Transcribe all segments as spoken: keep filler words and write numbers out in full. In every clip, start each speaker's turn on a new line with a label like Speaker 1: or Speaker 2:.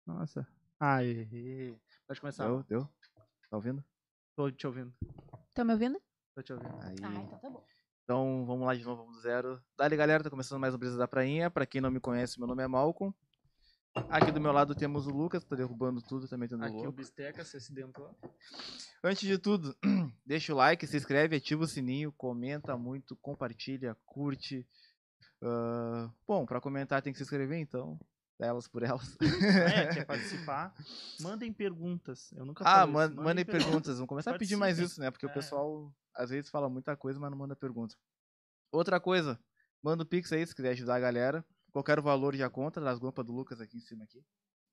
Speaker 1: Nossa. Aê. Pode começar.
Speaker 2: Deu? Deu? Tá ouvindo?
Speaker 1: Tô te ouvindo.
Speaker 3: Tá me ouvindo?
Speaker 1: Tô te ouvindo.
Speaker 2: Aí.
Speaker 3: Ah, então tá bom.
Speaker 2: Então vamos lá de novo, vamos do zero. Dali, galera, tá começando mais um Brisa da Prainha. Pra quem não me conhece, meu nome é Malcolm. Aqui do meu lado temos o Lucas, que tá derrubando tudo, também tendo o
Speaker 1: Aqui o
Speaker 2: louco.
Speaker 1: Bisteca se acidentou.
Speaker 2: Antes de tudo, deixa o like, se inscreve, ativa o sininho, comenta muito, compartilha, curte. Uh, bom, pra comentar tem que se inscrever, então. Elas por elas.
Speaker 1: Ah, é, quer participar? Mandem perguntas. Eu nunca
Speaker 2: Ah,
Speaker 1: falei
Speaker 2: man,
Speaker 1: isso.
Speaker 2: mandem perguntas. Vamos começar a pedir mais
Speaker 1: Participem.
Speaker 2: isso, né? Porque
Speaker 1: É.
Speaker 2: o pessoal às vezes fala muita coisa, mas não manda pergunta. Outra coisa, manda o Pix aí se quiser ajudar a galera. Qualquer valor já conta, nas guampas do Lucas aqui em cima aqui.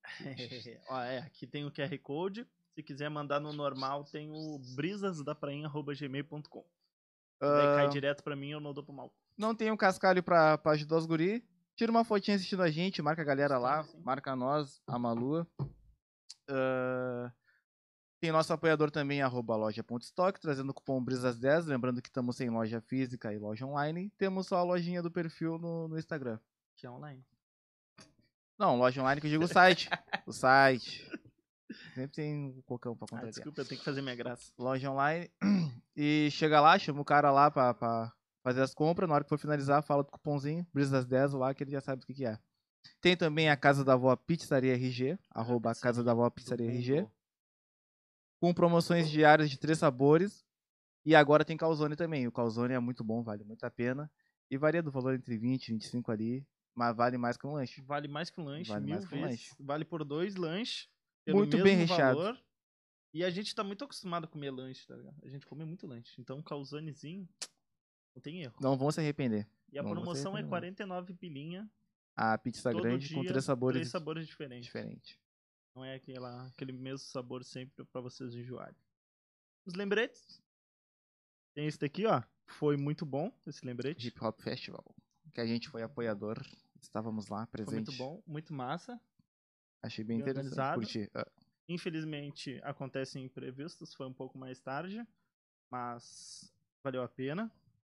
Speaker 1: Ó, é, aqui tem o Q R Code. Se quiser mandar no normal, tem o brisasdaprainha arroba gmail ponto com. Daí cai
Speaker 2: Uh,
Speaker 1: direto pra mim, eu não dou pro mal.
Speaker 2: não tem um cascalho pra, pra ajudar os guri. Tira uma fotinha assistindo a gente, marca a galera
Speaker 1: Sim,
Speaker 2: lá,
Speaker 1: sim.
Speaker 2: marca nós, a Malua. Uh, tem nosso apoiador também, arroba loja.stock, trazendo o cupom Brisas dez. Lembrando que estamos sem loja física e loja online. Temos só a lojinha do perfil no, no Instagram.
Speaker 1: Que é online.
Speaker 2: Não, loja online que eu digo o site. O site. Sempre tem um cocão pra
Speaker 1: Ah,
Speaker 2: contratar.
Speaker 1: desculpa, eu tenho que fazer minha graça.
Speaker 2: Loja online. E chega lá, chama o cara lá pra, pra fazer as compras. Na hora que for finalizar, fala do cupomzinho, Brisas dez lá, que ele já sabe o que, que é. Tem também a Casa da Vó Pizzaria R G, arroba Casa da Vó Pizzaria R G. Com promoções diárias de três sabores. E agora tem calzone também. O calzone é muito bom, vale muito a pena. E varia do valor entre vinte e vinte e cinco ali. Mas vale mais que um lanche.
Speaker 1: Vale mais que um lanche,
Speaker 2: Vale
Speaker 1: mil
Speaker 2: mais que um
Speaker 1: vezes.
Speaker 2: lanche.
Speaker 1: Vale por dois lanches. Pelo
Speaker 2: Muito
Speaker 1: mesmo
Speaker 2: bem recheado.
Speaker 1: valor. E a gente tá muito acostumado a comer lanche, tá ligado? A gente come muito lanche. Então um calzonezinho, não tem erro.
Speaker 2: Não vão se arrepender.
Speaker 1: E a
Speaker 2: não vão se
Speaker 1: promoção é
Speaker 2: arrepender.
Speaker 1: quarenta e nove pilinha.
Speaker 2: A pizza
Speaker 1: Todo
Speaker 2: grande
Speaker 1: dia,
Speaker 2: com três sabores,
Speaker 1: três sabores diferentes.
Speaker 2: diferentes.
Speaker 1: Não é aquela, aquele mesmo sabor sempre pra vocês enjoarem. Os lembretes. Tem esse daqui, ó. Foi muito bom, esse lembrete.
Speaker 2: Hip Hop Festival. Que a gente foi apoiador. Estávamos lá, presente.
Speaker 1: Foi muito bom, muito massa.
Speaker 2: Achei bem,
Speaker 1: bem
Speaker 2: interessante.
Speaker 1: organizado.
Speaker 2: Curti. Ah,
Speaker 1: Infelizmente, acontecem imprevistos. Foi um pouco mais tarde. Mas valeu a pena.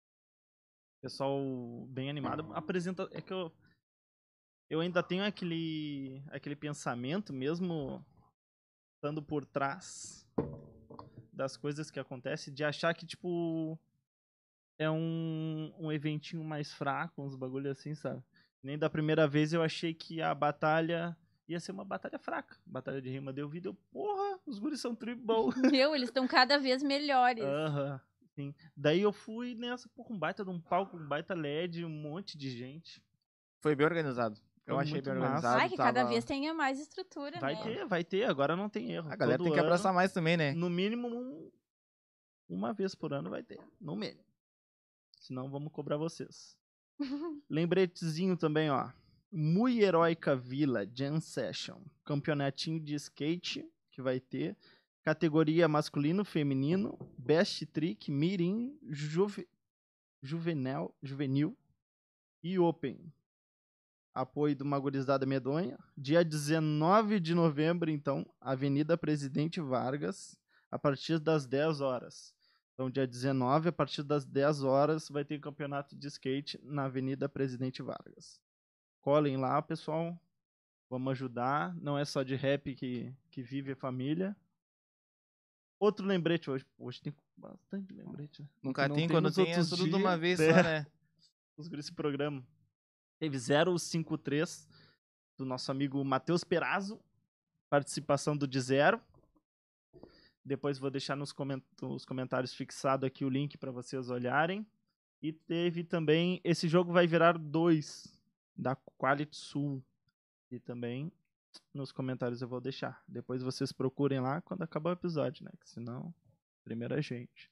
Speaker 1: Pessoal bem animado. Apresenta... É que eu... Eu ainda tenho aquele... Aquele pensamento, mesmo estando por trás das coisas que acontecem, de achar que, tipo... É um, um eventinho mais fraco, uns bagulho assim, sabe? Nem da primeira vez eu achei que a batalha ia ser uma batalha fraca. Batalha de rima deu vida, eu, porra, os guris são tribal.
Speaker 3: Meu, eles estão cada vez melhores.
Speaker 1: Aham, sim. Daí eu fui nessa, porra, um baita de um palco, um baita L E D, um monte de gente.
Speaker 2: Foi bem organizado. Eu
Speaker 1: Foi
Speaker 2: achei
Speaker 1: muito
Speaker 2: bem
Speaker 1: massa.
Speaker 2: organizado.
Speaker 3: Ai, que
Speaker 2: tava...
Speaker 3: cada vez tenha mais estrutura,
Speaker 1: Vai
Speaker 3: né?
Speaker 1: ter, vai ter, agora não tem erro.
Speaker 2: A galera
Speaker 1: Todo
Speaker 2: tem que
Speaker 1: ano,
Speaker 2: abraçar mais também, né?
Speaker 1: No mínimo, um, uma vez por ano vai ter, no mínimo. Senão vamos cobrar vocês. Lembretezinho também, ó. Muy Heroica Villa Jam Session. Campeonatinho de skate que vai ter. Categoria masculino, feminino. Best Trick, Mirim, juve, juvenil, juvenil e Open. Apoio de uma gurizada medonha. Dia dezenove de novembro, então, Avenida Presidente Vargas, a partir das dez horas. Então, dia dezenove, a partir das dez horas, vai ter campeonato de skate na Avenida Presidente Vargas. Colhem lá, pessoal. Vamos ajudar. Não é só de rap que, que vive a família. Outro lembrete hoje. Hoje tem bastante lembrete. Né?
Speaker 2: Nunca
Speaker 1: Não
Speaker 2: tem,
Speaker 1: tem
Speaker 2: quando
Speaker 1: nos
Speaker 2: tem, é
Speaker 1: outros
Speaker 2: tudo de
Speaker 1: dias.
Speaker 2: uma vez
Speaker 1: É.
Speaker 2: só, né?
Speaker 1: Os guris esse programa. Teve zero cinco três do nosso amigo Matheus Perazzo. Participação do de zero. Depois vou deixar nos coment nos comentários fixado aqui o link para vocês olharem. E teve também... Esse jogo vai virar dois da Quality Sul. E também nos comentários eu vou deixar. Depois vocês procurem lá quando acabar o episódio, né? Que senão, primeiro a gente.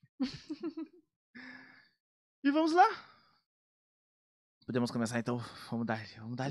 Speaker 1: E vamos lá.
Speaker 2: Podemos começar então. Vamos dar. Vamos dar.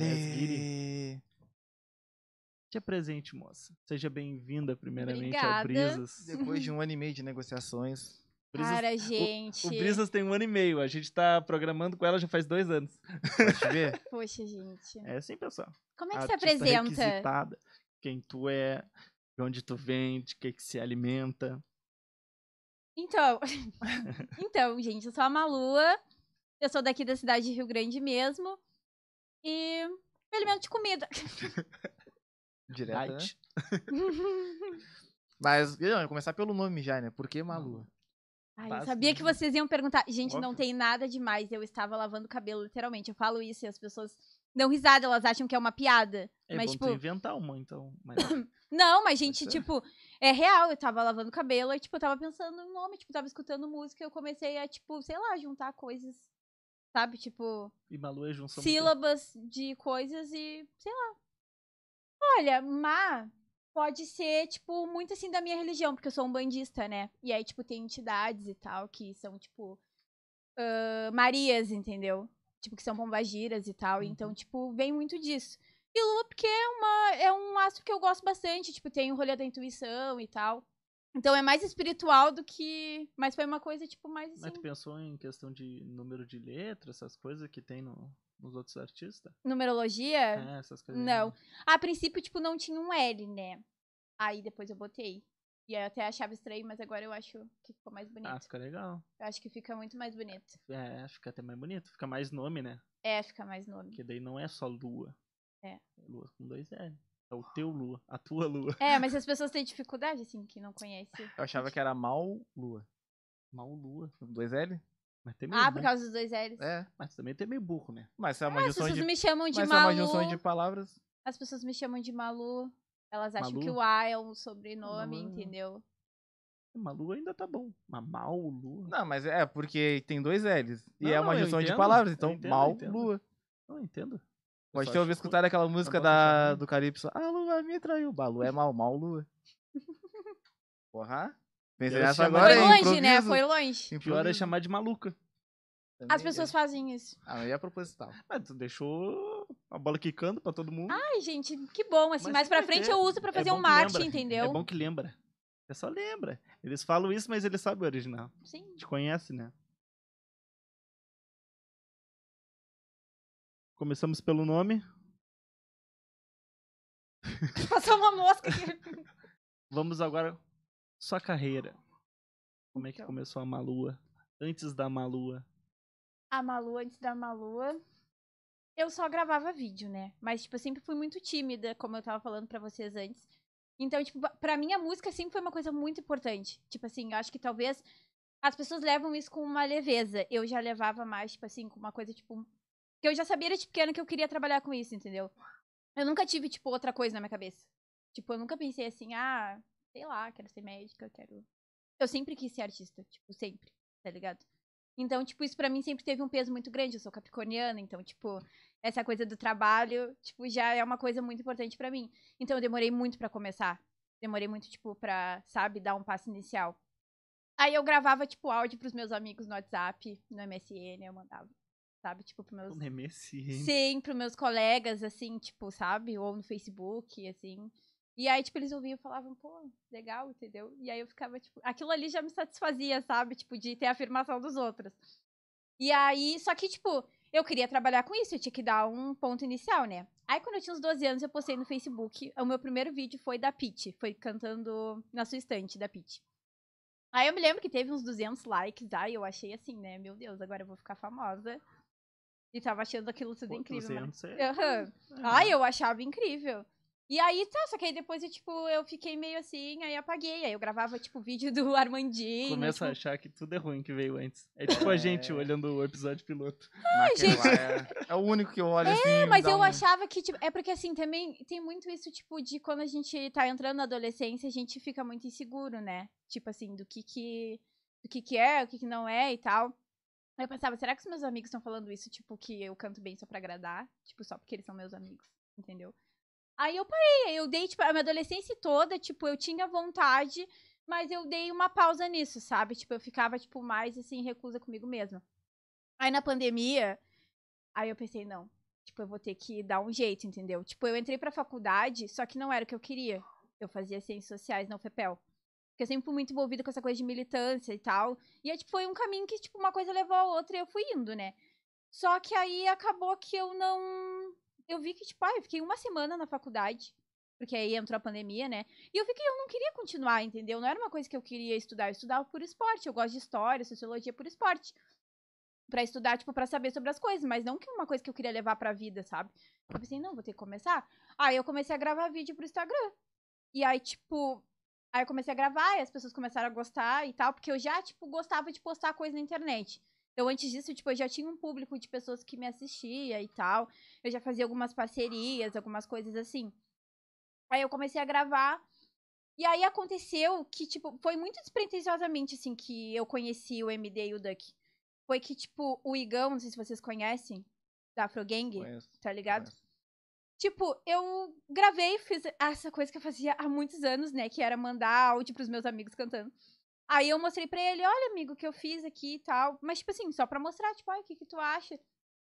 Speaker 1: Te presente, moça. Seja bem-vinda, primeiramente,
Speaker 3: Obrigada.
Speaker 1: ao Brisas.
Speaker 2: Depois de um ano e meio de negociações.
Speaker 1: Brisas
Speaker 3: Cara, gente.
Speaker 1: O, o Brisas tem um ano e meio. A gente tá programando com ela já faz dois anos.
Speaker 2: Pode ver?
Speaker 3: Poxa, gente.
Speaker 1: É assim, pessoal.
Speaker 3: Como é que
Speaker 1: Artista
Speaker 3: se apresenta?
Speaker 1: requisitada, quem tu é, de onde tu vem, de que que se alimenta.
Speaker 3: Então, então, gente, eu sou a Malua. Eu sou daqui da cidade de Rio Grande mesmo. E me alimento de comida.
Speaker 2: Direta, né?
Speaker 1: Diet.
Speaker 2: Mas, não, eu ia começar pelo nome já, né? Por que Malu?
Speaker 3: Ai, eu
Speaker 1: Básico,
Speaker 3: sabia
Speaker 1: né?
Speaker 3: que vocês iam perguntar. Gente, não
Speaker 1: Óbvio.
Speaker 3: tem nada demais. Eu estava lavando o cabelo, literalmente. Eu falo isso e as pessoas dão risada, elas acham que é uma piada.
Speaker 1: É
Speaker 3: mas,
Speaker 1: bom
Speaker 3: tipo,
Speaker 1: tu inventar uma, então. Mas
Speaker 3: não, mas, gente,
Speaker 2: ser.
Speaker 3: tipo, é real. Eu tava lavando o cabelo e, tipo, eu tava pensando no nome, tipo, tava escutando música e eu comecei a, tipo, sei lá, juntar coisas, sabe? Tipo,
Speaker 1: e Malu é junção do quê?
Speaker 3: sílabas de coisas e, sei lá. Olha, Má pode ser, tipo, muito assim da minha religião, porque eu sou um bandista, né? E aí, tipo, tem entidades e tal que são, tipo, ah, Marias, entendeu? Tipo, que são pombagiras e tal.
Speaker 1: Uhum.
Speaker 3: Então, tipo, vem muito disso. E Lua, porque é, uma, é um astro que eu gosto bastante. Tipo, tem o rolê da intuição e tal. Então é mais espiritual do que. Mas foi uma coisa, tipo, mais
Speaker 1: Mas
Speaker 3: assim.
Speaker 1: tu pensou em questão de número de letras, essas coisas que tem no, nos outros artistas?
Speaker 3: Numerologia?
Speaker 1: É, essas coisas. aí.
Speaker 3: Não. A princípio, tipo, não tinha um L, né? Aí depois eu botei. E aí eu até achava estranho, mas agora eu acho que ficou mais bonito.
Speaker 1: Ah, fica legal.
Speaker 3: Eu acho que fica muito mais bonito.
Speaker 1: É, fica até mais bonito. Fica mais nome, né?
Speaker 3: É, fica mais nome.
Speaker 1: Porque daí não é só Lua.
Speaker 3: É.
Speaker 1: Lua com dois L. É o teu Lua, a tua Lua.
Speaker 3: É, mas as pessoas têm dificuldade, assim, que não conhecem.
Speaker 2: Eu achava que era Mal Lua.
Speaker 1: Mal Lua.
Speaker 2: Dois L?
Speaker 1: Mas tem meio
Speaker 3: Ah, por
Speaker 1: burro.
Speaker 3: causa dos dois L's.
Speaker 2: É.
Speaker 1: Mas também tem meio burro, né?
Speaker 2: Mas se é uma
Speaker 3: As
Speaker 2: junção
Speaker 3: pessoas
Speaker 2: de.
Speaker 3: me chamam de
Speaker 2: Mas se é uma
Speaker 3: Malu.
Speaker 2: junção de palavras.
Speaker 3: As pessoas me chamam de Malu. Elas acham
Speaker 1: Malu?
Speaker 3: que o A é um sobrenome,
Speaker 1: Malu.
Speaker 3: entendeu?
Speaker 1: Malu ainda tá bom. Mas Mal Lua.
Speaker 2: Não, mas é porque tem dois L's. E
Speaker 1: Não,
Speaker 2: é
Speaker 1: não,
Speaker 2: uma
Speaker 1: eu
Speaker 2: junção de
Speaker 1: entendo,
Speaker 2: palavras,
Speaker 1: eu
Speaker 2: então
Speaker 1: entendo, eu
Speaker 2: Mal
Speaker 1: entendo.
Speaker 2: Lua.
Speaker 1: Não, eu entendo. Eu
Speaker 2: Pode
Speaker 1: só
Speaker 2: ter ouvido
Speaker 1: acho
Speaker 2: escutar aquela música
Speaker 1: posso achar
Speaker 2: da,
Speaker 1: ruim.
Speaker 2: do Calypso. A lua me traiu. Balu é mal, mal lua. Porra. Pensei
Speaker 1: Pior é
Speaker 2: nessa
Speaker 1: chamar
Speaker 2: agora,
Speaker 3: Foi
Speaker 1: de-
Speaker 2: hein?
Speaker 3: longe, né?
Speaker 2: Improviso.
Speaker 3: Foi longe.
Speaker 1: Pior é
Speaker 2: Improviso.
Speaker 1: chamar de maluca.
Speaker 2: Também
Speaker 3: As pessoas
Speaker 2: é.
Speaker 3: fazem isso.
Speaker 2: Ah, não ia proposital.
Speaker 1: Mas tu deixou a bola quicando pra todo mundo.
Speaker 3: Ai, gente, que bom. Assim,
Speaker 1: Mas
Speaker 3: mais
Speaker 1: sempre
Speaker 3: pra
Speaker 1: vai
Speaker 3: frente
Speaker 1: ter.
Speaker 3: eu uso pra
Speaker 1: É
Speaker 3: fazer
Speaker 1: bom
Speaker 3: um
Speaker 1: que
Speaker 3: marketing,
Speaker 1: lembra.
Speaker 3: entendeu?
Speaker 1: É bom que lembra. É só lembra. Eles falam isso, mas eles sabem o original.
Speaker 3: Sim.
Speaker 1: Te conhece, né? Começamos pelo nome.
Speaker 3: Passou uma mosca aqui.
Speaker 1: Vamos agora. Sua carreira. Como é que
Speaker 3: Então.
Speaker 1: começou a Malua? Antes da Malua.
Speaker 3: A Malu, antes da Malua, eu só gravava vídeo, né? Mas, tipo, eu sempre fui muito tímida, como eu tava falando pra vocês antes. Então, tipo, pra mim a música sempre foi uma coisa muito importante. Tipo assim, eu acho que talvez as pessoas levam isso com uma leveza. Eu já levava mais, tipo assim, com uma coisa, tipo... Que eu já sabia desde pequena que eu queria trabalhar com isso, entendeu? Eu nunca tive, tipo, outra coisa na minha cabeça. Tipo, eu nunca pensei assim, ah, sei lá, quero ser médica, quero... Eu sempre quis ser artista, tipo, sempre, tá ligado? Então, tipo, isso pra mim sempre teve um peso muito grande. Eu sou capricorniana, então, tipo, essa coisa do trabalho, tipo, já é uma coisa muito importante pra mim. Então, eu demorei muito pra começar. Demorei muito, tipo, pra, sabe, dar um passo inicial. Aí eu gravava, tipo, áudio pros meus amigos no WhatsApp, no M S N, eu mandava, sabe, tipo, pros meus...
Speaker 1: O Nemesis.
Speaker 3: Sim, pros meus colegas, assim, tipo, sabe? Ou no Facebook, assim. E aí, tipo, eles ouviam e falavam, pô, legal, entendeu? E aí eu ficava, tipo, aquilo ali já me satisfazia, sabe? Tipo, de ter a afirmação dos outros. E aí, só que, tipo, eu queria trabalhar com isso, eu tinha que dar um ponto inicial, né? Aí, quando eu tinha uns doze anos, eu postei no Facebook. O meu primeiro vídeo foi da Pitty, foi cantando Na Sua Estante, da Pitty. Aí eu me lembro que teve uns duzentos likes, aí eu achei assim, né? Meu Deus, agora eu vou ficar famosa. E tava achando aquilo tudo
Speaker 1: Pô,
Speaker 3: incrível, mas...
Speaker 1: duzentos é-
Speaker 3: Aham.
Speaker 1: é.
Speaker 3: Ai, eu achava incrível. E aí, tá, só que aí depois eu, tipo, eu fiquei meio assim, aí apaguei. Aí eu gravava, tipo, vídeo do Armandinho.
Speaker 1: Começa a
Speaker 3: tipo...
Speaker 1: achar que tudo é ruim que veio antes. É tipo a gente
Speaker 2: É.
Speaker 1: olhando o episódio piloto.
Speaker 2: Naquele lá é, é o único que eu olho assim.
Speaker 3: É,
Speaker 2: me
Speaker 3: mas
Speaker 2: dá
Speaker 3: eu
Speaker 2: um-
Speaker 3: achava que, tipo, é porque assim, também tem muito isso, tipo, de quando a gente tá entrando na adolescência, a gente fica muito inseguro, né? Tipo assim, do que que, do que que é, o que que não é e tal. Aí eu pensava, será que os meus amigos estão falando isso, tipo, que eu canto bem só pra agradar? Tipo, só porque eles são meus amigos, entendeu? Aí eu parei, eu dei, tipo, a minha adolescência toda, tipo, eu tinha vontade, mas eu dei uma pausa nisso, sabe? Tipo, eu ficava, tipo, mais, assim, recusa comigo mesma. Aí na pandemia, aí eu pensei, não, tipo, eu vou ter que dar um jeito, entendeu? Tipo, eu entrei pra faculdade, só que não era o que eu queria. Eu fazia ciências sociais na U F P E L. Porque eu sempre fui muito envolvida com essa coisa de militância e tal. E aí, tipo, foi um caminho que, tipo, uma coisa levou a outra e eu fui indo, né? Só que aí acabou que eu não... Eu vi que, tipo, ah, eu fiquei uma semana na faculdade. Porque aí entrou a pandemia, né? E eu vi que eu não queria continuar, entendeu? Não era uma coisa que eu queria estudar. Eu estudava por esporte. Eu gosto de história, sociologia por esporte. pra estudar, tipo, pra saber sobre as coisas, mas não que uma coisa que eu queria levar pra vida, sabe? Eu pensei, não, vou ter que começar. Aí eu comecei a gravar vídeo pro Instagram. E aí, tipo, aí eu comecei a gravar e as pessoas começaram a gostar e tal, porque eu já, tipo, gostava de postar coisa na internet. Então, antes disso, tipo, eu já tinha um público de pessoas que me assistia e tal. Eu já fazia algumas parcerias, algumas coisas assim. Aí eu comecei a gravar. E aí aconteceu que, tipo, foi muito despretensiosamente, assim, que eu conheci o M D e o Duck. Foi que, tipo, o Igão, não sei se vocês conhecem, da Afro Gang,
Speaker 2: Conheço,
Speaker 3: tá ligado?
Speaker 2: conheço.
Speaker 3: Tipo, eu gravei, fiz essa coisa que eu fazia há muitos anos, né? Que era mandar áudio pros meus amigos cantando. Aí eu mostrei pra ele, olha, amigo, o que eu fiz aqui e tal. Mas, tipo assim, só pra mostrar, tipo, ai, o que que tu acha?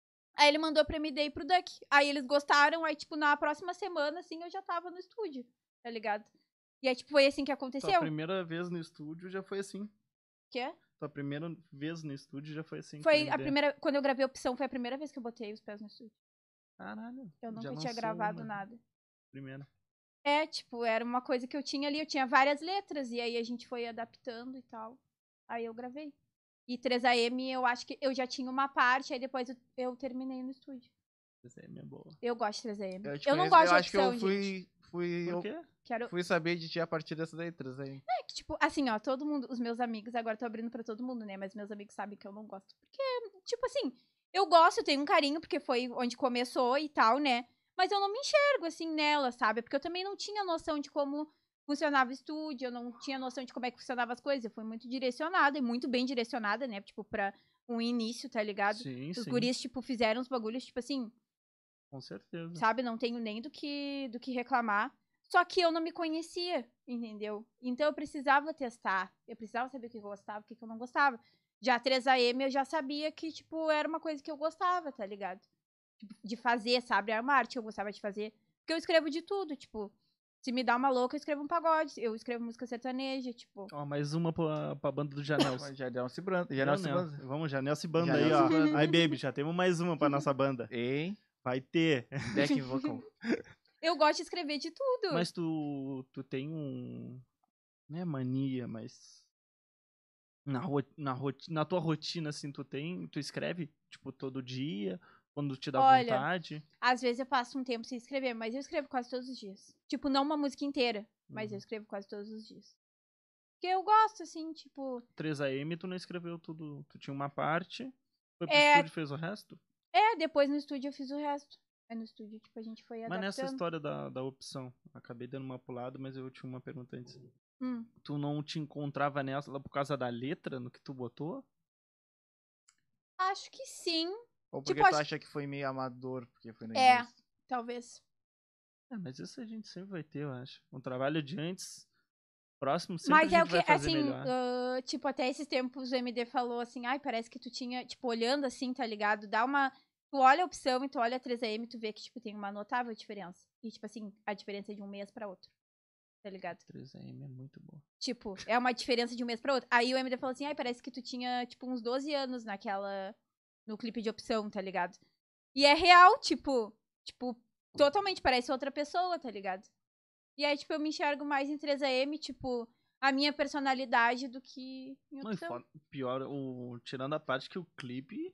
Speaker 3: Aí ele mandou pra M D e pro Duck. Aí eles gostaram, aí, tipo, na próxima semana, assim, eu já tava no estúdio, tá ligado? E aí, tipo, foi assim que
Speaker 1: Tua
Speaker 3: aconteceu.
Speaker 1: primeira vez no estúdio já foi assim.
Speaker 3: Quê?
Speaker 1: Tua primeira vez no estúdio já foi assim. com
Speaker 3: Foi
Speaker 1: M
Speaker 3: a
Speaker 1: D.
Speaker 3: primeira, quando eu gravei a opção, foi a primeira vez que eu botei os pés no estúdio.
Speaker 1: Caralho.
Speaker 3: Eu
Speaker 1: já
Speaker 3: nunca
Speaker 1: lançou
Speaker 3: tinha gravado
Speaker 1: uma
Speaker 3: nada.
Speaker 1: Primeira.
Speaker 3: É, tipo, era uma coisa que eu tinha ali, eu tinha várias letras, e aí a gente foi adaptando e tal. Aí eu gravei. E três A M, eu acho que eu já tinha uma parte, aí depois eu, eu terminei no estúdio.
Speaker 1: Essa aí é boa.
Speaker 3: Eu gosto de três A M.
Speaker 2: Eu, te
Speaker 3: Eu não
Speaker 2: conheço,
Speaker 3: gosto
Speaker 2: eu
Speaker 3: de
Speaker 2: acho que
Speaker 3: opção,
Speaker 2: eu fui,
Speaker 3: gente.
Speaker 2: fui,
Speaker 1: Por
Speaker 2: eu
Speaker 1: quê?
Speaker 3: Quero...
Speaker 2: fui saber de ti a partir dessa letras aí.
Speaker 3: É que, tipo, assim, ó, todo mundo, os meus amigos, agora eu tô abrindo pra todo mundo, né? Mas meus amigos sabem que eu não gosto. Porque, tipo assim, eu gosto, eu tenho um carinho, porque foi onde começou e tal, né? Mas eu não me enxergo, assim, nela, sabe? Porque eu também não tinha noção de como funcionava o estúdio, eu não tinha noção de como é que funcionava as coisas. Eu fui muito direcionada, e muito bem direcionada, né? Tipo, pra um início, tá ligado?
Speaker 1: Sim,
Speaker 3: Os
Speaker 1: sim.
Speaker 3: guris, tipo, fizeram uns bagulhos, tipo assim,
Speaker 1: Com certeza.
Speaker 3: sabe? Não tenho nem do que, do que reclamar. Só que eu não me conhecia, entendeu? Então eu precisava testar. Eu precisava saber o que eu gostava, o que eu não gostava. Já três A M eu já sabia que, tipo, era uma coisa que eu gostava, tá ligado? Tipo, de fazer, sabe? Era uma arte que eu gostava de fazer. Porque eu escrevo de tudo, tipo, se me dá uma louca, eu escrevo um pagode. Eu escrevo música sertaneja, tipo.
Speaker 1: Ó, mais uma pra, pra banda do Janelson.
Speaker 2: Janel se branda. Janel se
Speaker 1: Janel.
Speaker 2: branda.
Speaker 1: Vamos, Janel se banda
Speaker 2: Janel
Speaker 1: aí,
Speaker 2: se
Speaker 1: ó.
Speaker 2: banda.
Speaker 1: Aí, baby, já temos mais uma pra nossa banda.
Speaker 2: Ei,
Speaker 1: Vai ter.
Speaker 2: back vocal.
Speaker 3: Eu gosto de escrever de tudo.
Speaker 1: Mas tu, tu tem um... Não é mania, mas... Na, ro... na, roti... na tua rotina, assim, tu tem... Tu escreve, tipo, todo dia? Quando te dá
Speaker 3: Olha,
Speaker 1: vontade?
Speaker 3: Às vezes eu passo um tempo sem escrever, mas eu escrevo quase todos os dias. Tipo, não uma música inteira, mas
Speaker 1: Uhum.
Speaker 3: eu escrevo quase todos os dias. Porque eu gosto, assim, tipo.
Speaker 1: três A M, tu não escreveu tudo. Tu tinha uma parte, foi pro
Speaker 3: É.
Speaker 1: estúdio e fez o resto?
Speaker 3: É, depois no estúdio eu fiz o resto. Aí no estúdio, tipo, a gente foi
Speaker 1: Mas
Speaker 3: adaptando.
Speaker 1: nessa história da, da opção, acabei dando uma pulada, mas eu tinha uma pergunta antes.
Speaker 3: Hum.
Speaker 1: Tu não te encontrava nessa por causa da letra, no que tu botou?
Speaker 3: Acho que sim,
Speaker 2: Ou porque
Speaker 3: Tipo,
Speaker 2: tu
Speaker 3: acho-
Speaker 2: acha que foi meio amador, porque foi no
Speaker 3: É.
Speaker 2: início.
Speaker 3: talvez.
Speaker 1: É, mas isso a gente sempre vai ter, eu acho. Um trabalho de antes, próximo, sempre
Speaker 3: Mas
Speaker 1: a
Speaker 3: é
Speaker 1: gente
Speaker 3: o que,
Speaker 1: vai fazer
Speaker 3: assim,
Speaker 1: melhor.
Speaker 3: ah, tipo, até esses tempos o M D falou assim, ai, parece que tu tinha, tipo, olhando assim, tá ligado? Dá uma. Tu olha a opção e tu olha a três A M e tu vê que, tipo, tem uma notável diferença. E, tipo assim, a diferença é de um mês pra outro. Tá ligado?
Speaker 1: três A M é muito bom.
Speaker 3: Tipo, é uma diferença de um mês pra outro. Aí o M D falou assim, ai, parece que tu tinha, tipo, uns doze anos naquela. No clipe de opção, tá ligado? E é real, tipo. Tipo, totalmente parece outra pessoa, tá ligado? E aí, tipo, eu me enxergo mais em três A M, tipo, a minha personalidade do que em
Speaker 1: Não, e
Speaker 3: opção.
Speaker 1: foda- pior, o, tirando a parte que o clipe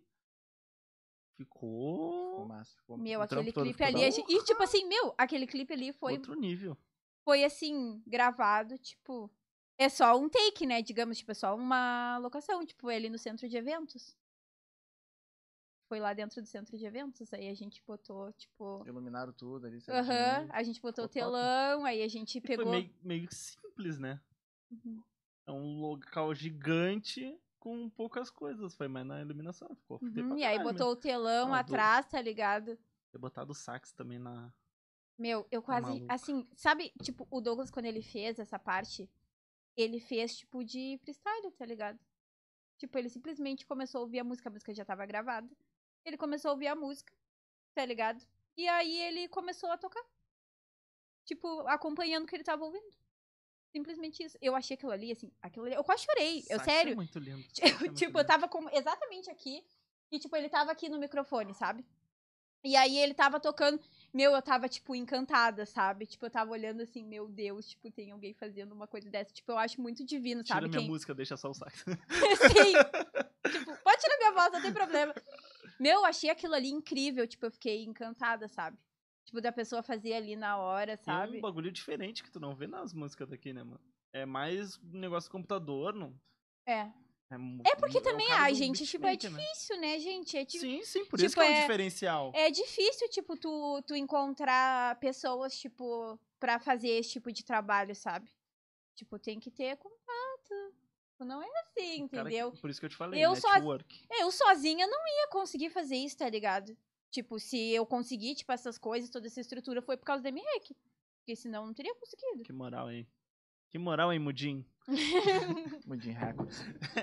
Speaker 1: ficou
Speaker 2: Ficou massa. Ficou...
Speaker 3: Meu,
Speaker 2: o trampo
Speaker 3: aquele
Speaker 2: todo
Speaker 3: clipe
Speaker 2: ficou
Speaker 3: ali.
Speaker 2: da
Speaker 3: a gente- E, tipo assim, meu, aquele clipe ali foi,
Speaker 1: outro nível.
Speaker 3: foi assim, gravado, tipo. É só um take, né? Digamos, tipo, é só uma locação. Tipo, ele no centro de eventos. Foi lá dentro do centro de eventos. Aí a gente botou, tipo.
Speaker 2: Iluminaram tudo ali.
Speaker 3: Aham,
Speaker 2: certinho.
Speaker 3: a gente botou o
Speaker 2: Ficou top.
Speaker 3: telão, aí a gente
Speaker 1: E
Speaker 3: pegou.
Speaker 1: foi meio, meio simples, né?
Speaker 3: Uhum.
Speaker 1: É um local gigante com poucas coisas. Foi mais na iluminação. Ficou feio
Speaker 3: Uhum,
Speaker 1: pra
Speaker 3: e aí
Speaker 1: caralho
Speaker 3: botou o telão
Speaker 1: Ah, do-
Speaker 3: atrás, tá ligado?
Speaker 1: mesmo. Ter botado o sax também na.
Speaker 3: Meu, eu quase.
Speaker 1: maluco.
Speaker 3: Assim, sabe, tipo, o Douglas, quando ele fez essa parte, ele fez, tipo, de freestyle, tá ligado? Tipo, ele simplesmente começou a ouvir a música, a música já tava gravada. Ele começou a ouvir a música, tá ligado? E aí ele começou a tocar. Tipo, acompanhando o que ele tava ouvindo. Simplesmente isso. Eu achei aquilo ali, assim, aquilo ali. Eu quase chorei, eu
Speaker 1: Sax É
Speaker 3: sério.
Speaker 1: muito lindo.
Speaker 3: Eu,
Speaker 1: sax é muito
Speaker 3: tipo, eu
Speaker 1: lindo.
Speaker 3: tava com, exatamente aqui. E, tipo, ele tava aqui no microfone, sabe? E aí ele tava tocando. Meu, eu tava, tipo, encantada, sabe? Tipo, eu tava olhando assim, meu Deus, tipo, tem alguém fazendo uma coisa dessa. Tipo, eu acho muito divino,
Speaker 1: Tira
Speaker 3: sabe?
Speaker 1: minha
Speaker 3: Quem...
Speaker 1: música, deixa só o sax.
Speaker 3: Sim. Tipo, pode tirar minha voz, não tem problema. Meu, eu achei aquilo ali incrível. Tipo, eu fiquei encantada, sabe? Tipo, da pessoa fazer ali na hora,
Speaker 1: É
Speaker 3: sabe?
Speaker 1: um bagulho diferente que tu não vê nas músicas daqui, né, mano? É mais um negócio de computador, não.
Speaker 3: É.
Speaker 1: É, mu-
Speaker 3: É porque
Speaker 1: é o
Speaker 3: também,
Speaker 1: cara
Speaker 3: ah,
Speaker 1: do
Speaker 3: gente, tipo, é
Speaker 1: beatmaker, né?
Speaker 3: difícil, né, gente? É, di-
Speaker 1: Sim, sim, por isso
Speaker 3: tipo,
Speaker 1: que é um
Speaker 3: é-
Speaker 1: diferencial.
Speaker 3: é difícil, tipo, tu, tu encontrar pessoas, tipo, pra fazer esse tipo de trabalho, sabe? Tipo, tem que ter contato. Não é assim,
Speaker 1: O cara
Speaker 3: entendeu?
Speaker 1: que- por isso que eu te falei,
Speaker 3: Eu, so,
Speaker 1: network.
Speaker 3: eu sozinha não ia conseguir fazer isso, tá ligado? Tipo, se eu conseguir, tipo, essas coisas, toda essa estrutura, foi por causa da M-Hack. Porque senão eu não teria conseguido.
Speaker 1: Que moral, hein? Que moral, hein, Mudim?
Speaker 2: Mudim Records.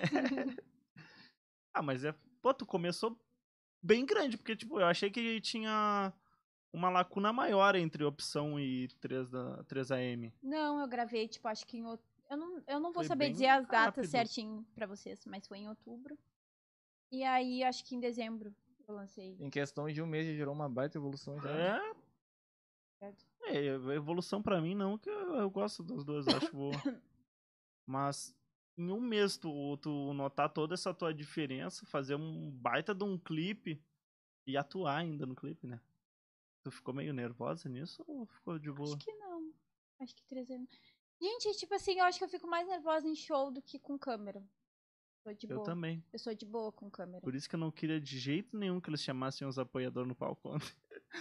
Speaker 1: Ah, mas é... Pô, tu começou bem grande, porque, tipo, eu achei que tinha uma lacuna maior entre opção e três, da, três A M.
Speaker 3: Não, eu gravei, tipo, acho que em outubro. Eu não, eu não vou
Speaker 1: Foi
Speaker 3: saber
Speaker 1: bem
Speaker 3: dizer as datas
Speaker 1: rápido.
Speaker 3: certinho pra vocês, mas foi em outubro. E aí, acho que em dezembro eu lancei.
Speaker 2: Em questão de um mês já gerou uma baita evolução já.
Speaker 1: É... É, evolução pra mim não, que eu, eu gosto das duas, eu acho boa. Mas em um mês tu, tu notar toda essa tua diferença, fazer um baita de um clipe e atuar ainda no clipe, né? Tu ficou meio nervosa nisso ou ficou de boa?
Speaker 3: Acho que não. Acho que três anos. Gente, tipo assim, eu acho que eu fico mais nervosa em show do que com câmera. Sou de
Speaker 1: Eu
Speaker 3: boa.
Speaker 1: também.
Speaker 3: Eu sou de boa com câmera.
Speaker 1: Por isso que eu não queria de jeito nenhum que eles chamassem os apoiadores no palco ontem.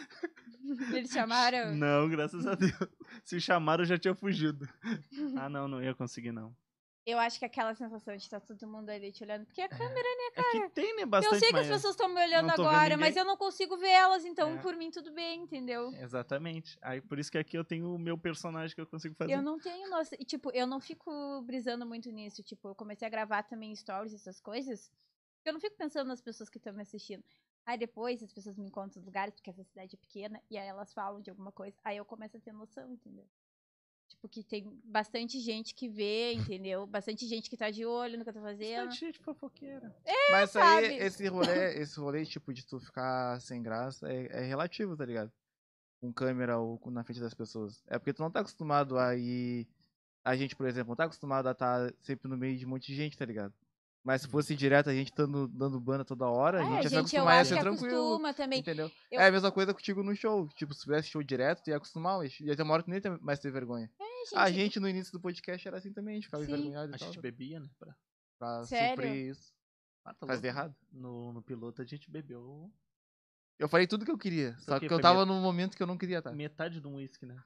Speaker 3: Eles chamaram.
Speaker 1: Não, graças a Deus. Se chamaram, eu já tinha fugido. Ah, não, não ia conseguir, não.
Speaker 3: Eu acho que aquela sensação de estar todo mundo ali te olhando. Porque a câmera, né,
Speaker 1: É
Speaker 3: cara?
Speaker 1: que tem, né, bastante,
Speaker 3: Eu sei que
Speaker 1: mas...
Speaker 3: as pessoas estão me olhando
Speaker 1: não tô vendo
Speaker 3: agora, mas
Speaker 1: ninguém.
Speaker 3: eu não consigo ver elas, então
Speaker 1: É.
Speaker 3: por mim tudo bem, entendeu?
Speaker 1: Exatamente. Aí por isso que aqui eu tenho o meu personagem que eu consigo fazer.
Speaker 3: Eu não tenho nossa. E, tipo, eu não fico brisando muito nisso. Tipo, eu comecei a gravar também stories, essas coisas. Eu não fico pensando nas pessoas que estão me assistindo. Aí depois as pessoas me encontram nos lugares, porque essa cidade é pequena, e aí elas falam de alguma coisa. Aí eu começo a ter noção, entendeu? Tipo, que tem bastante gente que vê, entendeu? Bastante gente que tá de olho no que eu tô fazendo.
Speaker 1: Bastante gente fofoqueira.
Speaker 2: Mas aí,
Speaker 3: sabe?
Speaker 2: esse rolê, esse rolê, tipo, de tu ficar sem graça é, é relativo, tá ligado? Com câmera ou com- na frente das pessoas. É porque tu não tá acostumado a ir. A gente, por exemplo, não tá acostumado a estar sempre no meio de um monte de gente, tá ligado? Mas se fosse direto, a gente dando, dando banda toda hora, a
Speaker 3: É,
Speaker 2: gente ia se
Speaker 3: gente, eu
Speaker 2: acostumar, ia
Speaker 3: acho
Speaker 2: ser
Speaker 3: que
Speaker 2: tranquilo.
Speaker 3: acostuma também.
Speaker 2: Entendeu?
Speaker 3: Eu-
Speaker 2: É a mesma coisa contigo no show. Tipo, se tivesse show direto, tu ia acostumar, mas ia ter uma hora que tu nem ia ter- mais ter vergonha.
Speaker 3: É, gente,
Speaker 2: A gente no início do podcast era assim também, a gente ficava
Speaker 3: Sim.
Speaker 2: envergonhado e
Speaker 1: A
Speaker 2: tal.
Speaker 1: gente bebia, né? Pra,
Speaker 2: Pra
Speaker 3: Sério?
Speaker 2: suprir isso.
Speaker 1: Ah, tá
Speaker 2: Faz de
Speaker 1: louco.
Speaker 2: errado.
Speaker 1: No, no piloto a gente bebeu
Speaker 2: Eu falei tudo que eu queria, só
Speaker 1: quê?
Speaker 2: que eu
Speaker 1: Foi
Speaker 2: tava num momento que eu não queria estar.
Speaker 1: metade de um uísque, né?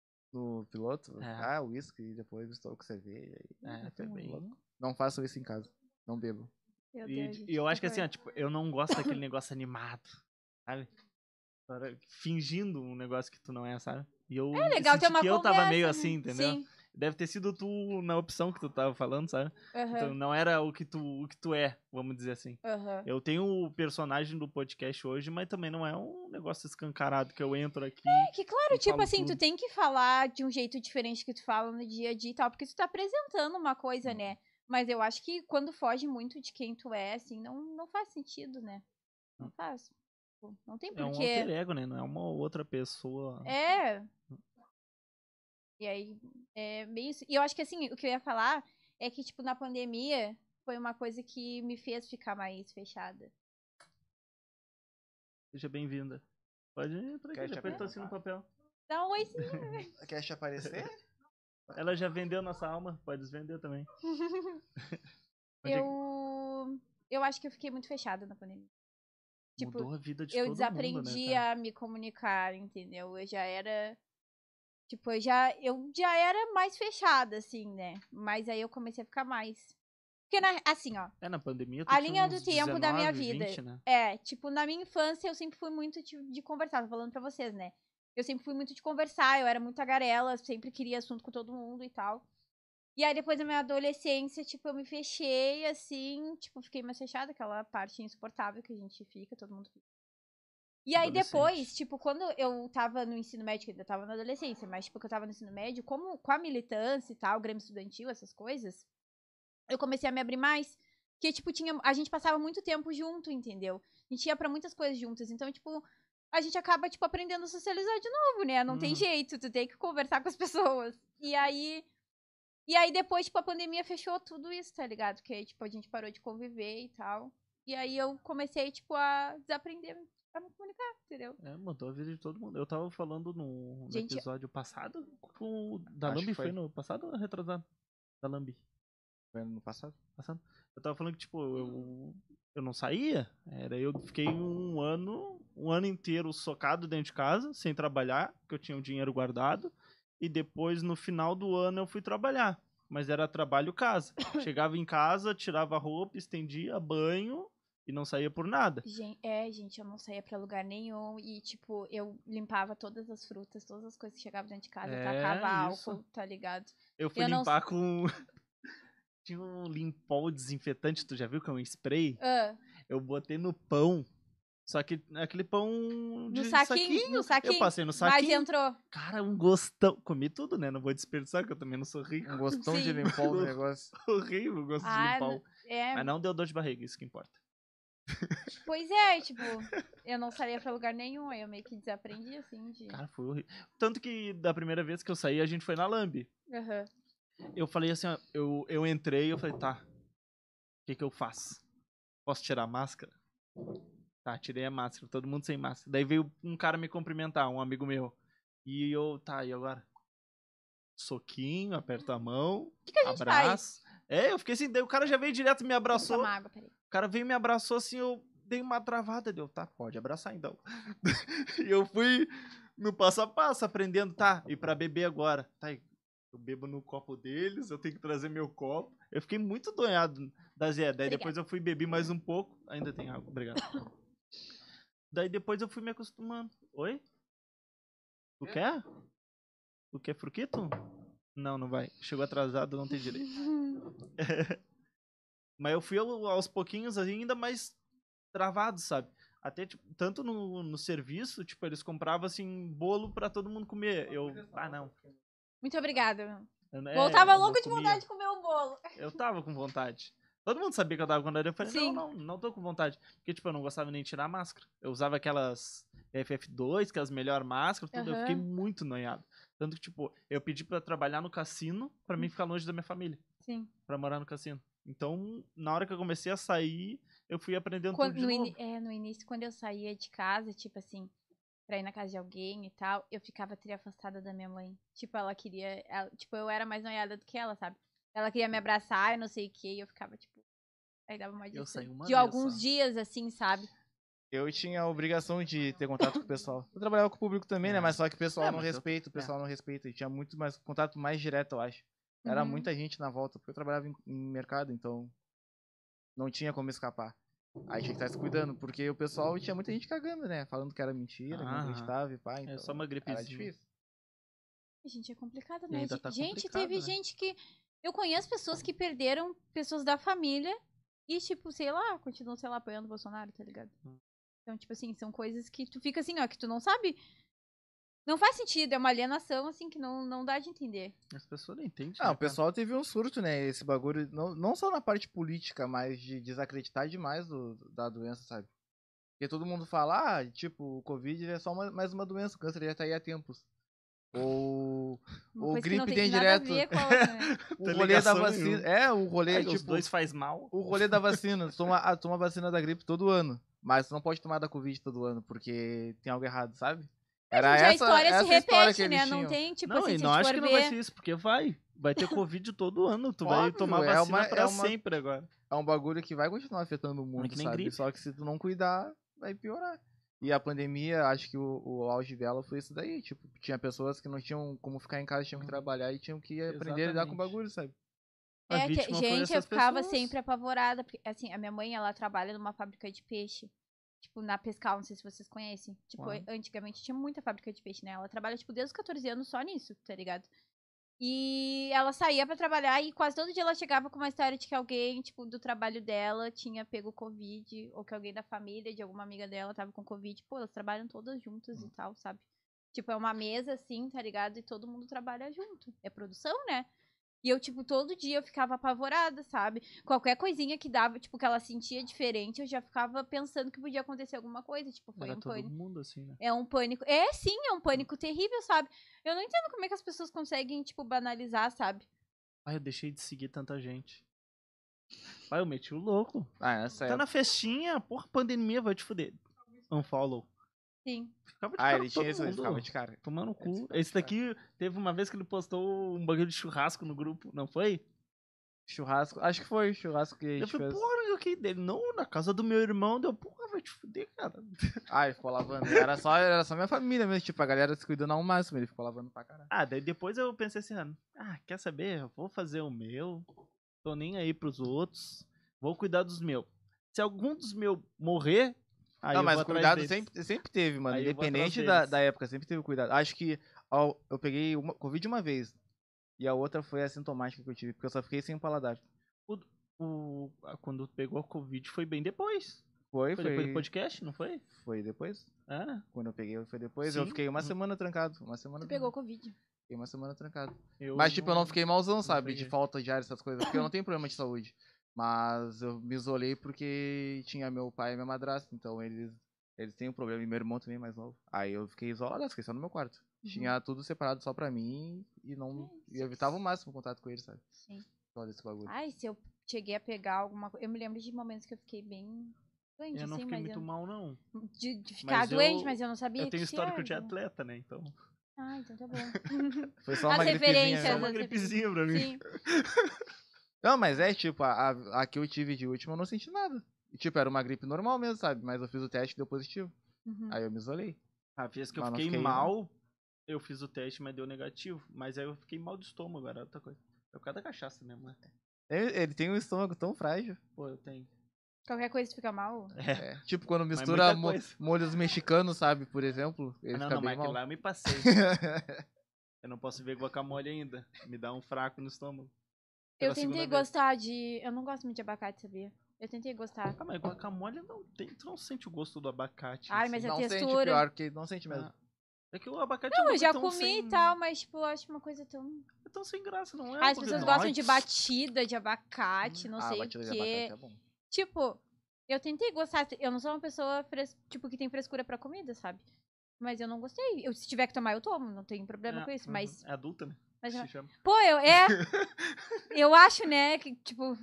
Speaker 2: No piloto,
Speaker 1: É.
Speaker 2: ah, uísque, e depois estou com cerveja. E...
Speaker 1: É,
Speaker 2: ah,
Speaker 1: foi
Speaker 2: tá
Speaker 1: bem.
Speaker 2: louco. Não façam isso em casa. Não bebam.
Speaker 3: Meu
Speaker 1: E,
Speaker 3: Deus, gente,
Speaker 1: e eu acho que
Speaker 3: horror.
Speaker 1: assim, ó, tipo, eu não gosto daquele negócio animado, sabe? Agora, fingindo um negócio que tu não é, sabe? E eu
Speaker 3: É legal
Speaker 1: senti
Speaker 3: ter uma
Speaker 1: que eu
Speaker 3: conversa,
Speaker 1: tava meio
Speaker 3: né?
Speaker 1: assim, entendeu?
Speaker 3: Sim.
Speaker 1: Deve ter sido tu na opção que tu tava falando, sabe?
Speaker 3: Aham,
Speaker 1: Então não era o que tu, o que tu é, vamos dizer assim.
Speaker 3: aham.
Speaker 1: Eu tenho o personagem do podcast hoje, mas também não é um negócio escancarado que eu entro aqui.
Speaker 3: É que, claro,
Speaker 1: e
Speaker 3: tipo
Speaker 1: falo
Speaker 3: assim,
Speaker 1: tudo.
Speaker 3: tu tem que falar de um jeito diferente que tu fala no dia a dia e tal, porque tu tá apresentando uma coisa, né? Mas eu acho que quando foge muito de quem tu é, assim, não, não faz sentido, né? Não faz. Tipo, não tem
Speaker 1: É um
Speaker 3: porquê.
Speaker 1: alter ego, né? Não é uma outra pessoa.
Speaker 3: É. E aí, é meio isso. E eu acho que, assim, o que eu ia falar é que, tipo, na pandemia foi uma coisa que me fez ficar mais fechada.
Speaker 1: Seja bem-vinda. Pode entrar
Speaker 2: Quer
Speaker 1: aqui,
Speaker 2: te
Speaker 1: já apertou assim
Speaker 2: apresentar?
Speaker 1: no papel.
Speaker 3: Dá um oizinho.
Speaker 2: Quer te aparecer?
Speaker 1: Ela já vendeu nossa alma, pode vender também. Onde é que-
Speaker 3: eu. Eu acho que eu fiquei muito fechada na pandemia. Tipo,
Speaker 1: Mudou a vida de
Speaker 3: eu
Speaker 1: todo
Speaker 3: desaprendi
Speaker 1: mundo, né, cara?
Speaker 3: a me comunicar, entendeu? Eu já era. Tipo, eu já, eu já era mais fechada, assim, né? Mas aí eu comecei a ficar mais. Porque, na- assim, ó.
Speaker 1: É, na pandemia tu
Speaker 3: A
Speaker 1: tinha
Speaker 3: linha
Speaker 1: uns
Speaker 3: do tempo da minha
Speaker 1: dezenove,
Speaker 3: vida.
Speaker 1: vinte, né?
Speaker 3: É, tipo, na minha infância eu sempre fui muito de, de conversar, tô falando pra vocês, né? Eu sempre fui muito de conversar, eu era muito tagarela, sempre queria assunto com todo mundo e tal. E aí depois da minha adolescência, tipo, eu me fechei, assim, tipo, fiquei mais fechada, aquela parte insuportável que a gente fica, todo mundo fica. E aí
Speaker 1: Adolescente.
Speaker 3: depois, tipo, quando eu tava no ensino médio, que eu ainda tava na adolescência, mas tipo, que eu tava no ensino médio, como com a militância e tal, Grêmio Estudantil, essas coisas, eu comecei a me abrir mais. Porque, tipo, tinha, a gente passava muito tempo junto, entendeu? A gente ia pra muitas coisas juntas. Então, tipo, a gente acaba, tipo, aprendendo a socializar de novo, né? Não tem
Speaker 1: Uhum.
Speaker 3: jeito, tu tem que conversar com as pessoas. E aí... E aí, depois, tipo, a pandemia fechou tudo isso, tá ligado? Porque aí, tipo, a gente parou de conviver e tal. E aí eu comecei, tipo, a desaprender a me comunicar, entendeu?
Speaker 1: É, mudou a vida de todo mundo. Eu tava falando no, no
Speaker 3: Gente-
Speaker 1: episódio passado com o da
Speaker 2: Acho
Speaker 1: Lambi,
Speaker 2: que
Speaker 1: foi.
Speaker 2: foi.
Speaker 1: no passado ou retrasado? Da Lambi.
Speaker 2: Foi ano passado?
Speaker 1: Passado. Eu tava falando que, tipo, eu, eu não saía. Era, eu fiquei um ano, um ano inteiro socado dentro de casa, sem trabalhar, porque eu tinha o dinheiro guardado. E depois, no final do ano, eu fui trabalhar. Mas era trabalho casa. Chegava em casa, tirava a roupa, estendia, banho e não saía por nada.
Speaker 3: Gen- É, gente, eu não saía pra lugar nenhum. E, tipo, eu limpava todas as frutas, todas as coisas que chegavam dentro de casa.
Speaker 1: É,
Speaker 3: tacava
Speaker 1: isso.
Speaker 3: álcool, tá ligado?
Speaker 1: Eu fui
Speaker 3: Eu não
Speaker 1: limpar com. Tinha um limpol desinfetante, tu já viu que é um spray?
Speaker 3: Ah,
Speaker 1: Eu botei no pão. Só que aquele pão de
Speaker 3: no saquinho, no saquinho.
Speaker 1: Eu passei no
Speaker 3: Mas
Speaker 1: saquinho.
Speaker 3: entrou.
Speaker 1: Cara, um gostão. Comi tudo, né? Não vou desperdiçar, que eu também não sou rico.
Speaker 2: Um gostão de
Speaker 3: Sim.
Speaker 2: limpar o negócio.
Speaker 1: Horrível o gosto de
Speaker 3: Ah,
Speaker 1: limpol.
Speaker 3: é.
Speaker 1: Mas não deu dor de barriga, isso que importa.
Speaker 3: Pois é, tipo, eu não saía pra lugar nenhum. Aí eu meio que desaprendi, assim, de...
Speaker 1: Cara, foi horrível. Tanto que da primeira vez que eu saí, a gente foi na Lambi.
Speaker 3: Aham.
Speaker 1: Eu falei assim, ó, eu, eu entrei e eu falei, tá, o que que eu faço? Posso tirar a máscara? Tá, tirei a máscara, todo mundo sem máscara. Daí veio um cara me cumprimentar, um amigo meu. E eu, tá, e agora? Soquinho, aperta a mão,
Speaker 3: que a gente
Speaker 1: abraço. É, eu fiquei assim, daí o cara já veio direto e me
Speaker 3: Vou
Speaker 1: abraçou.
Speaker 3: tomar água, peraí.
Speaker 1: O cara veio e me abraçou assim, eu dei uma travada, deu, tá, pode abraçar então. E eu fui no passo a passo, aprendendo, tá, e pra beber agora? Tá, eu bebo no copo deles, eu tenho que trazer meu copo. Eu fiquei muito donhado da Zé. Daí
Speaker 3: Obrigada.
Speaker 1: depois eu fui beber mais um pouco. Ainda tem água, obrigado. Daí depois eu fui me acostumando. Oi? Tu quer? Tu quer fruquito? Não, não vai. Chegou atrasado, não tem direito. Mas eu fui ao- aos pouquinhos ainda mais travado, sabe? Até, tipo, tanto no, no serviço, tipo, eles compravam, assim, bolo pra todo mundo comer. Eu, ah, não.
Speaker 3: Muito obrigada.
Speaker 1: Eu, é,
Speaker 3: Voltava
Speaker 1: eu não
Speaker 3: louco de
Speaker 1: comia.
Speaker 3: vontade de comer o bolo.
Speaker 1: Eu tava com vontade. Todo mundo sabia que eu tava com vontade. Eu falei,
Speaker 3: Sim.
Speaker 1: não, não, não tô com vontade. Porque, tipo, eu não gostava nem de tirar a máscara. Eu usava aquelas F F dois, aquelas melhores máscaras, tudo. Eu fiquei
Speaker 3: Aham.
Speaker 1: muito noiado. Tanto que, tipo, eu pedi pra trabalhar no cassino pra mim ficar longe da minha família.
Speaker 3: Sim.
Speaker 1: Pra morar no cassino. Então, na hora que eu comecei a sair, eu fui aprendendo
Speaker 3: Quando,
Speaker 1: tudo de
Speaker 3: no,
Speaker 1: novo.
Speaker 3: ini- é, no início, quando eu saía de casa, tipo assim, pra ir na casa de alguém e tal, eu ficava tri afastada da minha mãe. Tipo, ela queria. ela- tipo, eu era mais noiada do que ela, sabe? Ela queria me abraçar e não sei o que, e eu ficava, tipo. Aí dava uma
Speaker 1: Eu
Speaker 3: distância.
Speaker 1: saí uma
Speaker 3: De
Speaker 1: vez
Speaker 3: alguns
Speaker 1: só.
Speaker 3: dias, assim, sabe?
Speaker 2: Eu tinha a obrigação de ter contato com o pessoal. Eu trabalhava com o público também, né?
Speaker 1: É.
Speaker 2: Mas só que o pessoal
Speaker 1: É,
Speaker 2: não
Speaker 1: mas eu-
Speaker 2: respeita, o pessoal não respeita. E tinha muito mais contato mais direto, eu acho. Era
Speaker 3: Uhum.
Speaker 2: muita gente na volta, porque eu trabalhava em, em mercado, então não tinha como escapar. Aí tinha que estar se cuidando, porque o pessoal tinha muita gente cagando, né? Falando que era mentira, que não
Speaker 1: Aham.
Speaker 2: acreditava e pá. Então,
Speaker 1: só uma
Speaker 2: era
Speaker 1: gripezinha.
Speaker 2: difícil.
Speaker 3: Gente, é complicado,
Speaker 1: E
Speaker 3: né?
Speaker 1: ainda
Speaker 3: Ge-
Speaker 1: tá
Speaker 3: gente,
Speaker 1: complicado,
Speaker 3: teve
Speaker 1: né?
Speaker 3: gente que. Eu conheço pessoas que perderam pessoas da família e, tipo, sei lá, continuam, sei lá, apoiando o Bolsonaro, tá ligado?
Speaker 1: Hum.
Speaker 3: Então, tipo assim, são coisas que tu fica assim, ó, que tu não sabe. Não faz sentido, é uma alienação, assim, que não, não dá de entender.
Speaker 1: As pessoas não entendem.
Speaker 2: Ah,
Speaker 1: né,
Speaker 2: o pessoal teve um surto, né? Esse bagulho, não, não só na parte política, mas de desacreditar demais do, da doença, sabe? Porque todo mundo fala, ah, tipo, o Covid é só uma- mais uma doença, o câncer já tá aí há tempos. Ou
Speaker 3: Uma
Speaker 2: o
Speaker 3: coisa que não
Speaker 2: gripe
Speaker 3: tem
Speaker 2: tem
Speaker 3: nada
Speaker 2: direto.
Speaker 3: a ver com a outra, né?
Speaker 2: O
Speaker 1: Tem
Speaker 2: rolê da
Speaker 1: ligação
Speaker 2: vacina.
Speaker 1: nenhuma.
Speaker 2: É, o rolê,
Speaker 1: Aí,
Speaker 2: tipo,
Speaker 1: os dois faz mal.
Speaker 2: o rolê da vacina. Tu toma, ah, toma a vacina da gripe todo ano. Mas tu não pode tomar da Covid todo ano, porque tem algo errado, sabe? Era
Speaker 3: Gente, a
Speaker 2: essa,
Speaker 3: história
Speaker 2: essa
Speaker 3: se
Speaker 2: história que
Speaker 3: repete, né?
Speaker 2: eles
Speaker 3: Não
Speaker 2: tinham.
Speaker 3: tem, tipo
Speaker 1: não,
Speaker 3: assim,
Speaker 1: e
Speaker 3: se
Speaker 1: não
Speaker 3: a gente
Speaker 1: acho
Speaker 3: for
Speaker 1: que não vai
Speaker 3: ver.
Speaker 1: ser isso, porque vai. Vai ter Covid todo ano. Tu vai
Speaker 2: Óbvio,
Speaker 1: tomar
Speaker 2: é
Speaker 1: vacina
Speaker 2: uma-
Speaker 1: pra
Speaker 2: é uma-
Speaker 1: sempre
Speaker 2: é
Speaker 1: agora.
Speaker 2: É um bagulho que vai continuar afetando o mundo,
Speaker 1: que nem
Speaker 2: sabe?
Speaker 1: gripe.
Speaker 2: Só que se tu não cuidar, vai piorar. E a pandemia, acho que o, o auge dela foi isso daí. Tipo, tinha pessoas que não tinham como ficar em casa, tinham que
Speaker 1: Uhum.
Speaker 2: trabalhar e tinham que aprender a lidar com o
Speaker 1: Exatamente.
Speaker 2: bagulho, sabe?
Speaker 1: A
Speaker 3: É, que,
Speaker 1: vítima foi
Speaker 3: gente, eu
Speaker 1: essas
Speaker 3: ficava
Speaker 1: pessoas.
Speaker 3: sempre apavorada. Porque, assim, a minha mãe, ela trabalha numa fábrica de peixe. Tipo, na Pescal, não sei se vocês conhecem. Tipo,
Speaker 1: Claro.
Speaker 3: antigamente tinha muita fábrica de peixe, né? Ela trabalha, tipo, desde os catorze anos só nisso, tá ligado? E ela saía pra trabalhar e quase todo dia ela chegava com uma história de que alguém, tipo, do trabalho dela tinha pego Covid, ou que alguém da família, de alguma amiga dela, tava com Covid. Pô, elas trabalham todas juntas e tal, sabe? Tipo, é uma mesa assim, tá ligado? E todo mundo trabalha junto. É produção, né? E eu, tipo, todo dia eu ficava apavorada, sabe? Qualquer coisinha que dava, tipo, que ela sentia diferente, eu já ficava pensando que podia acontecer alguma coisa. Tipo, foi
Speaker 1: Era
Speaker 3: um
Speaker 1: todo
Speaker 3: pânico.
Speaker 1: mundo assim, né?
Speaker 3: É um pânico. É, sim, é um pânico terrível, sabe? Eu não entendo como é que as pessoas conseguem, tipo, banalizar, sabe?
Speaker 1: Ai, eu deixei de seguir tanta gente. Pai, eu meti o louco.
Speaker 2: Ah, essa
Speaker 1: Tá
Speaker 2: é.
Speaker 1: na festinha, porra, pandemia vai te fuder. Unfollow.
Speaker 3: Sim.
Speaker 1: Ficava de
Speaker 2: Ah,
Speaker 1: cara
Speaker 2: ele
Speaker 1: com
Speaker 2: tinha
Speaker 1: todo
Speaker 2: isso, ele
Speaker 1: mundo.
Speaker 2: ficava de cara.
Speaker 1: Tomando no
Speaker 2: Ele
Speaker 1: cu.
Speaker 2: ficava
Speaker 1: Esse
Speaker 2: de cara.
Speaker 1: daqui, teve uma vez que ele postou um bagulho de churrasco no grupo, não foi?
Speaker 2: Churrasco. Acho que foi churrasco que a
Speaker 1: Eu
Speaker 2: gente
Speaker 1: falei,
Speaker 2: fez.
Speaker 1: porra, eu que dele. Não, na casa do meu irmão, deu, porra, vai te fuder, cara.
Speaker 2: Ah, ele ficou lavando. Era só, era só minha família mesmo. Tipo, a galera se cuidando ao máximo. Ele ficou lavando pra caralho.
Speaker 1: Ah, daí depois eu pensei assim, ah, quer saber? Eu vou fazer o meu. Tô nem aí pros outros. Vou cuidar dos meus. Se algum dos meus morrer, aí
Speaker 2: Não,
Speaker 1: eu
Speaker 2: mas
Speaker 1: vou
Speaker 2: o
Speaker 1: atrás
Speaker 2: cuidado
Speaker 1: deles.
Speaker 2: sempre, sempre teve, mano.
Speaker 1: Aí eu vou atrás
Speaker 2: Independente da,
Speaker 1: deles.
Speaker 2: da época, sempre teve cuidado. Acho que ó, eu peguei uma, Covid uma vez. E a outra foi assintomática que eu tive, porque eu só fiquei sem paladar.
Speaker 1: O, o- a- quando pegou a Covid foi bem depois.
Speaker 2: Foi,
Speaker 1: Foi depois do
Speaker 2: foi.
Speaker 1: podcast, não foi?
Speaker 2: Foi depois.
Speaker 1: Ah,
Speaker 2: Quando eu peguei, foi depois. Eu
Speaker 1: Sim.
Speaker 2: fiquei uma
Speaker 1: Uhum.
Speaker 2: semana trancado. Uma semana
Speaker 3: Tu pegou
Speaker 2: trancado.
Speaker 3: Covid.
Speaker 2: Fiquei uma semana trancado.
Speaker 1: eu
Speaker 2: Mas, tipo, eu não fiquei malzão, sabe? De
Speaker 1: peguei.
Speaker 2: falta de ar, essas coisas. Porque eu não tenho problema de saúde. Mas eu me isolei porque tinha meu pai e minha madrasta. Então eles, eles têm um problema. E meu irmão também mais novo. Aí eu fiquei isolado, fiquei só no meu quarto.
Speaker 3: Uhum.
Speaker 2: Tinha tudo separado só pra mim. E não.
Speaker 3: É,
Speaker 2: E eu evitava o máximo o contato com eles, sabe?
Speaker 3: Sim.
Speaker 2: Só desse bagulho.
Speaker 3: Ai, se eu cheguei a pegar alguma coisa. Eu me lembro de momentos que eu fiquei bem doente,
Speaker 1: Eu não
Speaker 3: assim,
Speaker 1: fiquei
Speaker 3: mas
Speaker 1: muito
Speaker 3: eu.
Speaker 1: mal, não.
Speaker 3: De, de ficar
Speaker 1: Mas eu-
Speaker 3: doente, mas eu não sabia
Speaker 1: Eu tenho
Speaker 3: que
Speaker 1: histórico de
Speaker 3: era.
Speaker 1: atleta, né? Então.
Speaker 3: Ah, então tá bom.
Speaker 2: Foi só
Speaker 3: As
Speaker 2: uma gripezinha.
Speaker 3: referências,
Speaker 1: Só
Speaker 2: mesmo.
Speaker 1: uma
Speaker 3: as
Speaker 1: gripezinha pra mim.
Speaker 3: Sim.
Speaker 2: Não, mas é tipo, a, a, a que eu tive de última eu não senti nada. E, tipo, era uma gripe normal mesmo, sabe? Mas eu fiz o teste e deu positivo.
Speaker 3: Uhum.
Speaker 2: Aí eu me isolei.
Speaker 1: A vez que eu
Speaker 2: Mas não
Speaker 1: fiquei,
Speaker 2: fiquei,
Speaker 1: mal, eu fiz o teste, mas deu negativo. Mas aí eu fiquei mal do estômago, era outra coisa. É por causa da cachaça mesmo, né?
Speaker 2: Ele, ele tem um estômago tão frágil.
Speaker 1: Pô, eu tenho.
Speaker 3: Qualquer coisa fica mal.
Speaker 1: É.
Speaker 2: É, tipo, quando
Speaker 1: Mas
Speaker 2: mistura
Speaker 1: muita
Speaker 2: mo-
Speaker 1: coisa.
Speaker 2: molhos mexicanos, sabe? Por exemplo, ele
Speaker 1: Ah, não,
Speaker 2: fica
Speaker 1: não,
Speaker 2: bem
Speaker 1: mas
Speaker 2: mal.
Speaker 1: aquele lá eu me passei. Eu não posso ver guacamole ainda. Me dá um fraco no estômago.
Speaker 3: Eu
Speaker 1: Pela
Speaker 3: tentei
Speaker 1: segunda vez.
Speaker 3: gostar de. Eu não gosto muito de abacate, sabia? Eu tentei gostar.
Speaker 1: Ah, mas guacamole não tem. Tu não sente o gosto do abacate.
Speaker 3: Ai,
Speaker 1: assim.
Speaker 3: mas a
Speaker 2: Não sente
Speaker 3: textura.
Speaker 2: pior, que não sente mesmo.
Speaker 1: Ah, é que o abacate é
Speaker 3: Não,
Speaker 1: um
Speaker 3: eu já
Speaker 1: bagulho tão
Speaker 3: comi
Speaker 1: sem...
Speaker 3: e tal, mas, tipo, eu acho uma coisa tão.
Speaker 1: É tão sem graça, não é?
Speaker 3: Ah, as
Speaker 1: um
Speaker 3: pessoas
Speaker 1: bagulho-
Speaker 3: gostam de batida de abacate, não
Speaker 2: ah,
Speaker 3: sei o
Speaker 2: batida de
Speaker 3: quê.
Speaker 2: abacate é bom.
Speaker 3: Tipo, eu tentei gostar. Eu não sou uma pessoa, fres... tipo, que tem frescura pra comida, sabe? Mas eu não gostei. Eu, se tiver que tomar, eu tomo. Não tenho problema
Speaker 1: É,
Speaker 3: com isso.
Speaker 1: uhum.
Speaker 3: Mas.
Speaker 1: É adulta, né?
Speaker 3: mas
Speaker 1: Se
Speaker 3: eu-
Speaker 1: chama.
Speaker 3: Pô, eu. É. Eu acho, né, que, tipo.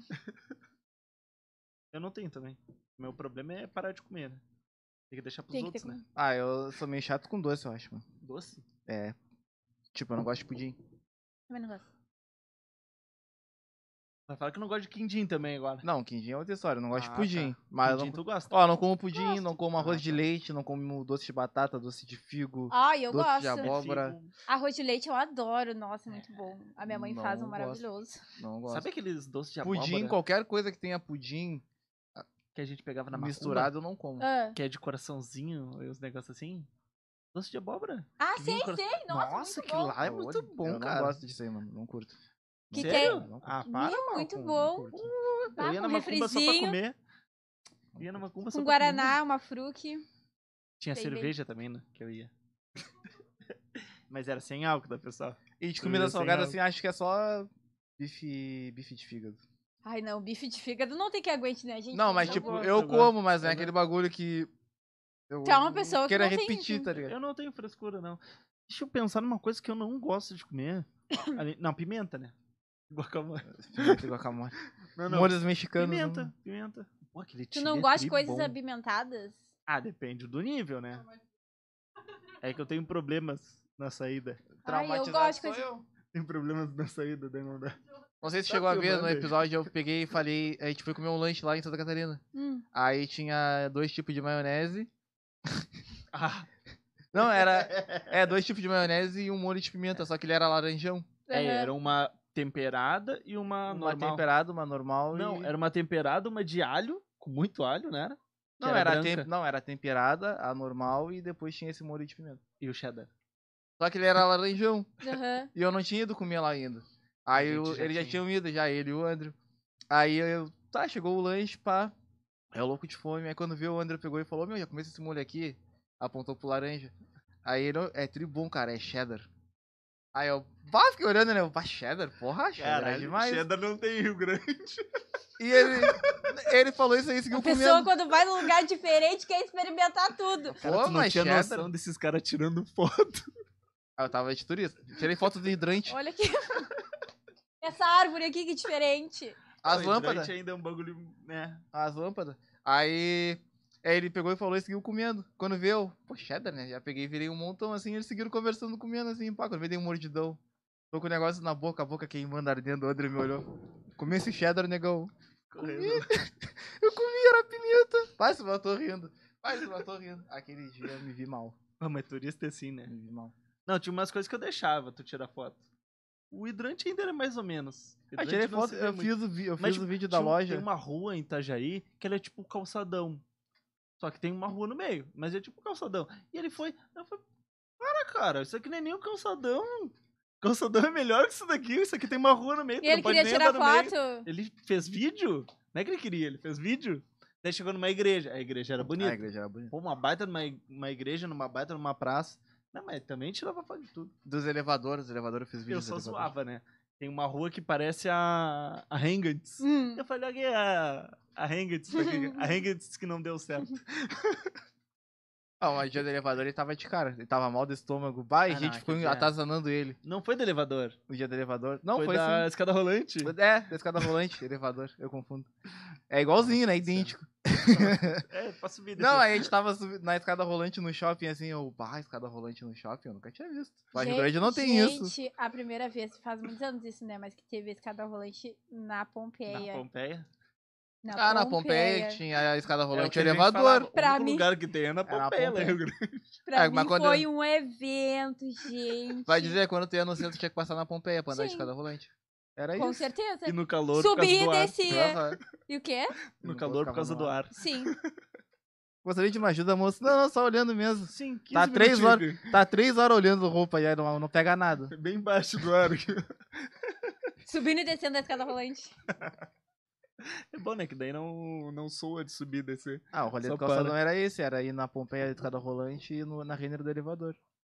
Speaker 1: Eu não tenho também. Meu problema é parar de comer, né? Tem que deixar pros
Speaker 3: Tem que ter
Speaker 1: outros, né?
Speaker 3: comido.
Speaker 2: Ah, eu sou meio chato com doce, eu acho, mano.
Speaker 1: Doce?
Speaker 2: É. Tipo, eu não gosto de pudim.
Speaker 3: Também não gosto.
Speaker 1: Vai falar que não gosta de quindim também agora.
Speaker 2: Não, quindim é outra história, eu não gosto
Speaker 1: Ah,
Speaker 2: de pudim.
Speaker 1: tá.
Speaker 2: Mas eu
Speaker 1: Quindim
Speaker 2: não...
Speaker 1: tu gosta?
Speaker 2: Ó, não como pudim,
Speaker 3: Gosto.
Speaker 2: não como arroz
Speaker 1: Ah,
Speaker 2: de
Speaker 1: tá.
Speaker 2: leite, não como doce de batata, doce de figo.
Speaker 3: Ai, eu
Speaker 2: Doce de
Speaker 3: gosto.
Speaker 2: abóbora. Abóbora.
Speaker 1: Figo.
Speaker 3: Arroz de leite eu adoro. Nossa, muito bom. A minha mãe faz um
Speaker 2: Não
Speaker 3: maravilhoso.
Speaker 2: Não gosto.
Speaker 1: Sabe aqueles doces de abóbora
Speaker 2: Pudim, qualquer coisa que tenha pudim
Speaker 1: que a gente pegava na macumba?
Speaker 2: misturado, eu não como.
Speaker 3: Ah,
Speaker 1: Que é de coraçãozinho e os negócios assim? Doce de abóbora.
Speaker 3: ah
Speaker 1: Que vinha
Speaker 3: sei,
Speaker 1: um cora-
Speaker 3: sei. Nossa,
Speaker 1: Nossa,
Speaker 3: muito
Speaker 1: aquilo
Speaker 3: bom.
Speaker 1: lá é
Speaker 2: Eu
Speaker 1: muito
Speaker 2: odeio-
Speaker 1: bom,
Speaker 2: eu
Speaker 1: cara.
Speaker 2: não gosto disso aí, mano. Não curto.
Speaker 3: Que
Speaker 2: Não
Speaker 3: tem-
Speaker 2: curto, não curto.
Speaker 1: Ah, para,
Speaker 3: Meu, muito
Speaker 1: Malcolm.
Speaker 3: bom.
Speaker 2: Não curto.
Speaker 3: Ah,
Speaker 1: Eu ia
Speaker 3: com
Speaker 1: na macumba só pra
Speaker 3: refrizinho,
Speaker 1: comer. Ia na macumba só
Speaker 3: com
Speaker 1: pra
Speaker 3: guaraná,
Speaker 1: comer.
Speaker 3: uma fruque.
Speaker 1: Tinha
Speaker 3: Bem,
Speaker 1: cerveja também, né? Que eu ia. Mas era sem álcool, tá, pessoal?
Speaker 2: E de
Speaker 1: Eu
Speaker 2: comida
Speaker 1: ia sem
Speaker 2: salgada,
Speaker 1: álcool.
Speaker 2: assim, acho que é só bife, bife de fígado.
Speaker 3: Ai, não, bife de fígado não tem que aguente, né, gente?
Speaker 2: Não, mas
Speaker 3: Eu
Speaker 2: tipo,
Speaker 3: gosto.
Speaker 2: eu
Speaker 1: eu gosto.
Speaker 2: como, mas não é
Speaker 1: Eu
Speaker 2: aquele bagulho que... Eu
Speaker 3: Tu é uma pessoa que
Speaker 2: queira
Speaker 3: não tem-
Speaker 2: repetir, tá ligado?
Speaker 1: Eu não tenho frescura, não. Deixa eu pensar numa coisa que eu não gosto de comer. Ali- Não, pimenta, né? Guacamole.
Speaker 2: Pimenta e guacamole.
Speaker 1: Não, não.
Speaker 2: Molhos mexicanos.
Speaker 1: Pimenta,
Speaker 2: não-
Speaker 1: pimenta. Pô, aquele
Speaker 3: Tu
Speaker 1: chile
Speaker 3: não
Speaker 1: é
Speaker 3: gosta de
Speaker 1: tri
Speaker 3: coisas
Speaker 1: bom.
Speaker 3: apimentadas?
Speaker 1: Ah, depende do nível, né? É que eu tenho problemas na saída.
Speaker 3: Ai, eu
Speaker 2: Traumatizado
Speaker 3: gosto de
Speaker 2: sou
Speaker 3: coisa...
Speaker 2: eu.
Speaker 1: Tenho problemas na saída, daí não dá.
Speaker 2: Não sei se
Speaker 1: Tá
Speaker 2: chegou a ver
Speaker 1: filmando
Speaker 2: no
Speaker 1: aí.
Speaker 2: episódio, eu peguei e falei... A gente foi comer um lanche lá em Santa Catarina.
Speaker 3: Hum.
Speaker 2: Aí tinha dois tipos de maionese.
Speaker 1: Ah,
Speaker 2: Não, era... É, dois tipos de maionese e um molho de pimenta, só que ele era laranjão.
Speaker 1: é,
Speaker 3: Aham.
Speaker 1: era uma temperada e uma,
Speaker 2: Uma
Speaker 1: normal.
Speaker 2: temperada, uma normal
Speaker 1: Não,
Speaker 2: e...
Speaker 1: era uma temperada, uma de alho, com muito alho, né? Que
Speaker 2: Não,
Speaker 1: era
Speaker 2: era,
Speaker 1: branca.
Speaker 2: tem... não, era temperada, a normal e depois tinha esse molho de pimenta.
Speaker 1: E o cheddar.
Speaker 2: Só que ele era laranjão.
Speaker 3: Aham.
Speaker 2: E eu não tinha ido comer lá ainda. Aí
Speaker 1: A
Speaker 2: eu-
Speaker 1: gente já
Speaker 2: eles já
Speaker 1: tinha.
Speaker 2: tinham ido, já ele e o Andrew. Aí eu, tá, chegou o lanche, pá. É louco de fome. Aí quando viu, o Andrew pegou e falou: Meu, já comece esse molho aqui? Apontou pro laranja. Aí ele, é tri bom, cara, é cheddar. Aí eu, pá, fiquei olhando, né? Eu, pá, cheddar, porra, cheddar é
Speaker 1: Caralho,
Speaker 2: demais.
Speaker 1: cheddar não tem em Rio Grande.
Speaker 2: E ele, ele falou isso aí, seguiu
Speaker 3: A pessoa,
Speaker 2: comendo.
Speaker 3: quando vai num lugar diferente, quer experimentar tudo.
Speaker 1: Cara,
Speaker 2: Pô,
Speaker 1: tu não
Speaker 2: mas
Speaker 1: tinha
Speaker 2: cheddar...
Speaker 1: noção desses caras tirando foto.
Speaker 2: Aí eu tava de turista. Tirei foto do hidrante.
Speaker 3: Olha aqui. Essa árvore aqui, que diferente.
Speaker 2: As
Speaker 1: O
Speaker 2: lâmpadas.
Speaker 1: hidrante ainda é um bagulho, né?
Speaker 2: As lâmpadas. Aí, aí ele pegou e falou e seguiu comendo. Quando viu, pô, cheddar, né? Já peguei e virei um montão assim, eles seguiram conversando, comendo assim, pá. Quando veio, dei um mordidão. Tô com o negócio na boca, a boca queimando, ardendo, o André me olhou. Comi esse cheddar, negão.
Speaker 1: Correndo.
Speaker 2: Eu comi, era pimenta. Pai, se matou rindo. Pai, se matou rindo. Aquele dia eu me vi mal.
Speaker 1: Ah, mas turista é assim, né?
Speaker 2: Me vi mal.
Speaker 1: Não, tinha umas coisas que eu deixava tu tirar foto. O hidrante ainda era mais ou menos.
Speaker 2: Ah,
Speaker 1: Hidrante
Speaker 2: tirei
Speaker 1: não
Speaker 2: foto,
Speaker 1: se vê
Speaker 2: eu
Speaker 1: muito.
Speaker 2: fiz o, vi- eu
Speaker 1: Mas,
Speaker 2: fiz o
Speaker 1: tipo,
Speaker 2: vídeo da
Speaker 1: tinha um-
Speaker 2: loja.
Speaker 1: Tem uma rua em Itajaí que ela é tipo calçadão. Só que tem uma rua no meio, mas é tipo calçadão. E ele foi, eu falei, para, cara, isso aqui não é nem um calçadão. Calçadão é melhor que isso daqui, isso aqui tem uma rua no meio,
Speaker 3: E
Speaker 1: tu
Speaker 3: ele
Speaker 1: não pode
Speaker 3: queria
Speaker 1: nem
Speaker 3: tirar
Speaker 1: andar no meio.
Speaker 3: foto.
Speaker 1: Ele fez vídeo? Não é que ele queria, ele fez vídeo. Daí chegou numa igreja, a igreja era bonita.
Speaker 2: Ah, a igreja era bonita.
Speaker 1: Pô, uma baita numa, uma igreja, numa baita numa praça. Não, mas também tirava foto de tudo.
Speaker 2: Dos elevadores, os elevadores eu fiz vídeo
Speaker 1: Eu
Speaker 2: dos
Speaker 1: só
Speaker 2: elevadores.
Speaker 1: zoava, né? Tem uma rua que parece a, a Hangouts.
Speaker 3: Hum.
Speaker 1: Eu falei, aqui é a, a Hangouts daqui. A Hangouts que não deu certo.
Speaker 2: Ah, mas o dia do elevador ele tava de cara. Ele tava mal do estômago. Bah, e
Speaker 1: Ah,
Speaker 2: a gente
Speaker 1: não,
Speaker 2: ficou
Speaker 1: aquele dia-
Speaker 2: atazanando ele.
Speaker 1: Não foi do elevador.
Speaker 2: O dia do elevador. Não,
Speaker 1: foi,
Speaker 2: foi,
Speaker 1: da
Speaker 2: sim.
Speaker 1: escada rolante.
Speaker 2: É, da escada rolante, elevador, eu confundo. É igualzinho, né? Idêntico.
Speaker 1: É, pra subir.
Speaker 2: Não,
Speaker 1: descer.
Speaker 2: aí a gente tava subi- na escada rolante no shopping, assim, eu, bah, escada rolante no shopping, eu nunca tinha visto. Lá em Rio Grande não tem isso.
Speaker 3: Gente, a primeira vez, faz muitos anos isso, né? Mas que teve escada rolante na Pompeia.
Speaker 1: Na Pompeia.
Speaker 2: Ah, na Pompeia que tinha a escada
Speaker 1: É o
Speaker 2: rolante
Speaker 1: que
Speaker 2: e
Speaker 1: a
Speaker 2: o
Speaker 1: gente
Speaker 2: elevador.
Speaker 1: falava, o
Speaker 3: Pra
Speaker 1: único
Speaker 3: mim-
Speaker 1: lugar que tem é na
Speaker 2: É na
Speaker 1: Pompeia, lá em
Speaker 2: Pompeia.
Speaker 1: Rio Grande.
Speaker 3: Pra
Speaker 2: É,
Speaker 3: mim
Speaker 2: mas quando
Speaker 3: foi
Speaker 2: eu-
Speaker 3: um evento, gente.
Speaker 2: Vai dizer, quando tu ia no centro, tinha que passar na Pompeia pra andar de
Speaker 3: Sim.
Speaker 2: escada rolante. Era
Speaker 3: Com
Speaker 2: isso.
Speaker 3: certeza.
Speaker 1: E no calor por
Speaker 3: Subia
Speaker 1: causa
Speaker 3: e
Speaker 1: do ar.
Speaker 3: descia.
Speaker 2: Aham.
Speaker 3: E o quê?
Speaker 1: No
Speaker 2: Não
Speaker 1: calor por
Speaker 2: ficava
Speaker 1: causa
Speaker 2: no
Speaker 1: do
Speaker 2: ar.
Speaker 1: ar.
Speaker 3: Sim.
Speaker 2: Gostaria de uma ajuda, moço. Não, não, só olhando mesmo.
Speaker 1: Sim, quinze
Speaker 2: Tá três
Speaker 1: minutinhos
Speaker 2: horas, tá três horas olhando roupa e aí não, não pega nada.
Speaker 1: aqui. Bem embaixo do ar. aqui.
Speaker 3: Subindo e descendo da escada rolante.
Speaker 1: É bom, né? Que daí não, não soa de subir e descer.
Speaker 2: Ah, o rolê
Speaker 1: Só
Speaker 2: do calçadão
Speaker 1: para.
Speaker 2: era esse, era ir na Pompeia de escada rolante e no, na Renner do elevador.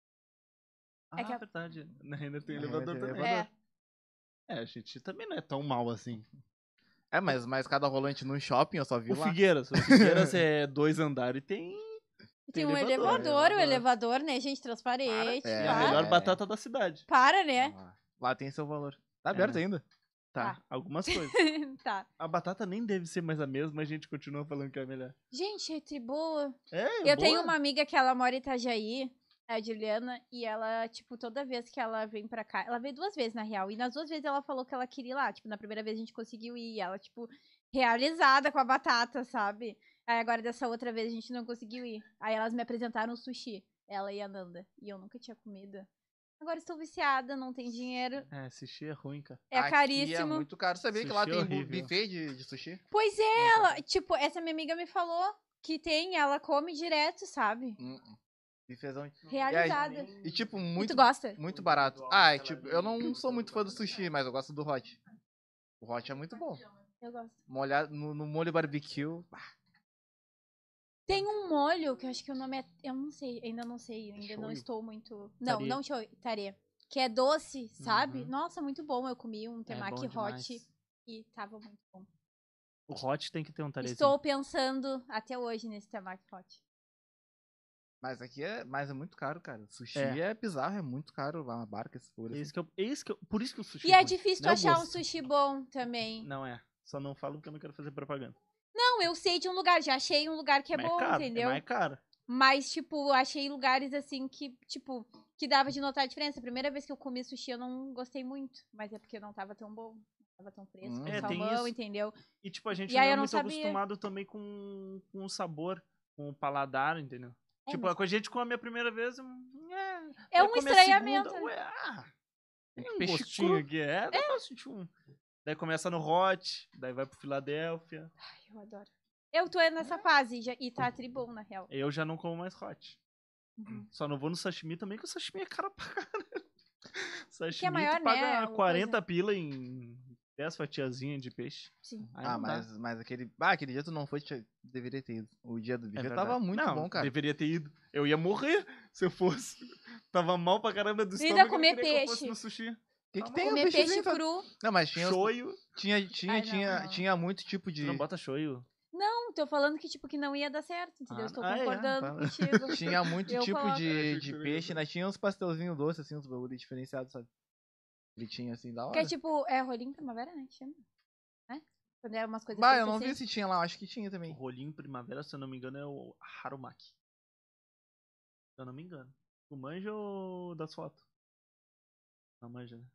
Speaker 1: Ah,
Speaker 3: É que a-
Speaker 1: verdade. Na Renner tem
Speaker 2: Na
Speaker 1: elevador
Speaker 2: Renner tem
Speaker 1: também.
Speaker 2: elevador.
Speaker 3: É.
Speaker 1: É, a gente também não é tão mal assim.
Speaker 2: É, mas uma escada rolante no shopping eu só vi
Speaker 1: O
Speaker 2: lá.
Speaker 1: Figueiras. O Figueiras é dois andares e tem.
Speaker 3: E tem
Speaker 1: Tem
Speaker 3: um
Speaker 1: elevador,
Speaker 3: elevador, o
Speaker 1: elevador.
Speaker 3: elevador, né, gente? Transparente.
Speaker 2: É.
Speaker 1: É a
Speaker 3: Para,
Speaker 1: melhor
Speaker 2: É.
Speaker 1: batata da cidade.
Speaker 3: para né?
Speaker 2: Ah, lá tem seu valor. Tá aberto
Speaker 1: É.
Speaker 2: ainda?
Speaker 1: Tá.
Speaker 3: Tá.
Speaker 1: Algumas coisas.
Speaker 3: Tá.
Speaker 1: A batata nem deve ser mais a mesma, mas a gente continua falando que é a melhor.
Speaker 3: Gente, é tri boa.
Speaker 1: É,
Speaker 3: Eu
Speaker 1: boa.
Speaker 3: tenho uma amiga que ela mora em Itajaí, a Juliana, e ela, tipo, toda vez que ela vem pra cá, ela veio duas vezes, na real, e nas duas vezes ela falou que ela queria ir lá, tipo, na primeira vez a gente conseguiu ir, e ela, tipo, realizada com a batata, sabe? Aí agora dessa outra vez a gente não conseguiu ir. Aí elas me apresentaram o sushi, ela e a Nanda, e eu nunca tinha comido. Agora estou viciada, não tem dinheiro,
Speaker 1: É, sushi é ruim, cara.
Speaker 3: é
Speaker 2: Aqui
Speaker 3: caríssimo.
Speaker 2: é muito caro. Sabia que lá
Speaker 1: Sushi é
Speaker 2: tem bu-
Speaker 1: horrível.
Speaker 2: buffet de, de sushi?
Speaker 3: Pois é, ela, tipo, essa minha amiga me falou que tem, ela come direto, sabe?
Speaker 2: Hum, hum. Buffetzão.
Speaker 3: Realizada.
Speaker 2: E tipo,
Speaker 3: E
Speaker 2: muito,
Speaker 3: tu gosta?
Speaker 2: muito barato. Ah, é, tipo, eu não sou muito fã do sushi, mas eu gosto do hot. O hot é muito bom.
Speaker 3: Eu gosto.
Speaker 2: Molhado no, no molho barbecue.
Speaker 3: Tem um molho que eu acho que o nome é. Eu não sei, ainda não sei, ainda não
Speaker 1: Shoyu?
Speaker 3: estou muito. Não,
Speaker 1: Tare.
Speaker 3: não shoyu, tare. Que é doce, sabe?
Speaker 1: Uhum.
Speaker 3: Nossa, muito bom. Eu comi um
Speaker 1: É
Speaker 3: temaki
Speaker 1: bom
Speaker 3: hot
Speaker 1: demais.
Speaker 3: e tava muito bom.
Speaker 1: O hot tem que ter um tarezinho.
Speaker 3: Estou pensando até hoje nesse temaki hot.
Speaker 2: Mas aqui é, mas é muito caro, cara. Sushi
Speaker 1: É.
Speaker 2: é, bizarro, é muito caro lá na barca, esse por
Speaker 1: É
Speaker 2: assim.
Speaker 1: isso que eu, é isso que eu, por isso que o sushi
Speaker 3: E é
Speaker 1: ruim.
Speaker 3: difícil tu
Speaker 1: Não é o
Speaker 3: achar um
Speaker 1: gosto.
Speaker 3: sushi bom também.
Speaker 1: Não é. Só não falo porque eu não quero fazer propaganda.
Speaker 3: Não, eu sei de um lugar, já achei um lugar que é
Speaker 1: Mas
Speaker 3: bom,
Speaker 1: caro,
Speaker 3: entendeu?
Speaker 1: É mais caro.
Speaker 3: Mas, tipo, achei lugares assim que, tipo, que dava de notar a diferença. A primeira vez que eu comi sushi eu não gostei muito. Mas é porque não tava tão bom. Não tava tão fresco.
Speaker 2: Hum.
Speaker 3: com
Speaker 1: É, tem
Speaker 3: salmão,
Speaker 1: isso.
Speaker 3: entendeu?
Speaker 1: E tipo, a gente
Speaker 3: E aí
Speaker 1: não é
Speaker 3: eu não
Speaker 1: muito
Speaker 3: sabia.
Speaker 1: acostumado também com, com o sabor, com o paladar, entendeu?
Speaker 3: É,
Speaker 1: tipo,
Speaker 3: mas
Speaker 1: a gente come a primeira vez, hum, é,
Speaker 3: é
Speaker 1: daí
Speaker 3: um
Speaker 1: come a
Speaker 3: estranhamento.
Speaker 1: segunda, ué, ah, tem um
Speaker 2: Peixe
Speaker 1: gostinho
Speaker 2: cru.
Speaker 1: aqui, é, dá pra sentir um. Daí começa no hot, daí vai pro Filadélfia.
Speaker 3: Ai, eu adoro. Eu tô nessa fase já, e tá tribom, na real.
Speaker 1: Eu já não como mais hot.
Speaker 3: Uhum.
Speaker 1: Só não vou no sashimi também, que o sashimi é caro pra caralho. Sashimi
Speaker 3: Que é maior,
Speaker 1: tu paga
Speaker 3: né, o
Speaker 1: quarenta pila em dez fatiazinhas de peixe.
Speaker 3: Sim.
Speaker 1: Aí
Speaker 2: Ah,
Speaker 1: não dá.
Speaker 2: mas, mas aquele. Ah, aquele dia tu não foi, tu deveria ter ido. O dia do
Speaker 1: É
Speaker 2: vídeo
Speaker 1: verdade.
Speaker 2: tava muito
Speaker 1: Não,
Speaker 2: bom, cara.
Speaker 1: Deveria ter ido. Eu ia morrer se eu fosse. Tava mal pra caramba do
Speaker 3: Ainda
Speaker 1: estômago.
Speaker 3: comer
Speaker 1: eu queria que eu fosse
Speaker 3: peixe.
Speaker 1: no sushi.
Speaker 2: O que, que
Speaker 1: Tá
Speaker 2: tem o
Speaker 3: Comer peixe
Speaker 2: peixezinho? Tá...
Speaker 3: cru.
Speaker 2: Não, mas tinha, os-
Speaker 1: Shoyu.
Speaker 2: tinha, tinha,
Speaker 3: Ai, não,
Speaker 2: tinha,
Speaker 3: não.
Speaker 2: tinha muito tipo
Speaker 1: Tu
Speaker 2: de.
Speaker 1: não bota shoyu?
Speaker 3: Não, tô falando que, tipo, que não ia dar certo, entendeu?
Speaker 1: Ah,
Speaker 3: Estou
Speaker 1: ah, é,
Speaker 3: concordando
Speaker 1: tá.
Speaker 3: contigo.
Speaker 2: Tinha muito
Speaker 3: Eu
Speaker 2: tipo
Speaker 3: coloco.
Speaker 2: de,
Speaker 1: Achei que
Speaker 2: de
Speaker 1: tu ia
Speaker 2: peixe,
Speaker 1: dizer.
Speaker 2: né? Tinha uns pastelzinhos doces, assim, uns bagulho diferenciados, sabe? Fritinho assim, da hora.
Speaker 3: Que é tipo, é rolinho primavera, né? Que chama? Né? Quando é umas coisas
Speaker 2: Bah, eu
Speaker 3: fritas
Speaker 2: não vi
Speaker 3: assim.
Speaker 2: se tinha lá, acho que tinha
Speaker 1: O
Speaker 2: também.
Speaker 1: rolinho primavera, se eu não me engano, é o Harumaki. Se eu não me engano. Tu manja ou das fotos? Não manja, né?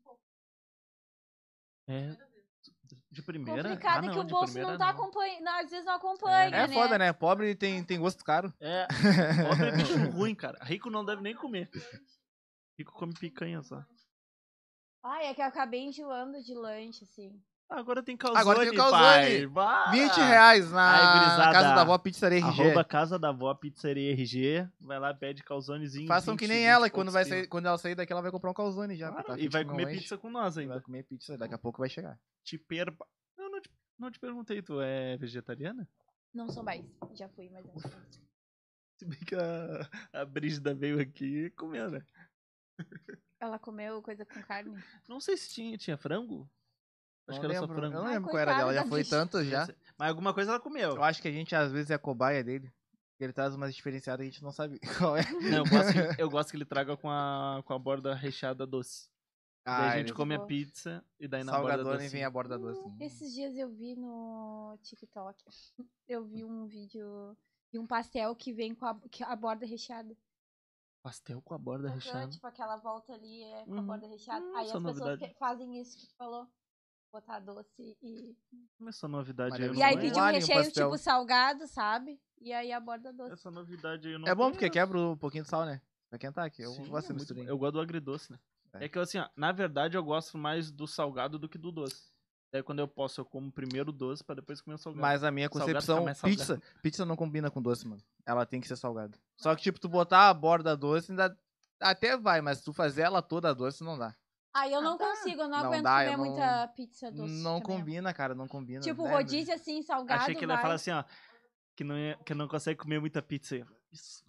Speaker 1: É. De primeira?
Speaker 3: Complicado
Speaker 1: ah,
Speaker 3: é
Speaker 1: não,
Speaker 3: que o
Speaker 1: de
Speaker 3: bolso
Speaker 1: primeira
Speaker 3: não tá
Speaker 1: não.
Speaker 3: acompanhando. Às vezes não acompanha,
Speaker 2: É
Speaker 3: né?
Speaker 2: foda, né? Pobre tem, tem gosto caro.
Speaker 1: É. Pobre é bicho ruim, cara. Rico não deve nem comer. Rico come picanha só.
Speaker 3: Ai, é que eu acabei enjoando de lanche, assim.
Speaker 1: Ah, agora tem calzone,
Speaker 2: Agora tem o calzone.
Speaker 1: pai. Para.
Speaker 2: vinte reais
Speaker 1: Aí,
Speaker 2: na
Speaker 1: gurizada,
Speaker 2: casa da avó Pizzaria R G.
Speaker 1: Arroba Casa da Avó Pizzaria R G. Vai lá, pede calzonezinho.
Speaker 2: Façam
Speaker 1: vinte,
Speaker 2: que nem
Speaker 1: vinte
Speaker 2: ela,
Speaker 1: e
Speaker 2: que quando,
Speaker 1: poucos
Speaker 2: vai
Speaker 1: pila.
Speaker 2: sair, quando ela sair daqui, ela vai comprar um calzone já.
Speaker 1: Claro,
Speaker 2: porque tá
Speaker 1: e vai
Speaker 2: afim que
Speaker 1: comer
Speaker 2: não
Speaker 1: pizza
Speaker 2: enche.
Speaker 1: com nós
Speaker 2: Vai
Speaker 1: ainda.
Speaker 2: comer pizza, daqui a pouco vai chegar.
Speaker 1: Te perpa... Eu não te, não te perguntei, tu é vegetariana?
Speaker 3: Não sou mais. Já fui, mas não sou mais.
Speaker 1: Se bem que a, a Brígida veio aqui e comeu, né?
Speaker 3: Ela comeu coisa com carne.
Speaker 1: Não sei se tinha, tinha frango. Acho
Speaker 2: Não
Speaker 1: que era só
Speaker 2: lembro,
Speaker 1: frango.
Speaker 2: Eu não
Speaker 3: Ai,
Speaker 2: lembro qual era
Speaker 3: coitada
Speaker 2: dela, já
Speaker 3: da
Speaker 2: foi
Speaker 3: bicha.
Speaker 2: tanto já.
Speaker 1: Mas alguma coisa ela comeu.
Speaker 2: Eu acho que a gente às vezes é cobaia dele. Ele traz umas diferenciadas e a gente não sabe qual é.
Speaker 1: Não, eu, gosto que, eu gosto que ele traga com a, com a borda recheada doce. daí a
Speaker 2: Ah,
Speaker 1: gente
Speaker 2: ele
Speaker 1: come a
Speaker 3: Boa.
Speaker 1: pizza e daí na borda
Speaker 2: salgadona
Speaker 1: doce.
Speaker 2: e vem a borda doce.
Speaker 3: Hum, Esses dias eu vi no TikTok. Eu vi um vídeo de um pastel que vem com a, que a borda recheada.
Speaker 1: Pastel com a borda
Speaker 3: Aham,
Speaker 1: recheada.
Speaker 3: tipo, aquela volta ali é com a
Speaker 1: Uhum.
Speaker 3: borda recheada.
Speaker 1: Hum,
Speaker 3: Aí
Speaker 1: essa
Speaker 3: as pessoas
Speaker 1: novidade.
Speaker 3: que fazem isso que tu falou. Botar doce e.
Speaker 1: Essa novidade
Speaker 2: Mas
Speaker 1: aí eu
Speaker 2: deve
Speaker 3: E
Speaker 1: não
Speaker 3: aí
Speaker 2: ser
Speaker 1: conheço.
Speaker 3: pedir um
Speaker 2: Vale um
Speaker 3: recheio
Speaker 2: pastel.
Speaker 3: tipo salgado, sabe? E aí a borda doce.
Speaker 1: Essa novidade aí eu não
Speaker 2: É bom porque
Speaker 1: conheço.
Speaker 2: quebra um pouquinho de sal, né? Vai quentar aqui. Eu
Speaker 1: Sim,
Speaker 2: gosto
Speaker 1: é
Speaker 2: de
Speaker 1: muito
Speaker 2: misturinha.
Speaker 1: bom. Eu gosto do agridoce, né?
Speaker 2: É.
Speaker 1: É que assim, ó, na verdade eu gosto mais do salgado do que do doce. Daí quando eu posso, eu como primeiro o doce pra depois comer o salgado.
Speaker 2: Mas a minha
Speaker 1: Salgado
Speaker 2: concepção,
Speaker 1: fica mais salgado.
Speaker 2: pizza, pizza não combina com doce, mano. Ela tem que ser salgada. Só que, tipo, tu botar a borda doce, ainda até vai, mas tu fazer ela toda doce, não dá.
Speaker 3: Aí eu
Speaker 1: Ah,
Speaker 3: não
Speaker 1: dá.
Speaker 3: consigo, eu não,
Speaker 2: Não
Speaker 3: aguento
Speaker 2: dá,
Speaker 3: comer
Speaker 2: eu não-
Speaker 3: muita pizza doce.
Speaker 2: não
Speaker 3: também.
Speaker 2: combina, cara, não combina.
Speaker 3: Tipo,
Speaker 2: né?
Speaker 3: rodízio assim, salgado.
Speaker 1: Achei que ele ia
Speaker 3: vai.
Speaker 1: falar assim, ó. Que não, ia, que não consegue comer muita pizza. Eu, Isso.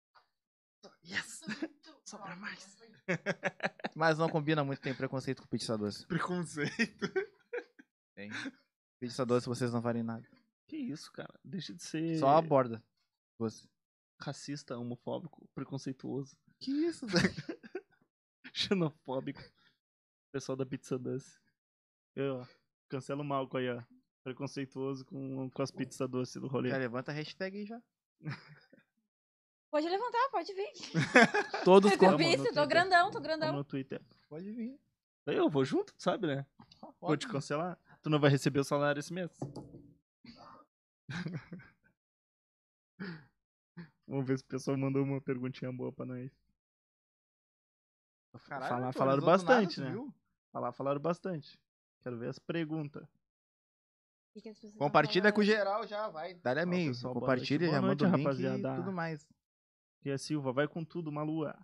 Speaker 1: Yes! Sobra mais.
Speaker 2: Mas não combina muito, tem preconceito com pizza doce.
Speaker 1: Preconceito.
Speaker 2: Tem. Pizza doce, vocês não valem nada.
Speaker 1: Que isso, cara? Deixa de ser
Speaker 2: Só a borda doce.
Speaker 1: racista, homofóbico, preconceituoso,
Speaker 2: Que isso, velho?
Speaker 1: xenofóbico. Pessoal da pizza doce. Eu, ó, cancela o Malco aí, ó. Preconceituoso com, com as pizzas doces do rolê.
Speaker 2: Já levanta a hashtag aí já.
Speaker 3: Pode levantar, pode vir.
Speaker 2: Todos
Speaker 3: Eu
Speaker 1: Vamos
Speaker 3: vi
Speaker 1: no
Speaker 3: isso, tô
Speaker 1: Twitter.
Speaker 3: grandão, tô
Speaker 1: Vamos
Speaker 3: grandão.
Speaker 1: no Twitter.
Speaker 2: Pode vir.
Speaker 1: Eu vou junto, sabe, né? Vou te cancelar. Tu não vai receber o salário esse mês. Vamos ver se o pessoal mandou uma perguntinha boa pra nós.
Speaker 2: Caralho,
Speaker 1: Falar,
Speaker 2: tu
Speaker 1: falaram
Speaker 2: atualizou do nada,
Speaker 1: bastante,
Speaker 2: tu
Speaker 1: né?
Speaker 2: viu?
Speaker 1: Falar, falaram bastante. Quero ver as perguntas.
Speaker 3: O que que as pessoas
Speaker 2: Compartilha
Speaker 3: estão
Speaker 2: com
Speaker 3: falando?
Speaker 2: geral já, vai. Dá-lhe a
Speaker 1: Ó,
Speaker 2: meio.
Speaker 1: pessoal, boa
Speaker 2: Compartilha,
Speaker 1: noite.
Speaker 2: já
Speaker 1: Boa noite,
Speaker 2: manda o link
Speaker 1: rapaziada.
Speaker 2: e tudo mais.
Speaker 1: Ria Silva, vai com tudo, Malua.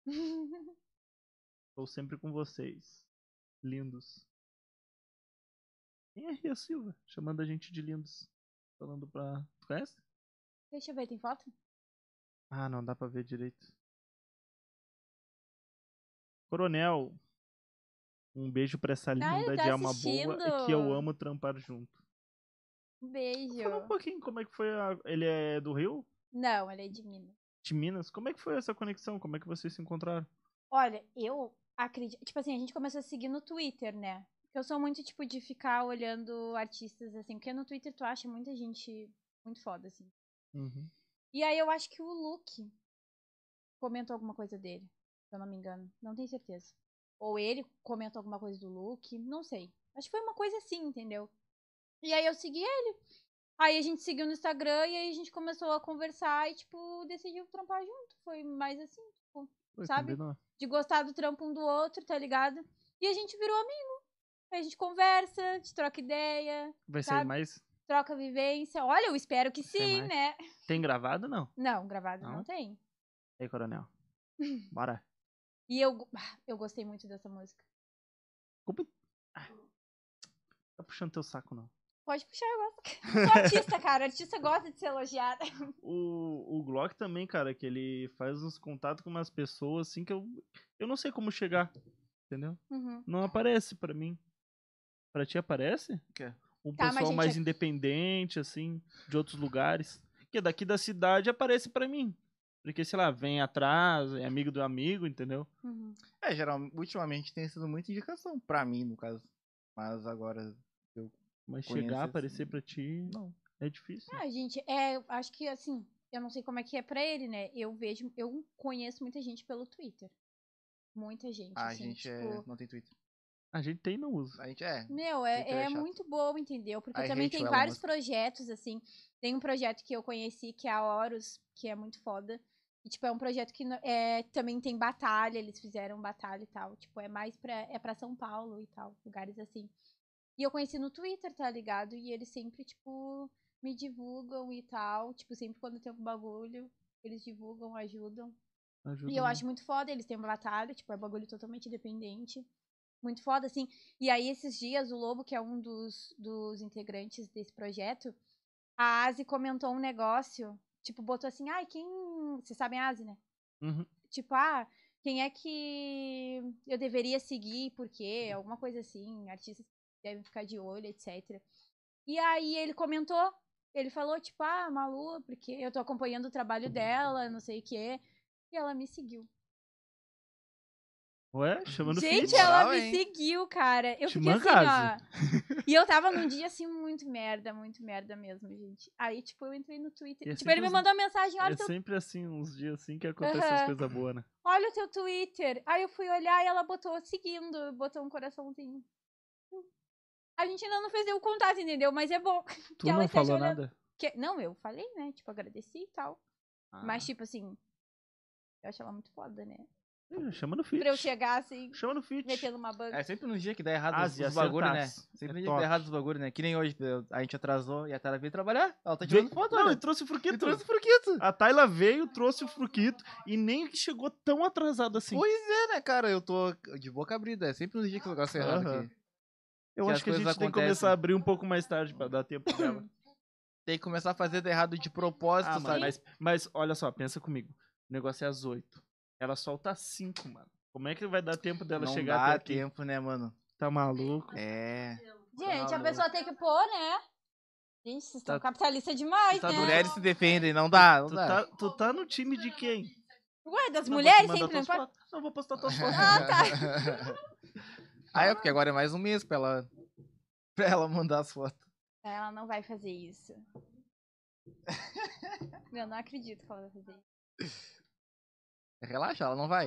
Speaker 1: Estou sempre com vocês. Lindos. Quem é Ria Silva? Chamando a gente de lindos. Falando pra... Tu conhece?
Speaker 3: Deixa eu ver, tem foto?
Speaker 1: Ah, não dá pra ver direito. Coronel. Um beijo pra essa linda
Speaker 3: Ah, ele tá
Speaker 1: de alma
Speaker 3: assistindo.
Speaker 1: boa e que eu amo trampar junto.
Speaker 3: Um beijo.
Speaker 1: Fala um pouquinho como é que foi a... Ele é do Rio?
Speaker 3: Não, ele é de Minas.
Speaker 1: De Minas? Como é que foi essa conexão? Como é que vocês se encontraram?
Speaker 3: Olha, eu acredito. Tipo assim, a gente começou a seguir no Twitter, né? Porque eu sou muito, tipo, de ficar olhando artistas, assim. Porque no Twitter tu acha muita gente muito foda, assim.
Speaker 1: Uhum.
Speaker 3: E aí eu acho que o Luke comentou alguma coisa dele, se eu não me engano. Não tenho certeza. Ou ele comentou alguma coisa do Luke, não sei. Acho que foi uma coisa assim, entendeu? E aí eu segui ele. Aí a gente seguiu no Instagram e aí a gente começou a conversar e, tipo, decidiu trampar junto. Foi mais assim, tipo,
Speaker 1: Foi,
Speaker 3: sabe?
Speaker 1: combinou.
Speaker 3: De gostar do trampo um do outro, tá ligado? E a gente virou amigo. Aí a gente conversa, a gente troca ideia,
Speaker 1: Vai sair
Speaker 3: sabe?
Speaker 1: mais?
Speaker 3: troca vivência. Olha, eu espero que
Speaker 1: Sei
Speaker 3: sim,
Speaker 1: mais.
Speaker 3: né?
Speaker 1: Tem gravado não?
Speaker 3: Não, gravado não,
Speaker 1: Não?
Speaker 3: tem.
Speaker 1: Ei, coronel. Bora.
Speaker 3: E eu, ah, eu gostei muito dessa música.
Speaker 1: Como... Ah. tá puxando teu saco, não.
Speaker 3: Pode puxar, eu gosto. Eu sou artista, cara. Artista gosta de ser elogiada.
Speaker 1: O, o Glock também, cara, que ele faz uns contatos com umas pessoas, assim, que eu, eu não sei como chegar, entendeu?
Speaker 3: Uhum.
Speaker 1: Não aparece pra mim. Pra ti aparece?
Speaker 2: O quê?
Speaker 1: Um
Speaker 3: Tá, mas,
Speaker 1: pessoal
Speaker 3: gente,
Speaker 1: mais
Speaker 3: é-
Speaker 1: independente, assim, de outros lugares. Que daqui da cidade aparece pra mim. Porque, sei lá, vem atrás, é amigo do amigo, entendeu?
Speaker 3: Uhum.
Speaker 2: É, geralmente, ultimamente tem sido muita indicação, pra mim, no caso. Mas agora,
Speaker 1: Mas
Speaker 2: Conhecer,
Speaker 1: chegar,
Speaker 2: assim.
Speaker 1: aparecer pra ti,
Speaker 2: não.
Speaker 1: é difícil.
Speaker 3: Ah, gente, é, eu acho que assim, eu não sei como é que é pra ele, né? Eu vejo, eu conheço muita gente pelo Twitter. Muita gente,
Speaker 2: A
Speaker 3: assim,
Speaker 2: gente
Speaker 3: tipo...
Speaker 2: é, não tem Twitter.
Speaker 1: A gente tem e não usa.
Speaker 2: A gente é.
Speaker 3: Meu, é,
Speaker 2: Twitter é
Speaker 3: é
Speaker 2: chato.
Speaker 3: muito bom, entendeu? Porque
Speaker 2: I
Speaker 3: também
Speaker 2: hate
Speaker 3: tem
Speaker 2: o Elon
Speaker 3: vários
Speaker 2: Musk.
Speaker 3: projetos, assim. Tem um projeto que eu conheci, que é a Horus, que é muito foda. E, tipo, é um projeto que no- é, também tem batalha, eles fizeram batalha e tal. Tipo, é mais pra, é pra São Paulo e tal, lugares assim. E eu conheci no Twitter, tá ligado? E eles sempre, tipo, me divulgam e tal. Tipo, sempre quando tem um bagulho, eles divulgam, ajudam.
Speaker 1: Ajuda
Speaker 3: E eu
Speaker 1: muito.
Speaker 3: acho muito foda, eles têm uma batalha, tipo, é um bagulho totalmente independente. Muito foda, assim. E aí, esses dias, o Lobo, que é um dos, dos integrantes desse projeto, a Asi comentou um negócio, tipo, botou assim, ai, quem... Vocês sabem a Asi, né?
Speaker 1: Uhum.
Speaker 3: Tipo, ah, quem é que eu deveria seguir, por quê? Alguma coisa assim, artistas devem ficar de olho, etcétera. E aí ele comentou, ele falou, tipo, ah, Malu, porque eu tô acompanhando o trabalho dela, não sei o quê. E ela me seguiu.
Speaker 1: Ué, chamando
Speaker 3: Gente,
Speaker 1: fit.
Speaker 3: ela
Speaker 2: Moral,
Speaker 3: me
Speaker 2: hein?
Speaker 3: seguiu, cara. Eu
Speaker 1: Te
Speaker 3: fiquei assim,
Speaker 1: mancasse.
Speaker 3: ó. E eu tava num dia assim, muito merda, muito merda mesmo, gente. Aí, tipo, eu entrei no Twitter.
Speaker 1: E é
Speaker 3: tipo, ele
Speaker 1: sempre
Speaker 3: me
Speaker 1: os-
Speaker 3: mandou uma mensagem, olha
Speaker 1: É
Speaker 3: o teu,
Speaker 1: sempre assim, uns dias assim que acontecem as
Speaker 3: Aham.
Speaker 1: coisas boas, né?
Speaker 3: olha o teu Twitter. Aí eu fui olhar e ela botou seguindo, botou um coraçãozinho. A gente ainda não fez o contato, entendeu? Mas é bom.
Speaker 1: Tu
Speaker 3: que ela
Speaker 1: não
Speaker 3: esteja
Speaker 1: falou
Speaker 3: olhando.
Speaker 1: nada?
Speaker 3: Que- Não, eu falei, né? Tipo, agradeci e tal. Mas,
Speaker 1: Ah,
Speaker 3: tipo assim, eu acho ela muito foda, né?
Speaker 1: é, chama no fit.
Speaker 3: Pra eu chegar assim,
Speaker 1: Chama no fit.
Speaker 3: metendo uma banca.
Speaker 2: É sempre no dia que dá errado os,
Speaker 1: Ásia,
Speaker 2: os bagulho, né?
Speaker 1: acertasse.
Speaker 2: Sempre
Speaker 1: É
Speaker 2: no dia que
Speaker 1: top.
Speaker 2: dá errado os bagulho, né? Que nem hoje, eu- a gente atrasou e a Tara veio trabalhar. Ela tá
Speaker 1: Veio-
Speaker 2: tirando foto,
Speaker 1: Não,
Speaker 2: olha.
Speaker 1: e trouxe o fruquito.
Speaker 2: E trouxe o fruquito.
Speaker 1: A Tayla veio, trouxe o fruquito e nem que chegou tão atrasado assim.
Speaker 2: Pois é, né, cara? Eu tô de boca abrida. É sempre no dia que o negócio é errado
Speaker 1: Aham.
Speaker 2: aqui.
Speaker 1: Eu
Speaker 2: que
Speaker 1: acho
Speaker 2: as
Speaker 1: que a gente
Speaker 2: coisas
Speaker 1: tem que
Speaker 2: acontecem.
Speaker 1: começar a abrir um pouco mais tarde pra dar tempo dela.
Speaker 2: Tem que começar a fazer errado de propósito,
Speaker 1: Ah, mano,
Speaker 2: sabe?
Speaker 1: mas, mas olha só, pensa comigo. O negócio é às oito. Ela solta às cinco, mano. Como é que vai dar tempo dela
Speaker 2: Não
Speaker 1: chegar
Speaker 2: dá
Speaker 1: até aqui?
Speaker 2: tempo, né, mano?
Speaker 1: Tá maluco?
Speaker 2: É.
Speaker 3: Gente, a
Speaker 2: Tá
Speaker 3: pessoa tem que pôr, né? Gente, vocês estão
Speaker 1: Tá-
Speaker 3: capitalistas demais,
Speaker 1: tá
Speaker 3: né?
Speaker 1: doendo.
Speaker 2: Mulheres se defendem, não dá, não
Speaker 1: Tu
Speaker 2: dá.
Speaker 1: tá, tu tá no time de quem?
Speaker 3: Ué, das
Speaker 1: Não, vou te
Speaker 3: mulheres
Speaker 1: mandar
Speaker 3: sempre, não
Speaker 1: tuas
Speaker 3: importa?
Speaker 1: fotos. Não, vou postar tuas fotos.
Speaker 3: Ah, tá.
Speaker 2: Ah, é, porque agora é mais um mês pra ela, pra ela mandar as fotos.
Speaker 3: Ela não vai fazer isso. Eu não acredito que ela vai fazer isso.
Speaker 2: Relaxa, ela não vai.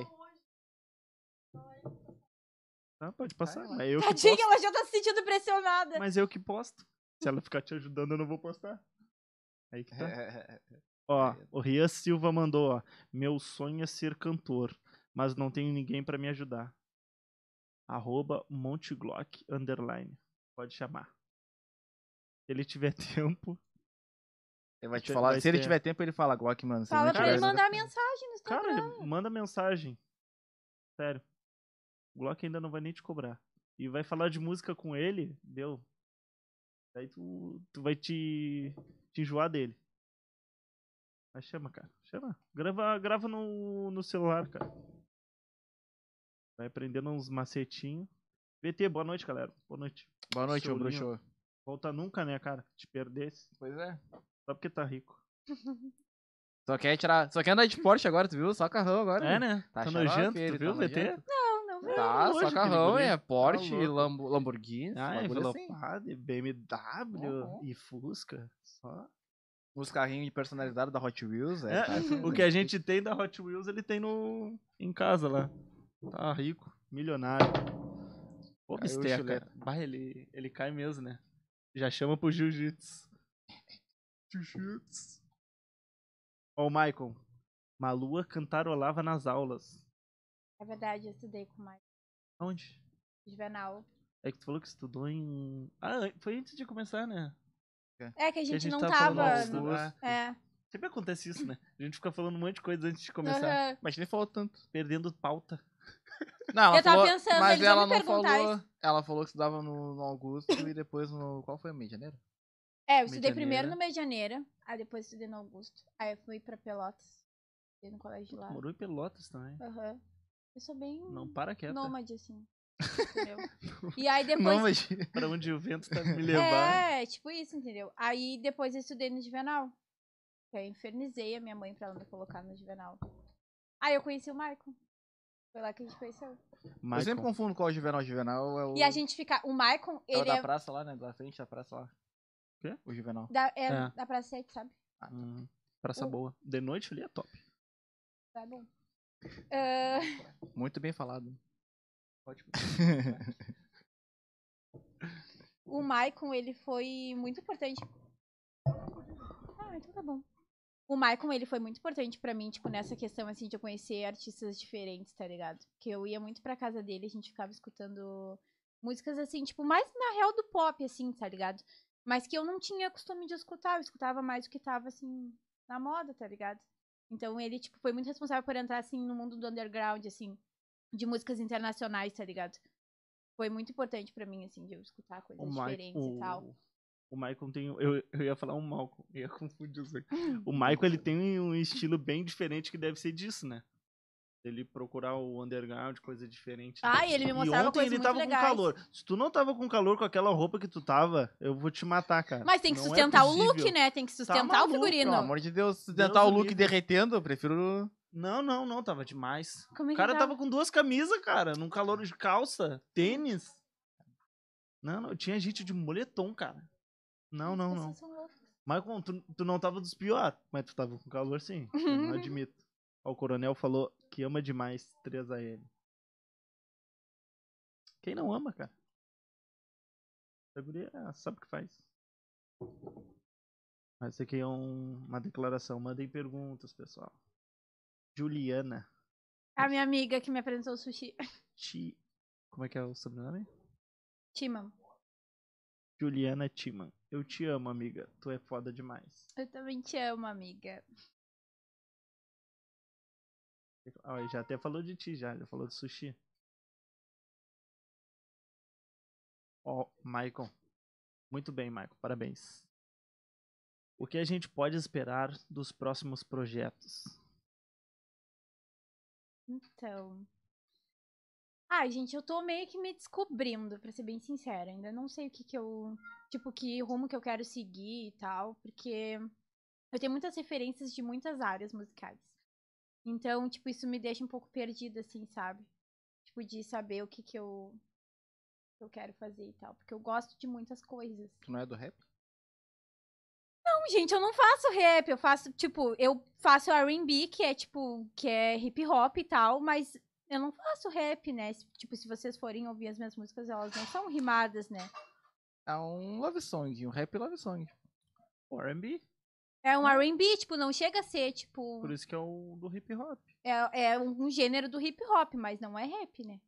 Speaker 1: Ah, pode passar.
Speaker 2: Vai lá.
Speaker 1: Mas eu que
Speaker 3: Tadinha,
Speaker 1: posto.
Speaker 3: ela já tá se sentindo pressionada.
Speaker 1: Mas eu que posto. Se ela ficar te ajudando, eu não vou postar. Aí que tá. Ó, o Rian Silva mandou, ó. Meu sonho é ser cantor, mas não tenho ninguém pra me ajudar. Arroba Monteglock, underline. Pode chamar. Se ele tiver tempo.
Speaker 2: Ele vai te
Speaker 1: Vai
Speaker 2: falar.
Speaker 1: ter-
Speaker 2: Se ele
Speaker 1: vai ter-
Speaker 2: tiver tempo, ele fala Glock, mano. Se
Speaker 3: Fala
Speaker 2: não
Speaker 3: pra
Speaker 2: tiver,
Speaker 3: ele
Speaker 1: Cara,
Speaker 3: mandar mensagem no Instagram.
Speaker 1: Cara, ele manda mensagem. Sério. O Glock ainda não vai nem te cobrar. E vai falar de música com ele, deu. Aí tu, tu vai te, te enjoar dele. Mas chama, cara. Chama. Grava, grava no, no celular, cara. Vai aprendendo uns macetinhos. V T, boa noite, galera. Boa noite.
Speaker 2: Boa noite,
Speaker 1: Seu
Speaker 2: ô bruxo.
Speaker 1: lindo. Volta nunca, né, cara? Te perdesse.
Speaker 2: Pois é.
Speaker 1: Só porque tá rico.
Speaker 2: Só quer tirar. Só quer andar de Porsche agora, tu viu? Só carrão agora.
Speaker 1: É, né?
Speaker 2: Tá
Speaker 1: Tá
Speaker 2: xarope
Speaker 1: nojento,
Speaker 2: ele,
Speaker 1: tu viu,
Speaker 2: tá
Speaker 1: V T?
Speaker 2: nojento.
Speaker 3: Não, não vou.
Speaker 2: Tá,
Speaker 1: nojo
Speaker 2: só
Speaker 1: aquele
Speaker 2: carrão,
Speaker 1: guri.
Speaker 2: é Porsche,
Speaker 1: Tá louco.
Speaker 2: Lambo, Lamborghini.
Speaker 1: Ah,
Speaker 2: bagulho assim.
Speaker 1: envelopado, B M W
Speaker 2: Uhum.
Speaker 1: e Fusca. Só.
Speaker 2: Os carrinhos personalizados da Hot Wheels. É,
Speaker 1: É,
Speaker 2: tá assim.
Speaker 1: o que a gente tem da Hot Wheels, ele tem no em casa lá. Tá rico, milionário. Ô,
Speaker 2: Caiu o
Speaker 1: Bisteca.
Speaker 2: chuleta.
Speaker 1: Bah, ele, ele cai mesmo, né? Já chama pro jiu-jitsu. Jiu-jitsu. Ó, o Michael. Malua cantarolava nas aulas.
Speaker 3: É verdade, eu estudei com o Mike
Speaker 1: Onde?
Speaker 3: Juvenal.
Speaker 1: É que tu falou que estudou em... Ah, foi antes de começar, né?
Speaker 3: É que a gente,
Speaker 1: gente
Speaker 3: não
Speaker 1: tava
Speaker 3: tava.
Speaker 1: falando
Speaker 2: estudo,
Speaker 3: no-
Speaker 2: né?
Speaker 3: É.
Speaker 1: Sempre acontece isso, né? A gente fica falando um monte de coisa antes de começar.
Speaker 3: Aham.
Speaker 2: Mas nem falou tanto.
Speaker 1: Perdendo pauta.
Speaker 2: Não, ela
Speaker 3: Eu tava
Speaker 2: falou,
Speaker 3: pensando,
Speaker 2: mas
Speaker 3: eles vão
Speaker 2: ela
Speaker 3: me
Speaker 2: não
Speaker 3: perguntar
Speaker 2: falou. Ela falou que estudava no, no Augusto e depois no. Qual foi? Meio de janeiro?
Speaker 3: É, eu estudei
Speaker 1: Medianeira.
Speaker 3: primeiro no Medianeira, aí depois estudei no Augusto. Aí eu fui pra Pelotas. Estudei no colégio de lá.
Speaker 1: Morou em Pelotas também.
Speaker 3: Aham. Eu sou bem
Speaker 1: Não para quieta.
Speaker 3: nômade, assim. Entendeu? E aí depois.
Speaker 2: Não, mas.
Speaker 1: Pra onde o vento tá me levando.
Speaker 3: É, tipo isso, entendeu? Aí depois eu estudei no Juvenal. Eu infernizei a minha mãe pra ela me colocar no Juvenal. Aí eu conheci o Maicon. Foi lá que a gente conheceu.
Speaker 2: Eu
Speaker 1: Michael.
Speaker 2: sempre confundo qual é o Juvenal. O Juvenal é o.
Speaker 3: E a gente fica. O Maicon,
Speaker 2: É o
Speaker 3: ele
Speaker 2: da
Speaker 3: é.
Speaker 2: praça lá, né? Da frente da praça lá.
Speaker 1: Quê?
Speaker 2: O Juvenal.
Speaker 3: Da, é,
Speaker 1: É.
Speaker 3: da Praça sete, sabe?
Speaker 1: Hum, praça
Speaker 3: O-
Speaker 1: boa. De noite ali é top.
Speaker 3: Tá bom. Ah,
Speaker 2: Muito bem falado.
Speaker 1: Pode.
Speaker 3: o Maicon, ele foi muito importante. Ah, então tá bom. O Maicon, ele foi muito importante pra mim, tipo, nessa questão, assim, de eu conhecer artistas diferentes, tá ligado? Porque eu ia muito pra casa dele, a gente ficava escutando músicas, assim, tipo, mais na real do pop, assim, tá ligado? Mas que eu não tinha costume de escutar, eu escutava mais o que tava, assim, na moda, tá ligado? Então ele, tipo, foi muito responsável por entrar, assim, no mundo do underground, assim, de músicas internacionais, tá ligado? Foi muito importante pra mim, assim, de eu escutar coisas
Speaker 1: O, Mike,
Speaker 3: diferentes e tal.
Speaker 1: o, o Michael tem. Eu, eu ia falar um Malcolm, eu ia confundir os dois. O Michael ele tem um estilo bem diferente que deve ser disso, né? Ele procurar o underground, coisa diferente.
Speaker 3: Ah, e ele me mostrava
Speaker 1: e ontem
Speaker 3: coisas
Speaker 1: ele
Speaker 3: muito
Speaker 1: tava
Speaker 3: legais.
Speaker 1: com calor. Se tu não tava com calor com aquela roupa que tu tava, eu vou te matar, cara.
Speaker 3: Mas tem que
Speaker 1: Não é
Speaker 3: sustentar o
Speaker 1: possível.
Speaker 3: look, né? Tem que sustentar o
Speaker 1: maluco,
Speaker 3: figurino.
Speaker 2: Pelo amor de Deus, se
Speaker 1: Deus
Speaker 2: tentar o
Speaker 1: o
Speaker 2: look
Speaker 1: livre.
Speaker 2: derretendo, eu prefiro.
Speaker 1: Não, não, não, tava demais.
Speaker 3: Como é
Speaker 1: O
Speaker 3: que
Speaker 1: cara
Speaker 3: tava?
Speaker 1: tava com duas camisas, cara, num calor de calça, tênis. Não, não, tinha gente de moletom, cara. Não,
Speaker 3: As
Speaker 1: não,
Speaker 3: pessoas
Speaker 1: não.
Speaker 3: são loucas.
Speaker 1: Michael, tu, tu não tava dos piores, mas tu tava com calor sim. Eu não admito. Ó, o coronel falou que ama demais três A L. Quem não ama, cara? A guria sabe o que faz. Mas isso aqui é um- uma declaração. Mandem perguntas, pessoal. Juliana.
Speaker 3: A minha amiga que me apresentou o sushi.
Speaker 1: Ti... Como é que é o sobrenome?
Speaker 3: Timam.
Speaker 1: Juliana Timan. Eu te amo, amiga. Tu é foda demais.
Speaker 3: Eu também te amo, amiga.
Speaker 1: Ó, já até falou de ti, já. Já falou de sushi. Ó, Michael. Muito bem, Michael. Parabéns. O que a gente pode esperar dos próximos projetos?
Speaker 3: Então. Ai, gente, eu tô meio que me descobrindo, pra ser bem sincera. Ainda não sei o que que eu. Tipo, que rumo que eu quero seguir e tal. Porque eu tenho muitas referências de muitas áreas musicais. Então, tipo, isso me deixa um pouco perdida, assim, sabe? Tipo, de saber o que que eu. que eu quero fazer e tal. Porque eu gosto de muitas coisas.
Speaker 2: Tu não é do rap?
Speaker 3: Não, gente, eu não faço rap, eu faço, tipo, eu faço R and B, que é, tipo, que é hip hop e tal, mas eu não faço rap, né? Se- Tipo, se vocês forem ouvir as minhas músicas, elas não são rimadas, né?
Speaker 2: É um love song, um rap love song.
Speaker 1: R and B?
Speaker 3: É um R and B, tipo, não chega a ser, tipo,
Speaker 1: Por isso que é o do hip hop.
Speaker 3: é, é um gênero do hip hop, mas não é rap, né?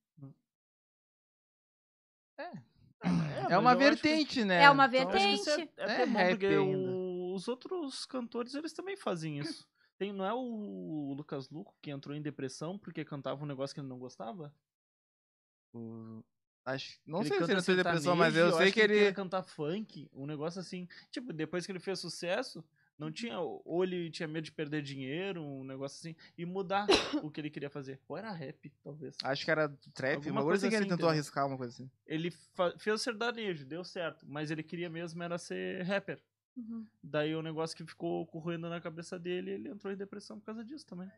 Speaker 2: É, uma vertente, né?
Speaker 3: É uma
Speaker 1: Eu acho que isso é,
Speaker 3: vertente.
Speaker 1: é,
Speaker 2: É
Speaker 1: até bom,
Speaker 2: rap
Speaker 1: porque
Speaker 2: ainda.
Speaker 1: o- os outros cantores, eles também fazem isso. Tem, não é o Lucas Luco que entrou em depressão porque cantava um negócio que ele não gostava?
Speaker 2: O- Acho... Não
Speaker 1: Ele
Speaker 2: sei se
Speaker 1: canta
Speaker 2: ele entrou em depressão, mas
Speaker 1: sertanejo,
Speaker 2: eu sei
Speaker 1: acho
Speaker 2: que ele.
Speaker 1: queria cantar funk, um negócio assim. Tipo, depois que ele fez sucesso, não tinha. Ou ele tinha medo de perder dinheiro, um negócio assim, e mudar o que ele queria fazer. Ou era rap, talvez.
Speaker 2: Acho que era trap,
Speaker 1: Alguma
Speaker 2: uma coisa
Speaker 1: coisa
Speaker 2: assim que ele
Speaker 1: assim,
Speaker 2: tentou
Speaker 1: entendeu?
Speaker 2: arriscar uma coisa assim.
Speaker 1: Ele fa- fez sertanejo, deu certo, mas ele queria mesmo era ser rapper.
Speaker 3: Uhum.
Speaker 1: Daí o negócio que ficou correndo na cabeça dele, ele entrou em depressão por causa disso também.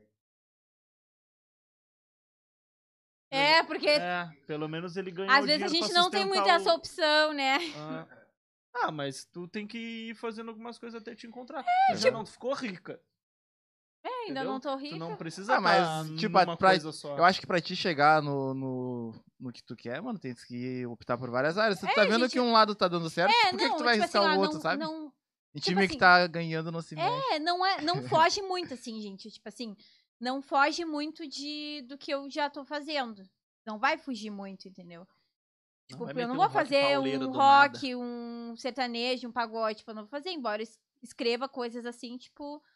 Speaker 3: É, porque
Speaker 1: É, pelo menos ele ganhou
Speaker 3: às vezes a
Speaker 1: dinheiro
Speaker 3: gente
Speaker 1: pra
Speaker 3: não tem
Speaker 1: sustentar
Speaker 3: muito
Speaker 1: o-
Speaker 3: essa opção, né?
Speaker 1: Ah. Ah, mas tu tem que ir fazendo algumas coisas até te encontrar. tu já não ficou rica.
Speaker 3: É, ainda
Speaker 1: entendeu?
Speaker 3: não tô
Speaker 1: Tu
Speaker 3: rica.
Speaker 1: não precisa
Speaker 2: Ah, mas,
Speaker 1: tá
Speaker 2: tipo,
Speaker 1: numa
Speaker 2: pra-
Speaker 1: coisa só.
Speaker 2: Eu acho que pra ti chegar no, no, no que tu quer, mano, tem que optar por várias áreas. Se tu tá vendo
Speaker 3: gente-
Speaker 2: que um lado tá dando certo,
Speaker 3: É,
Speaker 2: por que,
Speaker 3: não,
Speaker 2: que tu vai
Speaker 3: tipo assim,
Speaker 2: arriscar
Speaker 3: ó,
Speaker 2: o outro,
Speaker 3: não,
Speaker 2: sabe?
Speaker 3: não,
Speaker 2: E
Speaker 3: tipo
Speaker 2: time
Speaker 3: assim,
Speaker 2: que tá ganhando não se mexe.
Speaker 3: é, não é, não foge muito, assim, gente. Tipo assim, não foge muito de do que eu já tô fazendo. Não vai fugir muito, entendeu? Tipo,
Speaker 1: vai
Speaker 3: eu não
Speaker 1: meter
Speaker 3: vou
Speaker 1: um rock
Speaker 3: fazer
Speaker 1: pauleiro
Speaker 3: um
Speaker 1: do
Speaker 3: rock, um sertanejo, um pagode, tipo, eu não vou fazer, embora eu es- escreva coisas assim, tipo,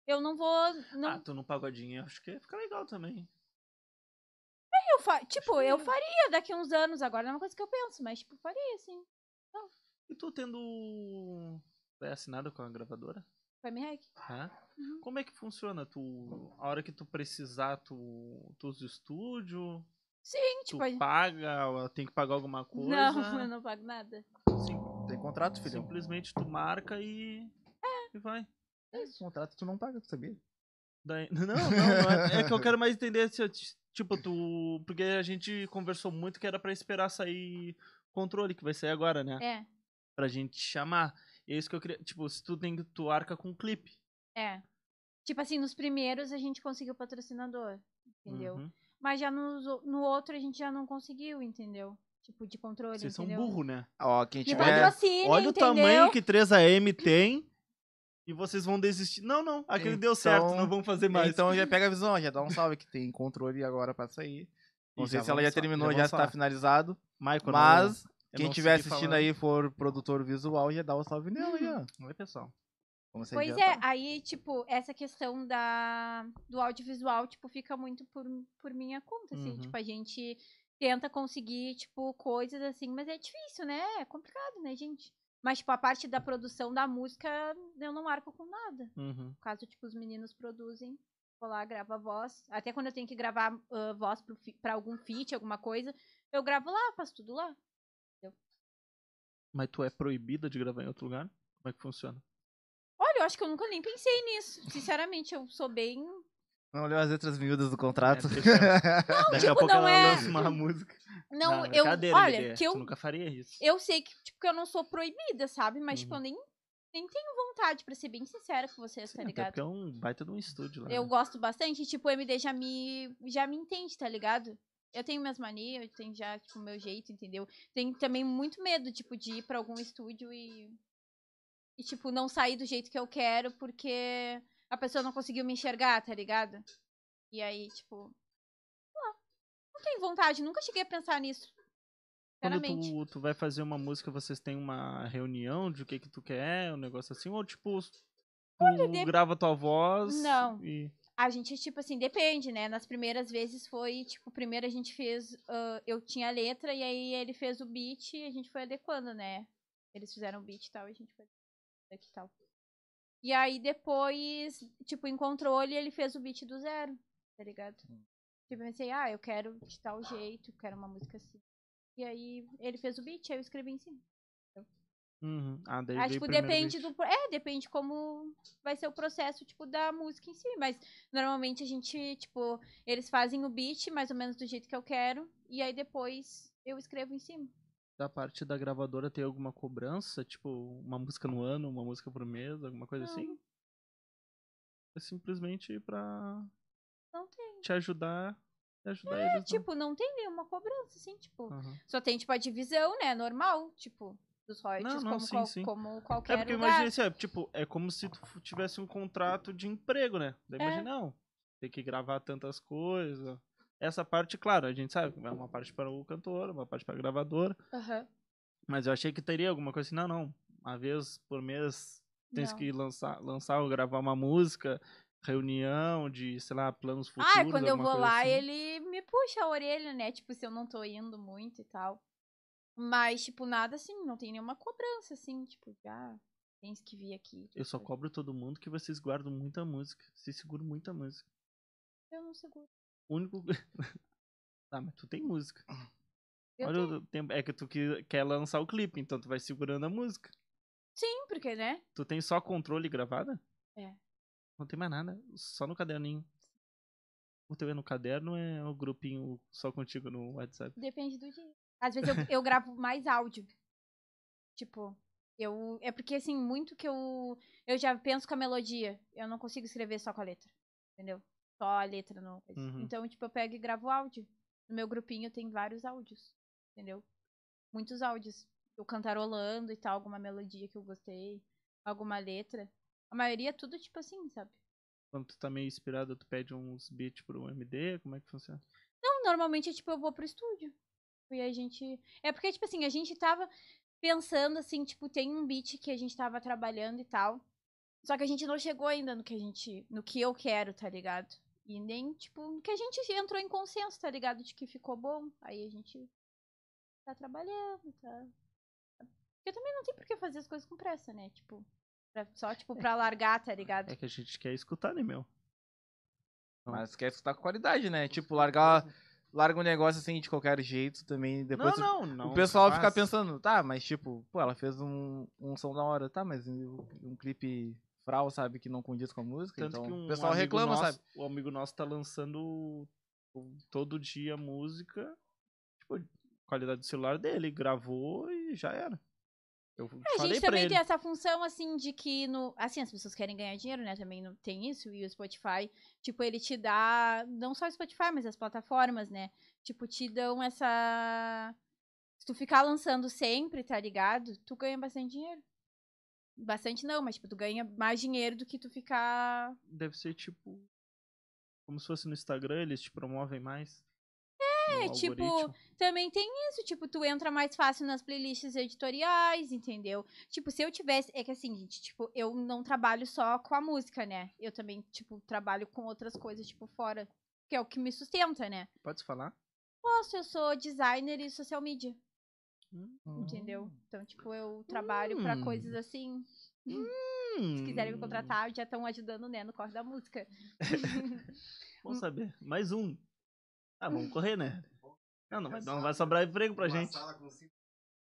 Speaker 3: Eu não vou. Não,
Speaker 1: Ah, tu no pagodinho, eu acho que fica legal também.
Speaker 3: eu fa... Tipo, eu faria daqui uns anos agora, não é uma coisa que eu penso, mas, tipo, faria, sim.
Speaker 1: E tu tendo... É assinado com a gravadora?
Speaker 3: Foi me hack.
Speaker 1: É?
Speaker 3: Uhum.
Speaker 1: Como é que funciona? Tu, a hora que tu precisar, tu, tu usa o estúdio?
Speaker 3: Sim,
Speaker 1: Tu
Speaker 3: tipo. a-
Speaker 1: paga, ou tem que pagar alguma coisa?
Speaker 3: Não, eu não pago nada.
Speaker 1: Sim,
Speaker 2: Tem contrato, filhão.
Speaker 1: simplesmente tu marca e, e vai.
Speaker 2: É, contrato tu não paga, tu sabia?
Speaker 1: Daí- não, não, não é, é que eu quero mais entender se, eu t- tipo, tu... Porque a gente conversou muito que era pra esperar sair controle, que vai sair agora, né?
Speaker 3: É,
Speaker 1: Pra gente chamar. E é isso que eu queria... Tipo, se tu tem... Tu arca com clipe.
Speaker 3: é. Tipo assim, nos primeiros a gente conseguiu patrocinador, entendeu?
Speaker 1: Uhum.
Speaker 3: Mas já nos o- no outro a gente já não conseguiu, entendeu? Tipo, de controle,
Speaker 1: Vocês são
Speaker 3: entendeu?
Speaker 1: burro, né?
Speaker 2: Ó, quem
Speaker 3: Me
Speaker 2: tiver...
Speaker 3: patrocine,
Speaker 1: Olha o
Speaker 3: entendeu?
Speaker 1: tamanho que três A M tem e vocês vão desistir. Não, não. Aquele deu certo,
Speaker 2: Então-
Speaker 1: não vamos fazer mais.
Speaker 2: Então já pega a visão, ó, já dá um salve que tem controle agora pra sair. Não
Speaker 1: E
Speaker 2: sei
Speaker 1: já
Speaker 2: se ela
Speaker 1: vamos
Speaker 2: já
Speaker 1: só-
Speaker 2: terminou,
Speaker 1: já
Speaker 2: já
Speaker 1: vamos
Speaker 2: está
Speaker 1: falar.
Speaker 2: finalizado.
Speaker 1: Michael,
Speaker 2: Mas
Speaker 1: não- eu
Speaker 2: quem
Speaker 1: não
Speaker 2: estiver
Speaker 1: segui
Speaker 2: assistindo
Speaker 1: falando.
Speaker 2: aí for produtor visual, já dá o salve nela aí, ó.
Speaker 1: Oi, pessoal.
Speaker 2: Vamos se
Speaker 3: Pois é,
Speaker 2: adiantar.
Speaker 3: aí, tipo, essa questão da, do audiovisual, tipo, fica muito por, por minha conta, assim.
Speaker 1: Uhum.
Speaker 3: Tipo, a gente tenta conseguir, tipo, coisas assim, mas é difícil, né? É complicado, né, gente? Mas, tipo, a parte da produção da música, eu não marco com nada.
Speaker 1: Uhum.
Speaker 3: No caso, tipo, os meninos produzem, vou lá, gravo a voz. Até quando eu tenho que gravar ah, voz pro fi- pra algum feat, alguma coisa, eu gravo lá, faço tudo lá.
Speaker 1: Mas tu é proibida de gravar em outro lugar? Como é que funciona?
Speaker 3: Olha, eu acho que eu nunca nem pensei nisso. Sinceramente, eu sou bem.
Speaker 2: Não leu as letras miúdas do contrato.
Speaker 1: É, deixa ela- Daqui a
Speaker 3: tipo,
Speaker 1: pouco
Speaker 3: não
Speaker 1: ela
Speaker 3: é-
Speaker 1: lança uma música.
Speaker 3: Não, eu.
Speaker 1: brincadeira,
Speaker 3: Olha,
Speaker 1: L D.
Speaker 3: que eu,
Speaker 1: Tu nunca faria isso.
Speaker 3: eu sei que, tipo, que eu não sou proibida, sabe? Mas, tipo,
Speaker 1: Uhum.
Speaker 3: eu nem, nem tenho vontade, pra ser bem sincera com vocês,
Speaker 1: Sim,
Speaker 3: tá
Speaker 1: até
Speaker 3: ligado?
Speaker 1: porque é um baita de um estúdio lá.
Speaker 3: Eu
Speaker 1: né?
Speaker 3: gosto bastante, tipo, o M D já me, já me entende, tá ligado? Eu tenho minhas manias, eu tenho já, tipo, o meu jeito, entendeu? Tenho também muito medo, tipo, de ir pra algum estúdio e. E, tipo, não sair do jeito que eu quero porque a pessoa não conseguiu me enxergar, tá ligado? E aí, tipo. Não, não tenho vontade, nunca cheguei a pensar nisso.
Speaker 1: Quando
Speaker 3: Sinceramente.
Speaker 1: tu, tu vai fazer uma música, vocês têm uma reunião de o que que tu quer, um negócio assim? Ou, tipo, tu
Speaker 3: de-
Speaker 1: grava tua voz
Speaker 3: Não.
Speaker 1: e...
Speaker 3: A gente, tipo assim, depende, né? Nas primeiras vezes foi, tipo, primeiro a gente fez. ah, eu tinha a letra e aí ele fez o beat e a gente foi adequando, né? Eles fizeram o beat e tal, e a gente foi aqui e tal. E aí depois, tipo, em controle, ele fez o beat do zero, tá ligado? Tipo, eu pensei, ah, eu quero de tal jeito, quero uma música assim. E aí ele fez o beat, aí eu escrevi em cima.
Speaker 1: Uhum. Ah, daí
Speaker 3: Ah,
Speaker 1: veio
Speaker 3: tipo,
Speaker 1: o primeiro
Speaker 3: depende
Speaker 1: beat.
Speaker 3: do. É, depende como vai ser o processo, tipo, da música em si. Mas normalmente a gente, tipo, eles fazem o beat mais ou menos do jeito que eu quero. E aí depois eu escrevo em cima.
Speaker 1: Da parte da gravadora tem alguma cobrança? Tipo, uma música no ano, uma música por mês, alguma coisa
Speaker 3: Não.
Speaker 1: assim? É simplesmente pra
Speaker 3: Não tem.
Speaker 1: te ajudar e ajudar eles. não.
Speaker 3: Tipo, não tem nenhuma cobrança, assim, tipo.
Speaker 1: Aham.
Speaker 3: Só tem, tipo, a divisão, né? Normal, tipo, dos royalties,
Speaker 1: Não, não,
Speaker 3: como,
Speaker 1: sim,
Speaker 3: qual-
Speaker 1: sim.
Speaker 3: como
Speaker 1: É
Speaker 3: qualquer
Speaker 1: porque
Speaker 3: lugar.
Speaker 1: imagina assim, é, tipo, é como se tu f- tivesse um contrato de emprego, né? Daí
Speaker 3: É.
Speaker 1: imagina, não, tem que gravar tantas coisas. Essa parte, claro, a gente sabe, é uma parte para o cantor, uma parte para a gravadora.
Speaker 3: Aham.
Speaker 1: Mas eu achei que teria alguma coisa assim, não, não. Uma vez por mês tens
Speaker 3: Não.
Speaker 1: que lançar, lançar ou gravar uma música, reunião de, sei lá, planos futuros.
Speaker 3: Ah, quando eu
Speaker 1: alguma
Speaker 3: vou
Speaker 1: coisa
Speaker 3: lá,
Speaker 1: assim.
Speaker 3: ele me puxa a orelha, né? Tipo, se eu não tô indo muito e tal. Mas, tipo, nada assim, não tem nenhuma cobrança, assim, tipo, já tens que vir aqui.
Speaker 1: Eu só cobro todo mundo que vocês guardam muita música. Vocês seguram muita música.
Speaker 3: Eu não seguro.
Speaker 1: O único. Ah, mas tu tem música.
Speaker 3: Eu
Speaker 1: Olha
Speaker 3: tenho.
Speaker 1: o tempo. É que tu que- quer lançar o clipe, então tu vai segurando a música.
Speaker 3: Sim, porque, né?
Speaker 1: Tu tem só controle gravada?
Speaker 3: É.
Speaker 1: Não tem mais nada. Só no caderninho. O teu é no caderno ou é o grupinho só contigo no WhatsApp?
Speaker 3: Depende do dia. Às vezes eu, eu gravo mais áudio. Tipo, eu. É porque, assim, muito que eu. Eu já penso com a melodia. Eu não consigo escrever só com a letra. Entendeu? Só a letra no.
Speaker 1: Uhum.
Speaker 3: Então, tipo, eu pego e gravo áudio. No meu grupinho tem vários áudios. Entendeu? Muitos áudios. Eu cantarolando e tal, alguma melodia que eu gostei. Alguma letra. A maioria é tudo tipo assim, sabe?
Speaker 1: Quando tu tá meio inspirado, tu pede uns beats pro M D? Como é que funciona?
Speaker 3: Não, normalmente é tipo, eu vou pro estúdio. E aí a gente. É porque, tipo assim, a gente tava pensando assim, tipo, tem um beat que a gente tava trabalhando e tal. Só que a gente não chegou ainda no que a gente, no que eu quero, tá ligado? E nem, tipo, no que a gente entrou em consenso, tá ligado? De que ficou bom. Aí a gente tá trabalhando, tá... Porque também não tem por que fazer as coisas com pressa, né? Tipo, pra- só, tipo, pra largar, tá ligado?
Speaker 1: É que a gente quer escutar, né, meu?
Speaker 2: Mas quer escutar com qualidade, né? Tipo, largar, larga um negócio assim de qualquer jeito também. Depois
Speaker 1: Não,
Speaker 2: o,
Speaker 1: não, não.
Speaker 2: o pessoal fica
Speaker 1: faz.
Speaker 2: pensando, tá, mas tipo, pô, ela fez um, um som da hora, tá, mas um, um clipe fral, sabe, que não condiz com a música.
Speaker 1: Tanto
Speaker 2: Então
Speaker 1: que um
Speaker 2: o pessoal
Speaker 1: amigo
Speaker 2: reclama,
Speaker 1: nosso,
Speaker 2: sabe?
Speaker 1: o amigo nosso tá lançando todo dia música, tipo, qualidade do celular dele, gravou e já era. Eu
Speaker 3: A
Speaker 1: falei
Speaker 3: gente
Speaker 1: pra
Speaker 3: também
Speaker 1: ele.
Speaker 3: tem essa função, assim, de que no. Assim, as pessoas querem ganhar dinheiro, né? Também não tem isso. E o Spotify, tipo, ele te dá. Não só o Spotify, mas as plataformas, né? Tipo, te dão essa. Se tu ficar lançando sempre, tá ligado? Tu ganha bastante dinheiro. Bastante não, mas tipo, tu ganha mais dinheiro do que tu ficar.
Speaker 1: Deve ser tipo. Como se fosse no Instagram, eles te promovem mais.
Speaker 3: É,
Speaker 1: No
Speaker 3: tipo,
Speaker 1: algoritmo.
Speaker 3: também tem isso, tipo, tu entra mais fácil nas playlists editoriais, entendeu? Tipo, se eu tivesse, é que assim, gente, tipo, eu não trabalho só com a música, né? Eu também, tipo, trabalho com outras coisas, tipo, fora, que é o que me sustenta, né?
Speaker 1: Pode falar?
Speaker 3: Posso, eu sou designer e social media,
Speaker 1: Hum.
Speaker 3: entendeu? Então, tipo, eu trabalho pra
Speaker 1: Hum.
Speaker 3: coisas assim.
Speaker 1: Hum.
Speaker 3: Se quiserem me contratar, já estão ajudando, né, no corre da música.
Speaker 1: Vamos saber. Mais um. Ah, vamos correr, né? Não, não vai, não vai sobrar emprego pra
Speaker 4: Uma
Speaker 1: gente.
Speaker 4: sala com cinco...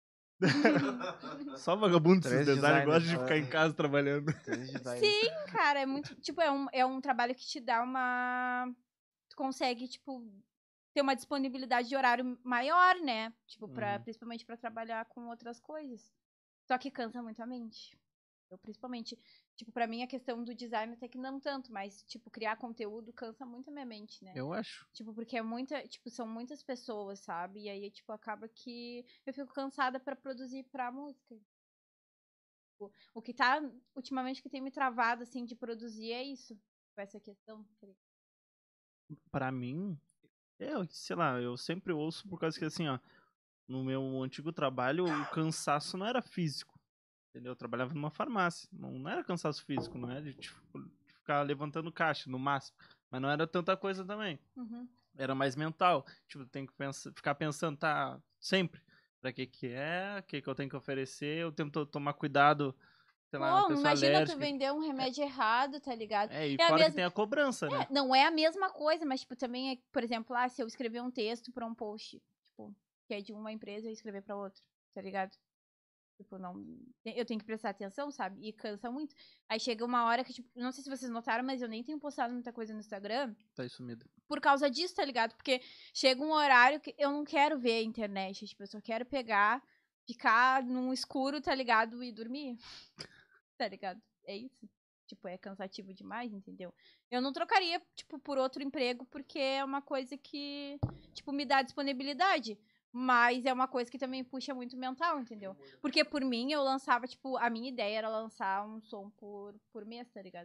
Speaker 1: Só vagabundo desses
Speaker 2: Três
Speaker 1: designers gosta de
Speaker 2: designers,
Speaker 1: ficar
Speaker 2: é.
Speaker 1: em casa trabalhando.
Speaker 2: Três designers.
Speaker 3: Sim, cara, é muito. Tipo, é um, é um trabalho que te dá uma. Tu consegue, tipo, ter uma disponibilidade de horário maior, né? Tipo, pra,
Speaker 1: Uhum.
Speaker 3: principalmente pra trabalhar com outras coisas. Só que cansa muito a mente. Eu, principalmente, tipo, pra mim a questão do design até que não tanto, mas, tipo, criar conteúdo cansa muito a minha mente, né?
Speaker 1: Eu acho.
Speaker 3: Tipo, porque é muita, tipo, são muitas pessoas, sabe? E aí, tipo, acaba que eu fico cansada pra produzir pra música. Tipo, o que tá, ultimamente, que tem me travado, assim, de produzir é isso. Essa questão.
Speaker 1: Pra mim, eu, sei lá, eu sempre ouço por causa que, assim, ó, no meu antigo trabalho, o cansaço não era físico. Entendeu? Eu trabalhava numa farmácia. Não, não era cansaço físico, não é de, tipo, de ficar levantando caixa, no máximo. Mas não era tanta coisa também.
Speaker 3: Uhum.
Speaker 1: Era mais mental. Tipo, tem que pensar, ficar pensando, tá, sempre. Pra que que é, o que que eu tenho que oferecer. Eu tento tomar cuidado, sei lá, uma
Speaker 3: Pô,
Speaker 1: pessoa
Speaker 3: imagina tu
Speaker 1: alérgica.
Speaker 3: vender um remédio errado, tá ligado?
Speaker 1: É, e
Speaker 3: É a
Speaker 1: fora que
Speaker 3: mesma-
Speaker 1: tem a cobrança, né?
Speaker 3: É, não é a mesma coisa, mas, tipo, também é, por exemplo, ah, se eu escrever um texto pra um post, tipo, que é de uma empresa e escrever pra outra, tá ligado? Tipo, não. Eu tenho que prestar atenção, sabe? E cansa muito. Aí chega uma hora que, tipo, não sei se vocês notaram, mas eu nem tenho postado muita coisa no Instagram
Speaker 1: Tá sumido.
Speaker 3: por causa disso, tá ligado? Porque chega um horário que eu não quero ver a internet. Tipo, eu só quero pegar, ficar num escuro, tá ligado? E dormir. Tá ligado? É isso. Tipo, é cansativo demais, entendeu? Eu não trocaria, tipo, por outro emprego, porque é uma coisa que, tipo, me dá disponibilidade. Mas é uma coisa que também puxa muito mental, entendeu? Porque por mim, eu lançava, tipo, a minha ideia era lançar um som por, por mês, tá ligado?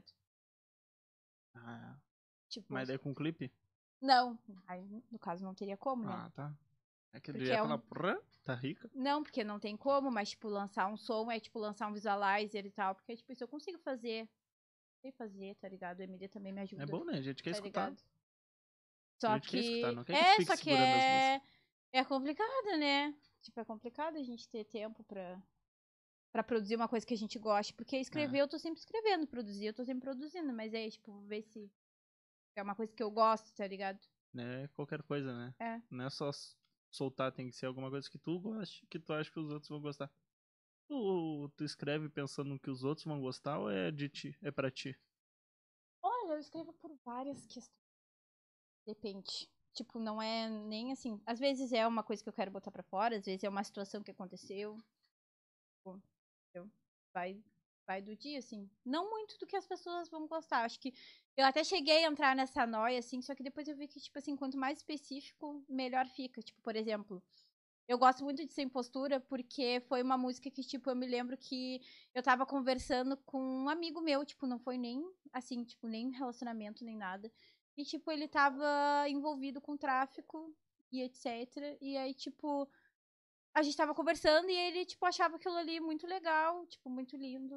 Speaker 1: Ah,
Speaker 3: Tipo,
Speaker 1: mas daí com clipe?
Speaker 3: não. Aí, no caso, não teria como, né?
Speaker 1: Ah, tá. É que ele
Speaker 3: Porque
Speaker 1: ia
Speaker 3: é
Speaker 1: falar,
Speaker 3: um-
Speaker 1: porra, tá rica?
Speaker 3: Não, porque não tem como, mas, tipo, lançar um som é, tipo, lançar um visualizer e tal. Porque, tipo, isso eu consigo fazer. Sei fazer, tá ligado? O M D também me ajuda.
Speaker 1: É bom, né? A gente quer
Speaker 3: Tá
Speaker 1: escutar.
Speaker 3: ligado?
Speaker 1: A
Speaker 3: Só
Speaker 1: gente quer escutar,
Speaker 3: que.
Speaker 1: não quer que tu
Speaker 3: É,
Speaker 1: fique
Speaker 3: só que
Speaker 1: segurando as
Speaker 3: é.
Speaker 1: músicas.
Speaker 3: É complicado, né? Tipo, é complicado a gente ter tempo pra, pra produzir uma coisa que a gente goste. Porque escrever
Speaker 1: É.
Speaker 3: eu tô sempre escrevendo, produzir eu tô sempre produzindo. Mas é, tipo, ver se é uma coisa que eu gosto, tá ligado?
Speaker 1: Né? Qualquer coisa, né?
Speaker 3: É.
Speaker 1: Não é só s- soltar, tem que ser alguma coisa que tu goste, que tu acha que os outros vão gostar. Tu, tu escreve pensando no que os outros vão gostar ou é de ti? É pra ti?
Speaker 3: Olha, eu escrevo por várias questões. Depende. Tipo, não é nem assim. Às vezes é uma coisa que eu quero botar pra fora, às vezes é uma situação que aconteceu. Tipo, entendeu? Vai, vai do dia, assim. Não muito do que as pessoas vão gostar. Acho que eu até cheguei a entrar nessa noia, assim, só que depois eu vi que, tipo assim, quanto mais específico, melhor fica. Tipo, por exemplo, eu gosto muito de Sem Postura porque foi uma música que, tipo, eu me lembro que eu tava conversando com um amigo meu, tipo, não foi nem, assim, tipo, nem relacionamento, nem nada. E, tipo, ele tava envolvido com tráfico e etcétera. E aí, tipo, a gente tava conversando e ele, tipo, achava aquilo ali muito legal, tipo, muito lindo,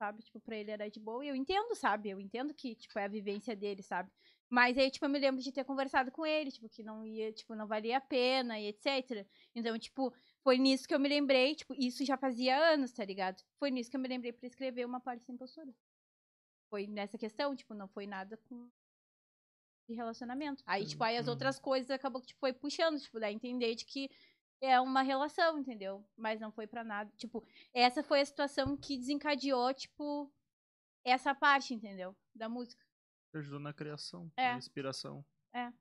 Speaker 3: sabe? Tipo, pra ele era de boa. E eu entendo, sabe? Eu entendo que, tipo, é a vivência dele, sabe? Mas aí, tipo, eu me lembro de ter conversado com ele, tipo, que não ia, tipo, não valia a pena e etcétera. Então, tipo, foi nisso que eu me lembrei, tipo, isso já fazia anos, tá ligado? Foi nisso que eu me lembrei pra escrever Uma Parte Sem Postura. Foi nessa questão, tipo, não foi nada com de relacionamento. Aí, tipo, aí as
Speaker 1: Uhum.
Speaker 3: outras coisas acabou que, tipo, foi puxando, tipo, dá a entender de que é uma relação, entendeu? Mas não foi pra nada. Tipo, essa foi a situação que desencadeou, tipo, essa parte, entendeu? Da música.
Speaker 1: Ajudou na criação,
Speaker 3: É.
Speaker 1: na inspiração.
Speaker 3: É.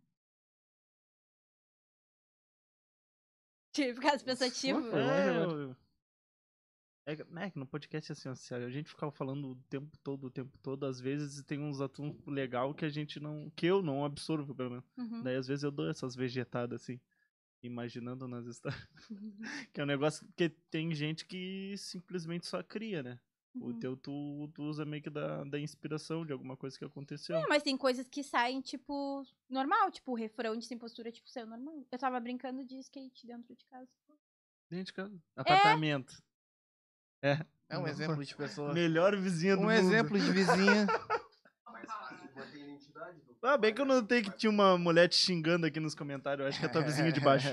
Speaker 3: Tive que ficar pensativo.
Speaker 2: Pô, foi longe
Speaker 1: É,
Speaker 2: agora.
Speaker 1: eu- É, que- né, que no podcast assim, ó, se a gente ficava falando o tempo todo, o tempo todo, às vezes tem uns assuntos legal que a gente não, que eu não absorvo, pelo menos.
Speaker 3: Uhum.
Speaker 1: Daí às vezes eu dou essas vegetadas assim, imaginando nas histórias. Que é um negócio que tem gente que simplesmente só cria, né? O
Speaker 3: Uhum.
Speaker 1: teu tu, tu usa meio que da, da inspiração de alguma coisa que aconteceu.
Speaker 3: É, mas tem coisas que saem, tipo, normal. Tipo, o refrão de Sem Postura, tipo, saiu normal. Eu tava brincando de skate dentro de casa.
Speaker 1: Dentro de casa. Apartamento. É.
Speaker 2: É um
Speaker 1: Não,
Speaker 2: exemplo de pessoa.
Speaker 1: Melhor vizinha do
Speaker 2: Um
Speaker 1: mundo.
Speaker 2: exemplo de vizinha.
Speaker 4: Mais fácil de manter a identidade do
Speaker 1: Ah, bem que eu notei que tinha uma mulher te xingando aqui nos comentários. Eu acho que é a tua vizinha de baixo.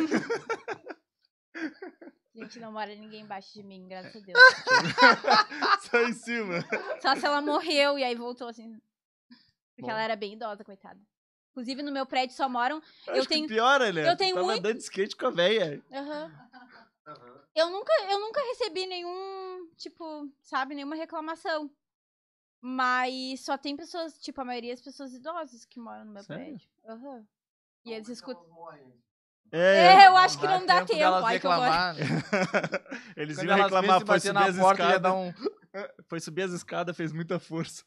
Speaker 3: Gente, não mora ninguém embaixo de mim, graças a Deus.
Speaker 1: Só em cima.
Speaker 3: Só se ela morreu e aí voltou assim. Porque
Speaker 1: Bom.
Speaker 3: ela era bem idosa, coitada. Inclusive, no meu prédio só moram.
Speaker 1: Eu
Speaker 3: Eu
Speaker 1: acho
Speaker 3: tenho-
Speaker 1: que piora, né?
Speaker 3: eu
Speaker 1: Tu
Speaker 3: tenho
Speaker 1: tava
Speaker 3: muito-
Speaker 1: andando de skate com a véia.
Speaker 3: Aham.
Speaker 4: Aham.
Speaker 3: Eu nunca, eu nunca recebi nenhum, tipo, sabe, nenhuma reclamação. Mas só tem pessoas, tipo, a maioria das pessoas idosas que moram no meu
Speaker 1: Sério?
Speaker 3: prédio. Aham. E
Speaker 4: Como
Speaker 3: eles
Speaker 4: é que
Speaker 3: escutam.
Speaker 4: elas morrem?
Speaker 1: É,
Speaker 3: É, eu acho que não dá tempo.
Speaker 2: delas
Speaker 3: Ai, que horror.
Speaker 2: reclamar.
Speaker 1: Eles
Speaker 2: Quando
Speaker 1: iam
Speaker 2: elas
Speaker 1: reclamar,
Speaker 2: vêm se
Speaker 1: foi
Speaker 2: bater
Speaker 1: subir
Speaker 2: na
Speaker 1: as
Speaker 2: porta, ia
Speaker 1: escadas.
Speaker 2: dar um...
Speaker 1: Foi subir as escadas, fez muita força.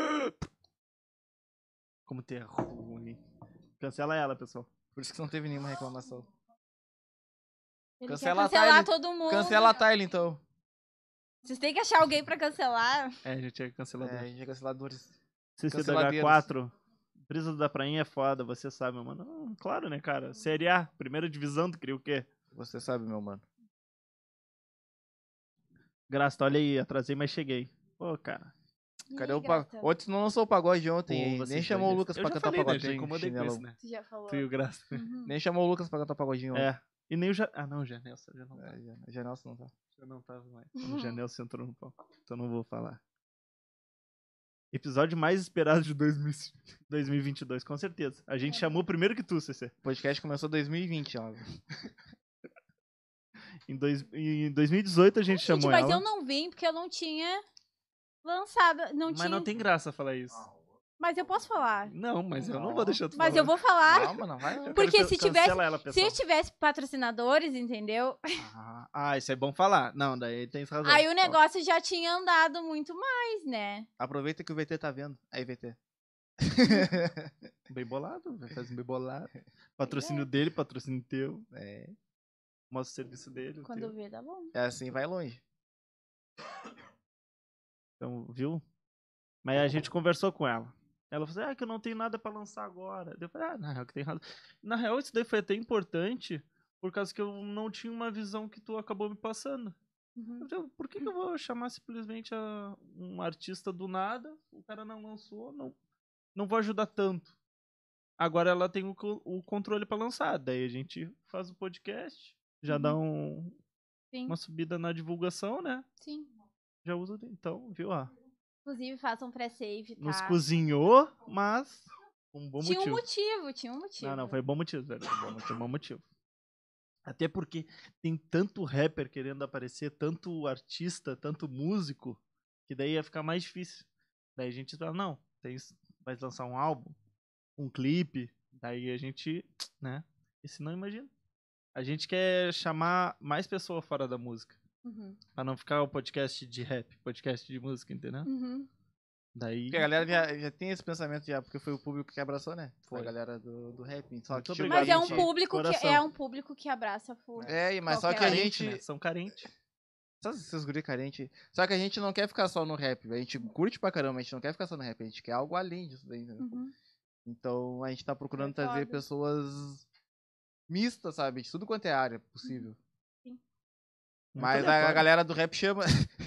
Speaker 1: Como ter ruim. Cancela ela, pessoal.
Speaker 2: Por isso que não teve nenhuma reclamação.
Speaker 3: Ele
Speaker 2: Cancela a
Speaker 3: quer cancelar
Speaker 2: Tyler.
Speaker 3: todo mundo.
Speaker 2: Cancela a Tyler, então.
Speaker 3: Vocês têm que achar alguém pra cancelar.
Speaker 1: É, a gente é cancelador.
Speaker 2: É, a gente é canceladores.
Speaker 1: C C W H
Speaker 2: canceladeiros.
Speaker 1: quatro. Brisa da Prainha é foda, você sabe, mano. Não, claro, né, cara? Série A, primeira divisão, tu queria o quê?
Speaker 2: Você sabe, meu mano.
Speaker 1: Graça, olha aí, atrasei, mas cheguei. Pô, cara.
Speaker 2: Cadê
Speaker 3: Ih,
Speaker 2: o pagode?
Speaker 3: Graça,
Speaker 2: Ontem tu não lançou o pagode ontem,
Speaker 1: Pô,
Speaker 2: hein?
Speaker 1: vocês
Speaker 2: Nem chamou o
Speaker 1: dois.
Speaker 2: Lucas
Speaker 1: Eu
Speaker 2: pra
Speaker 1: já
Speaker 2: cantar
Speaker 1: falei, né?
Speaker 2: pagodinho.
Speaker 1: Já incomodei com
Speaker 2: chinelão.
Speaker 1: isso, né?
Speaker 3: Tu já falou.
Speaker 1: Tu e o Graça.
Speaker 3: Uhum.
Speaker 2: Nem chamou o Lucas pra cantar pagodinho ontem.
Speaker 1: É. E nem o Ja... Ah, não, o Janelson já não tá.
Speaker 2: É, já- já Nelson não tá.
Speaker 1: Já não tava mais. O Janelson entrou no pau. Então não vou falar. Episódio mais esperado de dois mil e vinte e dois, com certeza. A gente chamou primeiro que tu, C C.
Speaker 2: O podcast começou em dois mil e vinte, ó.
Speaker 1: Em, dois... em dois mil e dezoito a gente
Speaker 3: Gente,
Speaker 1: chamou
Speaker 3: mas
Speaker 1: ela.
Speaker 3: eu não vim porque eu não tinha lançado. Não
Speaker 1: Mas
Speaker 3: tinha...
Speaker 1: não tem graça falar isso.
Speaker 3: Mas eu posso falar.
Speaker 1: Não, mas eu não
Speaker 2: Não.
Speaker 1: vou deixar tu
Speaker 3: Mas
Speaker 1: falar.
Speaker 3: eu vou falar.
Speaker 2: Calma, não vai.
Speaker 1: Eu
Speaker 3: Porque
Speaker 1: quero
Speaker 3: se
Speaker 1: can-
Speaker 3: tivesse-
Speaker 1: cancela ela,
Speaker 3: Se
Speaker 1: pessoal.
Speaker 3: eu tivesse patrocinadores, entendeu?
Speaker 1: Ah, ah, isso é bom falar. Não, daí tem razão.
Speaker 3: Aí o negócio já tinha andado muito mais, né?
Speaker 2: Aproveita que o V T tá vendo. Aí, V T.
Speaker 1: Bem bolado, vai fazer bem bolado. Patrocínio dele, patrocínio teu.
Speaker 2: É,
Speaker 1: Mostra o serviço dele. o
Speaker 3: Quando
Speaker 1: teu.
Speaker 3: vê, dá bom.
Speaker 2: é assim, vai longe.
Speaker 1: Então, viu? Mas a gente conversou com ela. Ela falou assim, ah, que eu não tenho nada pra lançar agora. Eu falei, ah, na real que tem razão. Na real, isso daí foi até importante, por causa que eu não tinha uma visão que tu acabou me passando.
Speaker 3: Uhum.
Speaker 1: Eu falei, por que, que eu vou chamar simplesmente a- um artista do nada? O cara não lançou, não, não vou ajudar tanto. Agora ela tem o, co- o controle pra lançar. Daí a gente faz o podcast, já
Speaker 3: Uhum.
Speaker 1: dá um,
Speaker 3: Sim,
Speaker 1: uma subida na divulgação, né?
Speaker 3: sim.
Speaker 1: Já usa. Então, viu? Ó,
Speaker 3: Inclusive, façam pré-save, tá?
Speaker 1: nos cozinhou, mas com um bom
Speaker 3: Tinha um
Speaker 1: motivo.
Speaker 3: motivo, tinha um motivo.
Speaker 1: Não, não, foi bom motivo, velho. Foi bom motivo, bom motivo. Até porque tem tanto rapper querendo aparecer, tanto artista, tanto músico, que daí ia ficar mais difícil. Daí a gente fala, não, tem, vai lançar um álbum, um clipe, daí a gente, né? E se não, imagina. A gente quer chamar mais pessoas fora da música.
Speaker 3: Uhum.
Speaker 1: Pra não ficar o podcast de rap, podcast de música, entendeu?
Speaker 3: Uhum.
Speaker 1: Daí.
Speaker 2: Porque a galera já, já tem esse pensamento já, porque foi o público que abraçou, né? Foi
Speaker 1: Foi.
Speaker 2: a galera do, do rap. Só
Speaker 1: Muito
Speaker 2: que, tipo,
Speaker 1: obrigado,
Speaker 3: Mas é
Speaker 2: a
Speaker 3: um
Speaker 2: gente-
Speaker 3: público que
Speaker 1: coração.
Speaker 3: é um público que abraça full.
Speaker 2: É, mas só que a
Speaker 3: Qualquer um.
Speaker 1: Carente,
Speaker 2: gente...
Speaker 1: né? São carentes.
Speaker 2: Só esses guri carentes. Só que a gente não quer ficar só no rap. A gente curte pra caramba, a gente não quer ficar só no rap. A gente quer algo além disso daí, entendeu?
Speaker 3: Uhum.
Speaker 2: Então a gente tá procurando
Speaker 3: É
Speaker 2: trazer
Speaker 3: foda.
Speaker 2: pessoas mistas, sabe? De tudo quanto é área possível.
Speaker 3: Sim.
Speaker 2: Mas
Speaker 1: Muito
Speaker 2: a, a
Speaker 1: aleatório.
Speaker 2: galera do rap chama.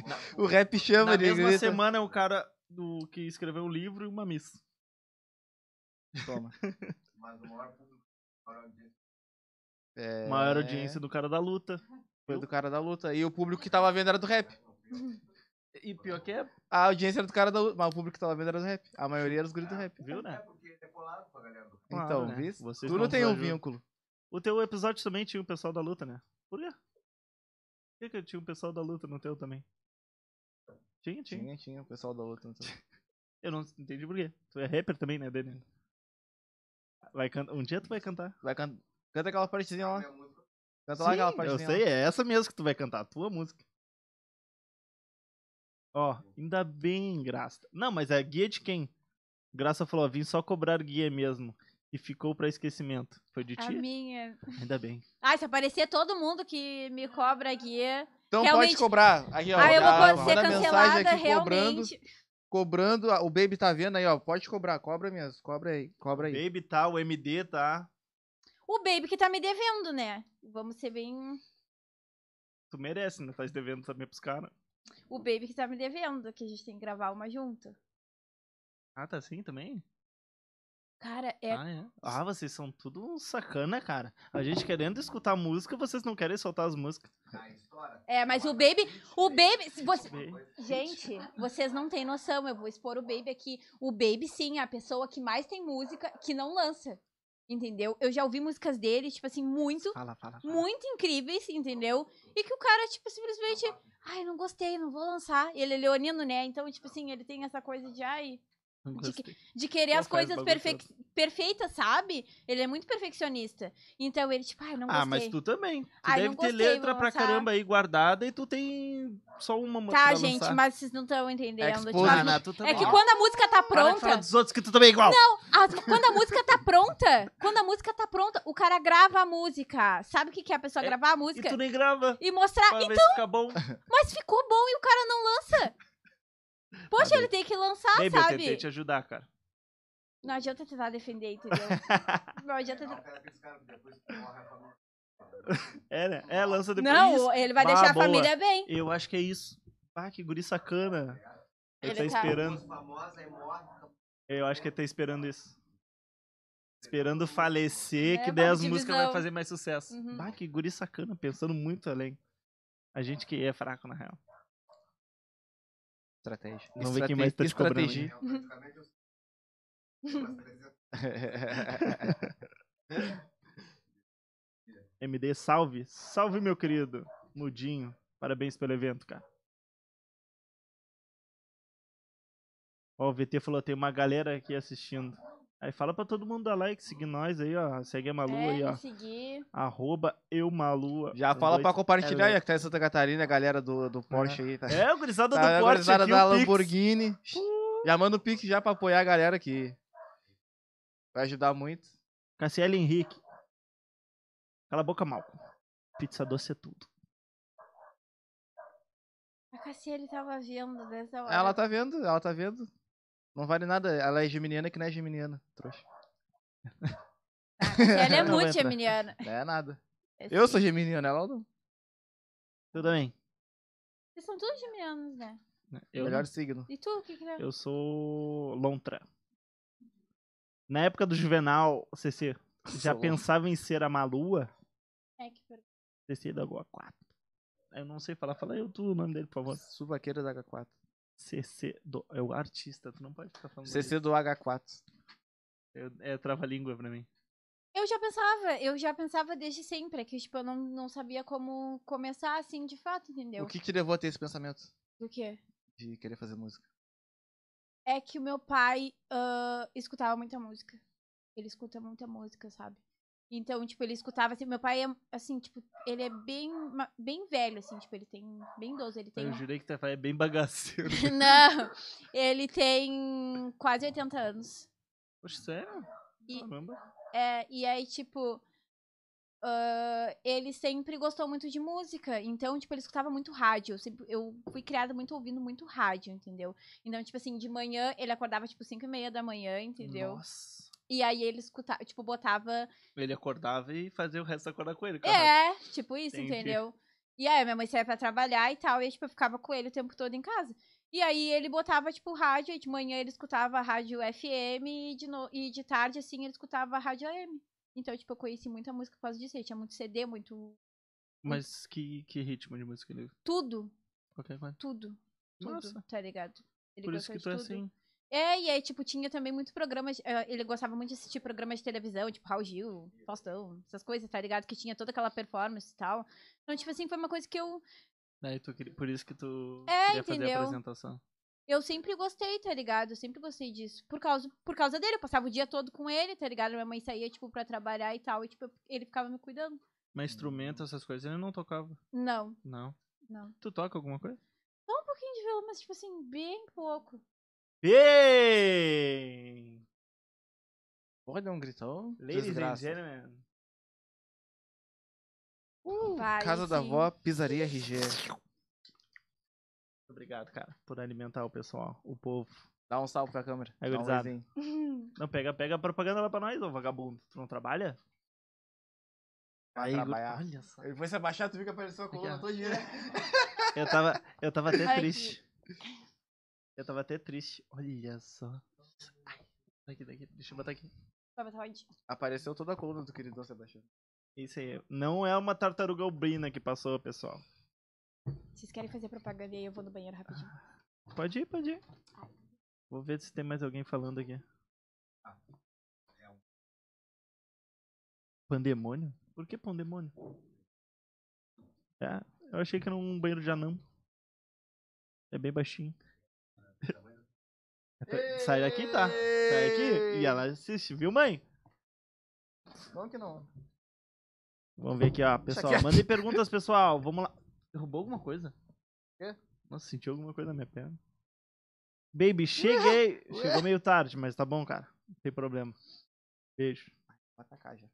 Speaker 2: O rap chama,
Speaker 1: Na
Speaker 2: ele
Speaker 1: mesma
Speaker 2: grita.
Speaker 1: semana é o cara do que escreveu um livro e uma missa.
Speaker 2: Toma.
Speaker 4: Mas o maior público, a maior audiência.
Speaker 2: É...
Speaker 1: Maior audiência do cara da luta.
Speaker 2: Foi do cara da luta. E o público que tava vendo era do rap.
Speaker 1: E pior que é,
Speaker 2: A audiência era do cara da luta, mas o público que tava vendo era do rap. A maioria era os gritos do rap.
Speaker 1: viu,
Speaker 4: É
Speaker 1: né?
Speaker 4: porque é colado pra galera do
Speaker 1: Claro,
Speaker 2: Então,
Speaker 1: né?
Speaker 2: viu?
Speaker 1: Vocês
Speaker 2: Tudo
Speaker 1: não
Speaker 2: tem um
Speaker 1: ajudam.
Speaker 2: vínculo.
Speaker 1: O teu episódio também tinha o pessoal da luta, né? Por quê? Por que, que tinha o pessoal da luta no teu também? Tinha, tinha.
Speaker 2: Tinha, tinha o pessoal da luta. Então.
Speaker 1: Eu não entendi por quê. Tu é rapper também, né, Daniel? Vai can... Um dia tu vai cantar.
Speaker 2: Vai can... Canta aquela partezinha lá.
Speaker 4: minha música.
Speaker 2: Canta lá aquela
Speaker 1: Sim, eu
Speaker 2: partezinha
Speaker 1: sei,
Speaker 2: lá.
Speaker 1: é essa mesmo que tu vai cantar, a tua música. Ó, ainda bem, Graça. Não, mas é guia de quem? Graça falou, ó, vim só cobrar guia mesmo. E ficou pra esquecimento. Foi de
Speaker 3: A
Speaker 1: ti?
Speaker 3: minha.
Speaker 1: Ainda bem.
Speaker 3: Ai, se aparecer todo mundo que me cobra guia.
Speaker 2: Então
Speaker 3: Realmente-
Speaker 2: pode cobrar. Aqui, ó.
Speaker 3: Aí eu vou
Speaker 2: já
Speaker 3: ser
Speaker 2: manda mensagem
Speaker 3: cancelada,
Speaker 2: aqui cobrando.
Speaker 3: realmente.
Speaker 2: Cobrando. O Baby tá vendo aí, ó. Pode cobrar. Cobra mesmo. Cobra aí. Cobra aí.
Speaker 1: Baby tá, o M D tá.
Speaker 3: O Baby que tá me devendo, né? Vamos ser bem.
Speaker 1: Tu merece, né? Tá devendo também pros caras.
Speaker 3: O Baby que tá me devendo, que a gente tem que gravar uma junto.
Speaker 1: Ah, tá assim também?
Speaker 3: Cara, é.
Speaker 1: Ah, é. Ah, vocês são tudo um sacana, cara. A gente querendo escutar música, vocês não querem soltar as músicas.
Speaker 4: A história.
Speaker 3: É, mas o Baby. O Baby. Se você...
Speaker 1: Baby.
Speaker 3: Gente, vocês não têm noção. Eu vou expor o Baby aqui. O Baby, sim, é a pessoa que mais tem música que não lança. Entendeu? Eu já ouvi músicas dele, tipo assim, muito,
Speaker 1: Fala, fala, fala.
Speaker 3: muito incríveis, entendeu? E que o cara, tipo, simplesmente. Ai, não gostei, não vou lançar. Ele é leonino, né? Então, tipo assim, ele tem essa coisa de. Ai.
Speaker 1: Não
Speaker 3: de que-
Speaker 1: gostei.
Speaker 3: De querer
Speaker 1: Pô,
Speaker 3: as
Speaker 1: faz
Speaker 3: coisas
Speaker 1: bagulho
Speaker 3: perfe... perfeitas, sabe? Ele é muito perfeccionista. Então ele, tipo, ai, não gostei.
Speaker 1: Ah, mas tu também. Tu
Speaker 3: Ai,
Speaker 1: deve
Speaker 3: não
Speaker 1: ter
Speaker 3: gostei,
Speaker 1: letra
Speaker 3: vou
Speaker 1: pra
Speaker 3: lançar.
Speaker 1: caramba aí guardada e tu tem só uma
Speaker 3: Tá,
Speaker 1: pra
Speaker 3: gente,
Speaker 1: lançar.
Speaker 3: mas vocês não estão entendendo.
Speaker 2: Expose.
Speaker 3: Tipo,
Speaker 1: Ah,
Speaker 3: as-
Speaker 1: não, tu
Speaker 3: é
Speaker 1: também.
Speaker 3: que quando a música tá
Speaker 1: Para de falar
Speaker 3: pronta.
Speaker 1: dos outros que tu também é igual.
Speaker 3: as- quando a música tá pronta, quando a música tá pronta, o cara grava a música. Sabe o que que é a pessoa
Speaker 1: É,
Speaker 3: gravar a
Speaker 1: E
Speaker 3: música?
Speaker 1: tu nem grava.
Speaker 3: E mostrar.
Speaker 1: Pra
Speaker 3: E-
Speaker 1: ver se fica bom.
Speaker 3: Mas ficou bom e o cara não lança. Poxa,
Speaker 1: Tá
Speaker 3: ele tem que lançar,
Speaker 1: Baby, eu tentei
Speaker 3: sabe?
Speaker 1: te ajudar, cara.
Speaker 3: Não adianta tentar defender, entendeu? Não adianta
Speaker 4: Não,
Speaker 3: tentar.
Speaker 4: cara, aqueles caras que depois que morre a família.
Speaker 1: É, né? É, lança depois.
Speaker 3: Não,
Speaker 1: Isso.
Speaker 3: ele vai
Speaker 1: Bah,
Speaker 3: deixar
Speaker 1: boa.
Speaker 3: a família bem.
Speaker 1: Eu acho que é isso. Ah, que guri sacana. Ele,
Speaker 3: Ele
Speaker 1: tá
Speaker 3: tá-
Speaker 1: esperando.
Speaker 4: Os famosos aí morrem.
Speaker 1: Eu acho que ele tá esperando isso. Esperando falecer,
Speaker 3: É,
Speaker 1: que daí as
Speaker 3: divisão.
Speaker 1: músicas vai fazer mais sucesso.
Speaker 3: Uhum.
Speaker 1: Bah, que guri sacana, pensando muito além. A gente que é fraco, na real.
Speaker 2: Estratégia.
Speaker 1: Vamos ver quem mais tá te cobrando aí.
Speaker 2: Estratégia.
Speaker 4: É, praticamente os. Umas trezentas.
Speaker 1: M D, salve. Salve, meu querido. Mudinho. Parabéns pelo evento, cara. Ó, o V T falou, tem uma galera aqui assistindo. Aí fala pra todo mundo dar like, seguir nós aí, ó. Segue a Malu
Speaker 3: É,
Speaker 1: aí, ó.
Speaker 3: me seguir.
Speaker 1: Arroba eumalua.
Speaker 2: Já
Speaker 1: Com
Speaker 2: fala
Speaker 1: dois
Speaker 2: pra compartilhar aí,
Speaker 1: L.
Speaker 2: ó, que tá em Santa Catarina, a galera do, do Porsche aí. Tá,
Speaker 1: É, o gurizada
Speaker 2: tá
Speaker 1: do
Speaker 2: a
Speaker 1: Porsche
Speaker 2: gurizada
Speaker 1: aqui,
Speaker 2: da
Speaker 1: o Pix.
Speaker 2: Lamborghini. Já manda o Pix já pra apoiar a galera aqui. Vai ajudar muito.
Speaker 1: Cassiele Henrique. Cala a boca, mal. Pizza doce é tudo.
Speaker 3: A Cassiele tava vendo dessa hora.
Speaker 2: Ela tá vendo, ela tá vendo. Não vale nada, ela é geminiana que não é geminiana, trouxa.
Speaker 3: A Cassiele é
Speaker 1: Não vai
Speaker 3: muito
Speaker 1: entrar.
Speaker 3: geminiana.
Speaker 2: Não é nada.
Speaker 3: É
Speaker 2: Eu
Speaker 3: sim.
Speaker 2: sou geminiano, ela não.
Speaker 1: Tu também.
Speaker 3: Vocês são todos geminianos, né?
Speaker 1: Eu,
Speaker 2: Melhor
Speaker 1: não.
Speaker 2: signo.
Speaker 3: E tu, o que que é?
Speaker 1: Eu sou lontra. Na época do Juvenal, C C, já
Speaker 2: Sou
Speaker 1: pensava em ser a Malua?
Speaker 3: É, que per-
Speaker 1: C C da Goa quatro. Eu não sei falar. Fala aí tu o nome dele, por favor.
Speaker 2: Subaqueira da H quatro.
Speaker 1: C C do... É o artista, tu não pode ficar falando
Speaker 2: C C
Speaker 1: dele.
Speaker 2: do H quatro.
Speaker 1: Eu- É trava-língua pra mim.
Speaker 3: Eu já pensava, eu já pensava desde sempre, que tipo, eu não, não sabia como começar assim, de fato, entendeu?
Speaker 2: O que te levou a ter esse pensamento
Speaker 3: Do quê?
Speaker 2: de querer fazer música?
Speaker 3: É que o meu pai ah, escutava muita música. Ele escuta muita música, sabe? Então, tipo, ele escutava assim, meu pai é, assim, tipo, ele é bem, ma- bem velho, assim, tipo, ele tem, bem idoso, ele tem...
Speaker 1: Eu jurei que tu ia falar, é bem bagaceiro.
Speaker 3: Não, ele tem quase oitenta anos.
Speaker 1: Poxa, sério?
Speaker 3: E-
Speaker 1: Caramba.
Speaker 3: É, e aí, tipo, ah, ele sempre gostou muito de música. Então, tipo, ele escutava muito rádio. Eu, sempre, eu fui criada muito ouvindo muito rádio, entendeu? Então, tipo assim, de manhã ele acordava, tipo, cinco e meia da manhã, entendeu?
Speaker 1: Nossa.
Speaker 3: E aí ele escutava, tipo, botava.
Speaker 1: Ele acordava e fazia o resto acordar com ele, cara.
Speaker 3: É, tipo isso,
Speaker 1: Entendi.
Speaker 3: entendeu? E aí, minha mãe saía pra trabalhar e tal, e tipo, eu ficava com ele o tempo todo em casa. E aí ele botava, tipo, rádio, e de manhã ele escutava rádio F M, e de, no... e de tarde, assim, ele escutava rádio A M. Então, tipo, eu conheci muita música por causa disso. Ele tinha muito C D, muito...
Speaker 1: Mas que, que ritmo de música ele...
Speaker 3: Tudo,
Speaker 1: Qualquer coisa.
Speaker 3: tudo, tudo,
Speaker 1: Nossa,
Speaker 3: tá ligado? Ele
Speaker 1: por isso
Speaker 3: gostou
Speaker 1: que
Speaker 3: de
Speaker 1: tu é
Speaker 3: tudo.
Speaker 1: assim.
Speaker 3: É, e aí, tipo, tinha também muito programas. eh, Ele gostava muito de assistir programas de televisão, tipo Raul Gil, Faustão, essas coisas, tá ligado? Que tinha toda aquela performance e tal. Então, tipo assim, foi uma coisa que eu,
Speaker 1: Daí tu queria... Por isso que tu
Speaker 3: É,
Speaker 1: queria fazer a
Speaker 3: entendeu?
Speaker 1: apresentação.
Speaker 3: eu sempre gostei, tá ligado? Eu sempre gostei disso. Por causa, por causa dele, eu passava o dia todo com ele, tá ligado? Minha mãe saía, tipo, pra trabalhar e tal, e, tipo, ele ficava me cuidando.
Speaker 1: Mas instrumento, essas coisas, ele não tocava.
Speaker 3: Não,
Speaker 1: Não.
Speaker 3: não.
Speaker 1: Tu toca alguma coisa?
Speaker 3: Só um pouquinho de violão, mas, tipo assim, bem pouco.
Speaker 1: Bem!
Speaker 2: Porra, deu um gritão.
Speaker 1: Ladies and
Speaker 2: Desgraça.
Speaker 1: gentlemen.
Speaker 2: Uh,
Speaker 3: Vai,
Speaker 2: Casa da
Speaker 3: sim.
Speaker 2: Avó, Pizzaria R G.
Speaker 1: Obrigado, cara, por alimentar o pessoal, o povo.
Speaker 2: Dá um salve pra câmera.
Speaker 1: Aí,
Speaker 2: Dá um
Speaker 1: gurizada.
Speaker 2: oizinho.
Speaker 1: Não, pega, pega a propaganda lá pra nós, ô vagabundo. Tu não trabalha?
Speaker 2: Vai
Speaker 1: Aí, gu-
Speaker 2: trabalhar.
Speaker 1: olha só.
Speaker 2: Ele foi se abaixar, tu viu que apareceu a coluna
Speaker 1: Aqui, ó.
Speaker 2: todinha, né?
Speaker 1: Eu tava, eu tava até
Speaker 3: Ai,
Speaker 1: triste. Eu tava até triste. Olha só. Ai, daqui, daqui. Deixa eu botar aqui.
Speaker 3: Vai botar onde?
Speaker 2: Apareceu toda a coluna do querido Sebastião.
Speaker 1: Isso aí. Não é uma tartaruga albina que passou, pessoal.
Speaker 3: Vocês querem fazer propaganda e aí eu vou no banheiro rapidinho.
Speaker 1: Pode ir, pode ir. Vou ver se tem mais alguém falando aqui. Pandemônio? Por que pandemônio? É, eu achei que era um banheiro de anão. É bem baixinho. Sai daqui, tá? Sai daqui. E ela assiste, viu, mãe?
Speaker 2: Não que não.
Speaker 1: Vamos ver aqui, ó. Pessoal,
Speaker 2: quieto.
Speaker 1: mandem perguntas, pessoal. Vamos lá. Derrubou alguma coisa?
Speaker 2: Quê?
Speaker 1: Nossa, senti alguma coisa na minha perna. Baby, cheguei. Chegou meio tarde, mas tá bom, cara. Não tem problema. Beijo.
Speaker 2: Vai atacar já.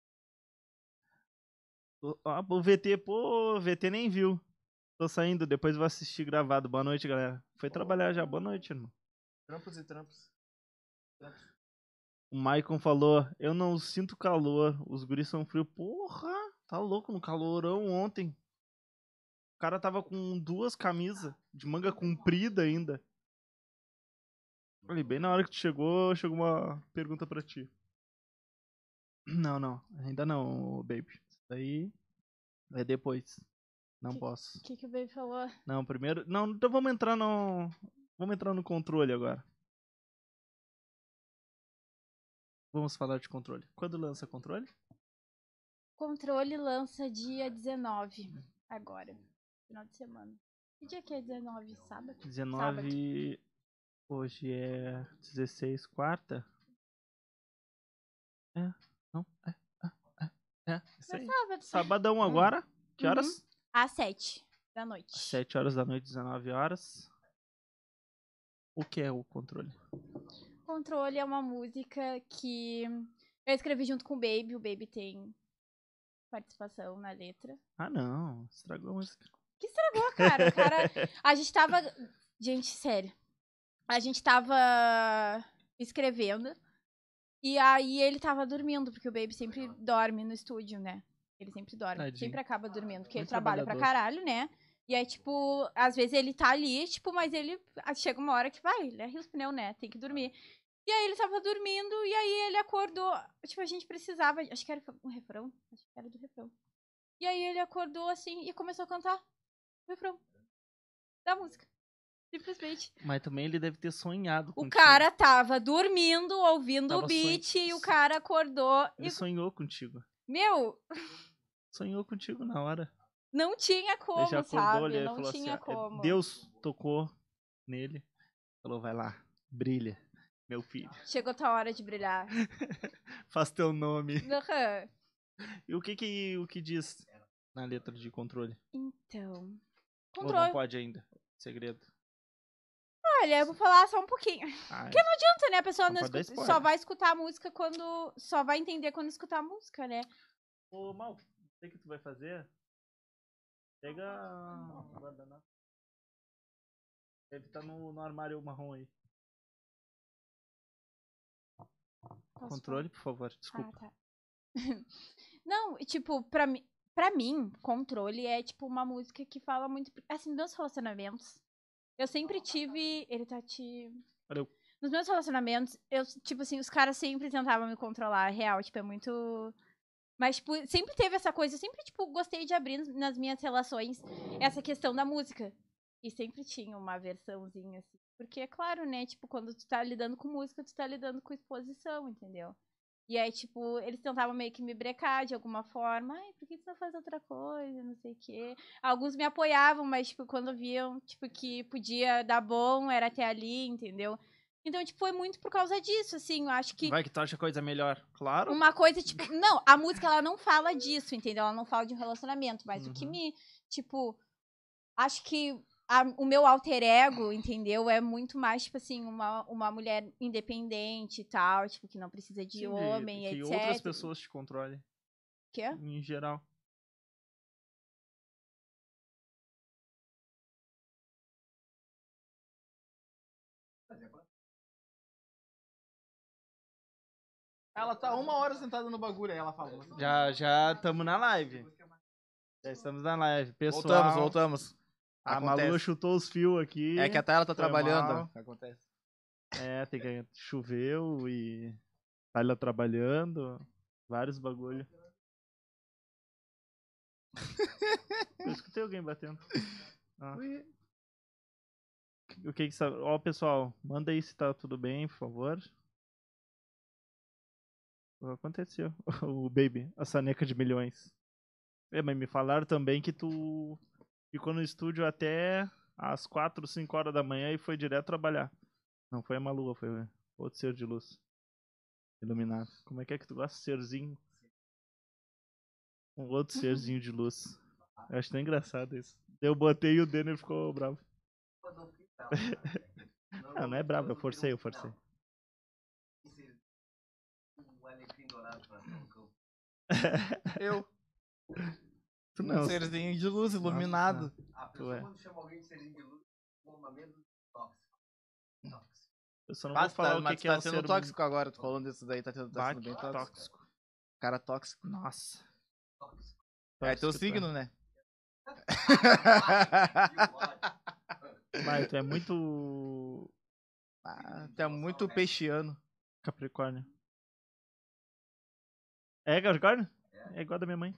Speaker 1: O, ó, o V T, pô, o V T nem viu. Tô saindo, depois vou assistir gravado. Boa noite, galera. Foi trabalhar já. Boa noite, irmão.
Speaker 2: Trampos e trampos. Trampos.
Speaker 1: O Maicon falou, eu não sinto calor, os guris são frios. Porra, tá louco no calorão ontem. O cara tava com duas camisas, de manga comprida ainda. Falei, bem na hora que tu chegou, chegou uma pergunta pra ti. Não, não, ainda não, baby. Isso daí é depois. Não
Speaker 3: Que-
Speaker 1: posso.
Speaker 3: O que, que o Baby falou?
Speaker 1: Não, primeiro. Não, então vamos entrar no. Vamos entrar no controle agora. Vamos falar de controle. Quando lança controle?
Speaker 3: Controle lança dia dezenove. Agora. Final de semana. Que dia que é dezenove? Sábado?
Speaker 1: dezenove. Hoje é dezesseis, quarta? É, não, é, é, é, é, isso
Speaker 3: É
Speaker 1: aí.
Speaker 3: sábado.
Speaker 1: Sabadão agora, que
Speaker 3: Uhum.
Speaker 1: horas?
Speaker 3: Às sete da noite.
Speaker 1: sete horas da noite, dezenove horas. O que é o controle?
Speaker 3: Controle é uma música que eu escrevi junto com o Baby. O Baby tem participação na letra.
Speaker 1: Ah, não, estragou a música.
Speaker 3: Que estragou, cara. O cara. A gente tava. Gente, sério. A gente tava escrevendo. E aí ele tava dormindo, porque o Baby sempre dorme no estúdio, né? Ele sempre dorme.
Speaker 1: Tadinho.
Speaker 3: Sempre acaba dormindo, porque ele
Speaker 1: Muito
Speaker 3: trabalha pra
Speaker 1: trabalhador.
Speaker 3: caralho, né? E aí, tipo, às vezes ele tá ali, tipo, mas ele ah, chega uma hora que vai, ele arria os pneus, né? Tem que dormir. E aí ele tava dormindo, e aí ele acordou. Tipo, a gente precisava. Acho que era um refrão. Acho que era do refrão. E aí ele acordou assim e começou a cantar o refrão da música. Simplesmente.
Speaker 1: Mas também ele deve ter sonhado
Speaker 3: O
Speaker 1: contigo.
Speaker 3: cara tava dormindo, ouvindo
Speaker 1: Tava
Speaker 3: o beat,
Speaker 1: sonho-
Speaker 3: e o cara acordou
Speaker 1: Ele
Speaker 3: e.
Speaker 1: sonhou contigo.
Speaker 3: Meu,
Speaker 1: Sonhou contigo na hora.
Speaker 3: não tinha
Speaker 1: Ele
Speaker 3: como,
Speaker 1: já acordou
Speaker 3: sabe?
Speaker 1: ali e
Speaker 3: Não
Speaker 1: falou
Speaker 3: tinha
Speaker 1: assim, ó, é,
Speaker 3: como.
Speaker 1: Deus tocou nele. Falou, vai lá, brilha, meu filho.
Speaker 3: Chegou tua hora de brilhar.
Speaker 1: Faz teu nome.
Speaker 3: Aham.
Speaker 1: E o que que, o que diz na letra de controle?
Speaker 3: Então.
Speaker 1: Ou não
Speaker 3: Controle.
Speaker 1: pode ainda? Segredo.
Speaker 3: Olha, eu vou falar só um pouquinho.
Speaker 1: Ah,
Speaker 3: Porque não adianta, né? A pessoa
Speaker 1: Não
Speaker 3: não
Speaker 1: pode dar
Speaker 3: escuta-
Speaker 1: spoiler.
Speaker 3: só vai escutar a música quando. Só vai entender quando escutar a música, né?
Speaker 1: Ô, Mal, o que que tu vai fazer? Pega o guardanapo. Deve estar no, no armário marrom aí.
Speaker 3: Posso
Speaker 1: Controle, por favor. Desculpa.
Speaker 3: Ah, tá. Não, tipo, pra mim. pra mim, Controle é, tipo, uma música que fala muito... Assim, nos meus relacionamentos, eu sempre tive... Ele tá te...
Speaker 1: Valeu.
Speaker 3: Nos meus relacionamentos, eu, tipo assim, os caras sempre tentavam me controlar, real, tipo, é muito... Mas, tipo, sempre teve essa coisa, eu sempre, tipo, gostei de abrir nas minhas relações essa questão da música. E sempre tinha uma versãozinha, assim. Porque, é claro, né, tipo, quando tu tá lidando com música, tu tá lidando com exposição, entendeu? E aí, tipo, eles tentavam meio que me brecar de alguma forma. Ai, por que tu não faz outra coisa, não sei o quê. Alguns me apoiavam, mas, tipo, quando viam, tipo, que podia dar bom, era até ali, entendeu? Então, tipo, foi muito por causa disso, assim, eu acho que...
Speaker 1: Vai que tu acha coisa melhor. Claro.
Speaker 3: Uma coisa, tipo... Não, a música, ela não fala disso, entendeu? Ela não fala de um relacionamento. Mas
Speaker 1: Uhum.
Speaker 3: o que me, tipo... Acho que a- o meu alter ego, entendeu? É muito mais, tipo assim, uma, uma mulher independente e tal. Tipo, que não precisa de
Speaker 1: Sim,
Speaker 3: homem,
Speaker 1: que
Speaker 3: etcétera.
Speaker 1: outras pessoas te controlem.
Speaker 3: Quê?
Speaker 1: Em geral.
Speaker 2: Ela tá uma hora sentada no bagulho, aí ela fala.
Speaker 1: Já, já estamos na live. Já estamos na live. Pessoal,
Speaker 2: Voltamos, voltamos.
Speaker 1: a
Speaker 2: Acontece.
Speaker 1: Malu chutou os fios aqui.
Speaker 2: É que a Tayla tá
Speaker 1: Foi
Speaker 2: trabalhando.
Speaker 1: mal.
Speaker 2: Acontece.
Speaker 1: É, tem que... Choveu e... Tayla trabalhando. Vários bagulho. Eu escutei alguém batendo. Ah. O que que sabe? Ó, pessoal, manda aí se tá tudo bem, por favor. O que aconteceu? O Baby, a saneca de milhões. É, mas me falaram também que tu ficou no estúdio até às quatro, cinco horas da manhã e foi direto trabalhar. Não foi a Malu, foi outro ser de luz. Iluminado. Como é que é que tu gosta de serzinho? Um outro serzinho de luz. Eu acho tão engraçado isso. Eu botei e o Denner ficou bravo. Não, não é bravo, eu forcei, eu forcei.
Speaker 4: O alecrim dourado pra no campo.
Speaker 2: Eu.
Speaker 1: Tu
Speaker 2: Um
Speaker 1: não.
Speaker 2: serzinho de luz, iluminado.
Speaker 4: A
Speaker 1: Tu
Speaker 4: pessoa
Speaker 1: é.
Speaker 4: quando chama alguém de serinho de luz, uma menos tóxico. Tóxico.
Speaker 1: Eu só não
Speaker 2: Ah,
Speaker 1: vou
Speaker 2: tu
Speaker 1: falar
Speaker 2: tá,
Speaker 1: o
Speaker 2: mas
Speaker 1: que,
Speaker 2: tu
Speaker 1: que é
Speaker 2: tá
Speaker 1: um
Speaker 2: sendo
Speaker 1: ser
Speaker 2: tóxico agora, tu falando disso daí, tá, sendo- tá sendo bem tóxico.
Speaker 1: tóxico.
Speaker 2: Cara tóxico.
Speaker 1: Nossa.
Speaker 4: Tóxico.
Speaker 2: É teu
Speaker 1: Tóxico tu
Speaker 2: signo, né?
Speaker 1: Mas tu é muito
Speaker 2: Ah, tu é muito peixiano.
Speaker 1: Capricórnio. É Capricórnio? É igual da minha mãe.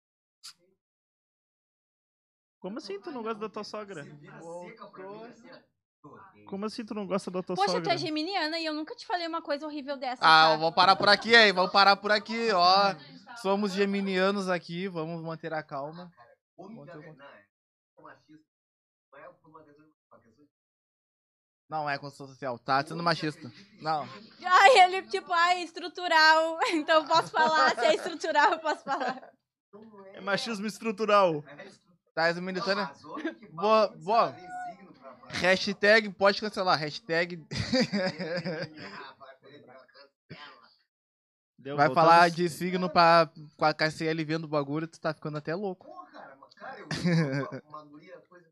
Speaker 1: Como assim tu não gosta da tua sogra?
Speaker 4: Se vira seca pra mim, assim, ó.
Speaker 1: Como assim tu não gosta da tua
Speaker 3: Poxa, tu
Speaker 1: sogra?
Speaker 3: é geminiana e eu nunca te falei uma coisa horrível dessa,
Speaker 2: Ah,
Speaker 3: tá?
Speaker 2: vamos parar por aqui aí, vamos parar por aqui, ó. Somos geminianos aqui, vamos manter a calma.
Speaker 4: Homem
Speaker 2: Bota eu
Speaker 4: da
Speaker 2: boto.
Speaker 4: não, é machista. Não é por uma questão uma questão de...
Speaker 2: Não é construção social, tá sendo machista. Não.
Speaker 3: Ai, ele, tipo, ai, estrutural. Então eu posso falar. Se é estrutural, eu posso falar.
Speaker 4: Não
Speaker 1: É machismo estrutural.
Speaker 4: É estrutural.
Speaker 2: Tá militando.
Speaker 4: As homens que
Speaker 2: Boa,
Speaker 4: falam,
Speaker 2: boa.
Speaker 4: você tá em signo pra- pra-
Speaker 2: Hashtag, pode cancelar. Hashtag.
Speaker 4: Ah, vai, cancela.
Speaker 1: Deu,
Speaker 2: Vai
Speaker 1: voltamos.
Speaker 2: falar de signo pra, com a K C L vendo o bagulho, tu tá ficando até louco.
Speaker 4: Pô, cara, mas, cara, eu uma, uma guria, coisa.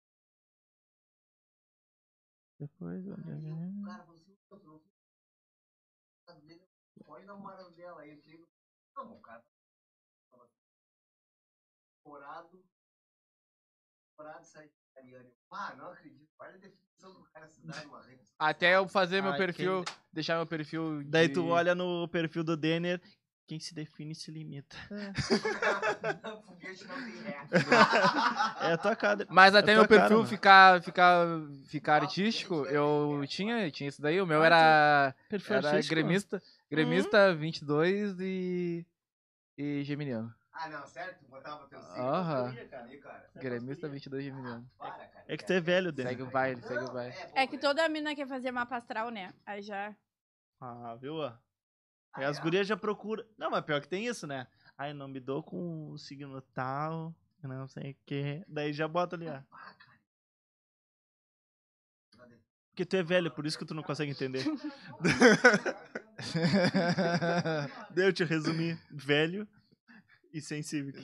Speaker 1: Depois,
Speaker 4: Cara, você não pode dar uma hora dela aí. Eu chego. Não, o cara. Corado. Corado sagitariano. Ah, não acredito. Olha a definição do cara se dar numa rede.
Speaker 2: Até eu fazer meu
Speaker 1: Ai,
Speaker 2: perfil, deixar meu perfil.
Speaker 1: Daí
Speaker 2: de-
Speaker 1: tu olha no perfil do Denner, quem se define se limita.
Speaker 4: Foguete não tem ré.
Speaker 1: É a tua cara.
Speaker 2: Mas até
Speaker 1: É
Speaker 2: meu
Speaker 1: tua cara,
Speaker 2: perfil
Speaker 1: mano.
Speaker 2: ficar, ficar, ficar artístico, eu tinha, tinha isso daí. O meu
Speaker 1: Ah,
Speaker 2: era,
Speaker 1: Perfil
Speaker 2: era
Speaker 1: artístico?
Speaker 2: gremista, gremista vinte e dois e, e geminiano.
Speaker 4: Ah, não, certo? Botava teu signo.
Speaker 2: Aham.
Speaker 4: Eu ia, cara, aí, cara.
Speaker 2: Gremista vinte e dois geminiano.
Speaker 4: Para, cara.
Speaker 1: É que tu é velho,
Speaker 2: Segue
Speaker 1: Denner.
Speaker 2: o baile, segue o baile.
Speaker 3: É que toda mina quer fazer mapa astral, né? Aí já.
Speaker 1: Ah, viu? ó? Aí as gurias já procuram. Não, mas pior que tem isso, né? Ai, não me dou com o signo tal, não sei o que. Daí já bota ali, ó. Porque tu é velho, por isso que tu não consegue entender. Daí eu te resumi. Velho e sem civic.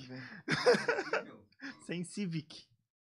Speaker 1: Sem civic.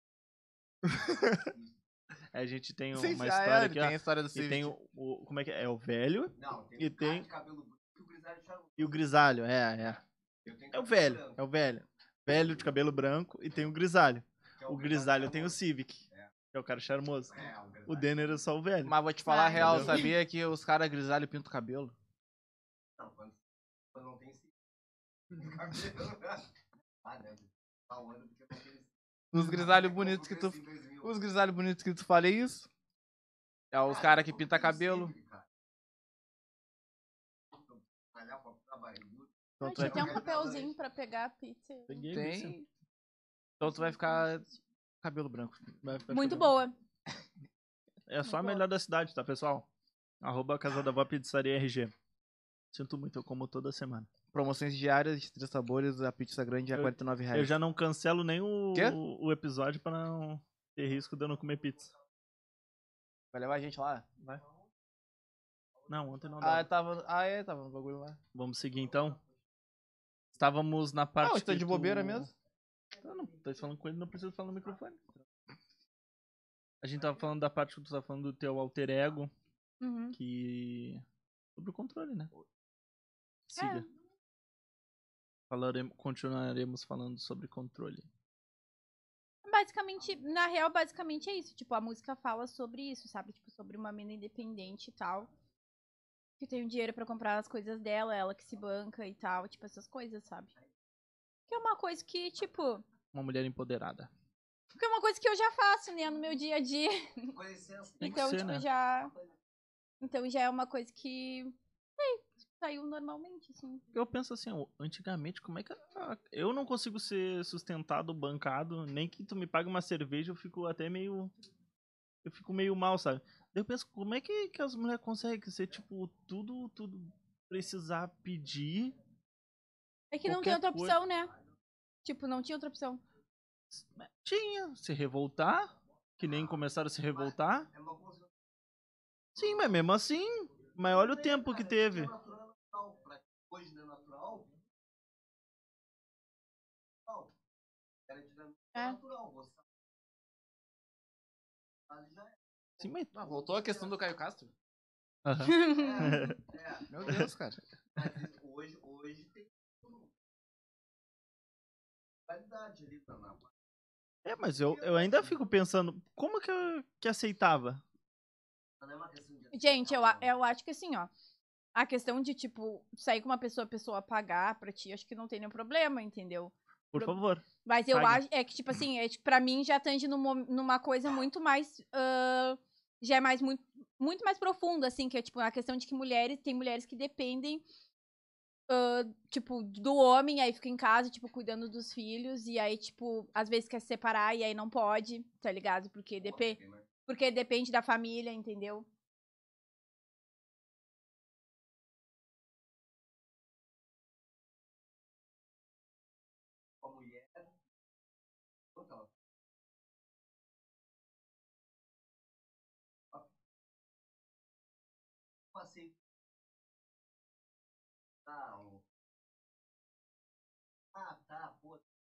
Speaker 1: A gente tem
Speaker 2: Sim,
Speaker 1: uma
Speaker 2: ah,
Speaker 1: história
Speaker 2: é,
Speaker 1: aqui,
Speaker 2: tem
Speaker 1: ó.
Speaker 2: a história do
Speaker 1: E
Speaker 2: Civic.
Speaker 1: tem o, o- Como é que é? É o velho
Speaker 4: Não, tem
Speaker 1: E
Speaker 4: um cara
Speaker 1: tem-
Speaker 4: de cabelo branco e o grisalho charmoso.
Speaker 1: e o grisalho. É, é.
Speaker 4: Eu tenho
Speaker 1: É o
Speaker 4: cabelo
Speaker 1: velho.
Speaker 4: branco.
Speaker 1: É o velho. velho de cabelo branco, e tem o grisalho. O grisalho tem o Civic, que é o cara charmoso. O Denner é só o velho.
Speaker 2: Mas vou te falar a
Speaker 3: Ah,
Speaker 2: real,
Speaker 1: entendeu?
Speaker 2: sabia que os caras grisalhos pintam o cabelo?
Speaker 4: Não, quando, quando não tem esse cabelo. Ah, né? Tá onda porque não tem esse.
Speaker 2: Os grisalhos bonitos que tu... Os grisalhos bonitos que tu falei isso? É os caras que pintam cabelo. Então
Speaker 3: Ah,
Speaker 2: tu vai,
Speaker 3: tinha até um papelzinho pra pegar a pizza.
Speaker 1: Peguei,
Speaker 2: tem... então tu vai ficar cabelo branco.
Speaker 1: vai ficar
Speaker 3: Muito
Speaker 1: cabelo.
Speaker 3: boa.
Speaker 1: É só a
Speaker 3: Muito
Speaker 1: melhor da cidade, tá, pessoal? Arroba Casa da Vó Pizzaria R G. Sinto muito, eu como toda semana.
Speaker 2: Promoções diárias de três sabores, a pizza grande é
Speaker 1: Eu-
Speaker 2: quarenta e nove reais.
Speaker 1: Eu já não cancelo nem o,
Speaker 2: Quê?
Speaker 1: o episódio pra não ter risco de eu não comer pizza.
Speaker 2: Vai levar a gente lá? Vai.
Speaker 1: Não, ontem não
Speaker 2: Ah,
Speaker 1: dá.
Speaker 2: tava... ah, é, tava no bagulho lá.
Speaker 1: Vamos seguir então. Estávamos na parte.
Speaker 2: Ah, hoje tá
Speaker 1: que
Speaker 2: de
Speaker 1: tu-
Speaker 2: bobeira mesmo?
Speaker 1: Tá, não, tá falando com ele, não precisa falar no microfone. A gente tava falando da parte que tu tava falando do teu alter ego,
Speaker 3: Uhum.
Speaker 1: que. Sobre o controle, né? Siga.
Speaker 3: É.
Speaker 1: Falaremos, continuaremos falando sobre controle.
Speaker 3: Basicamente, na real, basicamente é isso. Tipo, a música fala sobre isso, sabe? Tipo, sobre uma mina independente e tal. Que tem o dinheiro pra comprar as coisas dela, ela que se banca e tal. Tipo, essas coisas, sabe? Que é uma coisa que, tipo...
Speaker 1: Uma mulher empoderada.
Speaker 3: Que é uma coisa que eu já faço, né? No meu dia a dia.
Speaker 4: Com licença.
Speaker 1: Tem que
Speaker 3: Então,
Speaker 1: ser,
Speaker 3: tipo,
Speaker 1: né?
Speaker 3: já... Então já é uma coisa que... Sei, saiu normalmente, assim.
Speaker 1: Eu penso assim, ó, antigamente, como é que. a- Eu não consigo ser sustentado, bancado, nem que tu me pague uma cerveja, eu fico até meio. Eu fico meio mal, sabe? Daí eu penso, como é que, que as mulheres conseguem ser, tipo, tudo, tudo precisar pedir?
Speaker 3: É que não
Speaker 1: Qualquer
Speaker 3: tem outra
Speaker 1: coisa.
Speaker 3: opção, né? Tipo, não tinha outra opção.
Speaker 1: Tinha, se revoltar, que nem começaram a se revoltar.
Speaker 4: É uma coisa.
Speaker 1: Sim, mas mesmo assim, mas olha o tempo que teve.
Speaker 4: É natural, é natural. Pra hoje não é natural. Não. Era antigamente
Speaker 3: É.
Speaker 4: natural. Você sabe, já é.
Speaker 1: Sim, mas.
Speaker 2: Ah, voltou a questão do Caio Castro?
Speaker 1: Aham.
Speaker 4: É, é.
Speaker 2: Meu Deus, cara.
Speaker 4: Mas isso, hoje, hoje tem qualidade ali pra na
Speaker 1: É, mas eu, eu ainda fico pensando, como que, eu, que aceitava?
Speaker 4: não é uma questão de
Speaker 3: Gente, eu, a- eu acho que assim, ó. A questão de, tipo, sair com uma pessoa, a pessoa pagar pra ti, acho que não tem nenhum problema, entendeu?
Speaker 1: Por
Speaker 3: Pro-
Speaker 1: favor.
Speaker 3: Mas eu
Speaker 1: Pague.
Speaker 3: acho, é que, tipo assim, é, tipo, pra mim já tange numa, numa coisa muito mais, ah, já é mais, muito, muito mais profunda, assim, que é, tipo, a questão de que mulheres, tem mulheres que dependem, ah, tipo, do homem, aí fica em casa, tipo, cuidando dos filhos, e aí, tipo, às vezes quer se separar, e aí não pode, tá ligado? Porque, depe porque depende da família, entendeu?
Speaker 4: a mulher. Quanto ela passei. Ah, o- ah, tá, pô.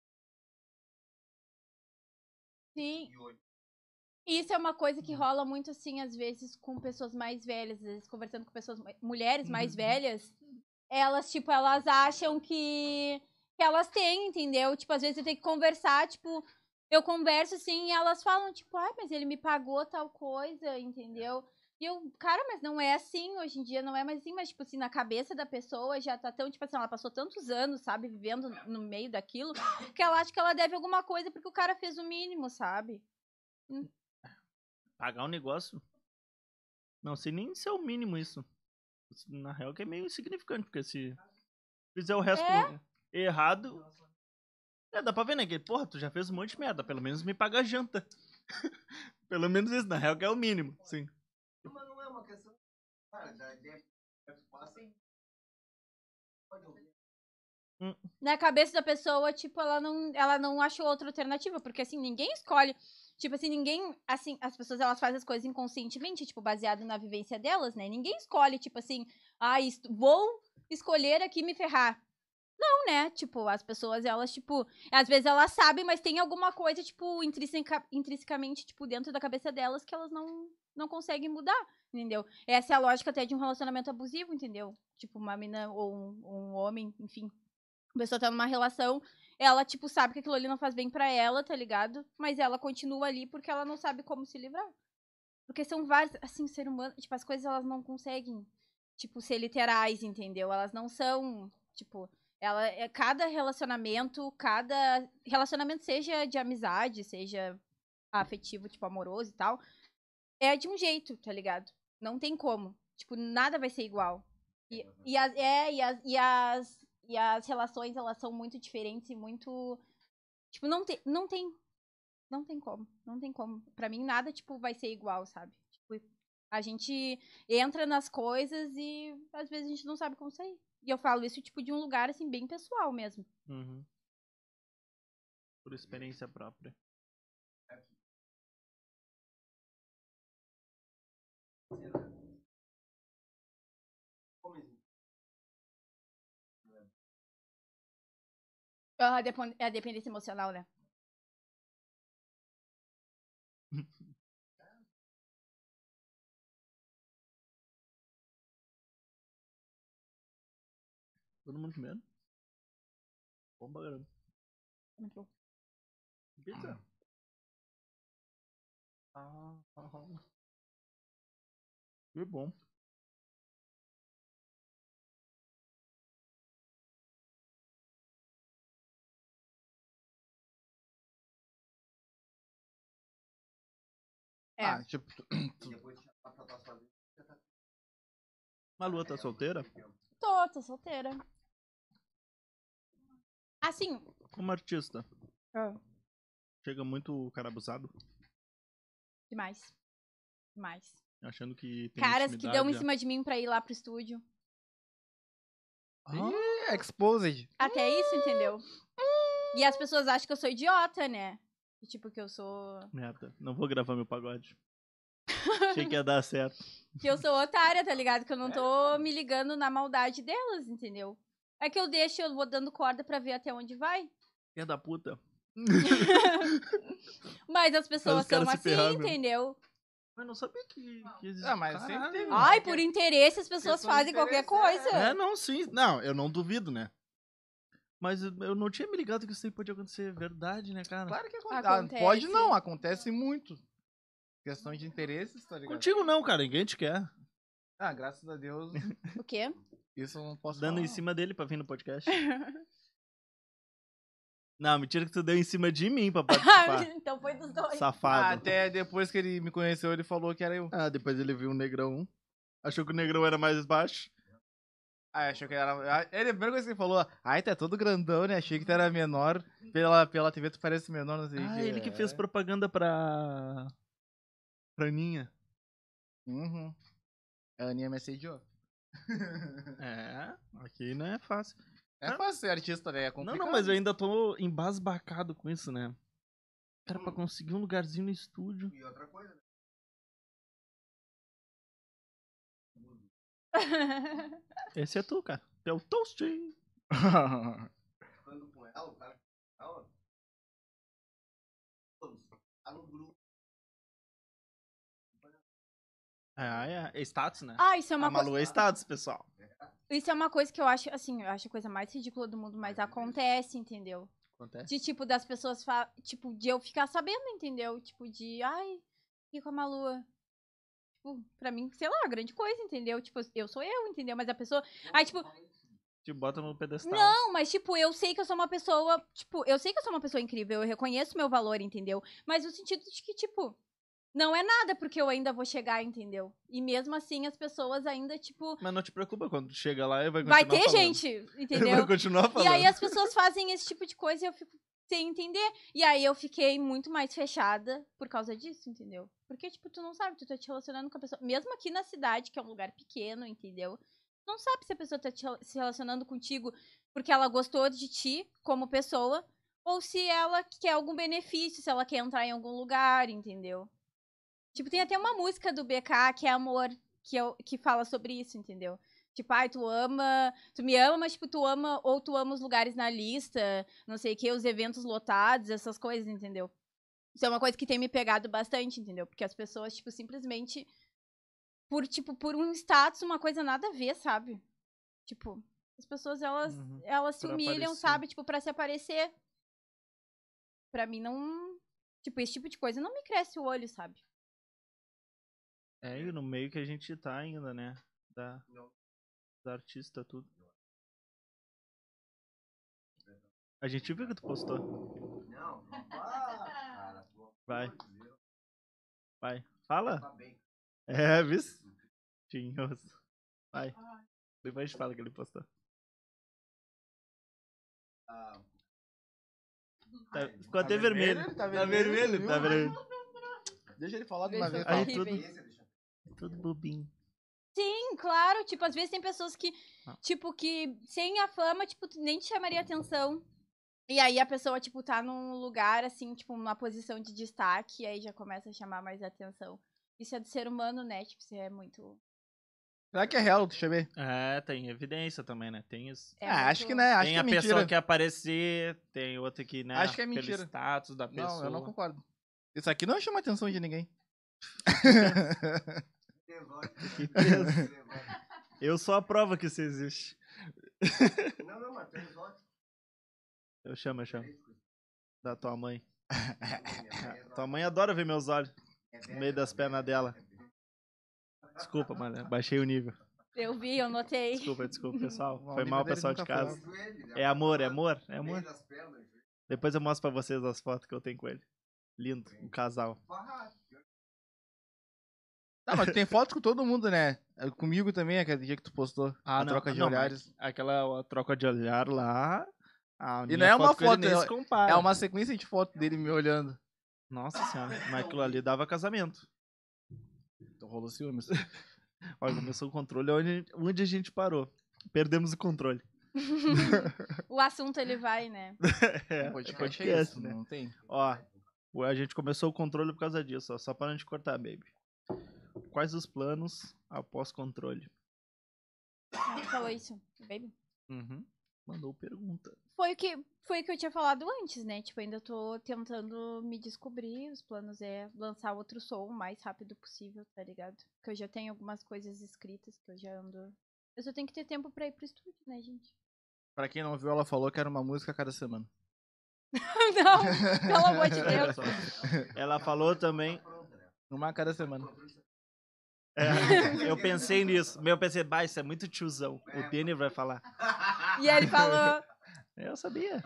Speaker 3: Sim,
Speaker 4: E hoje.
Speaker 3: isso é uma coisa que rola muito, assim, às vezes, com pessoas mais velhas, às vezes, conversando com pessoas, ma- mulheres mais velhas, elas, tipo, elas acham que, que elas têm, entendeu? Tipo, às vezes eu tenho que conversar, tipo, eu converso, assim, e elas falam, tipo, ai, mas ele me pagou tal coisa, entendeu? E eu, cara, mas não é assim, hoje em dia não é mais assim, mas, tipo assim, na cabeça da pessoa já tá tão, tipo assim, ela passou tantos anos, sabe, vivendo no meio daquilo, que ela acha que ela deve alguma coisa porque o cara fez o mínimo, sabe?
Speaker 1: Pagar um negócio. Não sei nem se é o mínimo isso. Na real que é meio insignificante, porque se fizer o resto
Speaker 3: É.
Speaker 1: errado. É, dá pra ver, né? Que, porra, tu já fez um monte de merda. Pelo menos me paga a janta. Pelo menos isso, na real que é o mínimo. Sim.
Speaker 4: Mas não é uma questão. Cara, já é. Passa em. Pode ouvir.
Speaker 3: Na cabeça da pessoa, tipo, ela não, ela não achou outra alternativa, porque assim, ninguém escolhe, tipo assim, ninguém, assim, as pessoas elas fazem as coisas inconscientemente, tipo, baseado na vivência delas, né? Ninguém escolhe, tipo assim, ah, est- vou escolher aqui me ferrar. Não, né? Tipo, as pessoas, elas, tipo, às vezes elas sabem, mas tem alguma coisa, tipo, intrinseca, intrinsecamente, tipo, dentro da cabeça delas que elas não, não conseguem mudar, entendeu? Essa é a lógica até de um relacionamento abusivo, entendeu? Tipo, uma mina ou um, um homem, enfim, a pessoa tá numa relação ela, tipo, sabe que aquilo ali não faz bem pra ela, tá ligado? Mas ela continua ali porque ela não sabe como se livrar. Porque são vários, assim, o ser humano, tipo, as coisas elas não conseguem, tipo, ser literais, entendeu? Elas não são, tipo, ela, é, cada relacionamento, cada relacionamento, seja de amizade, seja afetivo, tipo, amoroso e tal, é de um jeito, tá ligado? Não tem como. Tipo, nada vai ser igual. E, e, as, é, e, as, e, as, e as relações, elas são muito diferentes e muito... Tipo, não tem, não tem, não tem como. Não tem como. Pra mim, nada, tipo, vai ser igual, sabe? Tipo, a gente entra nas coisas e, às vezes, a gente não sabe como sair. E eu falo isso, tipo, de um lugar, assim, bem pessoal mesmo.
Speaker 1: Uhum. Por experiência própria.
Speaker 3: Ah, depon- é a dependência emocional, né?
Speaker 1: Todo mundo comendo? Bomba, caramba.
Speaker 3: Muito bom.
Speaker 1: Pizza? Ah, ah, ah. Que bom.
Speaker 3: É.
Speaker 2: Ah, tipo,
Speaker 4: E depois de chamar pra tua sozinha, já tá
Speaker 1: A Lua tá solteira?
Speaker 3: Tô, tô solteira. Assim...
Speaker 1: Como artista,
Speaker 3: ah,
Speaker 1: chega muito cara abusado,
Speaker 3: demais. Demais.
Speaker 1: achando que tem
Speaker 3: Caras que dão em
Speaker 1: intimidade.
Speaker 3: cima de mim pra ir lá pro estúdio.
Speaker 2: Ih, exposed.
Speaker 3: Até isso, entendeu? E as pessoas acham que eu sou idiota, né? E, tipo, que eu sou...
Speaker 1: Merda, não vou gravar meu pagode. Achei que ia dar certo.
Speaker 3: Que eu sou otária, tá ligado? Que eu não tô me ligando na maldade delas, entendeu? É que eu deixo, eu vou dando corda pra ver até onde vai.
Speaker 1: Filha da puta.
Speaker 3: Mas as pessoas
Speaker 1: os caras
Speaker 3: são
Speaker 1: se
Speaker 3: assim,
Speaker 1: ferrar, meu.
Speaker 3: entendeu?
Speaker 1: Mas não sabia que, que existe.
Speaker 2: Ah, mas sempre
Speaker 1: Caralho.
Speaker 2: teve.
Speaker 3: Ai, por interesse as pessoas
Speaker 2: Questão de
Speaker 3: fazem qualquer
Speaker 2: interesse,
Speaker 3: coisa.
Speaker 1: É, não, sim. Não, eu não duvido, né? Mas eu eu não tinha me ligado que isso aí podia acontecer. Verdade, né, cara?
Speaker 2: Claro que acontece.
Speaker 3: Acontece.
Speaker 2: Pode não, acontece muito. Questão de interesses, tá ligado?
Speaker 1: Contigo não, cara. Ninguém te quer.
Speaker 2: Ah, graças a Deus,
Speaker 3: O quê?
Speaker 2: isso eu não posso
Speaker 1: Dando
Speaker 2: falar.
Speaker 1: em cima dele pra vir no podcast. Não, mentira que tu deu em cima de mim pra participar.
Speaker 3: Então foi dos dois.
Speaker 2: Ah,
Speaker 1: Safado.
Speaker 2: até depois que ele me conheceu, ele falou que era eu.
Speaker 1: Ah, depois ele viu o Negrão. Achou que o Negrão era mais baixo.
Speaker 2: Ah, achou que era. ah, Ele, a primeira coisa que ele falou, ai, tu é todo grandão, né? Achei que tu era menor. Pela, pela T V tu parece menor, não sei o
Speaker 1: Ah,
Speaker 2: que.
Speaker 1: ele que
Speaker 2: é.
Speaker 1: fez propaganda pra... Pra Aninha.
Speaker 2: Uhum. A Aninha me assediou.
Speaker 1: É, aqui não é fácil.
Speaker 2: É fácil ser artista, né? É
Speaker 1: Não,
Speaker 2: complicado.
Speaker 1: não, mas eu ainda tô embasbacado com isso, né? Cara, pra conseguir um lugarzinho no estúdio.
Speaker 4: E outra coisa, né?
Speaker 1: Esse é tu, cara. Tu é o Toast.
Speaker 4: Falando com ela, o cara com ela. Todos. Tá no grupo.
Speaker 1: Ah, é. É status, né?
Speaker 3: Ah, isso é
Speaker 1: A
Speaker 3: uma coisa.
Speaker 1: Malu é status, pessoal.
Speaker 3: Isso é uma coisa que eu acho, assim, eu acho a coisa mais ridícula do mundo, mas acontece, entendeu?
Speaker 1: Acontece.
Speaker 3: De, tipo, das pessoas, fa... tipo, de eu ficar sabendo, entendeu? Tipo, de, ai, fiquei com a Malu. Tipo, pra mim, sei lá, grande coisa, entendeu? Tipo, eu sou eu, entendeu? Mas a pessoa... Aí, tipo,
Speaker 1: Te bota no pedestal.
Speaker 3: não, mas, tipo, eu sei que eu sou uma pessoa, tipo, eu sei que eu sou uma pessoa incrível, eu reconheço meu valor, entendeu? Mas no sentido de que, tipo, não é nada porque eu ainda vou chegar, entendeu? E mesmo assim, as pessoas ainda, tipo,
Speaker 1: Mas não te preocupa, quando tu chega lá, ele vai continuar
Speaker 3: vai ter
Speaker 1: falando.
Speaker 3: gente,
Speaker 1: Ele
Speaker 3: entendeu?
Speaker 1: vai continuar falando.
Speaker 3: E aí as pessoas fazem esse tipo de coisa e eu fico sem entender. E aí eu fiquei muito mais fechada por causa disso, entendeu? Porque, tipo, tu não sabe, tu tá te relacionando com a pessoa. Mesmo aqui na cidade, que é um lugar pequeno, entendeu? Tu não sabe se a pessoa tá te rela- se relacionando contigo porque ela gostou de ti como pessoa ou se ela quer algum benefício, se ela quer entrar em algum lugar, entendeu? Tipo, tem até uma música do B K que é Amor, que, eu, que fala sobre isso, entendeu? Tipo, ai, tu ama, tu me ama, mas, tipo, tu ama, ou tu ama os lugares na lista, não sei o que, os eventos lotados, essas coisas, entendeu? Isso é uma coisa que tem me pegado bastante, entendeu? Porque as pessoas, tipo, simplesmente, por, tipo, por um status, uma coisa nada a ver, sabe? Tipo, as pessoas, elas,
Speaker 1: Uhum.
Speaker 3: elas se
Speaker 1: Pra
Speaker 3: humilham,
Speaker 1: aparecer.
Speaker 3: sabe? Tipo, pra se aparecer. pra mim não... Tipo, esse tipo de coisa não me cresce o olho, sabe?
Speaker 1: É, e no meio que a gente tá ainda, né? Da, da artista, tudo. A gente viu que tu postou.
Speaker 4: Não, ah, cara, pô,
Speaker 1: Vai.
Speaker 4: pelo amor de Deus,
Speaker 1: Vai. Fala.
Speaker 4: tá bem.
Speaker 1: É, viu? Tinhoso. Vai. Depois a gente fala que ele postou.
Speaker 4: Ah,
Speaker 1: Tá- ficou até vermelho.
Speaker 2: Tá
Speaker 1: Tá
Speaker 2: vermelho,
Speaker 1: vermelho,
Speaker 2: viu?
Speaker 1: tá vermelho.
Speaker 2: Deixa ele falar de
Speaker 3: Deixa
Speaker 2: uma vez.
Speaker 3: eu
Speaker 2: fala.
Speaker 1: Aí
Speaker 3: Horrível.
Speaker 1: tudo,
Speaker 4: esse, deixa eu-
Speaker 1: tudo bobinho.
Speaker 3: Sim, claro. Tipo, às vezes tem pessoas que,
Speaker 1: Ah.
Speaker 3: tipo, que sem a fama, tipo, nem te chamaria atenção. E aí a pessoa, tipo, tá num lugar, assim, tipo, numa posição de destaque, e aí já começa a chamar mais atenção. Isso é do ser humano, né? Tipo, isso é muito...
Speaker 2: Será que é real, deixa eu ver?
Speaker 1: É, tem evidência também, né? Tem isso.
Speaker 3: É
Speaker 2: ah,
Speaker 3: muito-
Speaker 2: acho que né, acho
Speaker 1: tem
Speaker 2: que é
Speaker 1: a pessoa
Speaker 2: mentira.
Speaker 1: que quer aparecer, tem outra que, né?
Speaker 2: Acho que é
Speaker 1: pelo
Speaker 2: mentira.
Speaker 1: status da pessoa.
Speaker 2: Não, eu não concordo. Isso aqui não chama atenção de ninguém.
Speaker 4: Levanta,
Speaker 1: Que peso.
Speaker 4: levanta.
Speaker 1: Eu sou a prova que isso existe.
Speaker 4: Não, não, mas tem votos.
Speaker 1: Eu chamo, eu chamo. Da tua mãe. Tua mãe adora ver meus olhos no meio das pernas dela. Desculpa, mano. Baixei o nível.
Speaker 3: Eu vi, eu notei.
Speaker 1: Desculpa, desculpa, pessoal.
Speaker 2: Não, o
Speaker 1: Foi
Speaker 2: nível
Speaker 1: mal,
Speaker 2: dele
Speaker 1: pessoal de
Speaker 2: nunca foi
Speaker 1: casa. É amor, é amor, é amor.
Speaker 4: das pernas,
Speaker 1: Depois eu mostro pra vocês as fotos que eu tenho com ele. Lindo, um casal.
Speaker 2: Tá, mas tem foto com todo mundo, né? Comigo também, aquele dia que tu postou.
Speaker 1: Ah,
Speaker 2: a
Speaker 1: não,
Speaker 2: troca de
Speaker 1: não,
Speaker 2: olhares.
Speaker 1: mas Aquela troca de olhar lá. A
Speaker 2: E
Speaker 1: minha
Speaker 2: não é uma
Speaker 1: com ele
Speaker 2: foto,
Speaker 1: nem
Speaker 2: é-
Speaker 1: se compara.
Speaker 2: É uma sequência de foto dele me olhando.
Speaker 1: Nossa senhora, mas aquilo ali dava casamento.
Speaker 2: Então rolou ciúmes.
Speaker 1: Olha, começou o controle onde, onde a gente parou. Perdemos o controle.
Speaker 3: O assunto, ele vai, né?
Speaker 1: É,
Speaker 2: Podcast,
Speaker 1: é podcast,
Speaker 2: isso,
Speaker 1: né?
Speaker 2: não tem.
Speaker 1: Ó, a gente começou o controle por causa disso, ó, só para não te cortar, baby. Quais os planos após controle?
Speaker 3: Quem que falou isso? Baby?
Speaker 1: Uhum. Mandou pergunta.
Speaker 3: Foi o que, foi o que eu tinha falado antes, né? Tipo, ainda tô tentando me descobrir. Os planos é lançar outro som o mais rápido possível, tá ligado? Porque eu já tenho algumas coisas escritas que eu já ando... Eu só tenho que ter tempo pra ir pro estúdio, né, gente?
Speaker 2: Pra quem não viu, ela falou que era uma música a cada semana.
Speaker 3: Não, pelo amor de
Speaker 1: Olha
Speaker 3: Deus.
Speaker 1: só. Ela falou também.
Speaker 2: Uma a cada semana.
Speaker 1: É, eu pensei nisso. Meu, eu pensei, bah, isso é muito tiozão. O Denner vai falar.
Speaker 3: E ele falou...
Speaker 1: Eu sabia.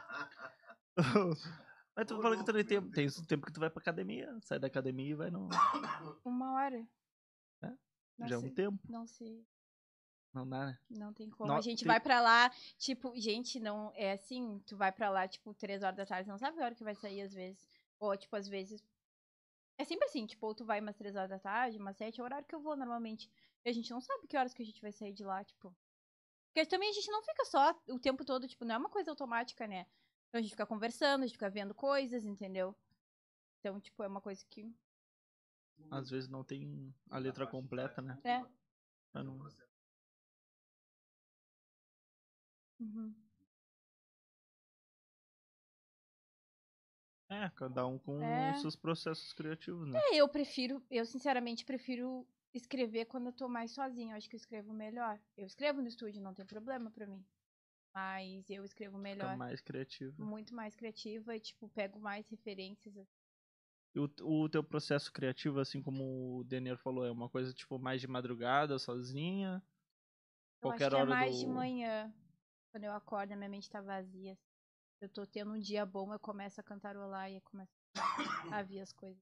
Speaker 1: Mas tu falou que tu não tem tempo. Tem um tempo que tu vai pra academia. Sai da academia e vai no.
Speaker 3: Uma hora.
Speaker 1: É?
Speaker 3: Não
Speaker 1: Já é
Speaker 3: sei,
Speaker 1: um tempo.
Speaker 3: Não sei.
Speaker 1: Não dá, né?
Speaker 3: Não tem como.
Speaker 1: Não,
Speaker 3: a gente
Speaker 1: tem-
Speaker 3: vai pra lá, tipo, gente, não é assim, tu vai pra lá, tipo, três horas da tarde, não sabe a hora que vai sair às vezes. Ou, tipo, às vezes. É sempre assim, tipo, ou tu vai umas três horas da tarde, umas sete, é o horário que eu vou normalmente. E a gente não sabe que horas que a gente vai sair de lá, tipo. Porque também a gente não fica só o tempo todo, tipo, não é uma coisa automática, né? Então a gente fica conversando, a gente fica vendo coisas, entendeu? Então, tipo, é uma coisa que.
Speaker 1: Às vezes não tem a letra completa, né?
Speaker 3: É.
Speaker 1: Pra não-
Speaker 3: Uhum.
Speaker 1: É, cada um com
Speaker 3: É.
Speaker 1: seus processos criativos, né?
Speaker 3: É, eu prefiro, eu sinceramente prefiro escrever quando eu tô mais sozinha. Eu acho que eu escrevo melhor. Eu escrevo no estúdio, não tem problema pra mim. Mas eu escrevo
Speaker 1: Fica
Speaker 3: melhor.
Speaker 1: mais criativo.
Speaker 3: Muito mais criativa e, tipo, pego mais referências. assim.
Speaker 1: E o, o teu processo criativo, assim como o Denner falou, é uma coisa tipo mais de madrugada, sozinha?
Speaker 3: Eu
Speaker 1: Qualquer
Speaker 3: acho que é
Speaker 1: hora
Speaker 3: mais
Speaker 1: do...
Speaker 3: de manhã. Quando eu acordo, a minha mente tá vazia. Eu tô tendo um dia bom, eu começo a cantarolar e começo a ver as coisas.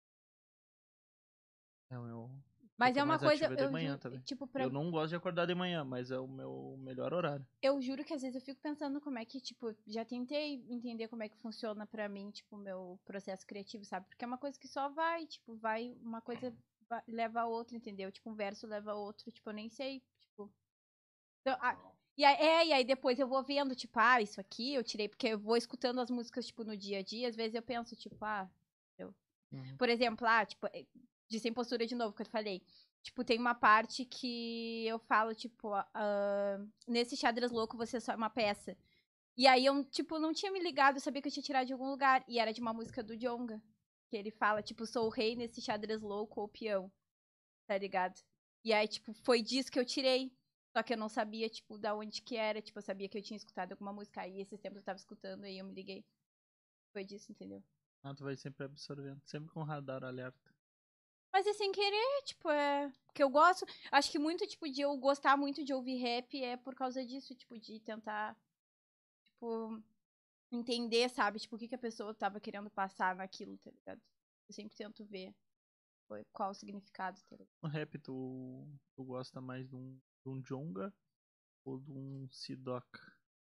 Speaker 1: É, eu,
Speaker 3: Mas
Speaker 1: tô
Speaker 3: é uma
Speaker 1: mais
Speaker 3: coisa,
Speaker 1: ativa de
Speaker 3: eu,
Speaker 1: manhã
Speaker 3: ju-
Speaker 1: também.
Speaker 3: tipo, pra
Speaker 1: eu não gosto de acordar de manhã, mas é o meu melhor horário.
Speaker 3: eu juro que às vezes eu fico pensando como é que, tipo, já tentei entender como é que funciona pra mim, tipo, o meu processo criativo, sabe? Porque é uma coisa que só vai, tipo, vai, uma coisa va- leva a outra, entendeu? Tipo, um verso leva a outro, tipo, eu nem sei, tipo. Então, ah, e aí, é, e aí depois eu vou vendo, tipo, ah, isso aqui eu tirei, porque eu vou escutando as músicas, tipo, no dia a dia, às vezes eu penso, tipo, ah,
Speaker 1: Uhum.
Speaker 3: por exemplo, ah, tipo, eh, de Sem Postura de novo, que eu falei. Tipo, tem uma parte que eu falo, tipo, ah, nesse xadrez louco você é só uma peça. E aí eu, tipo, não tinha me ligado, eu sabia que eu tinha tirado de algum lugar. E era de uma música do Djonga. Que ele fala, tipo, sou o rei nesse xadrez louco ou peão. Tá ligado? E aí, tipo, foi disso que eu tirei. Só que eu não sabia, tipo, da onde que era. Tipo, eu sabia que eu tinha escutado alguma música. Aí esses tempos eu tava escutando, aí eu me liguei. Foi disso, entendeu?
Speaker 1: Ah, tu vai sempre absorvendo, sempre com radar alerta.
Speaker 3: Mas é sem querer, tipo, é. Porque eu gosto. Acho que muito, tipo, de eu gostar muito de ouvir rap é por causa disso, tipo, de tentar, tipo, entender, sabe? Tipo, o que, que a pessoa tava querendo passar naquilo, tá ligado? Eu sempre tento ver foi, qual o significado, tá ligado?
Speaker 1: No rap, tu, tu gosta mais de um, de um Djonga ou de um Sidoca?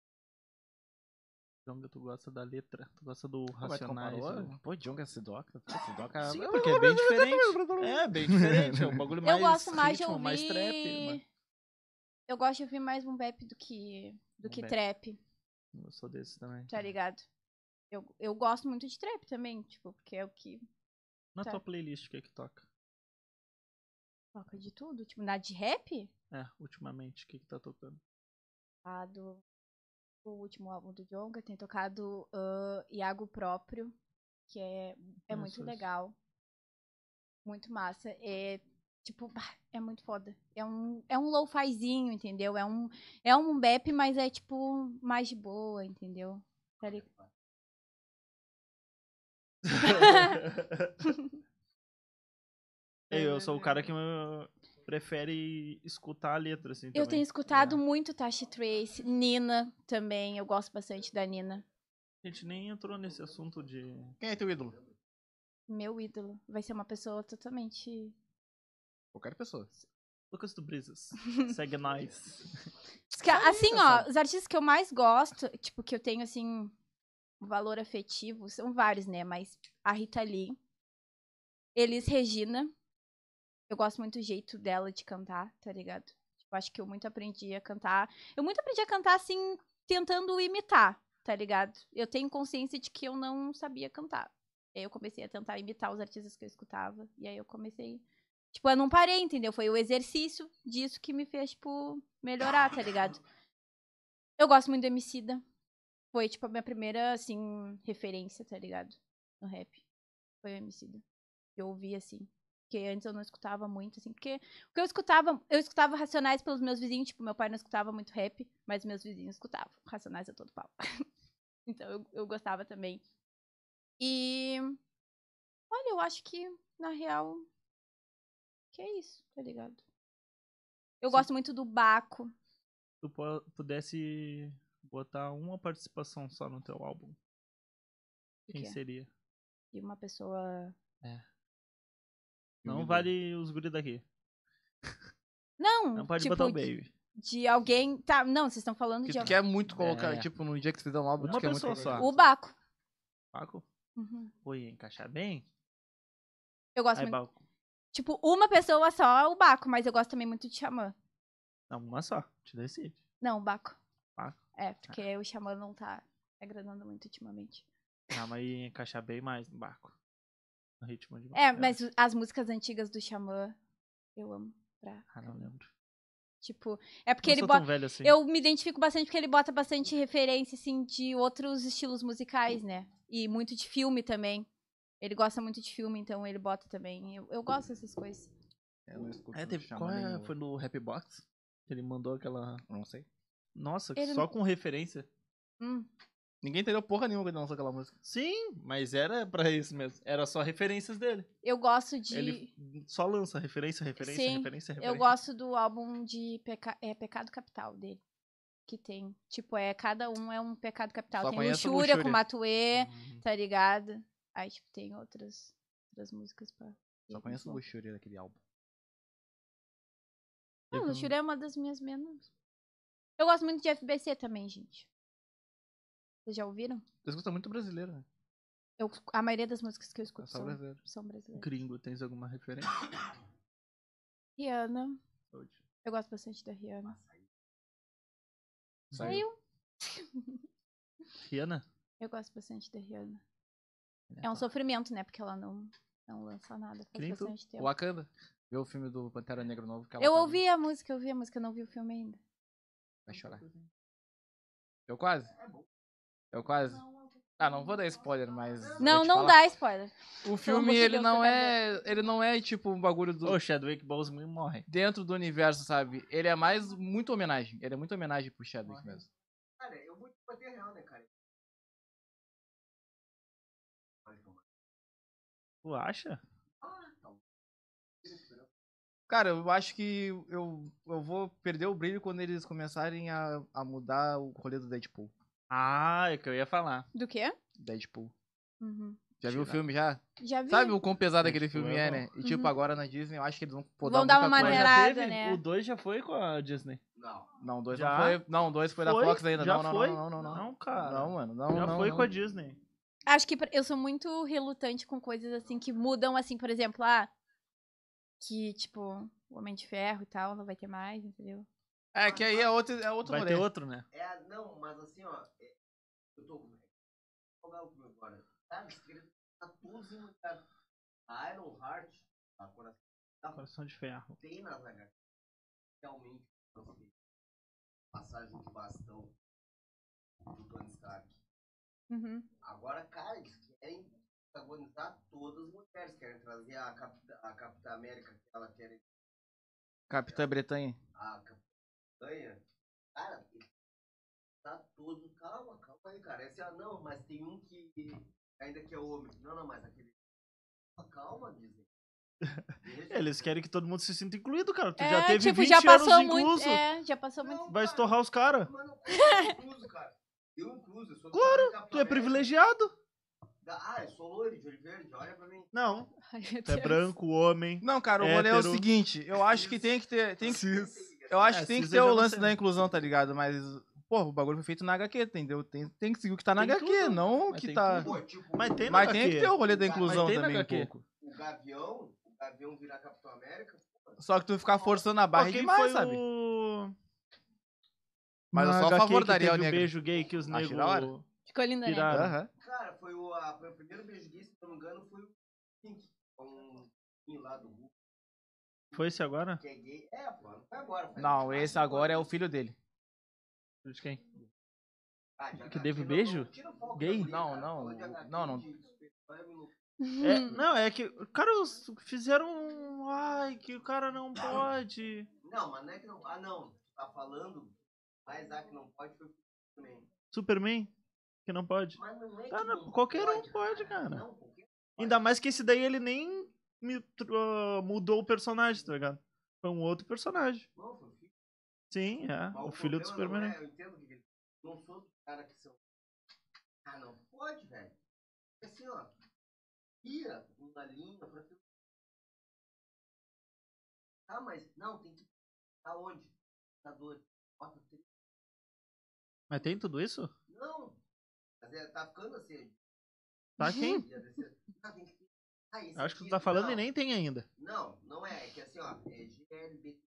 Speaker 1: Djonga, tu gosta da letra, tu gosta do
Speaker 2: Pô, mas tu
Speaker 1: Racionais.
Speaker 2: comparou?
Speaker 1: o-
Speaker 2: Pô, Jonga Sidoca. Sidoca...
Speaker 1: Sim, porque é bem diferente. É, bem diferente. É um bagulho mais
Speaker 3: Eu gosto mais de
Speaker 1: ritmo,
Speaker 3: ouvir.
Speaker 1: mais trap. Mas...
Speaker 3: Eu gosto de ouvir mais boom bap do que, do
Speaker 1: Boom
Speaker 3: que
Speaker 1: bap.
Speaker 3: trap,
Speaker 1: Eu sou desse também.
Speaker 3: tá ligado? Eu, eu gosto muito de trap também, tipo, porque é o que
Speaker 1: Na
Speaker 3: Tá.
Speaker 1: tua playlist, o que é que toca?
Speaker 3: toca de tudo. Tipo, na de rap,
Speaker 1: É, ultimamente, o que que tá tocando?
Speaker 3: a do o último álbum do Djonga, tem tocado uh, Iago Próprio, que é, é
Speaker 1: Isso,
Speaker 3: muito
Speaker 1: isso.
Speaker 3: legal. Muito massa. É, tipo, bah, é muito foda. É um, é um lo-fizinho, entendeu? É um, é um bap, mas é, tipo, mais de boa, entendeu? Tá li-
Speaker 1: Ei, eu sou o cara que uh, prefere escutar a letra, assim,
Speaker 3: Eu
Speaker 1: também.
Speaker 3: tenho escutado
Speaker 1: É.
Speaker 3: muito Tashi Trace, Nina também, eu gosto bastante da Nina.
Speaker 1: A gente nem entrou nesse assunto de...
Speaker 2: Quem é teu ídolo?
Speaker 3: Meu ídolo. Vai ser uma pessoa totalmente.
Speaker 2: Qualquer pessoa.
Speaker 1: Lucas do Brisas. Segue nós.
Speaker 3: Que, assim, ó,
Speaker 2: pessoal.
Speaker 3: os artistas que eu mais gosto, tipo, que eu tenho, assim, um valor afetivo, são vários, né? Mas a Rita Lee, Elis Regina, eu gosto muito do jeito dela de cantar, tá ligado? Tipo, acho que eu muito aprendi a cantar. Eu muito aprendi a cantar, assim, tentando imitar, tá ligado? Eu tenho consciência de que eu não sabia cantar. Aí eu comecei a tentar imitar os artistas que eu escutava. E aí eu comecei. Tipo, eu não parei, entendeu? Foi o exercício disso que me fez, tipo, melhorar, tá ligado? Eu gosto muito do Emicida. Foi, tipo, a minha primeira, assim, referência, tá ligado? No rap. Foi o Emicida. Eu ouvi, assim. Porque antes eu não escutava muito, assim. Porque o que eu escutava, eu escutava Racionais pelos meus vizinhos. Tipo, meu pai não escutava muito rap, mas meus vizinhos escutavam. Racionais a todo pau. Então eu, eu gostava também. E. Olha, eu acho que, na real. Que é isso, tá ligado? Eu
Speaker 1: Se-
Speaker 3: gosto muito do Baco.
Speaker 1: tu pu- pudesse botar uma participação só no teu álbum,
Speaker 3: De
Speaker 1: quem
Speaker 3: quê?
Speaker 1: seria?
Speaker 3: De uma pessoa.
Speaker 1: Não
Speaker 2: ídolo.
Speaker 1: vale os guri daqui.
Speaker 3: Não,
Speaker 1: Não pode
Speaker 3: tipo,
Speaker 1: botar o
Speaker 3: de,
Speaker 1: Baby.
Speaker 3: de alguém. Tá, não, vocês estão falando
Speaker 2: Que
Speaker 3: de
Speaker 2: tu
Speaker 3: alguém.
Speaker 2: quer muito colocar,
Speaker 1: É.
Speaker 2: tipo, no dia que você fizer um álbum,
Speaker 1: Uma
Speaker 2: tu quer muito
Speaker 1: pessoa
Speaker 2: colocar.
Speaker 1: só.
Speaker 3: O Baco.
Speaker 1: Paco?
Speaker 3: Uhum.
Speaker 1: Pô, ia encaixar bem?
Speaker 3: Eu gosto
Speaker 1: Aí,
Speaker 3: muito.
Speaker 1: Baco.
Speaker 3: Tipo, uma pessoa só, o Baco, mas eu gosto também muito de Xamã.
Speaker 1: Não, uma só. Te decide.
Speaker 3: Não, o Baco.
Speaker 1: Baco.
Speaker 3: É, porque o Xamã não tá agradando muito ultimamente.
Speaker 1: Não, mas ia encaixar bem mais no Baco. No ritmo de
Speaker 3: É,
Speaker 1: eu
Speaker 3: mas
Speaker 1: acho.
Speaker 3: as músicas antigas do Xamã, eu amo. Pra...
Speaker 1: Ah, não lembro.
Speaker 3: Tipo, é porque
Speaker 1: Não
Speaker 3: ele
Speaker 1: sou
Speaker 3: bota.
Speaker 1: tão velho assim.
Speaker 3: Eu me identifico bastante porque ele bota bastante referência, assim, de outros estilos musicais, né? E muito de filme também. Ele gosta muito de filme, então ele bota também. Eu, eu gosto dessas coisas.
Speaker 2: Eu não escuto
Speaker 1: É, teve,
Speaker 2: Xamã
Speaker 1: qual é,
Speaker 2: nenhum.
Speaker 1: foi no Rap Box? Que ele mandou aquela...
Speaker 2: Não sei.
Speaker 1: Nossa,
Speaker 3: Ele
Speaker 1: só
Speaker 3: não-
Speaker 1: com referência.
Speaker 3: Hum.
Speaker 2: Ninguém entendeu porra nenhuma quando ele lançou aquela música.
Speaker 1: Sim, mas era pra isso mesmo. Era só referências dele.
Speaker 3: Eu gosto de.
Speaker 1: Ele só lança referência, referência,
Speaker 3: Sim,
Speaker 1: referência, referência.
Speaker 3: eu gosto do álbum de peca... é, Pecado Capital dele. Que tem. Tipo, é, cada um é um pecado capital.
Speaker 2: Só
Speaker 3: Tem
Speaker 2: conheço
Speaker 3: Luxúria com
Speaker 2: Luxúria.
Speaker 3: Matuê,
Speaker 1: Hum,
Speaker 3: tá ligado? Aí, tipo, tem outras, outras músicas pra.
Speaker 2: Só conheço o Luxúria daquele álbum.
Speaker 3: Ah,
Speaker 1: eu-
Speaker 3: Luxúria é uma das minhas menos. Eu gosto muito de F B C também, gente. Vocês já ouviram?
Speaker 2: Vocês gostam muito brasileiro, né?
Speaker 3: Eu, a maioria das músicas que eu
Speaker 2: É
Speaker 3: escuto
Speaker 2: só
Speaker 3: são,
Speaker 2: brasileiro.
Speaker 3: são brasileiras.
Speaker 1: Gringo, tens alguma referência?
Speaker 3: Rihanna.
Speaker 1: Saúde.
Speaker 3: Eu gosto bastante da Rihanna.
Speaker 2: Saiu.
Speaker 1: Rihanna?
Speaker 3: Eu gosto bastante da Rihanna.
Speaker 1: É,
Speaker 3: É um
Speaker 1: tá.
Speaker 3: sofrimento, né? Porque ela não, não lança nada
Speaker 1: Que
Speaker 3: faz
Speaker 1: nem tu.
Speaker 3: bastante tempo.
Speaker 2: Wakanda. Vê o filme do Pantera Negra novo que ela
Speaker 3: Eu
Speaker 2: tá-
Speaker 3: ouvi a música, eu ouvi a música, eu não vi o filme ainda.
Speaker 2: Vai chorar. Eu quase? Eu quase? Ah, não vou dar spoiler, mas... vou
Speaker 3: Não,
Speaker 2: te
Speaker 3: não
Speaker 2: falar.
Speaker 3: dá spoiler.
Speaker 2: O filme,
Speaker 3: Deus,
Speaker 2: ele não
Speaker 3: você vai
Speaker 2: é... Ele não é, tipo, um bagulho do...
Speaker 1: Ô, Chadwick Boseman morre.
Speaker 2: dentro do universo, sabe? Ele é mais muito homenagem. Ele é muito homenagem pro Chadwick mesmo.
Speaker 4: Cara, eu vou te bater real, né, cara? Olha como-
Speaker 1: Tu acha?
Speaker 4: Ah, tá.
Speaker 2: Cara, eu acho que eu, eu vou perder o brilho quando eles começarem a, a mudar o rolê do Deadpool.
Speaker 1: Ah, é que eu ia falar.
Speaker 3: Do quê?
Speaker 2: Deadpool.
Speaker 3: Uhum.
Speaker 2: Já viu o
Speaker 1: Tirar.
Speaker 2: filme já?
Speaker 3: Já vi.
Speaker 2: Sabe o quão pesado aquele
Speaker 1: Deadpool
Speaker 2: filme
Speaker 1: é
Speaker 2: é,
Speaker 1: bom.
Speaker 2: né? E tipo,
Speaker 3: Uhum.
Speaker 2: agora na Disney eu acho que eles vão
Speaker 3: Vão
Speaker 2: podar
Speaker 3: dar
Speaker 2: muita
Speaker 3: uma
Speaker 2: coisa.
Speaker 1: Mas já
Speaker 3: maneirada,
Speaker 1: teve?
Speaker 3: né?
Speaker 1: O dois já foi com a Disney.
Speaker 4: Não.
Speaker 2: Não, dois
Speaker 1: Já?
Speaker 2: não foi. Não, dois foi, da
Speaker 1: Foi?
Speaker 2: Fox ainda.
Speaker 1: Já
Speaker 2: não, não,
Speaker 1: foi?
Speaker 2: não, não, não, não,
Speaker 1: Não, cara.
Speaker 2: Não, mano. Não,
Speaker 1: já
Speaker 2: não,
Speaker 1: foi
Speaker 2: não.
Speaker 1: com a Disney.
Speaker 3: Acho que pra- eu sou muito relutante com coisas assim que mudam, assim, por exemplo, ah, que, tipo, o Homem de Ferro e tal, não vai ter mais, entendeu?
Speaker 2: É que aí é outro, é outro
Speaker 1: Vai
Speaker 2: rolê.
Speaker 1: ter outro, né?
Speaker 4: É, não, mas assim, ó. é- eu tô. Vou jogar o filme agora. Cara, eles querem botar todos em lugar. A Iron Heart, a coração da
Speaker 1: Coração de Ferro.
Speaker 4: tem nas H Q. Realmente, assim, passagem de bastão do Tony Stark.
Speaker 3: Uhum.
Speaker 4: Agora, cara, eles querem protagonizar todas as mulheres. Querem trazer a, Capitã, a Capitã América, que ela quer.
Speaker 2: Capitã Bretanha.
Speaker 4: A Capitã. Cara, tá todo. Calma, calma aí, cara. Esse é não, mas tem um que ainda que é homem. Não, não, mas aquele. Calma, Disney. Deixa
Speaker 1: Eles querem que todo mundo se sinta incluído, cara. Tu
Speaker 3: É,
Speaker 1: já teve
Speaker 3: tipo,
Speaker 1: vinte
Speaker 3: já
Speaker 1: anos
Speaker 3: passou
Speaker 1: incluso.
Speaker 3: muito. É, já passou muito.
Speaker 4: Não,
Speaker 1: Vai
Speaker 4: cara,
Speaker 1: estorrar os caras.
Speaker 4: Mas não, eu incluso, cara. Eu incluso. Eu sou do
Speaker 1: Claro,
Speaker 4: tamanho de Capitão
Speaker 1: Tu é
Speaker 4: América.
Speaker 1: privilegiado.
Speaker 4: Da- Ah, eu sou loiro, de olho verde. Olha pra mim.
Speaker 1: Não.
Speaker 3: Ai, meu
Speaker 1: Tu é
Speaker 3: Deus.
Speaker 1: branco, homem.
Speaker 2: Não, cara, o rolê é o
Speaker 1: Hétero.
Speaker 2: seguinte. Eu acho que tem que ter. Tem que,
Speaker 1: Cis.
Speaker 2: eu acho
Speaker 1: É,
Speaker 2: que tem que
Speaker 1: cis
Speaker 2: ter
Speaker 1: eu já
Speaker 2: o
Speaker 1: não
Speaker 2: lance
Speaker 1: sei.
Speaker 2: da inclusão, tá ligado? Mas, pô, o bagulho foi feito na H Q, entendeu? Tem, tem que seguir o que tá na
Speaker 1: Tem
Speaker 2: H Q,
Speaker 1: tudo.
Speaker 2: não
Speaker 1: Mas
Speaker 2: que
Speaker 1: tem
Speaker 2: tá.
Speaker 1: tudo.
Speaker 4: Pô, tipo,
Speaker 1: Mas tem na
Speaker 2: Mas
Speaker 1: H Q.
Speaker 2: tem que ter o rolê da
Speaker 4: Mas
Speaker 2: inclusão
Speaker 1: tem na
Speaker 2: também um
Speaker 1: H Q.
Speaker 2: pouco.
Speaker 4: o Gavião, o Gavião virar Capitão América. Pô,
Speaker 2: Só que tu ficar forçando a barra
Speaker 1: Ó,
Speaker 2: é
Speaker 1: quem
Speaker 2: demais,
Speaker 1: foi
Speaker 2: sabe?
Speaker 1: o...
Speaker 2: Mas eu
Speaker 1: Na
Speaker 2: sou a
Speaker 1: H Q
Speaker 2: favor
Speaker 1: que
Speaker 2: da Ariel
Speaker 1: teve o
Speaker 2: Negra.
Speaker 1: beijo gay que os
Speaker 2: Achei da hora.
Speaker 1: negros
Speaker 3: Ficou linda, né?
Speaker 1: piraram.
Speaker 2: Aham.
Speaker 4: cara, foi o, a, foi o primeiro beijo gay, se não me engano, foi o Pink. Um menino lá do Hulk,
Speaker 1: Foi esse agora?
Speaker 4: que é gay. É, pô, não foi agora. Foi
Speaker 2: Não, esse agora é o filho dele.
Speaker 1: De quem?
Speaker 4: Ah, de
Speaker 1: que
Speaker 4: H Q,
Speaker 1: teve
Speaker 4: não,
Speaker 1: beijo?
Speaker 4: não, tira o foco da
Speaker 1: Gay?
Speaker 4: guria,
Speaker 2: Não,
Speaker 4: cara.
Speaker 2: não,
Speaker 4: Falou de H Q,
Speaker 2: não, não.
Speaker 4: de super-herói, eu não-
Speaker 1: É, não, é que, cara, os fizeram um... Ai, que o cara não pode.
Speaker 4: Não, mas não é que não. Ah, não. Tu tá falando, mas a que não pode foi o também.
Speaker 1: Superman? Que não pode.
Speaker 4: Mas não é
Speaker 1: Tá,
Speaker 4: que
Speaker 1: não,
Speaker 4: não
Speaker 1: qualquer
Speaker 4: pode,
Speaker 1: um pode, cara.
Speaker 4: Não, qualquer um pode.
Speaker 1: Ainda mais que esse daí ele nem me tr- ah, mudou o personagem, tá ligado? Foi um outro personagem.
Speaker 4: Não, foi o filho.
Speaker 1: Sim, é.
Speaker 4: Mas
Speaker 1: O filho do
Speaker 4: problema
Speaker 1: Superman.
Speaker 4: não é, eu entendo o que ele. Não sou do cara que são. Ah, não pode, velho. Assim, ó. Tira uma linha pra tu. Ah, mas não, tem que. Aonde? Tá doido. Bota trinta.
Speaker 1: Mas tem tudo isso?
Speaker 4: Não. Mas é, tá ficando assim.
Speaker 1: Tá quem?
Speaker 4: Ia descer. Ah, tem que ter. Ah, esse
Speaker 1: Acho que tu
Speaker 4: aqui-
Speaker 1: tá falando
Speaker 4: não,
Speaker 1: e nem tem ainda.
Speaker 4: Não, não é. É que assim, ó. É G L B T.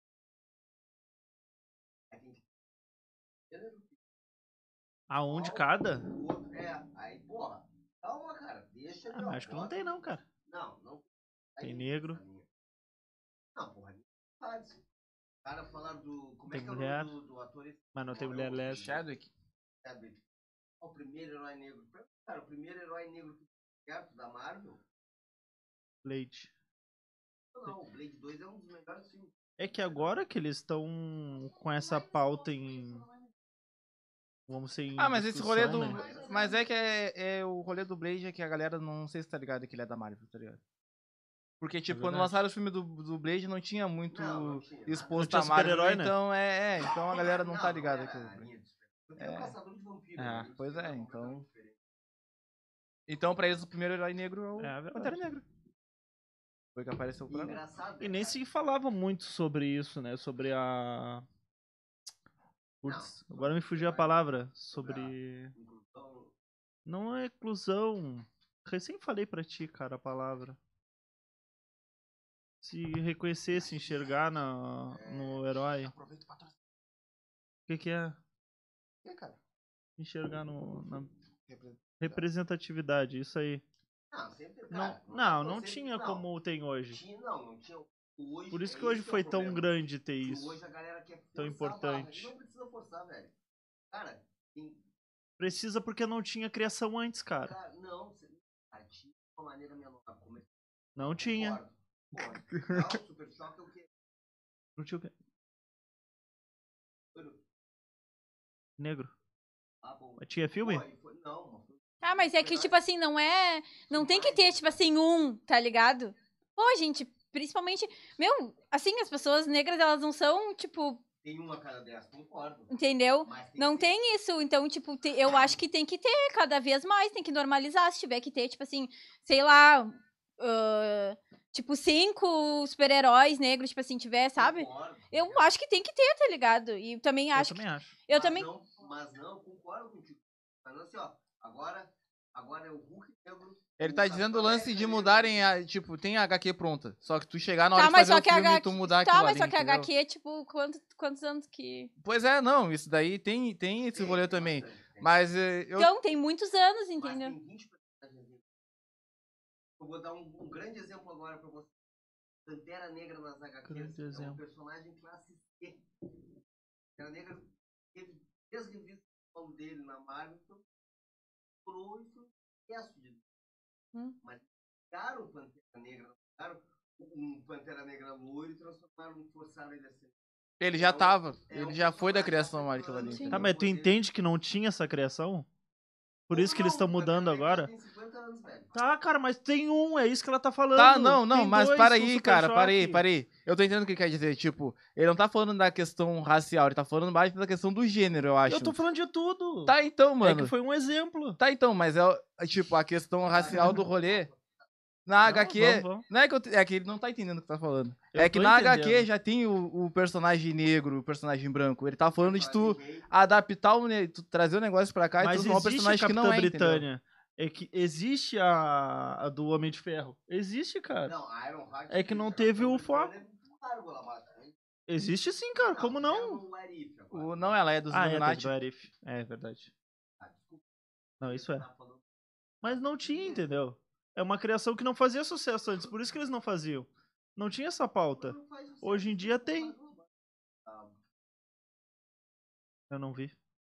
Speaker 4: Aí tem que. Gênero,
Speaker 1: A um de
Speaker 4: sexual,
Speaker 1: cada?
Speaker 4: o outro. É. Aí, porra. Calma, cara. Deixa ali,
Speaker 1: Ah,
Speaker 4: ó.
Speaker 1: mas acho que não
Speaker 4: bota.
Speaker 1: tem não, cara.
Speaker 4: Não, não. Aí,
Speaker 1: Tem negro.
Speaker 4: essa linha. Não, porra. Não faz. Os caras falaram do. Como
Speaker 1: Tem
Speaker 4: é que é o
Speaker 1: mulher.
Speaker 4: nome do, do ator esse?
Speaker 1: Mas não tem
Speaker 4: Qual é
Speaker 1: mulher
Speaker 4: o-
Speaker 1: lésbica.
Speaker 2: Chadwick.
Speaker 4: Chadwick. O primeiro herói negro. Cara, o primeiro herói negro que perto da Marvel.
Speaker 1: Blade.
Speaker 4: Não, o Blade dois é um dos melhores filmes.
Speaker 1: É que agora que eles estão com essa pauta em... Vamos ser em
Speaker 2: Ah, mas esse rolê do.
Speaker 1: discussão, né?
Speaker 2: Mas é que é, é o rolê do Blade é que a galera não sei se tá ligado que ele é da Marvel, tá ligado? Porque, tipo, quando
Speaker 1: verdade.
Speaker 2: lançaram o filme do, do Blade não tinha muito
Speaker 4: Não, não tinha.
Speaker 2: exposto
Speaker 1: Não tinha
Speaker 2: a Marvel,
Speaker 1: super-herói, né?
Speaker 2: então é, é, então a galera não tá
Speaker 4: Não,
Speaker 2: ligada
Speaker 4: era
Speaker 2: que
Speaker 4: a
Speaker 2: o-
Speaker 4: linha de super- Porque é
Speaker 2: É.
Speaker 4: o Caçador de Vampiros.
Speaker 1: É,
Speaker 4: a linha de
Speaker 2: pois
Speaker 4: super
Speaker 2: é,
Speaker 4: é
Speaker 2: então-
Speaker 4: completamente diferente.
Speaker 2: Então, pra eles, o primeiro herói negro é o
Speaker 1: É, a verdade.
Speaker 2: Pantera Negra. Foi que apareceu
Speaker 4: E
Speaker 2: pra lá.
Speaker 4: engraçado,
Speaker 1: E
Speaker 4: né,
Speaker 1: nem
Speaker 4: cara?
Speaker 1: se falava muito sobre isso, né? Sobre a... Putz,
Speaker 4: Não,
Speaker 1: agora me fugiu a palavra. Sobre...
Speaker 4: Inclusão.
Speaker 1: Não é inclusão. Recém falei pra ti, cara, a palavra. Se reconhecer, se enxergar na, no herói.
Speaker 4: Aproveita o patrocínio.
Speaker 1: O que que é?
Speaker 4: É, cara.
Speaker 1: Enxergar no, na representatividade, isso aí.
Speaker 4: Não, sempre,
Speaker 1: Não,
Speaker 4: cara,
Speaker 1: não,
Speaker 4: é
Speaker 1: não
Speaker 4: sempre-
Speaker 1: tinha
Speaker 4: não,
Speaker 1: como tem hoje.
Speaker 4: Tinha, não, não tinha. Hoje,
Speaker 1: Por isso
Speaker 4: é
Speaker 1: que hoje
Speaker 4: esse é o
Speaker 1: foi tão
Speaker 4: problema.
Speaker 1: grande ter
Speaker 4: Que
Speaker 1: isso.
Speaker 4: hoje a galera quer
Speaker 1: Tão
Speaker 4: forçar a barra.
Speaker 1: importante.
Speaker 4: E não precisa forçar, velho. Cara, tem,
Speaker 1: Precisa porque não tinha criação antes, cara.
Speaker 4: cara não, você, cara, tinha uma maneira menor. Como é que
Speaker 1: Não tinha.
Speaker 4: concordo. Porra, não, o Super Choque é o quê?
Speaker 1: Não tinha o quê? Negro.
Speaker 4: Ah, bom.
Speaker 1: Mas tinha filme?
Speaker 4: Pô, e foi- não, mas foi-
Speaker 3: Ah, mas é que, tipo assim, não é... Não tem que ter, tipo assim, um, tá ligado? Pô, gente, principalmente... Meu, assim, as pessoas negras, elas não são, tipo...
Speaker 4: Tem uma cada dez, concordo.
Speaker 3: Entendeu?
Speaker 4: Mas tem
Speaker 3: Não
Speaker 4: que ter.
Speaker 3: tem isso. Então, tipo, te- eu acho que tem que ter cada vez mais. Tem que normalizar. Se tiver que ter, tipo assim, sei lá... ah, tipo, cinco super-heróis negros, tipo assim, tiver, sabe?
Speaker 4: Concordo.
Speaker 3: Eu acho que tem que ter, tá ligado? E também
Speaker 1: Eu
Speaker 3: acho
Speaker 1: também
Speaker 3: que...
Speaker 1: acho.
Speaker 3: Eu
Speaker 4: mas
Speaker 3: também...
Speaker 4: Não, mas não, concordo contigo. Mas não assim, ó. Agora, agora é o Hulk negro.
Speaker 2: Ele
Speaker 4: o
Speaker 2: tá dizendo o
Speaker 4: Capitão
Speaker 2: lance de
Speaker 4: América
Speaker 2: mudarem,
Speaker 4: negro.
Speaker 2: a, tipo, tem a H Q pronta. Só que tu chegar na hora
Speaker 3: Tá,
Speaker 2: de
Speaker 3: mas
Speaker 2: fazer
Speaker 3: só
Speaker 2: o
Speaker 3: que a
Speaker 2: filme e
Speaker 3: H Q...
Speaker 2: tu mudar
Speaker 3: Tá,
Speaker 2: aquilo
Speaker 3: mas
Speaker 2: ali,
Speaker 3: só que a
Speaker 2: entendeu?
Speaker 3: H Q, tipo, quantos, quantos anos que...
Speaker 2: Pois é, não, isso daí tem, tem esse
Speaker 4: Tem,
Speaker 2: rolê
Speaker 4: tem
Speaker 2: também.
Speaker 4: bastante, tem.
Speaker 2: Mas eh, eu...
Speaker 3: Então, tem muitos anos,
Speaker 4: Mas
Speaker 3: entendeu?
Speaker 4: tem vinte personagens. Eu vou dar um, um grande exemplo agora pra você. Pantera Negra nas H Qs.
Speaker 1: Grande
Speaker 4: É um
Speaker 1: exemplo.
Speaker 4: personagem classe C. Pantera Negra teve três revistas dele na Marvel. Pro e foi sucesso de
Speaker 3: Hum.
Speaker 4: Mas pegaram o Pantera Negra, pegaram um Pantera Negra loiro e transformaram, forçaram ele a ser.
Speaker 2: Ele já
Speaker 4: É um-
Speaker 2: tava.
Speaker 4: é
Speaker 2: ele
Speaker 4: um
Speaker 2: já foi da
Speaker 4: personagem
Speaker 2: criação
Speaker 4: africano
Speaker 2: aquilo ali,
Speaker 3: Sim.
Speaker 2: entendeu?
Speaker 1: Tá, mas tu
Speaker 4: poder.
Speaker 1: entende que não tinha essa criação? Por isso
Speaker 4: Como
Speaker 1: que eles
Speaker 4: não?
Speaker 1: estão
Speaker 4: O
Speaker 1: mudando
Speaker 4: Pantera Negra
Speaker 1: agora?
Speaker 4: tem cinquenta anos, velho.
Speaker 1: Tá, cara, mas tem um, é isso que ela tá falando.
Speaker 2: Tá, não, não,
Speaker 1: Tem
Speaker 2: mas
Speaker 1: dois
Speaker 2: para
Speaker 1: no
Speaker 2: aí,
Speaker 1: Super
Speaker 2: cara, para aí,
Speaker 1: Choque.
Speaker 2: para aí. Eu tô entendendo o que quer dizer, tipo, ele não tá falando da questão racial, ele tá falando mais da questão do gênero, eu acho.
Speaker 1: Eu tô falando de tudo.
Speaker 2: Tá, então,
Speaker 1: É
Speaker 2: mano.
Speaker 1: que foi um exemplo.
Speaker 2: Tá, então, mas é, o- é, tipo, a questão racial do rolê. Na
Speaker 1: Não,
Speaker 2: H Q,
Speaker 1: vamos, vamos.
Speaker 2: não é que, eu, te- é que ele não tá entendendo o que tá falando.
Speaker 1: Eu
Speaker 2: é que
Speaker 1: tô
Speaker 2: na H Q
Speaker 1: entendendo.
Speaker 2: já tem o, o personagem negro, o personagem branco. Ele tá falando de tu
Speaker 4: Personagem gay.
Speaker 2: adaptar o, ne- tu trazer o negócio pra cá e
Speaker 1: Mas
Speaker 2: transformar o
Speaker 1: existe a
Speaker 2: personagem que
Speaker 1: Capitã
Speaker 2: não é, entendeu?
Speaker 1: Britânia. É que existe a, a do Homem de Ferro. Existe, cara.
Speaker 4: Não, Iron Heart.
Speaker 1: É que não
Speaker 4: existe,
Speaker 1: teve
Speaker 4: a
Speaker 1: o
Speaker 4: Capitã
Speaker 1: foco.
Speaker 4: Britânia é largo, ela mata, né?
Speaker 1: Existe sim, cara. Como não?
Speaker 4: fizeram um What If agora.
Speaker 2: O, não, ela é dos
Speaker 1: Ah, é, teve
Speaker 2: Illuminati.
Speaker 1: do Arif. É, verdade.
Speaker 4: Ah, desculpa,
Speaker 1: Não, isso é.
Speaker 4: tá falando-
Speaker 1: Mas não tinha, entendeu? É uma criação que não fazia sucesso antes, por isso que eles não faziam. Não tinha essa pauta.
Speaker 4: Não faz sucesso,
Speaker 1: Hoje em dia
Speaker 4: não
Speaker 1: tem.
Speaker 4: faz uma- Ah,
Speaker 1: Eu não vi.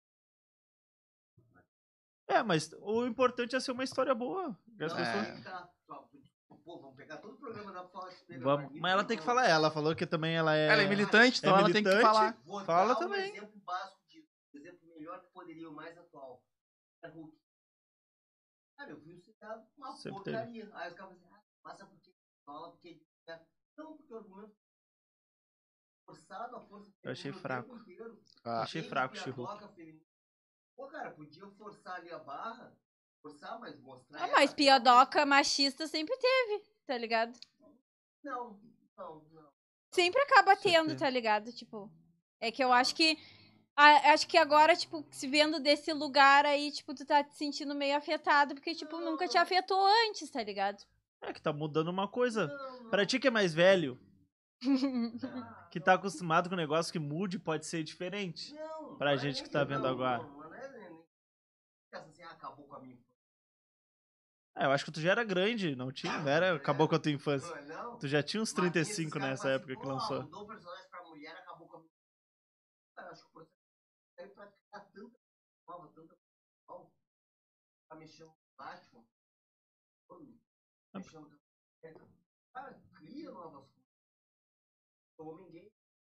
Speaker 1: É, mas o importante é ser uma história boa. Que as
Speaker 4: não,
Speaker 1: pessoas...
Speaker 4: aí que tá. Pô, vamos pegar todo o programa da Fala Espelho.
Speaker 1: Vamos.
Speaker 4: Magnífico,
Speaker 1: Mas ela tem que
Speaker 4: então.
Speaker 1: falar. Ela falou que também ela é.
Speaker 2: Ela é militante, então
Speaker 1: é
Speaker 2: ela tem que
Speaker 1: militante.
Speaker 2: falar.
Speaker 4: Vou
Speaker 1: Fala
Speaker 4: dar
Speaker 1: também.
Speaker 4: um exemplo básico disso. Um exemplo melhor que poderia, o mais atual. É Hulk. Cara, eu vi o seriado com uma
Speaker 1: Sempre
Speaker 4: porcaria. Aí os caras falam assim, ah, passa porque fala, porque... Não, porque o argumento forçado, a força...
Speaker 1: Eu achei
Speaker 4: feminina o
Speaker 1: fraco.
Speaker 4: tempo inteiro.
Speaker 2: Ah,
Speaker 1: Achei
Speaker 4: Cheio de
Speaker 1: fraco o
Speaker 4: piadoca
Speaker 1: She-Hulk.
Speaker 4: feminina. Pô, cara, podia forçar ali a barra. Forçar, mas mostrar...
Speaker 3: Ah,
Speaker 4: ela
Speaker 3: mas
Speaker 4: realmente-
Speaker 3: piadoca machista sempre teve, tá ligado?
Speaker 4: Não, não, não.
Speaker 3: Sempre acaba
Speaker 1: Sempre
Speaker 3: tendo,
Speaker 1: teve.
Speaker 3: tá ligado? Tipo, é que eu acho que. a- acho que agora, tipo, se vendo desse lugar aí, tipo, tu tá te sentindo meio afetado, porque, tipo, nunca te afetou antes, tá ligado?
Speaker 1: É que tá mudando uma coisa.
Speaker 4: Não, não.
Speaker 1: Pra ti que é mais velho, que tá acostumado com um negócio que mude, pode ser diferente.
Speaker 4: Não,
Speaker 1: Pra
Speaker 4: não é
Speaker 1: gente
Speaker 4: nem
Speaker 1: que tá vendo
Speaker 4: não,
Speaker 1: agora.
Speaker 4: Não, não é nem... Pensa assim, ah, acabou com a minha infância.
Speaker 1: É, eu acho que tu já era grande, não tinha? Não era? Acabou com a tua infância.
Speaker 4: Não.
Speaker 1: Tu já tinha uns
Speaker 4: Mas
Speaker 1: trinta e
Speaker 4: esses
Speaker 1: cinco
Speaker 4: caras
Speaker 1: nessa
Speaker 4: falam
Speaker 1: época
Speaker 4: assim,
Speaker 1: que
Speaker 4: pô,
Speaker 1: lançou.
Speaker 4: mudou o personagem pra mulher, acabou com a minha... Cara, acho que o processo é pra criar tanta nova, tanta nova, pra mexer no Batman, todo, mexendo no... Cara, cria novas coisas. O homem gay.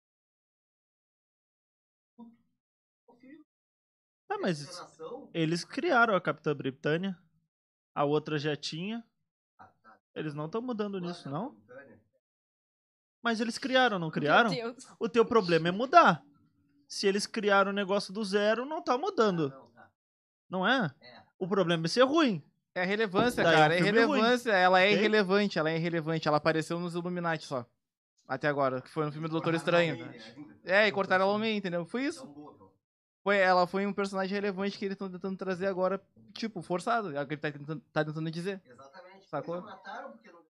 Speaker 4: O filho
Speaker 1: Ah, mas
Speaker 4: da nação...
Speaker 1: eles criaram a Capitã Britânia. A outra já tinha.
Speaker 4: Ah, tá.
Speaker 1: Eles não estão mudando
Speaker 4: Lá
Speaker 1: nisso,
Speaker 4: da
Speaker 1: não?
Speaker 4: Britânia.
Speaker 1: Mas eles criaram, não criaram?
Speaker 3: Meu Deus.
Speaker 1: O teu problema é mudar. Se eles criaram o negócio do zero, não tá mudando.
Speaker 4: Não, tá.
Speaker 1: Não é?
Speaker 4: É.
Speaker 1: O problema é ser ruim.
Speaker 2: É a relevância,
Speaker 1: Daí é um
Speaker 2: cara. É
Speaker 1: filme ruim.
Speaker 2: relevância. Ela é
Speaker 1: Ok?
Speaker 2: irrelevante, ela é irrelevante. Ela apareceu nos Illuminati só. Até agora, que foi no filme do Doutor Estranho. É, e cortaram ela ao meio, entendeu? Foi isso.
Speaker 4: Então, boa, então.
Speaker 2: Foi, ela foi um personagem relevante que eles estão tentando trazer agora, tipo, forçado. É o que ele tá tentando, tá tentando dizer.
Speaker 4: Exatamente.
Speaker 2: Sacou?
Speaker 4: Eles não mataram porque não...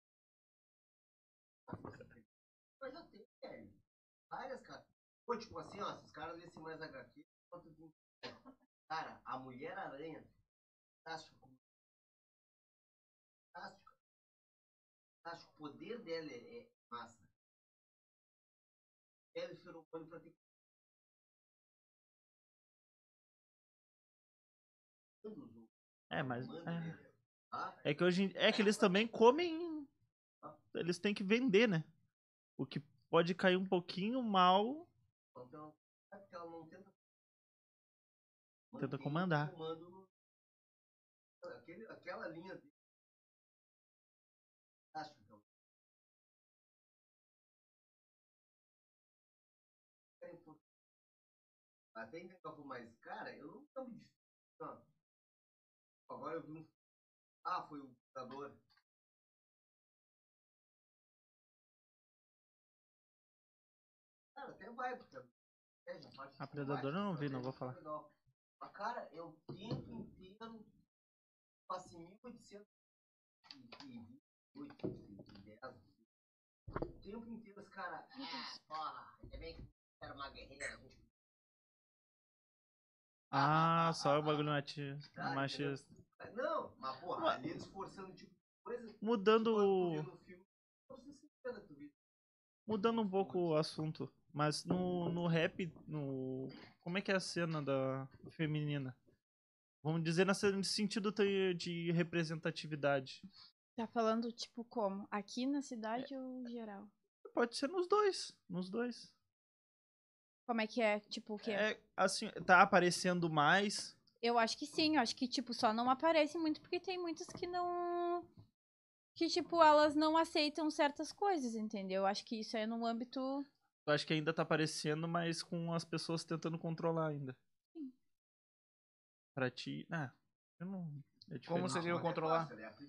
Speaker 4: Mas já tem, velho. Várias, cara. Pô, tipo assim, ó, se os caras lessem mais agá quê, quanto de... Cara, a Mulher-Aranha, fantástico. Fantástico. Fantástico. O poder dela é, é massa. Ela é feromônio pra ter...
Speaker 1: É, mas.
Speaker 4: Manda
Speaker 1: É,
Speaker 4: nele. Tá?
Speaker 1: é que hoje em- é que eles também comem. Eles têm que vender, né? O que pode cair um pouquinho mal.
Speaker 4: Então, é porque ela não tenta...
Speaker 1: Tenta
Speaker 4: manter
Speaker 1: comandar.
Speaker 4: o comando no- Aquele, aquela linha dele. Acho que não. Até entender mais. Cara, eu não lembro de. Não. Agora eu vi um. Ah, foi o Predador. Cara, até vai, porque. É, já parte
Speaker 1: A
Speaker 4: de
Speaker 1: Predador eu não vi, não vou falar.
Speaker 4: legal. Mas, cara, é o tempo inteiro. Passe mil oitocentos e vinte e oito, dez. O tempo inteiro os caras. Ah, porra, ainda bem que era uma guerreira.
Speaker 1: Ah, só o bagulho mati- machista.
Speaker 4: Não, mas porra,
Speaker 1: Mas-
Speaker 4: ali eles forçando tipo coisa.
Speaker 1: Mudando,
Speaker 4: Quando tu vê no filme, não sei se era tu vê.
Speaker 1: mudando um pouco o assunto, mas no, no rap, no como é que é a cena da feminina? Vamos dizer nesse nesse sentido de de representatividade.
Speaker 3: Tá falando, tipo, como? Aqui na cidade ou geral?
Speaker 1: Pode ser nos dois, nos dois.
Speaker 3: Como é que é? Tipo, o quê?
Speaker 1: É, assim, tá aparecendo mais.
Speaker 3: Eu acho que sim, eu acho que, tipo, só não aparece muito porque tem muitas que não. Que, tipo, elas não aceitam certas coisas, entendeu? Eu acho que isso é no âmbito.
Speaker 1: Eu acho que ainda tá aparecendo, mas com as pessoas tentando controlar ainda.
Speaker 3: Sim.
Speaker 1: Pra ti. Ah, eu não. É
Speaker 2: Como
Speaker 1: diferente.
Speaker 2: seria o controlar?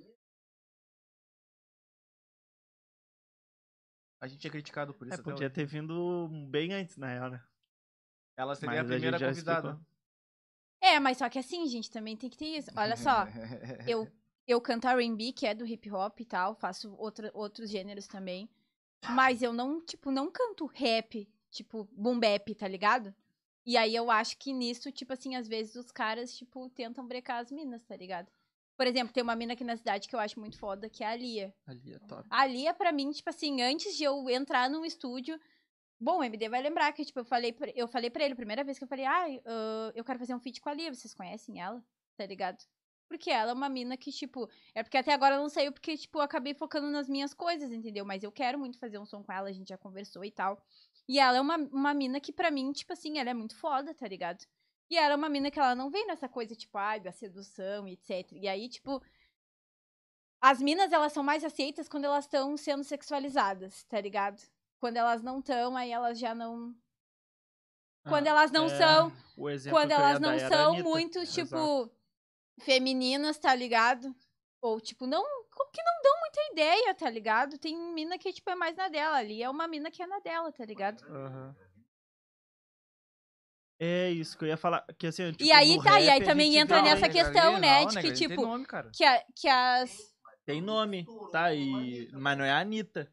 Speaker 2: A gente é criticado por isso
Speaker 1: É,
Speaker 2: até
Speaker 1: podia
Speaker 2: hoje.
Speaker 1: ter vindo bem antes, na real, né?
Speaker 2: Ela seria
Speaker 1: Mas
Speaker 2: a primeira
Speaker 1: gente já
Speaker 2: convidada.
Speaker 1: explicou.
Speaker 3: É, mas só que assim, gente, também tem que ter isso. Olha só, eu, eu canto R and B, que é do hip hop e tal, faço outra, outros gêneros também. Mas eu não, tipo, não canto rap, tipo, boom bap, tá ligado? E aí eu acho que nisso, tipo assim, às vezes os caras, tipo, tentam brecar as minas, tá ligado? Por exemplo, tem uma mina aqui na cidade que eu acho muito foda, que é a Lia.
Speaker 1: Ali é top.
Speaker 3: A Lia, pra mim, tipo assim, antes de eu entrar num estúdio. Bom, o M D vai lembrar que, tipo, eu falei pra, eu falei pra ele, a primeira vez que eu falei, ai, ah, eu quero fazer um feat com a Lia, vocês conhecem ela? Tá ligado? Porque ela é uma mina que, tipo, é porque até agora eu não saiu porque, tipo, eu acabei focando nas minhas coisas, entendeu? Mas eu quero muito fazer um som com ela, a gente já conversou e tal. E ela é uma, uma mina que, pra mim, tipo assim, ela é muito foda, tá ligado? E ela é uma mina que ela não vem nessa coisa, tipo, ai, da sedução e etcétera. E aí, tipo, as minas, elas são mais aceitas quando elas estão sendo sexualizadas, tá ligado? Quando elas não estão, aí elas já não. Quando
Speaker 1: Ah,
Speaker 3: elas não
Speaker 1: é,
Speaker 3: são.
Speaker 1: o exemplo
Speaker 3: Quando
Speaker 1: que eu
Speaker 3: elas
Speaker 1: ia dar
Speaker 3: não
Speaker 1: era a
Speaker 3: são
Speaker 1: Anitta.
Speaker 3: muito,
Speaker 1: Exato.
Speaker 3: tipo, femininas, tá ligado? Ou, tipo, não. Que não dão muita ideia, tá ligado? Tem mina que, tipo, é mais na dela ali. É uma mina que é na dela, tá ligado?
Speaker 1: Aham. É isso que eu ia falar. Que, assim, tipo,
Speaker 3: E aí
Speaker 1: no
Speaker 3: tá, e aí
Speaker 1: rap a
Speaker 3: também
Speaker 1: gente
Speaker 3: entra
Speaker 1: vê
Speaker 3: nessa
Speaker 1: bem-
Speaker 3: questão,
Speaker 2: ali,
Speaker 3: né?
Speaker 2: não,
Speaker 3: De
Speaker 2: nega,
Speaker 3: que,
Speaker 2: ali tem
Speaker 3: tipo,
Speaker 2: nome, cara.
Speaker 3: que, a, que as.
Speaker 1: Tem nome, tá? E... Mas não é a Anitta.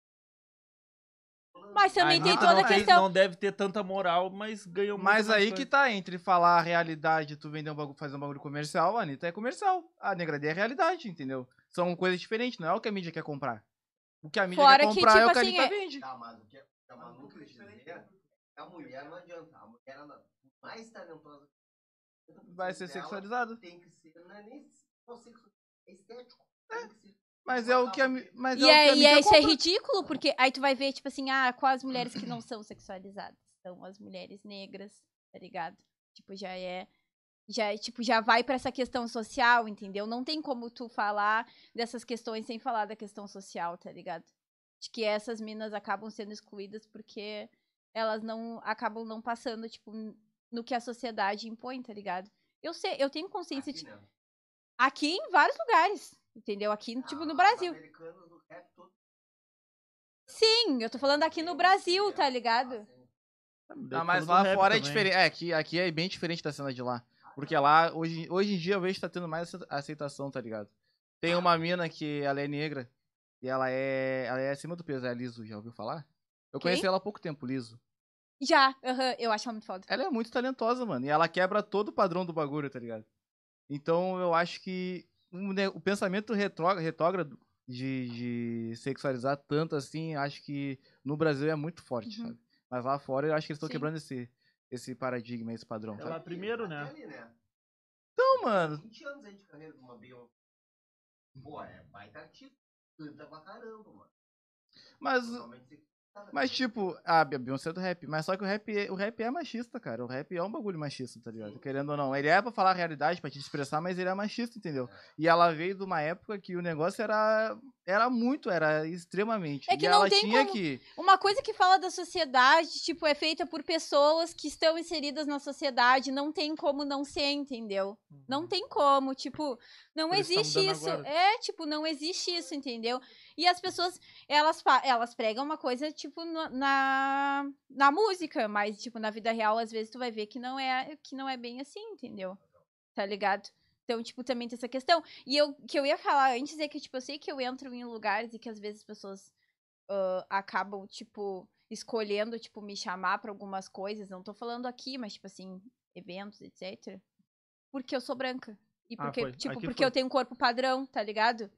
Speaker 3: Mas
Speaker 1: A
Speaker 3: também tem
Speaker 1: Anitta
Speaker 3: toda
Speaker 1: não,
Speaker 3: a
Speaker 1: tem,
Speaker 3: questão.
Speaker 1: não deve ter tanta moral, mas ganhou muito
Speaker 2: Mas
Speaker 1: mais
Speaker 2: aí
Speaker 1: coisa.
Speaker 2: que tá, entre falar a realidade e tu vender um bagulho, fazer um bagulho comercial, a Anitta é comercial. A Negra D é realidade, entendeu? São coisas diferentes, não é o que a mídia quer comprar. O que a mídia
Speaker 3: Fora
Speaker 2: quer
Speaker 3: que,
Speaker 2: comprar é
Speaker 3: tipo
Speaker 2: o que a
Speaker 3: assim,
Speaker 2: Anitta
Speaker 3: é-
Speaker 2: vende.
Speaker 4: Tá, mas o que a Manu quis dizer é a mulher não adianta. A mulher, ela, mais talentosa,
Speaker 2: Vai ser
Speaker 4: dela,
Speaker 2: sexualizado.
Speaker 4: tem que ser, não é nem só sexual, é estético. Tem que ser.
Speaker 2: Mas é o que a, mi- mas
Speaker 3: E,
Speaker 2: é o que
Speaker 3: é,
Speaker 2: a
Speaker 3: e
Speaker 2: mídia
Speaker 3: é, isso é
Speaker 2: compra.
Speaker 3: ridículo, porque aí tu vai ver, tipo assim, ah, quais mulheres que não são sexualizadas? São as mulheres negras, tá ligado? Tipo, já é. Já, é, tipo, já vai pra essa questão social, entendeu? Não tem como tu falar dessas questões sem falar da questão social, tá ligado? De que essas minas acabam sendo excluídas porque elas não acabam não passando, tipo, no que a sociedade impõe, tá ligado? Eu sei, eu tenho consciência
Speaker 4: Aqui,
Speaker 3: de.
Speaker 4: né?
Speaker 3: Aqui em vários lugares, entendeu? Aqui, tipo, no Brasil.
Speaker 4: Os americanos do rap todo.
Speaker 3: Sim, eu tô falando aqui no Brasil, tá ligado?
Speaker 2: Ah, mas lá fora é diferente. É, aqui, aqui é bem diferente da cena de lá. Porque lá, hoje, hoje em dia, eu vejo que tá tendo mais aceitação, tá ligado? Tem uma mina que ela é negra e ela é, ela é acima do peso, é a Liso, já ouviu falar? Eu
Speaker 3: Quem?
Speaker 2: conheci ela há pouco tempo, Liso.
Speaker 3: Já, aham, eu acho ela muito foda.
Speaker 2: Ela é muito talentosa, mano, e ela quebra todo o padrão do bagulho, tá ligado? Então eu acho que o, ne- o pensamento retró- retrógrado de, de sexualizar tanto assim, acho que no Brasil é muito forte,
Speaker 3: Uhum.
Speaker 2: sabe? Mas lá fora eu acho que eles estão
Speaker 3: Sim.
Speaker 2: quebrando esse, esse paradigma, esse padrão,
Speaker 1: É
Speaker 2: sabe?
Speaker 1: lá primeiro, né?
Speaker 4: Ali, né?
Speaker 2: Então, mano,
Speaker 4: vinte anos aí de carreira de uma Beyoncé. Pô, é baita artista. Canta pra caramba, mano.
Speaker 2: mas
Speaker 4: Totalmente
Speaker 2: Mas, tipo, a Beyoncé é do rap. Mas só que o rap, é- o rap é machista, cara. O rap é um bagulho machista, tá ligado? Querendo ou não. Ele é pra falar a realidade, pra te expressar, mas ele é machista, entendeu? E ela veio de uma época que o negócio era, era muito, era extremamente.
Speaker 3: É que
Speaker 2: e
Speaker 3: não
Speaker 2: ela
Speaker 3: tem
Speaker 2: tinha
Speaker 3: como-
Speaker 2: que...
Speaker 3: Uma coisa que fala da sociedade, tipo, é feita por pessoas que estão inseridas na sociedade. Não tem como não ser, entendeu? Não tem como, tipo, não
Speaker 1: Por isso tamo
Speaker 3: existe
Speaker 1: dando
Speaker 3: isso.
Speaker 1: agora.
Speaker 3: É, tipo, não existe isso, entendeu? E as pessoas, elas, fa- elas pregam uma coisa, tipo, no- na, na música, mas, tipo, na vida real, às vezes tu vai ver que não é, que não é bem assim, entendeu? Tá ligado? Então, tipo, também tem essa questão. E eu, que eu ia falar antes é que, tipo, eu sei que eu entro em lugares e que às vezes as pessoas ah, acabam, tipo, escolhendo, tipo, me chamar pra algumas coisas. Não tô falando aqui, mas, tipo assim, eventos, etcétera. Porque eu sou branca. E
Speaker 1: Ah,
Speaker 3: porque,
Speaker 1: foi.
Speaker 3: tipo,
Speaker 1: Aqui
Speaker 3: porque
Speaker 1: foi.
Speaker 3: eu tenho um corpo padrão, tá ligado?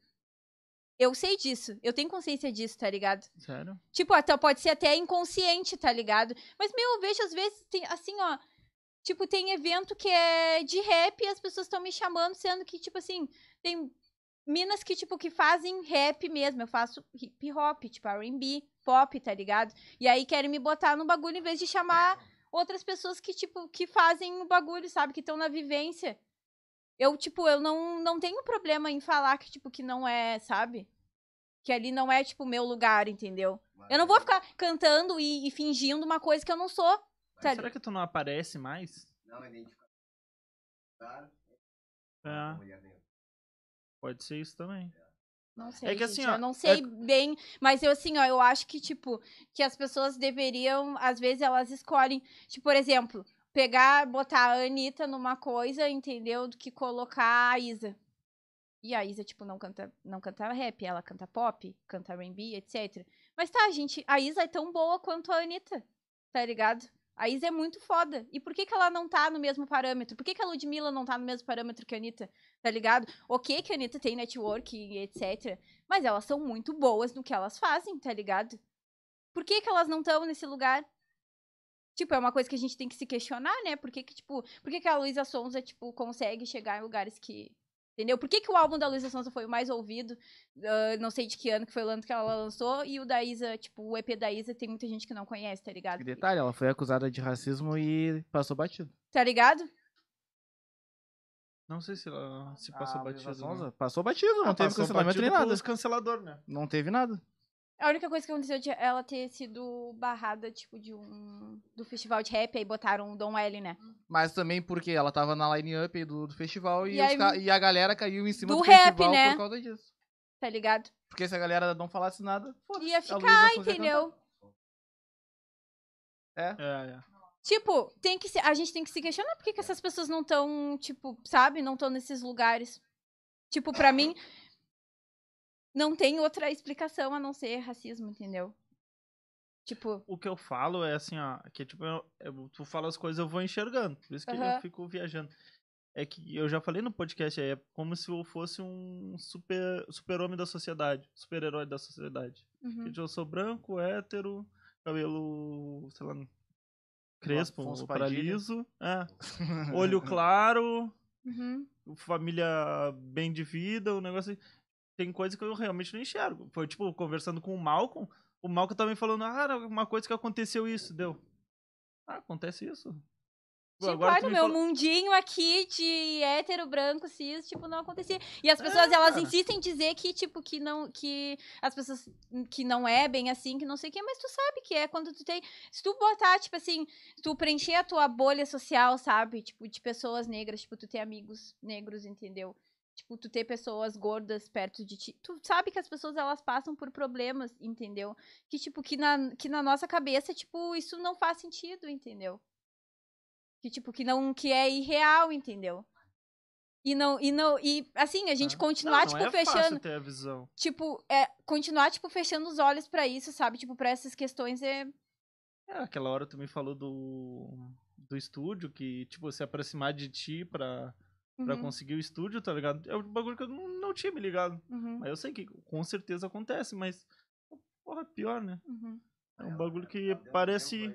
Speaker 3: Eu sei disso. Eu tenho consciência disso, tá ligado?
Speaker 1: Sério?
Speaker 3: Tipo, até, pode ser até inconsciente, tá ligado? Mas, meu, eu vejo às vezes, tem, assim, ó. Tipo, tem evento que é de rap e as pessoas estão me chamando, sendo que, tipo assim, tem minas que, tipo, que fazem rap mesmo. Eu faço hip hop, tipo, R and B, pop, tá ligado? E aí querem me botar no bagulho em vez de chamar outras pessoas que, tipo, que fazem o bagulho, sabe? Que estão na vivência. Eu, tipo, eu não, não tenho problema em falar que, tipo, que não é, sabe? Que ali não é, tipo, o meu lugar, entendeu? Eu não vou ficar cantando e, e fingindo uma coisa que eu não sou. Tá?
Speaker 1: Será que tu não aparece mais?
Speaker 4: Não identificar. Cara,
Speaker 1: É,
Speaker 4: mulher negra.
Speaker 1: pode ser isso também.
Speaker 3: Não sei,
Speaker 1: que
Speaker 3: gente,
Speaker 1: assim, ó,
Speaker 3: eu não
Speaker 1: é
Speaker 3: sei
Speaker 1: que-
Speaker 3: bem, mas eu assim, ó, eu acho que, tipo, que as pessoas deveriam, às vezes elas escolhem, tipo, por exemplo, pegar, botar a Anitta numa coisa, entendeu? Do que colocar a Isa. E a Isa, tipo, não canta, não canta rap, ela canta pop, canta R and B, etcétera. Mas tá, gente, a Isa é tão boa quanto a Anitta, tá ligado? A Isa é muito foda. E por que que ela não tá no mesmo parâmetro? Por que que a Ludmilla não tá no mesmo parâmetro que a Anitta? Tá ligado? Ok que a Anitta tem network e etcétera. Mas elas são muito boas no que elas fazem, tá ligado? Por que que elas não estão nesse lugar? Tipo, é uma coisa que a gente tem que se questionar, né? Por que que, tipo, por que que a Luísa Sonza, tipo, consegue chegar em lugares que... Entendeu? Por que que o álbum da Luísa Sonza foi o mais ouvido? Ah, não sei de que ano que foi o ano que ela lançou. E o da Isa, tipo, o E P da Isa tem muita gente que não conhece, tá ligado?
Speaker 2: E detalhe, ela foi acusada de racismo e passou batido.
Speaker 3: Tá ligado?
Speaker 1: Não sei se ela se passou
Speaker 2: A Luísa
Speaker 1: batido.
Speaker 2: Sonza
Speaker 1: Não.
Speaker 2: passou batido, não
Speaker 1: Ah,
Speaker 2: teve
Speaker 1: passou
Speaker 2: cancelamento nem
Speaker 1: batido
Speaker 2: nada.
Speaker 1: pelos cancelador, né?
Speaker 2: Não teve nada.
Speaker 3: A única coisa que aconteceu de ela ter sido barrada, tipo, de um... do festival de rap, aí botaram o Dom L, né?
Speaker 2: Mas também porque ela tava na line-up aí do, do festival e,
Speaker 3: E
Speaker 2: os
Speaker 3: aí-
Speaker 2: ca- e a galera caiu em cima
Speaker 3: Do
Speaker 2: do,
Speaker 3: rap,
Speaker 2: festival
Speaker 3: né?
Speaker 2: por causa disso.
Speaker 3: Tá ligado?
Speaker 2: Porque se a galera não falasse nada, foda-se.
Speaker 3: Ia
Speaker 2: a
Speaker 3: ficar,
Speaker 2: Luísa Sonza ia cantar.
Speaker 3: entendeu?
Speaker 2: É.
Speaker 1: É, é.
Speaker 3: Tipo, tem que se, a gente tem que se questionar por que, que essas pessoas não estão, tipo, sabe? Não estão nesses lugares. Tipo, pra mim, não tem outra explicação a não ser racismo, entendeu? Tipo,
Speaker 1: O que eu falo é assim, ó, que tipo, eu, eu- tu fala as coisas, eu vou enxergando. Por isso que eu
Speaker 3: Aham.
Speaker 1: fico viajando. É que eu já falei no podcast aí, é como se eu fosse um super, super-homem da sociedade, super-herói da sociedade.
Speaker 3: uhum,
Speaker 1: Porque eu sou branco, hétero, cabelo, sei lá, crespo,
Speaker 2: Afonso
Speaker 1: pra
Speaker 2: Padilha.
Speaker 1: liso, é, olho claro,
Speaker 3: uhum.
Speaker 1: família bem de vida, o negócio assim. Tem coisa que eu realmente não enxergo. Foi tipo, conversando com o Malcolm, o Malcolm também falando, ah, uma coisa que aconteceu isso, deu. Ah, acontece isso.
Speaker 3: Tipo,
Speaker 1: Agora
Speaker 3: ai,
Speaker 1: tu
Speaker 3: no
Speaker 1: me
Speaker 3: meu
Speaker 1: fala...
Speaker 3: mundinho aqui de hétero, branco, cis, tipo, não acontecia. E as pessoas,
Speaker 1: É,
Speaker 3: elas
Speaker 1: cara.
Speaker 3: insistem em dizer que, tipo, que não, que as pessoas, que não é bem assim, que não sei o quê, mas tu sabe que é quando tu tem, se tu botar, tipo assim, tu preencher a tua bolha social, sabe, tipo, de pessoas negras, tipo, tu ter amigos negros, entendeu? Tipo, tu ter pessoas gordas perto de ti. Tu sabe que as pessoas, elas passam por problemas, entendeu? Que, tipo, que na, que na nossa cabeça, tipo, isso não faz sentido, entendeu? Que, tipo, que não, que é irreal, entendeu? E não, e não, e assim, a gente
Speaker 1: É.
Speaker 3: continuar,
Speaker 1: não, não
Speaker 3: tipo,
Speaker 1: é
Speaker 3: fechando,
Speaker 1: fácil ter a visão.
Speaker 3: tipo, é, continuar, tipo, fechando os olhos pra isso, sabe? Tipo, pra essas questões é...
Speaker 1: É, aquela hora tu me falou do, do estúdio, que, tipo, se aproximar de ti pra, pra
Speaker 3: Uhum,
Speaker 1: conseguir o estúdio, tá ligado? É um bagulho que eu não, não tinha me ligado.
Speaker 3: uhum,
Speaker 1: Mas eu sei que com certeza acontece, mas, porra, pior, né?
Speaker 3: uhum.
Speaker 1: É um bagulho que parece...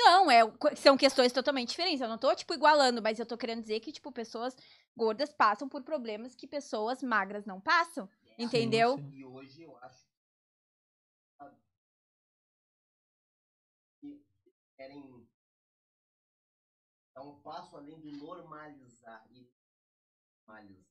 Speaker 3: Não, é, co- são questões totalmente diferentes. Eu não tô, tipo, igualando, mas eu tô querendo dizer que, tipo, pessoas gordas passam por problemas que pessoas magras não passam. Entendeu?
Speaker 1: sim.
Speaker 4: E hoje eu acho que querem dar um passo além do normalizar e normalizar.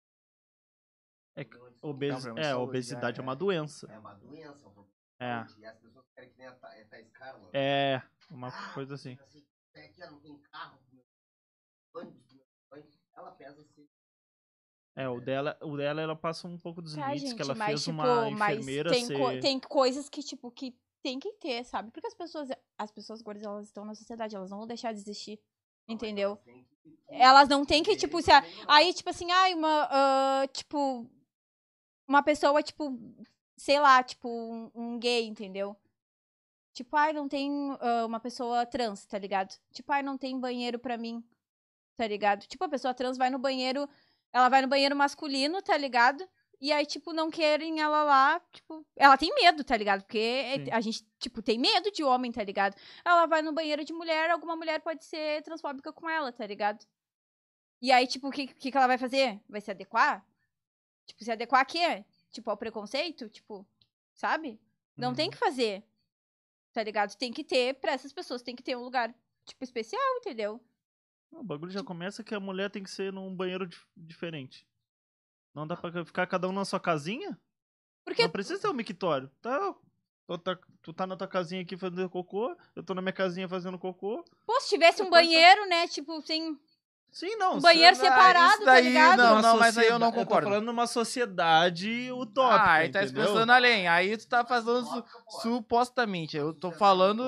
Speaker 1: É que
Speaker 4: Problema de
Speaker 1: obes-
Speaker 2: É um problema de
Speaker 1: É, a
Speaker 2: saúde,
Speaker 1: obesidade
Speaker 2: é,
Speaker 1: é uma
Speaker 2: é.
Speaker 1: doença.
Speaker 4: É uma doença, é um problema de
Speaker 1: É.
Speaker 4: saúde. E as pessoas querem que nem a Tha- é Thaís Carla.
Speaker 1: É, uma
Speaker 4: Ah,
Speaker 1: coisa assim.
Speaker 4: assim, é que ela não tem carro, ônibus, ela pesa assim.
Speaker 1: É, o dela, o dela ela passa um pouco dos
Speaker 3: Tá,
Speaker 1: limites,
Speaker 3: gente,
Speaker 1: que ela
Speaker 3: mas,
Speaker 1: fez
Speaker 3: tipo,
Speaker 1: uma
Speaker 3: mas
Speaker 1: enfermeira
Speaker 3: tem, co-
Speaker 1: ser...
Speaker 3: tem coisas que, tipo, que tem que ter, sabe? Porque as pessoas, as pessoas gordas, elas estão na sociedade, elas não vão deixar de existir, entendeu? Elas não têm que, tipo, se a- aí, tipo assim, ai, uma, ah, tipo, uma pessoa, tipo, sei lá, tipo, um, um gay, entendeu? Tipo, ai, não tem ah, uma pessoa trans, tá ligado? Tipo, ai, não tem banheiro pra mim, tá ligado? Tipo, a pessoa trans vai no banheiro, ela vai no banheiro masculino, tá ligado? E aí, tipo, não querem ela lá, tipo, ela tem medo, tá ligado? Porque
Speaker 1: Sim.
Speaker 3: a gente, tipo, tem medo de homem, tá ligado? Ela vai no banheiro de mulher, alguma mulher pode ser transfóbica com ela, tá ligado? E aí, tipo, o que, que, que ela vai fazer? Vai se adequar? Tipo, se adequar a quê? Tipo, ao preconceito? Tipo, sabe? Não tem
Speaker 1: Uhum.
Speaker 3: que fazer, tá ligado? Tem que ter, pra essas pessoas, tem que ter um lugar, tipo, especial, entendeu?
Speaker 1: O bagulho já começa que a mulher tem que ser num banheiro dif- diferente. Não dá pra ficar cada um na sua casinha?
Speaker 3: Porque
Speaker 1: Não precisa ter um mictório. Tá, tu, tá, tu tá na tua casinha aqui fazendo cocô, eu tô na minha casinha fazendo cocô.
Speaker 3: Pô, se tivesse um
Speaker 1: Depois tá-
Speaker 3: banheiro, né, tipo, sem
Speaker 1: Sim, não.
Speaker 3: um
Speaker 1: se-
Speaker 3: banheiro
Speaker 2: Ah,
Speaker 3: separado,
Speaker 2: isso daí,
Speaker 3: tá ligado?
Speaker 2: não,
Speaker 1: numa
Speaker 2: não, mas aí eu não
Speaker 1: sociedade- Eu
Speaker 2: concordo.
Speaker 1: tô falando numa sociedade utópica,
Speaker 2: Ah, aí tá
Speaker 1: entendeu?
Speaker 2: pensando além. Aí tu tá fazendo su- supostamente. Eu tô falando.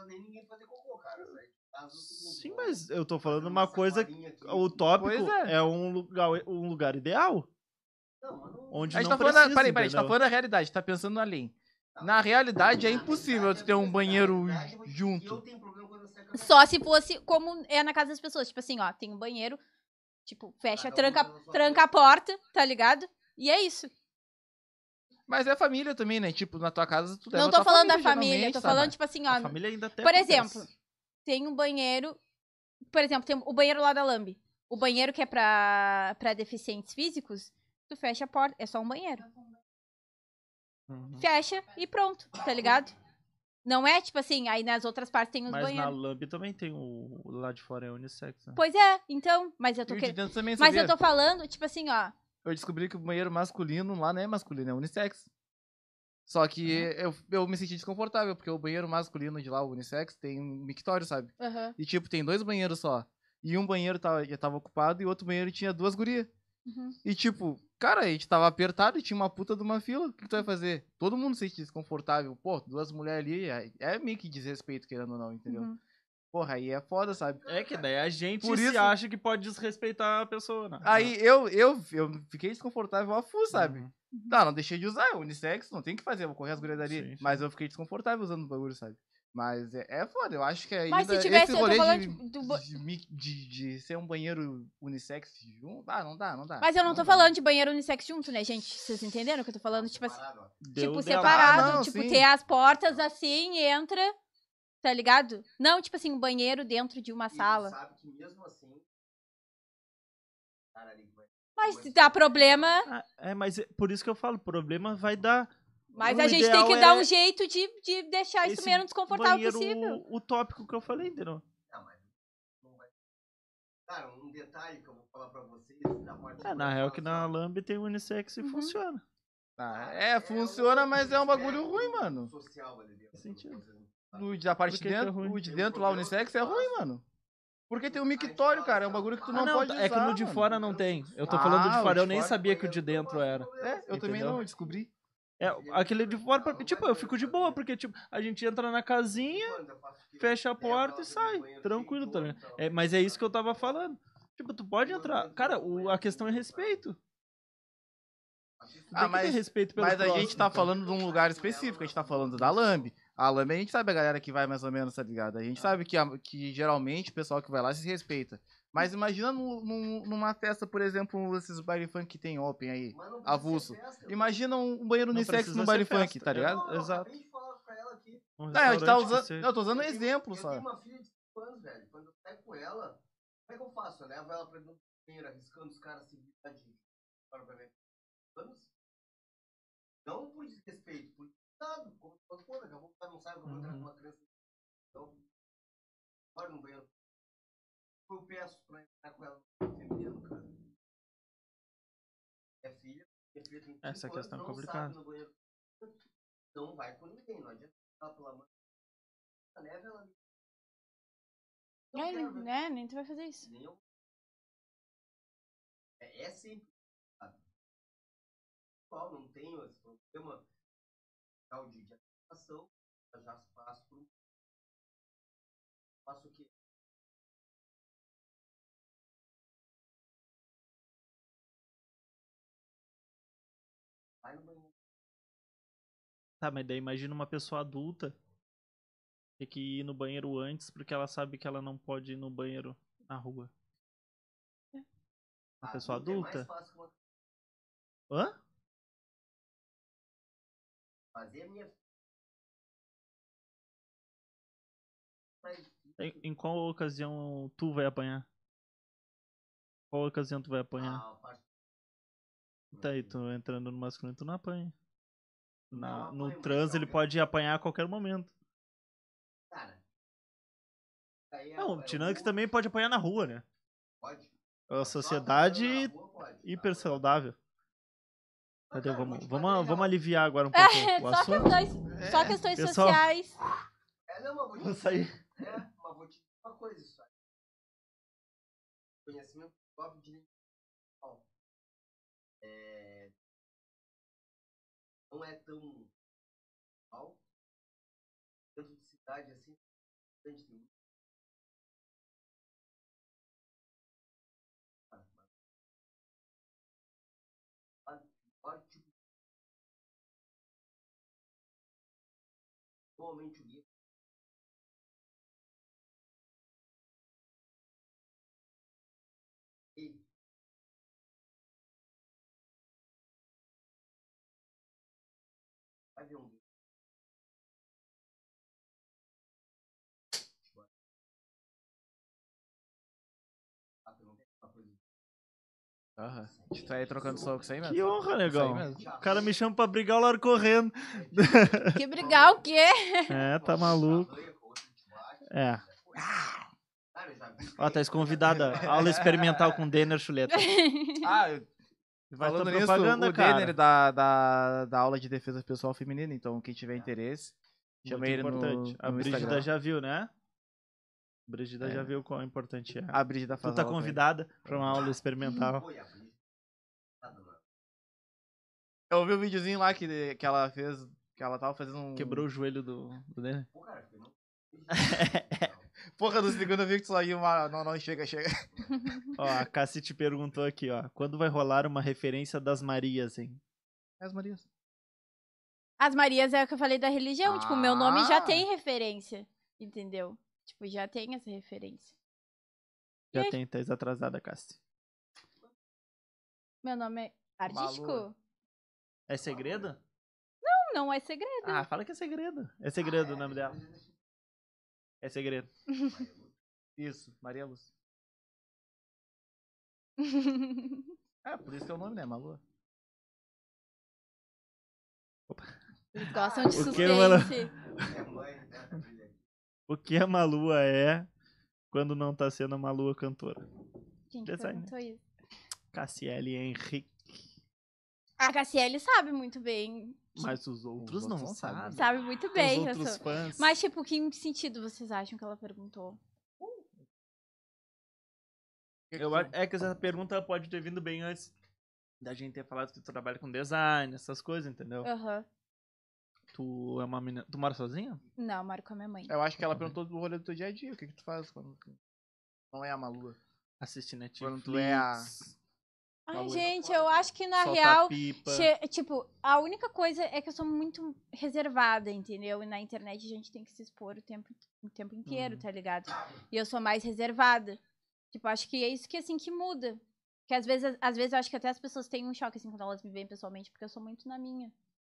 Speaker 1: Sim, mas eu tô falando uma coisa... Utópico
Speaker 2: Pois é.
Speaker 1: é um lugar, um lugar ideal. Onde
Speaker 2: A gente
Speaker 1: não
Speaker 2: tá falando. Da,
Speaker 1: precisa,
Speaker 2: peraí, peraí, a gente tá
Speaker 1: entendeu?
Speaker 2: falando da realidade, tá pensando além. Na realidade é impossível tu ter um banheiro junto.
Speaker 3: Só se fosse como é na casa das pessoas. Tipo assim, ó, tem um banheiro, tipo, fecha, tranca, tranca a porta, tá ligado? E é isso.
Speaker 2: Mas é família também, né? Tipo, na tua casa tu leva
Speaker 3: Não
Speaker 2: tua
Speaker 3: tô falando da
Speaker 2: família,
Speaker 3: família,
Speaker 2: geralmente,
Speaker 3: tô
Speaker 2: sabe?
Speaker 3: falando, tipo assim, ó.
Speaker 1: A família ainda até
Speaker 3: Por
Speaker 1: acontece.
Speaker 3: exemplo, tem um banheiro. Por exemplo, tem o banheiro lá da Lambi. O banheiro que é pra, pra deficientes físicos, tu fecha a porta. É só um banheiro.
Speaker 1: Uhum.
Speaker 3: Fecha e pronto, tá ligado? Não é tipo assim, aí nas outras partes tem os
Speaker 1: Mas na
Speaker 3: banheiros.
Speaker 1: Lamb também tem o... o lá de fora é unissex, né?
Speaker 3: Pois é, então, mas eu
Speaker 2: E
Speaker 3: tô
Speaker 2: o de
Speaker 3: querendo.
Speaker 2: dentro também,
Speaker 3: Mas
Speaker 2: sabia?
Speaker 3: eu tô falando, tipo assim, ó.
Speaker 2: Eu descobri que o banheiro masculino lá não é masculino, é unissex. Só que eu, eu me senti desconfortável, porque o banheiro masculino de lá, o unissex, tem um mictório, sabe?
Speaker 3: Aham.
Speaker 2: E tipo, tem dois banheiros só. E um banheiro tava, já tava ocupado e outro banheiro tinha duas gurias.
Speaker 3: Uhum.
Speaker 2: E tipo, cara, a gente tava apertado e tinha uma puta de uma fila. O que, que tu vai fazer? Todo mundo se sente desconfortável. Pô, duas mulheres ali, é, é meio que desrespeito, querendo ou não, entendeu?
Speaker 3: Uhum.
Speaker 2: Porra, aí é foda, sabe?
Speaker 1: É que daí a gente
Speaker 2: Por
Speaker 1: se
Speaker 2: isso-
Speaker 1: acha que pode desrespeitar a pessoa, né?
Speaker 2: Aí eu, eu, eu fiquei desconfortável a full, sabe?
Speaker 1: Uhum.
Speaker 2: Não, não deixei de usar, é unissex, não tem o que fazer, eu vou correr as gurias dali.
Speaker 1: Sim, sim.
Speaker 2: Mas eu fiquei desconfortável usando o bagulho, sabe? Mas é, é foda, eu acho que ainda
Speaker 3: Mas se tivesse,
Speaker 2: esse
Speaker 3: eu tô
Speaker 2: rolê
Speaker 3: falando
Speaker 2: de,
Speaker 3: de- do ba-
Speaker 2: de, mi- de- de ser um banheiro unissex junto, ah, não dá, não dá.
Speaker 3: Mas eu não tô
Speaker 2: dá.
Speaker 3: falando de banheiro unissex junto, né, gente? Vocês entenderam o que eu tô falando? Tipo assim,
Speaker 1: Deu
Speaker 3: tipo
Speaker 1: dela.
Speaker 3: separado,
Speaker 2: Ah, não,
Speaker 3: tipo,
Speaker 2: sim.
Speaker 3: ter as portas assim e entra, tá ligado? Não, tipo assim, um banheiro dentro de uma sala.
Speaker 4: Sabe que mesmo assim, cara, ali vai-
Speaker 3: Mas se dá problema,
Speaker 1: Ah, é, mas é por isso que eu falo, o problema vai dar...
Speaker 3: mas
Speaker 1: O
Speaker 3: a gente tem
Speaker 1: ideal
Speaker 3: que dar
Speaker 1: é
Speaker 3: um jeito de, de deixar isso
Speaker 1: esse
Speaker 3: menos desconfortável
Speaker 1: banheiro
Speaker 3: possível.
Speaker 1: utópico que eu falei, entendeu?
Speaker 4: Ah, mas não vai. Cara, um detalhe que eu vou falar pra vocês da parte
Speaker 1: É, na real que na Lamb tem unissex e
Speaker 3: Uhum.
Speaker 1: funciona.
Speaker 2: Ah, é, funciona, mas é um bagulho ruim, mano.
Speaker 4: Social ali dentro.
Speaker 1: Faz sentido.
Speaker 2: O da parte
Speaker 1: Por
Speaker 2: de
Speaker 1: que que é
Speaker 2: dentro,
Speaker 1: ruim?
Speaker 2: o de dentro lá, unissex, é ruim, mano. Porque tem um mictório, cara, é um bagulho que tu
Speaker 1: Ah,
Speaker 2: não,
Speaker 1: não,
Speaker 2: pode usar,
Speaker 1: é que no de
Speaker 2: mano.
Speaker 1: fora não tem. Eu tô
Speaker 2: Ah,
Speaker 1: falando de
Speaker 2: o
Speaker 1: fora,
Speaker 2: de
Speaker 1: eu nem
Speaker 2: fora
Speaker 1: sabia que o de dentro era.
Speaker 2: É, eu também
Speaker 1: Entendeu?
Speaker 2: não, eu descobri.
Speaker 1: É, aquele de fora, pra- tipo, eu fico de boa, porque, tipo, a gente entra na casinha, fecha a porta e sai, tranquilo, tá ligado? É, mas é isso que eu tava falando. Tipo, tu pode entrar. Cara, o- a questão é respeito. Tu tem
Speaker 2: Ah,
Speaker 1: que
Speaker 2: mas-
Speaker 1: ter respeito pelo
Speaker 2: Mas a
Speaker 1: próximo,
Speaker 2: gente tá
Speaker 1: cara.
Speaker 2: falando de um lugar específico, a gente tá falando da Lamb. A Lamb a gente sabe a galera que vai mais ou menos, tá ligado? A gente sabe que, a- que geralmente o pessoal que vai lá se respeita. Mas imagina num- num- numa festa, por exemplo, esses baile funk que tem open aí, avulso. Imagina um banheiro
Speaker 1: Não
Speaker 2: unissex
Speaker 1: precisa
Speaker 2: num baile
Speaker 1: ser
Speaker 2: funk,
Speaker 1: festa,
Speaker 2: tá
Speaker 1: é.
Speaker 2: ligado?
Speaker 1: Exato. Um
Speaker 2: Não, a gente tá
Speaker 1: restaurante que
Speaker 2: usando.
Speaker 1: seja.
Speaker 2: Eu tô usando um
Speaker 4: Eu tenho-
Speaker 2: exemplo
Speaker 4: Eu
Speaker 2: só.
Speaker 4: tenho uma filha de cinco anos, velho. Quando eu saio com ela, como é que eu faço? Eu levo ela pra dentro do banheiro, arriscando os caras se virar de fora pra ver anos? Não por desrespeito, por cuidado. Como se fosse, pô, daqui a pouco o cara não sabe que eu vou entrar com
Speaker 1: Uhum.
Speaker 4: uma criança. Então, fora no banheiro. Eu peço pra entrar com ela no feminino, cara. É filha, minha filha tem
Speaker 1: Essa
Speaker 4: cinco
Speaker 1: questão é
Speaker 4: anos, não
Speaker 1: complicada.
Speaker 4: sabe no banheiro. Não vai com ninguém, não adianta falar pela mãe. Leva ela ali. Não
Speaker 3: É,
Speaker 4: quero ver.
Speaker 3: né? Nem tu vai fazer isso.
Speaker 4: Nem eu. É, é sempre, sabe? Pessoal, não tenho esse problema tal de, de alimentação, eu já faço por um. Faço o quê? Vai no banheiro.
Speaker 1: Tá, mas daí imagina uma pessoa adulta ter que ir no banheiro antes porque ela sabe que ela não pode ir no banheiro na rua. Uma pessoa
Speaker 4: Adulto É mais
Speaker 1: adulta?
Speaker 4: fácil que uma
Speaker 1: Hã?
Speaker 4: fazer a minha. Mas,
Speaker 1: Em, em qual ocasião tu vai apanhar? Qual ocasião tu vai apanhar?
Speaker 4: a parte.
Speaker 1: Tá aí, tu entrando no masculino, tu não apanha. Na,
Speaker 4: Não
Speaker 1: no
Speaker 4: apanho, mas
Speaker 1: trans
Speaker 4: se
Speaker 1: ele
Speaker 4: alguém-
Speaker 1: pode apanhar a qualquer momento.
Speaker 4: Cara. Aí é,
Speaker 1: Não,
Speaker 4: é
Speaker 1: tirando que
Speaker 4: o-
Speaker 1: também pode apanhar na rua, né?
Speaker 4: Pode.
Speaker 1: A
Speaker 4: Só
Speaker 1: sociedade
Speaker 4: apanhando na rua, pode.
Speaker 1: hiper saudável.
Speaker 4: Mas,
Speaker 1: Cadê?
Speaker 4: cara,
Speaker 1: Vamos,
Speaker 4: vou te
Speaker 1: vamos,
Speaker 4: fazer
Speaker 1: vamos
Speaker 4: real.
Speaker 1: aliviar agora um pouco
Speaker 3: É,
Speaker 1: o
Speaker 3: só
Speaker 1: assunto.
Speaker 3: questões, só questões
Speaker 1: Pessoal.
Speaker 3: sociais.
Speaker 4: É, não, mas vou te
Speaker 1: Vou sair.
Speaker 4: É, mas vou te dizer uma coisa, isso aí. Conhecimento próprio de ninguém. É, não é tão mal. Dentro de cidade assim, a gente tem muito. Cara, mas- olha, olha, tipo, normalmente o guia. Ei, vai ver um guia. Tipo, ah, tu não tem uma coisa.
Speaker 2: Aham. A gente tá aí trocando soco, isso aí mesmo.
Speaker 1: Que honra,
Speaker 2: Isso aí
Speaker 1: negão.
Speaker 2: mesmo.
Speaker 1: O cara me chama pra brigar, eu largo correndo.
Speaker 3: Que brigar o quê?
Speaker 1: É, tá maluco. É.
Speaker 4: Cara, eu já vi.
Speaker 1: Ó, tá convidada. Aula experimental com Denner Chuleta.
Speaker 2: Ah, eu-
Speaker 1: Vai
Speaker 2: falando
Speaker 1: tua
Speaker 2: nisso,
Speaker 1: propaganda,
Speaker 2: o
Speaker 1: cara.
Speaker 2: Denner da, da, da aula de defesa pessoal feminina, então quem tiver interesse, chama
Speaker 1: Muito
Speaker 2: ele no,
Speaker 1: importante. A
Speaker 2: no
Speaker 1: Brígida
Speaker 2: Instagram.
Speaker 1: já viu, né? Brígida
Speaker 2: É.
Speaker 1: já viu quão importante é.
Speaker 2: A Brígida
Speaker 1: Tu
Speaker 2: faz
Speaker 1: tá
Speaker 2: aula com ele.
Speaker 1: convidada pra uma aula experimental.
Speaker 4: Foi a polícia. Nada, mano.
Speaker 2: Eu vi o videozinho lá que, que ela fez, que ela tava fazendo um...
Speaker 1: Quebrou o joelho do, do Denner.
Speaker 4: Pô, cara, foi não.
Speaker 2: Porra, do segundo eu vi que tu saiu uma... Não, não, chega, chega.
Speaker 1: Ó, a Cassi te perguntou aqui, ó. Quando vai rolar uma referência das Marias, hein?
Speaker 2: As Marias.
Speaker 3: As Marias é o que eu falei da religião. Tipo, o meu nome já
Speaker 2: Ah.
Speaker 3: tem referência. Entendeu? Tipo, já tem essa referência.
Speaker 1: Já
Speaker 3: E aí?
Speaker 1: tem, tá atrasada, Cassi.
Speaker 3: Meu nome é artístico?
Speaker 2: Malu.
Speaker 1: É segredo?
Speaker 3: Não, não é segredo.
Speaker 1: Ah, fala que é segredo. É segredo o nome dela. É segredo.
Speaker 2: Isso, Maria Luz. É, por isso que é o nome, né, Malu?
Speaker 3: Eles gostam de
Speaker 1: O que, mano?
Speaker 3: suspense.
Speaker 4: É mãe, né? Filha.
Speaker 1: O que a Malua é quando não tá sendo a Malua cantora?
Speaker 3: Quem que
Speaker 1: Design.
Speaker 3: perguntou isso?
Speaker 1: Cassiele Henrique.
Speaker 3: A Cassiele sabe muito bem.
Speaker 1: Mas os outros
Speaker 2: Os
Speaker 1: não
Speaker 2: outros não sabem.
Speaker 1: sabem.
Speaker 3: Sabe muito
Speaker 1: Os
Speaker 3: bem. eu
Speaker 1: outros
Speaker 3: sou-
Speaker 1: fãs.
Speaker 3: Mas, tipo, que sentido vocês acham que ela perguntou?
Speaker 1: Eu acho- é que essa pergunta pode ter vindo bem antes da gente ter falado que tu trabalha com design, essas coisas, entendeu?
Speaker 3: Aham.
Speaker 1: Tu é uma menina. Tu mora sozinha?
Speaker 3: Não, moro com a minha mãe.
Speaker 2: Eu acho que ela perguntou do rolê do teu dia a dia. O que que tu faz quando tu não é a Malu?
Speaker 1: Assiste Netflix.
Speaker 2: Quando tu é a-
Speaker 3: Ai,
Speaker 2: Malu.
Speaker 3: gente, eu acho que na
Speaker 1: solta
Speaker 3: real.
Speaker 1: pipa.
Speaker 3: che- Tipo, a única coisa é que eu sou muito reservada, entendeu? E na internet a gente tem que se expor o tempo, o tempo inteiro,
Speaker 1: Uhum.
Speaker 3: tá ligado? E eu sou mais reservada. Tipo, acho que é isso que, assim, que muda. Que às vezes, às vezes eu acho que até as pessoas têm um choque, assim, quando elas me veem pessoalmente, porque eu sou muito na minha.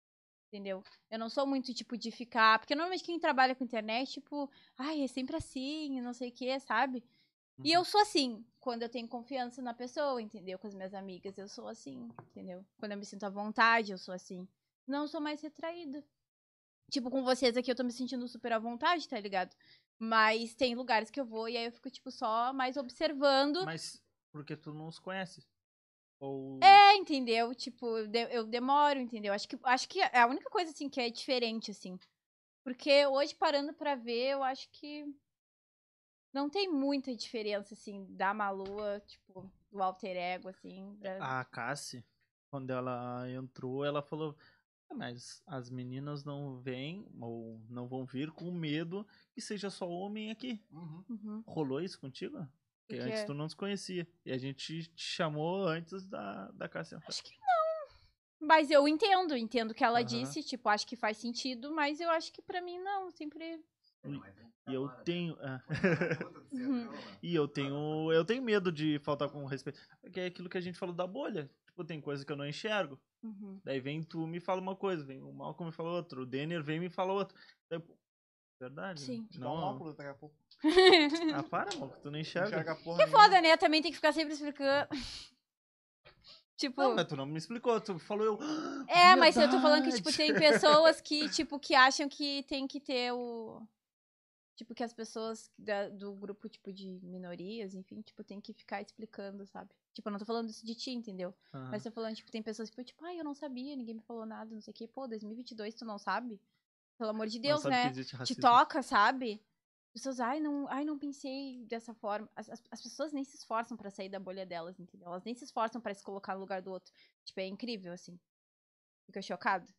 Speaker 3: Entendeu? Eu não sou muito, tipo, de ficar... Porque normalmente quem trabalha com internet, tipo... Ai, é sempre assim, não sei o que, sabe? E eu sou assim, quando eu tenho confiança na pessoa, entendeu? Com as minhas amigas, eu sou assim, entendeu? Quando eu me sinto à vontade, eu sou assim. Não, eu sou mais retraída. Tipo, com vocês aqui eu tô me sentindo super à vontade, tá ligado? Mas tem lugares que eu vou e aí eu fico, tipo, só mais observando.
Speaker 1: Mas porque tu não os conhece. Ou...
Speaker 3: É, entendeu? Tipo, eu, de- eu demoro, entendeu? Acho que, acho que é a única coisa, assim, que é diferente, assim. Porque hoje, parando pra ver, eu acho que não tem muita diferença, assim, da Malua, tipo, do alter ego, assim. Da...
Speaker 1: A Cassie, quando ela entrou, ela falou... "Ah, mas as meninas não vêm ou não vão vir com medo que seja só homem aqui."
Speaker 4: Uhum.
Speaker 3: Uhum.
Speaker 1: Rolou isso contigo? Porque
Speaker 3: O quê?
Speaker 1: antes tu não se conhecia. E a gente te chamou antes da, da Cassia entrar.
Speaker 3: Acho que não. Mas eu entendo, entendo o que ela
Speaker 1: Aham.
Speaker 3: disse, tipo, acho que faz sentido, mas eu acho que pra mim não, sempre...
Speaker 1: E eu tenho. ah,
Speaker 3: Uhum.
Speaker 1: E eu tenho. Eu tenho medo de faltar com respeito. Porque é aquilo que a gente falou da bolha. Tipo, tem coisa que eu não enxergo.
Speaker 3: Uhum.
Speaker 1: Daí vem tu me fala uma coisa, vem o Malcolm me fala outra, o Denner vem e me fala outra. Daí, pô, verdade?
Speaker 3: Sim.
Speaker 2: Te dá um
Speaker 1: Não.
Speaker 2: óculos daqui a pouco.
Speaker 1: Ah, para, Malcolm, tu não enxerga.
Speaker 2: Enxerga a porra
Speaker 3: Que
Speaker 2: nenhuma.
Speaker 3: foda, né? Também tem que ficar sempre explicando. Tipo...
Speaker 1: Não, mas tu não me explicou, tu falou eu.
Speaker 3: É, mas eu tô falando que, tipo,
Speaker 1: verdade.
Speaker 3: tem pessoas que, tipo, que acham que tem que ter o... Tipo, que as pessoas da- do grupo, tipo, de minorias, enfim, tipo, tem que ficar explicando, sabe? Tipo, eu não tô falando isso de ti, entendeu?
Speaker 1: Ah,
Speaker 3: Mas tô falando, tipo, tem pessoas que, tipo, ai, eu não sabia, ninguém me falou nada, não sei o quê. Pô, dois mil e vinte e dois tu não sabe? Pelo amor de
Speaker 1: não
Speaker 3: Deus,
Speaker 1: sabe que
Speaker 3: né?
Speaker 1: existe
Speaker 3: Te
Speaker 1: racismo.
Speaker 3: toca, sabe? Pessoas, ai, não, ai, não pensei dessa forma. As, as, as pessoas nem se esforçam pra sair da bolha delas, entendeu? Elas nem se esforçam pra se colocar no lugar do outro. Tipo, é incrível, assim. Fica chocado.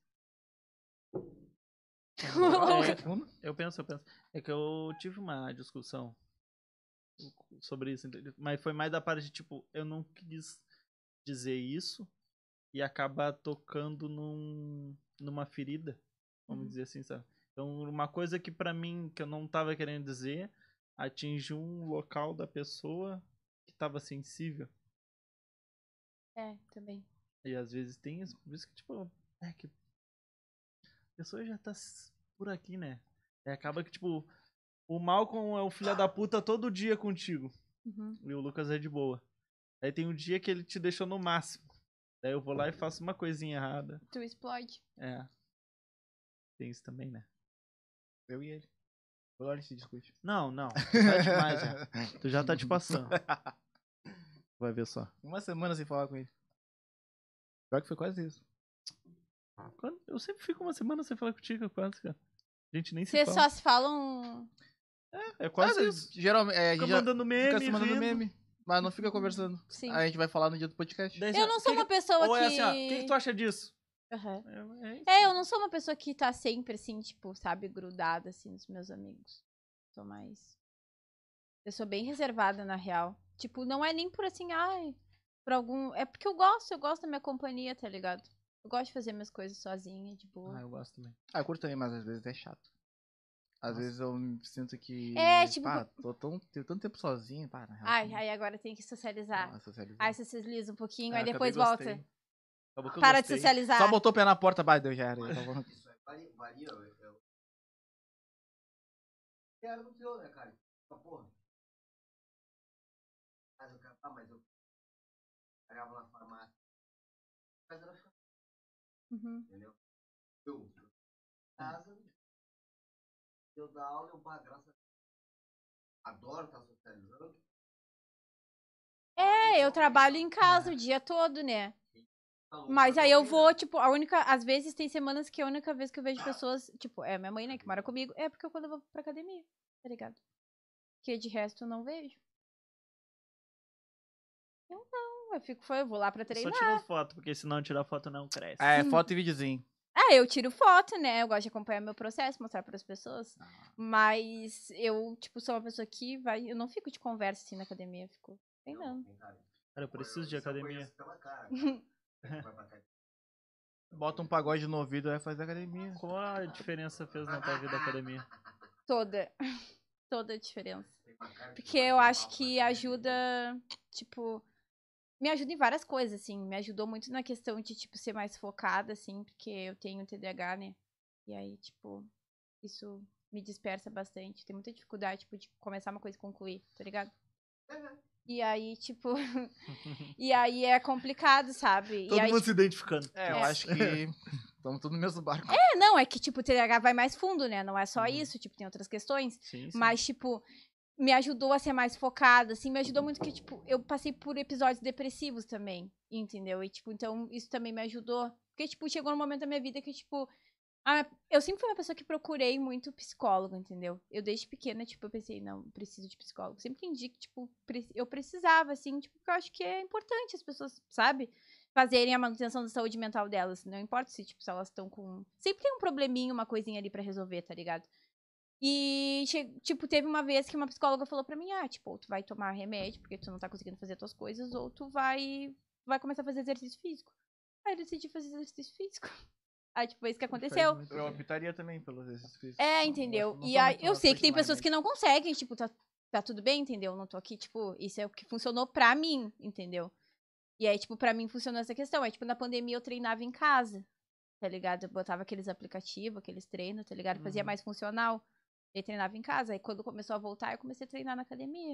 Speaker 1: É, eu penso, eu penso. É que eu tive uma discussão sobre isso, entendeu? Mas foi mais da parte de, tipo, eu não quis dizer isso e acabar tocando num, numa ferida, vamos
Speaker 3: Uhum.
Speaker 1: dizer assim, sabe? Então, uma coisa que pra mim, que eu não tava querendo dizer, atingiu um local da pessoa que tava sensível.
Speaker 3: É, também.
Speaker 1: E às vezes tem isso, por isso que, tipo, é que a pessoa já tá s- por aqui, né? E acaba que, tipo, o Malcolm é o filho da puta todo dia contigo.
Speaker 3: Uhum.
Speaker 1: E o Lucas é de boa. Aí tem um dia que ele te deixou no máximo. Daí eu vou lá e faço uma coisinha errada.
Speaker 3: Tu explode.
Speaker 1: É. Tem isso também, né?
Speaker 2: Eu e ele. Toda hora a gente se discute.
Speaker 1: Não, não. Tu tá demais já. Tu já tá te passando. Vai ver só.
Speaker 2: Uma semana sem falar com ele. Pior que foi quase isso.
Speaker 1: Quando- Eu sempre fico uma semana sem falar contigo, quase, cara. A gente nem se
Speaker 3: Vocês
Speaker 1: fala.
Speaker 3: só se falam.
Speaker 1: É quase
Speaker 2: Ah,
Speaker 1: isso.
Speaker 2: Geralmente, é, a
Speaker 1: Fica
Speaker 2: gente já
Speaker 1: mandando meme,
Speaker 2: fica se mandando
Speaker 1: rindo.
Speaker 2: meme. Mas não fica conversando.
Speaker 3: Sim.
Speaker 2: Aí a gente vai falar no dia do podcast.
Speaker 1: Daí,
Speaker 3: Eu
Speaker 1: assim,
Speaker 3: não
Speaker 1: ó,
Speaker 3: sou
Speaker 1: que
Speaker 3: uma
Speaker 1: que-
Speaker 3: pessoa
Speaker 1: Ou
Speaker 3: que.
Speaker 1: é assim, ó, o que, que tu acha disso?
Speaker 3: Aham.
Speaker 1: É, é isso.
Speaker 3: É, eu não sou uma pessoa que tá sempre, assim, tipo, sabe, grudada, assim, nos meus amigos. Sou mais. Eu sou bem reservada, na real. Tipo, não é nem por assim, ai, por algum. É porque eu gosto, eu gosto da minha companhia, tá ligado? Eu gosto de fazer minhas coisas sozinha, de boa.
Speaker 1: Ah, eu gosto também.
Speaker 2: Ah, eu curto também, mas às vezes é chato. Às
Speaker 1: Nossa.
Speaker 2: vezes eu me sinto que.
Speaker 3: É, tipo,
Speaker 2: Pá, tô tão, tenho tanto tempo sozinho. Pá, na real.
Speaker 3: Ai,
Speaker 2: não-
Speaker 3: ai, agora tem que socializar.
Speaker 2: não, socializar.
Speaker 3: Aí socializa um pouquinho,
Speaker 1: Ah,
Speaker 3: aí
Speaker 1: acabei
Speaker 3: depois
Speaker 1: gostei.
Speaker 3: volta.
Speaker 1: Acabou que eu
Speaker 3: Para de
Speaker 1: gostei.
Speaker 3: socializar.
Speaker 2: Só botou o pé na porta, bah, deu já era. já tava-
Speaker 4: Isso aí varia, varia eu, eu... Quero no teu, né, cara? Mas, porra. Mas eu quero... Ah, mas eu... Pagava na farmácia. Mas era ficar,
Speaker 3: Uhum.
Speaker 4: entendeu? Eu... Casa... Eu dar aula, eu pago, graças a Deus. Adoro estar socializando.
Speaker 3: É, eu trabalho em casa o dia todo, né? Mas aí eu vou, tipo, a única. Às vezes tem semanas que a única vez que eu vejo pessoas, tipo, é minha mãe, né, que mora comigo, é porque eu quando eu vou pra academia, tá ligado? Porque de resto eu não vejo. Eu não, eu fico, foi, eu vou lá pra
Speaker 1: Só
Speaker 3: treinar.
Speaker 1: tirou foto, porque se não tirar foto não cresce.
Speaker 2: É, foto e videozinho.
Speaker 3: Ah, eu tiro foto, né? Eu gosto de acompanhar meu processo, mostrar pras pessoas. Mas eu, tipo, sou uma pessoa que vai. Eu não fico de conversa assim na academia, eu fico treinando.
Speaker 1: Cara, eu preciso de academia.
Speaker 4: Pela cara, cara. Vai pra cá.
Speaker 2: Bota um pagode no ouvido e vai fazer academia.
Speaker 1: Qual a diferença fez na tua vida a academia?
Speaker 3: Toda. Toda a diferença. Porque eu acho que ajuda, tipo, me ajuda em várias coisas, assim. Me ajudou muito na questão de, tipo, ser mais focada, assim, porque eu tenho T D A H, né? E aí, tipo, isso me dispersa bastante. Tem muita dificuldade, tipo, de começar uma coisa e concluir, tá ligado? E aí, tipo... e aí é complicado, sabe?
Speaker 1: Todo
Speaker 3: e aí,
Speaker 1: mundo se identificando.
Speaker 2: É, eu
Speaker 3: É.
Speaker 2: acho que estamos tudo no mesmo barco.
Speaker 3: É, não, é que, tipo, o T D A H vai mais fundo, né? Não é só
Speaker 1: Uhum.
Speaker 3: isso, tipo, tem outras questões.
Speaker 1: Sim, sim.
Speaker 3: Mas, tipo, me ajudou a ser mais focada, assim, me ajudou muito que, tipo, eu passei por episódios depressivos também, entendeu? E, tipo, então, isso também me ajudou. Porque, tipo, chegou um momento da minha vida que, tipo, a- eu sempre fui uma pessoa que procurei muito psicólogo, entendeu? Eu, desde pequena, tipo, eu pensei, não, preciso de psicólogo. Sempre entendi que, tipo, pre- eu precisava, assim, tipo, porque eu acho que é importante as pessoas, sabe? Fazerem a manutenção da saúde mental delas. Não importa se, tipo, se elas estão com... Sempre tem um probleminha, uma coisinha ali pra resolver, tá ligado? E, che- tipo, teve uma vez que uma psicóloga falou pra mim, ah, tipo, ou tu vai tomar remédio, porque tu não tá conseguindo fazer as tuas coisas, ou tu vai, vai começar a fazer exercício físico. Aí eu decidi fazer exercício físico. Aí, tipo, foi isso que aconteceu.
Speaker 1: muito
Speaker 2: Eu
Speaker 1: bem.
Speaker 2: optaria também pelos exercícios.
Speaker 3: É, entendeu?
Speaker 2: Não
Speaker 3: E
Speaker 2: sou
Speaker 3: aí,
Speaker 2: muito
Speaker 3: eu
Speaker 2: uma
Speaker 3: sei que tem
Speaker 2: tomar
Speaker 3: pessoas que
Speaker 2: remédio.
Speaker 3: não conseguem, tipo, tá, tá tudo bem, entendeu? Não tô aqui, tipo, isso é o que funcionou pra mim, entendeu? E aí, tipo, pra mim funcionou essa questão. Aí, tipo, na pandemia eu treinava em casa, tá ligado? Eu botava aqueles aplicativos, aqueles treinos, tá ligado? Fazia
Speaker 1: Uhum.
Speaker 3: mais funcional. E treinava em casa. Aí quando começou a voltar, eu comecei a treinar na academia.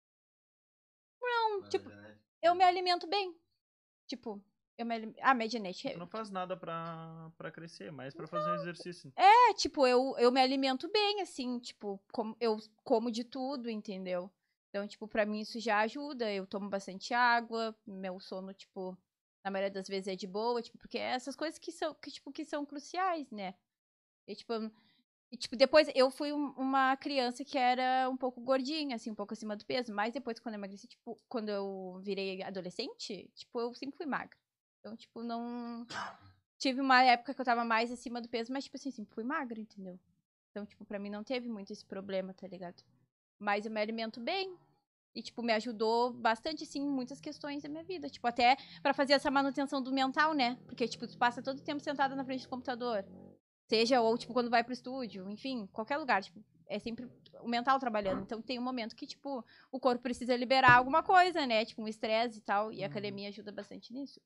Speaker 3: Não, tipo, eu me alimento bem. Tipo, eu me alimento... Ah, minha genética...
Speaker 1: Tu não faz nada pra, pra crescer, mas pra fazer um exercício.
Speaker 3: É, tipo, eu, eu me alimento bem, assim, tipo, como, eu como de tudo, entendeu? Então, tipo, pra mim isso já ajuda. Eu tomo bastante água, meu sono, tipo, na maioria das vezes é de boa, tipo, porque é essas coisas que são, que, tipo, que são cruciais, né? E, tipo, eu- e, tipo, depois eu fui um- uma criança que era um pouco gordinha, assim, um pouco acima do peso, mas depois, quando eu emagreci, tipo, quando eu virei adolescente, tipo, eu sempre fui magra. Então, tipo, não. Tive uma época que eu tava mais acima do peso, mas, tipo assim, sempre fui magra, entendeu? Então, tipo, pra mim não teve muito esse problema, tá ligado? Mas eu me alimento bem. E, tipo, me ajudou bastante, assim, em muitas questões da minha vida. Tipo, até pra fazer essa manutenção do mental, né? Porque, tipo, tu passa todo o tempo sentada na frente do computador. Seja, ou, tipo, quando vai pro estúdio, enfim, qualquer lugar, tipo, é sempre o mental trabalhando. Então tem um momento que, tipo, o corpo precisa liberar alguma coisa, né? Tipo, um estresse e tal. E a academia ajuda bastante nisso.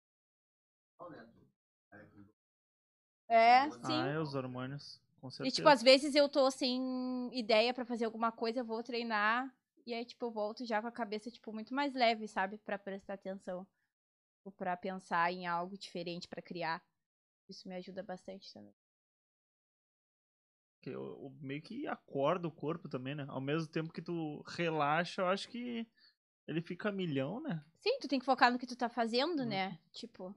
Speaker 3: É, sim.
Speaker 1: Ah, é os hormônios. Com
Speaker 3: E,
Speaker 1: certeza.
Speaker 3: tipo, às vezes eu tô sem ideia pra fazer alguma coisa, eu vou treinar. E aí, tipo, eu volto já com a cabeça, tipo, muito mais leve, sabe? Pra prestar atenção. Ou pra pensar em algo diferente pra criar. Isso me ajuda bastante também.
Speaker 1: Que eu, eu meio que acorda o corpo também, né? Ao mesmo tempo que tu relaxa, eu acho que ele fica a milhão, né?
Speaker 3: Sim, tu tem que focar no que tu tá fazendo,
Speaker 1: Uhum.
Speaker 3: né? Tipo,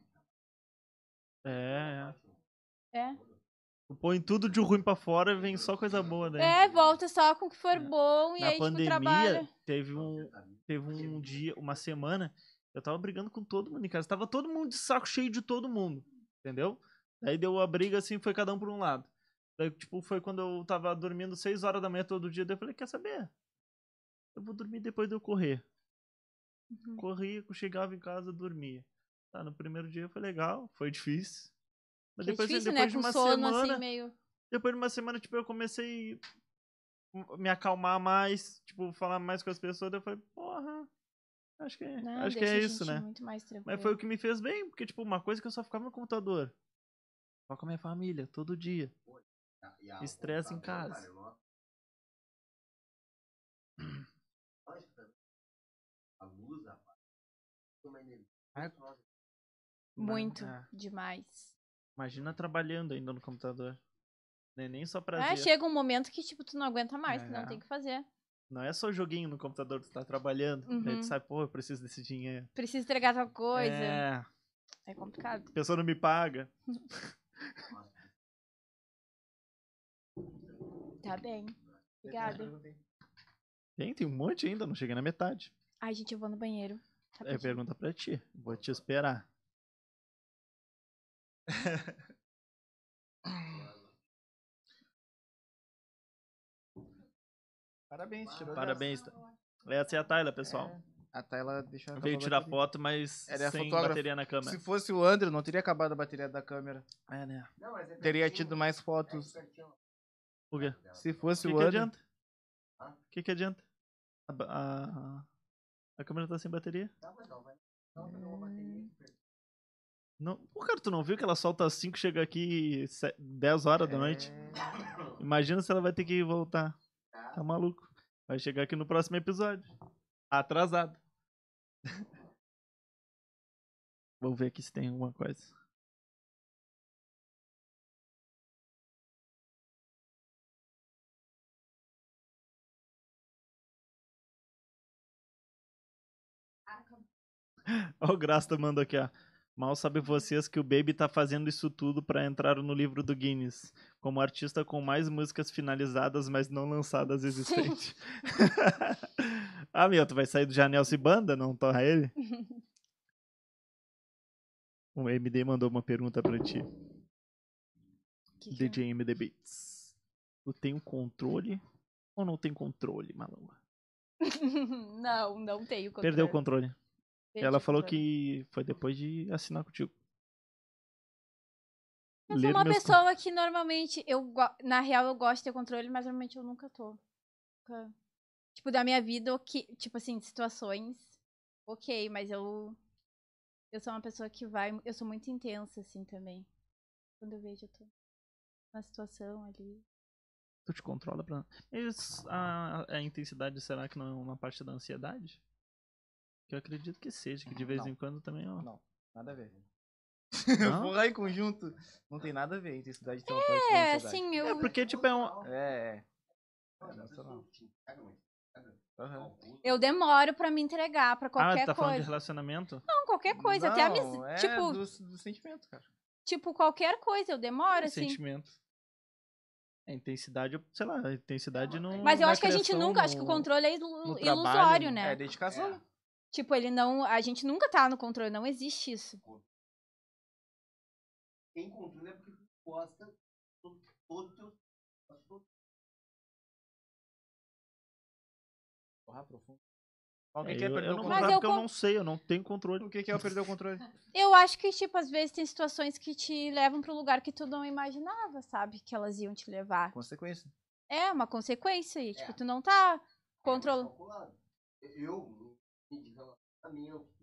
Speaker 1: É, é.
Speaker 3: é.
Speaker 1: Tu põe tudo de ruim pra fora e vem só coisa boa daí.
Speaker 3: É, volta só com o que for
Speaker 1: É.
Speaker 3: bom e
Speaker 1: Na
Speaker 3: aí, tipo,
Speaker 1: pandemia,
Speaker 3: trabalha.
Speaker 1: teve um, teve um dia, uma semana, eu tava brigando com todo mundo em casa. Tava todo mundo de saco cheio de todo mundo, entendeu? Daí deu a briga assim, foi cada um por um lado. Daí, tipo, foi quando eu tava dormindo seis horas da manhã todo dia. Daí eu falei, quer saber? Eu vou dormir depois de eu correr.
Speaker 3: Uhum.
Speaker 1: Corria, chegava em casa, dormia. Tá, no primeiro dia foi legal, foi difícil. Mas
Speaker 3: Que é
Speaker 1: depois,
Speaker 3: difícil,
Speaker 1: depois
Speaker 3: né?
Speaker 1: de
Speaker 3: Com
Speaker 1: uma
Speaker 3: sono, assim,
Speaker 1: semana,
Speaker 3: meio...
Speaker 1: depois de uma semana, tipo, eu comecei a me acalmar mais, tipo, falar mais com as pessoas. Daí eu falei, porra, acho que,
Speaker 3: Não,
Speaker 1: acho que
Speaker 3: deixa
Speaker 1: é
Speaker 3: a
Speaker 1: isso,
Speaker 3: gente
Speaker 1: né?
Speaker 3: muito mais
Speaker 1: Mas
Speaker 3: tranquilo.
Speaker 1: foi o que me fez bem, porque, tipo, uma coisa que eu só ficava no computador. Só com a minha família, todo dia. Estresse em casa.
Speaker 4: A luz, rapaz, uma energia.
Speaker 1: É.
Speaker 3: Muito,
Speaker 1: É.
Speaker 3: demais.
Speaker 1: Imagina trabalhando ainda no computador. Não é nem só
Speaker 3: É,
Speaker 1: prazer.
Speaker 3: chega um momento que, tipo, tu não aguenta mais, que
Speaker 1: É.
Speaker 3: não tem o que fazer.
Speaker 1: Não é só joguinho no computador que tu tá trabalhando. Daí tu
Speaker 3: Uhum.
Speaker 1: sabe, pô, eu preciso desse dinheiro.
Speaker 3: Precisa entregar tal coisa. É,
Speaker 1: É,
Speaker 3: complicado.
Speaker 1: a pessoa não me paga.
Speaker 3: Tá bem. Obrigada.
Speaker 1: Tem, tem um monte ainda, não cheguei na metade.
Speaker 3: Ai, gente, eu vou no banheiro.
Speaker 1: É
Speaker 3: Rapidinho.
Speaker 1: pergunta pra ti. Vou te esperar.
Speaker 2: Parabéns, tirou
Speaker 1: Parabéns. Essa é a Tayla, pessoal.
Speaker 2: É, a Tayla deixou acabar
Speaker 1: Veio
Speaker 2: a
Speaker 1: tirar
Speaker 2: bateria.
Speaker 1: foto, mas
Speaker 2: Ela é
Speaker 1: sem
Speaker 2: fotógrafa.
Speaker 1: bateria na câmera.
Speaker 2: Se fosse o André, não teria acabado a bateria da câmera.
Speaker 1: É, né?
Speaker 2: Teria tido mais fotos.
Speaker 1: O quê?
Speaker 2: Se
Speaker 1: O
Speaker 2: fosse
Speaker 1: que,
Speaker 2: o
Speaker 1: que
Speaker 2: André.
Speaker 1: adianta? O que, que adianta? A, ba- a, a câmera tá sem bateria?
Speaker 4: Não, pegar uma bateria que perdeu.
Speaker 1: Não, pô, cara, tu não viu que ela solta às cinco, chega aqui se- dez horas da noite?
Speaker 2: É.
Speaker 1: Imagina se ela vai ter que voltar.
Speaker 4: Tá?
Speaker 1: Tá maluco. Vai chegar aqui no próximo episódio. Atrasado. Vou ver aqui se tem alguma coisa. Ó, o Grasta mandou aqui, ó. Mal sabe vocês que o Baby tá fazendo isso tudo pra entrar no livro do Guinness, como artista com mais músicas finalizadas, mas não lançadas existentes. Ah, meu, tu vai sair do Janelso e Banda, não torra ele? O M D mandou uma pergunta pra ti.
Speaker 3: Que que é?
Speaker 1: D J M D Beats. Tu tem um controle ou não tem controle, maluco?
Speaker 3: Não, não tenho controle.
Speaker 1: Perdeu o controle.
Speaker 3: Perdi
Speaker 1: Ela
Speaker 3: o
Speaker 1: falou
Speaker 3: controle.
Speaker 1: que foi depois de assinar contigo.
Speaker 3: Eu sou
Speaker 1: Ler
Speaker 3: uma
Speaker 1: meus
Speaker 3: pessoa que normalmente, eu, go- na real, eu gosto de ter controle, mas normalmente eu nunca tô. Nunca- Tipo, da minha vida, ok, tipo assim, de situações, ok, mas eu, eu sou uma pessoa que vai, eu sou muito intensa, assim, também. Quando eu vejo, eu tô na situação ali.
Speaker 1: Tu te controla pra. Mas a, a intensidade será que não é uma parte da ansiedade? Que eu acredito que seja, que de vez
Speaker 2: Não.
Speaker 1: em quando também, ó.
Speaker 2: Não, nada a ver.
Speaker 1: Não?
Speaker 2: Porra, em conjunto. Não tem nada a ver. A intensidade tem uma parte da
Speaker 3: É,
Speaker 2: ansiedade.
Speaker 3: assim, eu...
Speaker 1: É porque, tipo, é um.
Speaker 2: É, é.
Speaker 4: Mas a
Speaker 2: emocional.
Speaker 4: pessoa te entrega, mas entrega.
Speaker 2: Aham.
Speaker 4: Calcula.
Speaker 3: Eu demoro pra me entregar pra
Speaker 1: Ah,
Speaker 3: qualquer
Speaker 1: tu tá falando de
Speaker 3: coisa.
Speaker 1: relacionamento?
Speaker 3: Não, qualquer coisa, até
Speaker 2: Não,
Speaker 3: amizade.
Speaker 2: é
Speaker 3: Tipo,
Speaker 2: do, do sentimento, cara.
Speaker 3: tipo, qualquer coisa, eu demoro,
Speaker 1: É
Speaker 3: assim.
Speaker 1: sentimento. A intensidade, sei lá, a intensidade não.
Speaker 3: Mas eu
Speaker 1: na
Speaker 3: acho que a gente
Speaker 1: criação,
Speaker 3: nunca, acho que o
Speaker 1: no-
Speaker 3: controle é ilu-
Speaker 1: no
Speaker 3: ilusório,
Speaker 1: trabalho,
Speaker 3: né?
Speaker 2: É dedicação.
Speaker 4: É.
Speaker 3: Tipo, ele não. A gente nunca tá no controle, não existe isso.
Speaker 4: Quem controla é porque tu gosta do todo o teu. todo-
Speaker 2: Porra, profundo. O que,
Speaker 1: É,
Speaker 2: que é
Speaker 1: eu,
Speaker 2: perder
Speaker 1: eu
Speaker 2: o
Speaker 1: não
Speaker 3: Mas
Speaker 1: vou
Speaker 2: controle?
Speaker 1: falar
Speaker 3: eu
Speaker 1: porque eu
Speaker 3: con-
Speaker 1: não sei, eu não tenho controle.
Speaker 2: O que, que é eu perder o controle?
Speaker 3: Eu acho que, tipo, às vezes tem situações que te levam pra um lugar que tu não imaginava, sabe? Que elas iam te levar.
Speaker 2: Consequência.
Speaker 3: É uma consequência e, tipo,
Speaker 4: É.
Speaker 3: tu não tá
Speaker 4: é mais
Speaker 3: controlando.
Speaker 4: calculado. Eu, no de relacionamento,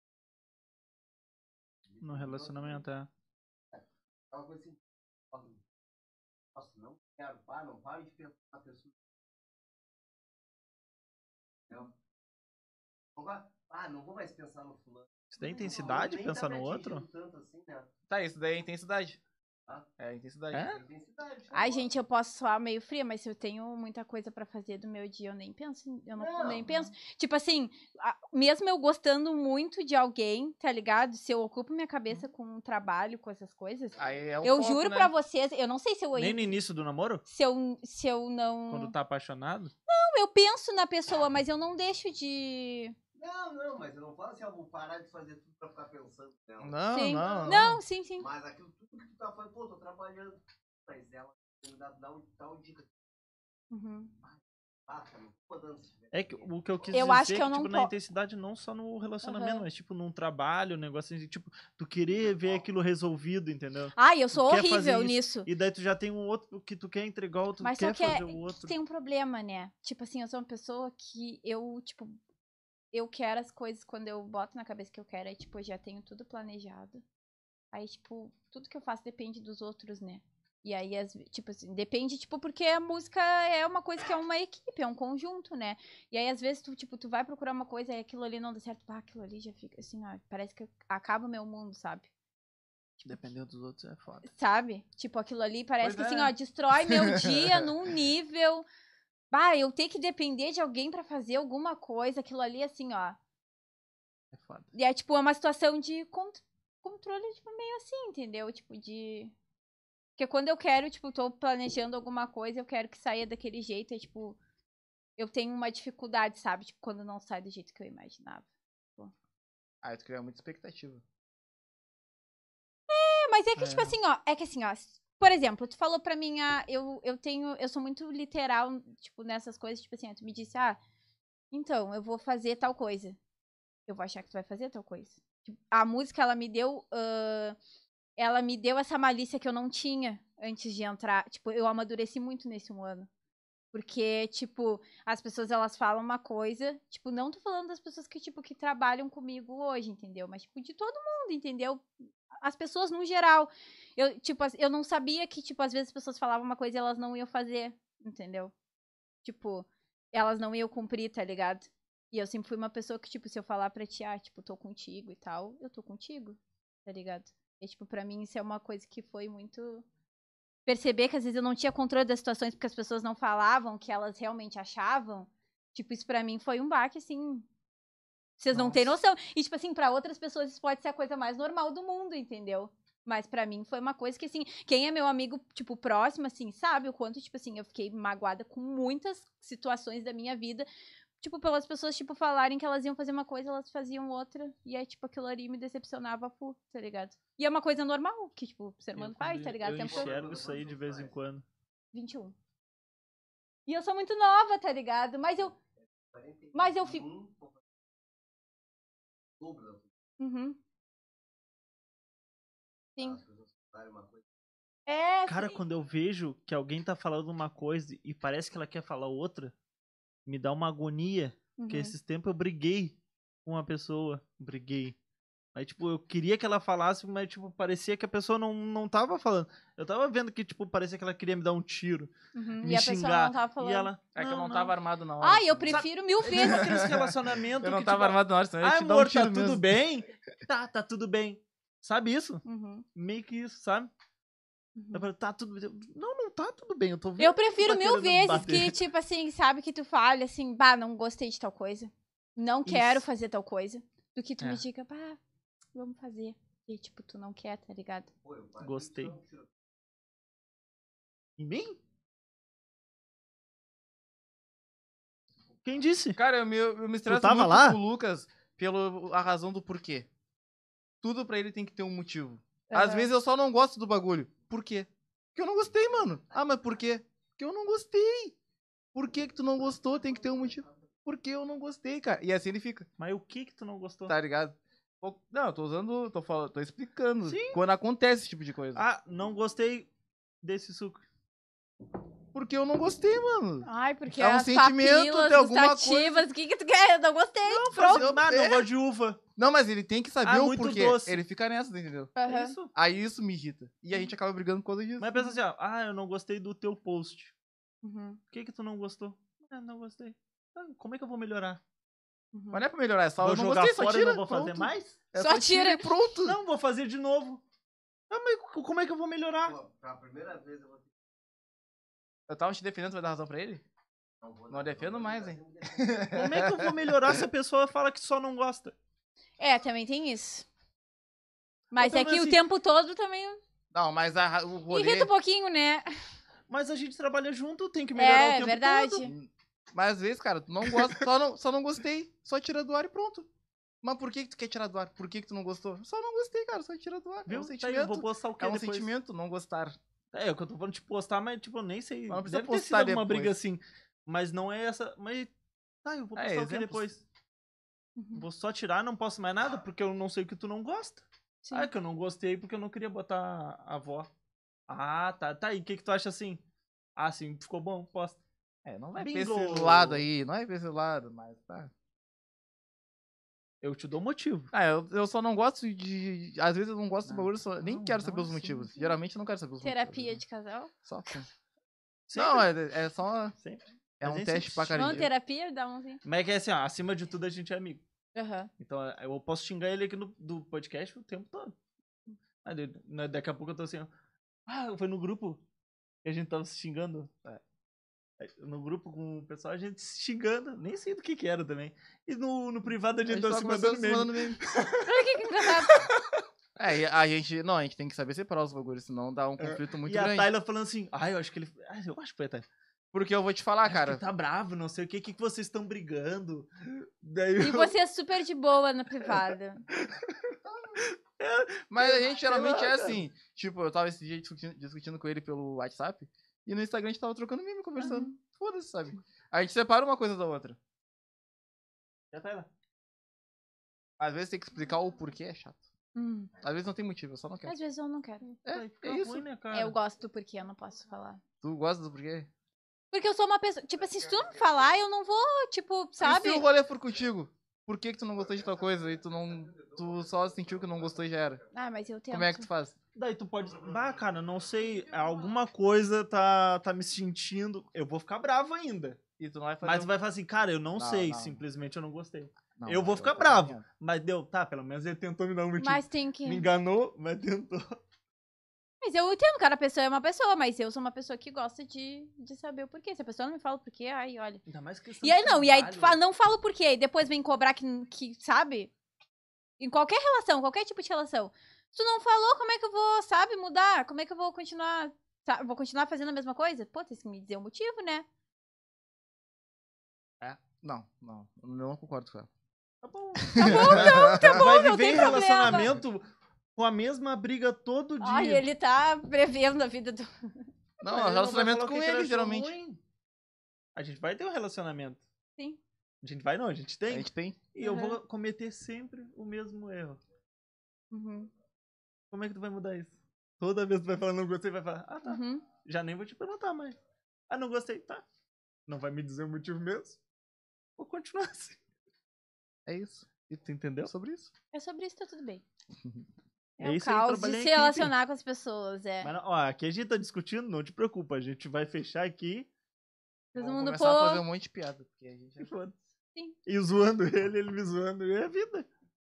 Speaker 1: No relacionamento, é.
Speaker 4: aquela coisa assim, nossa, não quero, pá, não pare de pensar na pessoa. Não. Não vai- Ah, não vou mais pensar no fulano.
Speaker 1: Você tem
Speaker 4: Não,
Speaker 1: intensidade
Speaker 4: nem
Speaker 1: pensar
Speaker 4: tá me
Speaker 1: no outro?
Speaker 4: atingindo tanto assim, né?
Speaker 2: Tá, isso daí é intensidade.
Speaker 4: Ah.
Speaker 2: É intensidade.
Speaker 1: É?
Speaker 4: É intensidade.
Speaker 3: Ai,
Speaker 4: agora.
Speaker 3: gente, eu posso soar meio fria, mas se eu tenho muita coisa pra fazer do meu dia, eu nem penso, em- eu não,
Speaker 4: Não.
Speaker 3: nem penso. Tipo assim, a- mesmo eu gostando muito de alguém, tá ligado? Se eu ocupo minha cabeça com um trabalho, com essas coisas,
Speaker 2: Aí é o
Speaker 3: eu
Speaker 2: foco,
Speaker 3: juro
Speaker 2: né?
Speaker 3: pra vocês, eu não sei se eu
Speaker 1: Nem no início do namoro?
Speaker 3: se eu se eu não
Speaker 1: Quando tá apaixonado?
Speaker 3: Não, eu penso na pessoa, mas eu não deixo de
Speaker 4: Não, não, mas eu não falo assim, eu vou parar de fazer tudo pra ficar pensando nela.
Speaker 2: Não,
Speaker 3: Sim.
Speaker 2: não, não.
Speaker 3: Não, sim, sim.
Speaker 4: Mas aquilo tudo que tu tá falando, pô, tô trabalhando. Mas ela me dá, dá, um, dá um dica.
Speaker 3: Uhum.
Speaker 4: Ah, cara, não tô dando se tiver.
Speaker 1: É que o que eu quis
Speaker 3: Eu
Speaker 1: dizer
Speaker 3: acho
Speaker 1: é
Speaker 3: que
Speaker 1: que,
Speaker 3: eu não
Speaker 1: tipo, na
Speaker 3: po-
Speaker 1: intensidade não só no relacionamento,
Speaker 3: Aham.
Speaker 1: mas tipo num trabalho, um negócio assim, tipo, tu querer ver aquilo resolvido, entendeu?
Speaker 3: Ai, eu sou
Speaker 1: quer fazer
Speaker 3: horrível
Speaker 1: isso.
Speaker 3: nisso.
Speaker 1: E daí tu já tem um outro que tu quer entregar, outro
Speaker 3: Mas
Speaker 1: quer
Speaker 3: só que é,
Speaker 1: fazer o outro.
Speaker 3: tem um problema, né? Tipo assim, eu sou uma pessoa que eu, tipo, eu quero as coisas quando eu boto na cabeça que eu quero, aí, tipo, eu já tenho tudo planejado. Aí, tipo, tudo que eu faço depende dos outros, né? E aí, as, tipo assim, depende, tipo, porque a música é uma coisa que é uma equipe, é um conjunto, né? E aí, às vezes, tu, tipo, tu vai procurar uma coisa e aquilo ali não dá certo, pá, aquilo ali já fica assim, ó, parece que acaba o meu mundo, sabe?
Speaker 1: Dependendo dos outros é foda.
Speaker 3: Sabe? Tipo, aquilo ali parece
Speaker 2: Pois
Speaker 3: que, assim,
Speaker 2: é.
Speaker 3: ó, destrói meu dia num nível. Bah, eu ter que depender de alguém pra fazer alguma coisa, aquilo ali, assim, ó.
Speaker 1: É foda.
Speaker 3: E é, tipo, é uma situação de cont- controle, tipo, meio assim, entendeu? Tipo, de. Porque quando eu quero, tipo, tô planejando alguma coisa, eu quero que saia daquele jeito, é tipo. Eu tenho uma dificuldade, sabe? Tipo, quando não sai do jeito que eu imaginava.
Speaker 2: Aí tu cria muita expectativa.
Speaker 3: É, mas é que,
Speaker 1: É.
Speaker 3: tipo assim, ó, é que assim, ó, por exemplo, tu falou pra mim, ah, eu, eu tenho, eu sou muito literal, tipo, nessas coisas, tipo assim, ó, tu me disse, ah, então, eu vou fazer tal coisa. Eu vou achar que tu vai fazer tal coisa. Tipo, a música, ela me deu, ah, ela me deu essa malícia que eu não tinha antes de entrar, tipo, eu amadureci muito nesse um ano. Porque, tipo, as pessoas, elas falam uma coisa, tipo, não tô falando das pessoas que, tipo, que trabalham comigo hoje, entendeu? Mas, tipo, de todo mundo, entendeu? As pessoas no geral. Eu, tipo, as- eu não sabia que, tipo, às vezes as pessoas falavam uma coisa e elas não iam fazer, entendeu? Tipo, elas não iam cumprir, tá ligado? E eu sempre fui uma pessoa que, tipo, se eu falar pra ti, ah, tipo, tô contigo e tal, eu tô contigo, tá ligado? E, tipo, pra mim isso é uma coisa que foi muito... Perceber que às vezes eu não tinha controle das situações porque as pessoas não falavam o que elas realmente achavam. Tipo, isso pra mim foi um baque, assim... Vocês não têm
Speaker 1: Nossa.
Speaker 3: noção. E, tipo assim, pra outras pessoas isso pode ser a coisa mais normal do mundo, entendeu? Mas pra mim foi uma coisa que, assim, quem é meu amigo, tipo, próximo, assim, sabe o quanto, tipo assim, eu fiquei magoada com muitas situações da minha vida. Tipo, pelas pessoas, tipo, falarem que elas iam fazer uma coisa, elas faziam outra. E aí, tipo, aquilo ali me decepcionava full, tá ligado? E é uma coisa normal, que, tipo, o ser humano
Speaker 1: Eu,
Speaker 3: faz,
Speaker 1: quando
Speaker 3: tá ligado?
Speaker 1: eu
Speaker 3: Sempre foi
Speaker 1: enxergo isso aí de vez em quando.
Speaker 3: vinte e um. E eu sou muito nova, tá ligado? Mas eu... Mas eu fico...
Speaker 4: Um, dobro da tua-
Speaker 3: Uhum. Sim.
Speaker 4: as pessoas falarem uma coisa.
Speaker 3: É,
Speaker 1: Cara,
Speaker 3: sim.
Speaker 1: quando eu vejo que alguém tá falando uma coisa e parece que ela quer falar outra, me dá uma agonia. Porque
Speaker 3: Uhum.
Speaker 1: esses tempos eu briguei com uma pessoa. Briguei. Mas, tipo, eu queria que ela falasse, mas, tipo, parecia que a pessoa não, não tava falando. Eu tava vendo que, tipo, parecia que ela queria me dar um tiro,
Speaker 3: Uhum.
Speaker 1: me
Speaker 3: E a pessoa
Speaker 1: xingar.
Speaker 3: não tava
Speaker 1: E
Speaker 3: falando.
Speaker 1: ela.
Speaker 2: É que eu
Speaker 1: não,
Speaker 2: não tava armado na hora.
Speaker 3: Ai, eu
Speaker 2: assim.
Speaker 3: prefiro mil
Speaker 1: É tipo
Speaker 3: vezes.
Speaker 1: aqueles relacionamentos
Speaker 2: Eu não
Speaker 1: que,
Speaker 2: tava
Speaker 1: tipo,
Speaker 2: armado na hora, senão eu ia
Speaker 1: ah,
Speaker 2: te dar um
Speaker 1: amor,
Speaker 2: tiro
Speaker 1: tá
Speaker 2: mesmo.
Speaker 1: tudo bem? Tá, tá tudo bem. Sabe isso?
Speaker 3: Uhum.
Speaker 1: Meio que isso, sabe?
Speaker 3: Uhum.
Speaker 1: Eu falei, tá tudo bem. Não, não tá tudo bem. Eu tô vendo.
Speaker 3: Eu
Speaker 1: que tu
Speaker 3: prefiro
Speaker 1: tá
Speaker 3: mil
Speaker 1: querendo
Speaker 3: vezes
Speaker 1: bater.
Speaker 3: que, tipo assim, sabe, que tu fale assim, bah, não gostei de tal coisa. Não quero
Speaker 1: Isso.
Speaker 3: fazer tal coisa. Do que tu me
Speaker 1: É.
Speaker 3: diga, bah, vamos fazer. E, tipo, tu não quer, tá ligado?
Speaker 4: Pô, eu parei
Speaker 1: Gostei.
Speaker 4: de dar um tiro.
Speaker 1: Em mim? Quem disse?
Speaker 2: Cara, eu me, eu me estresso
Speaker 1: tava
Speaker 2: muito
Speaker 1: lá?
Speaker 2: com o Lucas pela razão do porquê. Tudo pra ele tem que ter um motivo. Às
Speaker 3: Aham.
Speaker 2: vezes eu só não gosto do bagulho. Por quê? Porque eu não gostei, mano. Ah, mas por quê? Porque eu não gostei. Por que que tu não gostou? Tem que ter um motivo. Porque eu não gostei, cara. E assim ele fica,
Speaker 1: Mas o que que tu não gostou?
Speaker 2: tá ligado? Pô, não, eu tô usando, tô falando, tô explicando.
Speaker 1: Sim.
Speaker 2: Quando acontece esse tipo de coisa.
Speaker 1: Ah, não gostei desse suco.
Speaker 2: Porque eu não gostei, mano.
Speaker 3: Ai, porque
Speaker 2: É um
Speaker 3: as
Speaker 2: sentimento,
Speaker 3: papilas
Speaker 2: tem alguma
Speaker 3: gustativas, o que que tu quer? Eu não gostei.
Speaker 1: Não,
Speaker 3: Pronto.
Speaker 1: fazer, ah, não gosto de uva.
Speaker 2: Não, mas ele tem que saber
Speaker 1: Ah,
Speaker 2: o
Speaker 1: muito
Speaker 2: porquê.
Speaker 1: doce.
Speaker 2: Ele fica nessa, entendeu?
Speaker 1: É
Speaker 3: Aham.
Speaker 1: isso.
Speaker 2: Aí isso me irrita. E a gente acaba brigando por causa disso.
Speaker 1: Mas pensa assim, ó. Ah, eu não gostei do teu post.
Speaker 3: Uhum.
Speaker 1: Por que que tu não gostou? Ah, não gostei. Ah, como é que eu vou melhorar?
Speaker 3: Uhum.
Speaker 2: Mas não é pra melhorar, é só
Speaker 1: vou
Speaker 2: eu não
Speaker 1: jogar
Speaker 2: gostei,
Speaker 1: fora
Speaker 2: só
Speaker 1: e
Speaker 2: tira.
Speaker 1: não vou fazer
Speaker 2: pronto.
Speaker 1: mais?
Speaker 2: É
Speaker 3: Só tira.
Speaker 2: e pronto.
Speaker 1: Não, vou fazer de novo. Ah, mas como é que eu vou melhorar?
Speaker 4: Pô, pra primeira vez eu vou ter
Speaker 2: Eu tava te defendendo, tu vai dar razão pra ele?
Speaker 4: Não, vou
Speaker 2: Não
Speaker 4: dar-
Speaker 2: defendo
Speaker 4: vou
Speaker 2: mais,
Speaker 4: dar
Speaker 2: hein?
Speaker 4: sempre defendendo.
Speaker 1: Como é que eu vou melhorar se a pessoa fala que só não gosta?
Speaker 3: É, também tem isso. Mas
Speaker 1: Outra
Speaker 3: é que
Speaker 1: vez
Speaker 3: o
Speaker 1: assim-
Speaker 3: tempo todo também
Speaker 2: Não, mas a, o rolê...
Speaker 3: irrita um pouquinho, né?
Speaker 1: Mas a gente trabalha junto, tem que melhorar o
Speaker 3: É,
Speaker 1: tempo
Speaker 3: verdade.
Speaker 1: todo.
Speaker 2: Mas às vezes, cara, tu não gosta, só não, só não gostei. Só tira do ar e pronto. Mas por que que tu quer tirar do ar? Por que que tu não gostou? Só não gostei, cara, só tira do ar.
Speaker 1: Viu?
Speaker 2: É um
Speaker 1: Tá aí, eu
Speaker 2: sentimento,
Speaker 1: vou postar o quê
Speaker 2: é um
Speaker 1: depois?
Speaker 2: sentimento não gostar.
Speaker 1: É, é o que eu tô falando de postar, mas tipo, eu nem sei.
Speaker 2: Mas não precisa
Speaker 1: Deve ter sido
Speaker 2: postar
Speaker 1: alguma
Speaker 2: depois.
Speaker 1: briga assim. Mas não é essa. Mas. Tá, eu vou
Speaker 2: É,
Speaker 1: postar o que
Speaker 2: exemplos.
Speaker 1: depois?
Speaker 3: Uhum.
Speaker 1: Vou só tirar, não posso mais nada, porque eu não sei o que tu não gosta.
Speaker 3: Sim.
Speaker 1: Ah, é que eu não gostei porque eu não queria botar a avó. Ah, tá. Tá aí, o que que tu acha assim? Ah, sim, ficou bom, posta.
Speaker 2: É, não vai
Speaker 1: Bingo!
Speaker 2: pra esse lado aí, não vai pra esse lado, mas tá.
Speaker 1: Eu te dou motivo.
Speaker 2: Ah, eu, eu só não gosto de. Às vezes eu não gosto do
Speaker 1: Não,
Speaker 2: bagulho, só, nem
Speaker 1: não,
Speaker 2: quero
Speaker 1: não
Speaker 2: saber os
Speaker 1: assim.
Speaker 2: motivos. Geralmente eu não quero saber os
Speaker 3: Terapia
Speaker 2: motivos.
Speaker 3: de casal?
Speaker 2: Só assim.
Speaker 1: Sempre.
Speaker 2: Não, é, é só.
Speaker 1: Sempre.
Speaker 2: É
Speaker 1: Mas
Speaker 2: um
Speaker 1: nem
Speaker 2: teste
Speaker 1: sempre
Speaker 2: pra
Speaker 1: chama.
Speaker 3: Não,
Speaker 2: carinho.
Speaker 3: terapia? Dá umzinho.
Speaker 1: Mas é que é assim, ó, acima de tudo a gente é amigo.
Speaker 3: Aham.
Speaker 1: Então eu posso xingar ele aqui no do podcast o tempo todo. Aí, daí- né, daqui a pouco eu tô assim, ó. Ah, foi no grupo que a gente tava se xingando. É. No grupo com o pessoal, a gente se xingando. Nem sei do que que era também. E no, no privado a
Speaker 2: A
Speaker 1: gente
Speaker 2: gente
Speaker 1: tava
Speaker 2: tava
Speaker 1: se
Speaker 2: conversando,
Speaker 1: mandando
Speaker 2: se
Speaker 1: meme.
Speaker 2: mandando meme.
Speaker 3: Olha que engraçado.
Speaker 2: É, e a gente. Não, a gente tem que saber separar os bagulhos, senão dá um
Speaker 1: É,
Speaker 2: conflito muito
Speaker 1: e a
Speaker 2: grande.
Speaker 1: Tayla falando assim, ah, eu acho que ele... Ah, eu acho que foi a Tayla.
Speaker 2: Porque eu vou te falar,
Speaker 1: Acho
Speaker 2: cara.
Speaker 1: que tá bravo, não sei o que, o que, que vocês estão brigando. Daí
Speaker 3: E
Speaker 1: eu...
Speaker 3: você é super de boa na privada.
Speaker 2: Mas a gente
Speaker 1: sei
Speaker 2: geralmente
Speaker 1: lá,
Speaker 2: é
Speaker 1: cara.
Speaker 2: assim. Tipo, eu tava esse dia discutindo, discutindo com ele pelo WhatsApp. E no Instagram a gente tava trocando meme, conversando.
Speaker 3: Uhum.
Speaker 2: Foda-se, sabe? A gente separa uma coisa da outra.
Speaker 1: E a Tayla?
Speaker 2: Às vezes tem que explicar o porquê, é chato.
Speaker 3: Hum.
Speaker 2: Às vezes não tem motivo, eu só não quero.
Speaker 3: Às vezes eu não quero.
Speaker 2: É,
Speaker 1: Vai ficar
Speaker 2: é isso.
Speaker 1: ruim, né, cara?
Speaker 3: Eu gosto do porquê, eu não posso falar.
Speaker 2: Tu gosta do porquê?
Speaker 3: Porque eu sou uma pessoa. Tipo assim, se tu não me falar, eu não vou, tipo, sabe?
Speaker 2: E se o rolê for contigo? Por que que tu não gostou de tal coisa e tu não... Tu só sentiu que não gostou e já era?
Speaker 3: Ah, mas eu tento.
Speaker 2: Como é que tu faz?
Speaker 1: Daí tu pode. Bah, cara, não sei. Alguma coisa tá, tá me sentindo. Eu vou ficar bravo ainda.
Speaker 2: E tu não vai fazer
Speaker 1: Mas tu
Speaker 2: um-
Speaker 1: vai falar assim, cara, eu não,
Speaker 2: Não,
Speaker 1: sei.
Speaker 2: não.
Speaker 1: Simplesmente eu não gostei.
Speaker 2: Não,
Speaker 1: eu vou
Speaker 2: aí
Speaker 1: ficar
Speaker 2: tô
Speaker 1: bravo.
Speaker 2: caminhando.
Speaker 1: Mas deu, tá, pelo menos ele tentou me dar um motivo.
Speaker 3: Mas tem que.
Speaker 1: Me enganou, mas tentou.
Speaker 3: Mas eu entendo, cada pessoa é uma pessoa, mas eu sou uma pessoa que gosta de, de saber o porquê. Se a pessoa não me fala o porquê, ai, olha.
Speaker 1: Ainda mais questão
Speaker 3: E aí
Speaker 1: de
Speaker 3: não, e aí tu
Speaker 1: trabalho.
Speaker 3: fala, não fala o porquê, e depois vem cobrar que, que, sabe? Em qualquer relação, qualquer tipo de relação. Se tu não falou, como é que eu vou, sabe, mudar? Como é que eu vou continuar, sabe? Vou continuar fazendo a mesma coisa? Pô, tem que me dizer o motivo, né?
Speaker 2: Não, não. Eu não concordo com ela.
Speaker 1: Tá bom.
Speaker 3: Tá bom, não, tá bom,
Speaker 1: Vai
Speaker 3: não
Speaker 1: viver
Speaker 3: tem
Speaker 1: em
Speaker 3: problema.
Speaker 1: relacionamento com a mesma briga todo dia.
Speaker 3: Ai, ele tá prevendo a vida do...
Speaker 2: Não,
Speaker 1: Mas ele
Speaker 2: relacionamento
Speaker 1: vai falar
Speaker 2: com
Speaker 1: o que que
Speaker 2: ele,
Speaker 1: achou
Speaker 2: geralmente.
Speaker 1: ruim. A gente vai ter um relacionamento.
Speaker 3: Sim.
Speaker 1: A gente vai não, a gente
Speaker 2: A
Speaker 1: tem.
Speaker 2: gente tem.
Speaker 1: E eu
Speaker 3: Uhum.
Speaker 1: vou cometer sempre o mesmo erro.
Speaker 3: Uhum.
Speaker 1: Como é que tu vai mudar isso? Toda vez que tu vai falar não gostei, vai falar, ah tá,
Speaker 3: Uhum.
Speaker 1: já nem vou te perguntar mais. Ah, não gostei, tá. Não vai me dizer o motivo mesmo? Vou continuar assim.
Speaker 2: É isso.
Speaker 1: E tu entendeu?
Speaker 2: Sobre isso.
Speaker 3: É sobre isso, tá tudo bem.
Speaker 1: É
Speaker 3: É o
Speaker 1: isso aí,
Speaker 3: caos de
Speaker 1: trabalhar em
Speaker 3: se
Speaker 1: equipe.
Speaker 3: relacionar com as pessoas, é.
Speaker 1: Mas, não- ó, aqui a gente tá discutindo, não te preocupa, a gente vai fechar aqui
Speaker 3: Todo
Speaker 2: Vamos
Speaker 3: mundo,
Speaker 2: começar
Speaker 3: pô...
Speaker 2: a fazer um monte de piada. Porque a gente...
Speaker 1: e foda-se.
Speaker 3: Sim.
Speaker 1: E zoando ele, ele me zoando, e é a vida.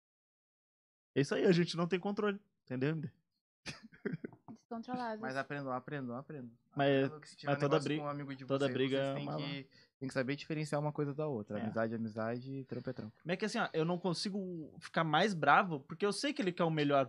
Speaker 1: É isso aí, a gente não tem controle, entendeu?
Speaker 3: Descontrolados.
Speaker 2: Mas aprendam, aprendam, aprendam.
Speaker 1: Mas-
Speaker 2: Aprendam que se tiver
Speaker 1: mas
Speaker 2: um
Speaker 1: toda
Speaker 2: negócio
Speaker 1: briga-
Speaker 2: com um amigo de
Speaker 1: toda
Speaker 2: vocês,
Speaker 1: briga
Speaker 2: vocês
Speaker 1: é
Speaker 2: têm
Speaker 1: uma-
Speaker 2: que, têm que saber diferenciar uma coisa da outra.
Speaker 1: É.
Speaker 2: Amizade é amizade, trampo é trampo.
Speaker 1: Mas é que assim, ó, eu não consigo ficar mais bravo, porque eu sei que ele quer o melhor.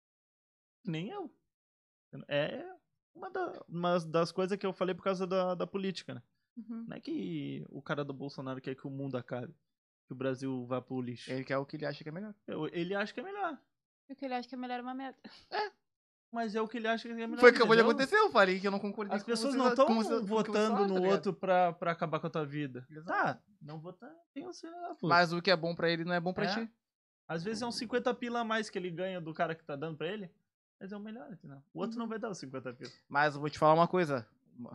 Speaker 1: Nem eu. É uma, da- uma das coisas que eu falei por causa da, da política, né?
Speaker 3: Uhum.
Speaker 1: Não é que o cara do Bolsonaro quer que o mundo acabe, que o Brasil vá pro lixo.
Speaker 2: Ele quer o que ele acha que é melhor.
Speaker 1: Eu- ele acha que é melhor.
Speaker 3: Porque ele acha que é melhor uma merda.
Speaker 1: Mas é o que ele acha que é melhor.
Speaker 2: Foi o que acabou de
Speaker 1: entendeu?
Speaker 2: acontecer, eu falei que eu não concordei
Speaker 1: As
Speaker 2: com
Speaker 1: pessoas
Speaker 2: vocês,
Speaker 1: não estão
Speaker 2: com vocês- com o que vocês
Speaker 1: votando
Speaker 2: falaram,
Speaker 1: no
Speaker 2: tá ligado?
Speaker 1: outro pra, pra acabar com a tua vida.
Speaker 2: Exato.
Speaker 1: Tá, não votar, tem o seu.
Speaker 2: Mas o que é bom pra ele não é bom pra
Speaker 1: É.
Speaker 2: ti.
Speaker 1: Às vezes é uns cinquenta pila a mais que ele ganha do cara que tá dando pra ele, mas é o melhor, entendeu? O outro
Speaker 3: Uhum.
Speaker 1: não vai dar os cinquenta pila.
Speaker 2: Mas eu vou te falar uma coisa.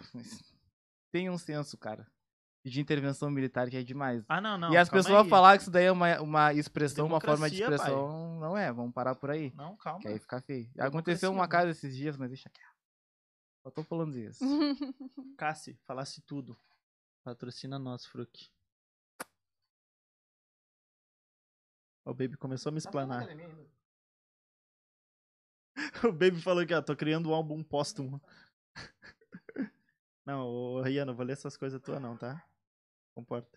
Speaker 2: Tem um senso, cara, de intervenção militar que é demais.
Speaker 1: Ah, não, não.
Speaker 2: e as
Speaker 1: calma
Speaker 2: pessoas
Speaker 1: aí.
Speaker 2: falar que isso daí é uma, uma expressão, uma forma de
Speaker 1: Democracia,
Speaker 2: expressão, não é. Vamos parar por aí.
Speaker 1: Não, calma.
Speaker 2: Que aí fica feio.
Speaker 1: Democracia,
Speaker 2: Aconteceu uma
Speaker 1: mano.
Speaker 2: casa esses dias, mas deixa quieto. Só tô falando isso.
Speaker 1: Cassi, falasse tudo. Patrocina nós, Fruc. O Baby começou a me explanar. O Baby falou que, ó, tô criando um álbum póstumo. Não, ô Rian, não vou ler essas coisas tuas não, tá? Comporta.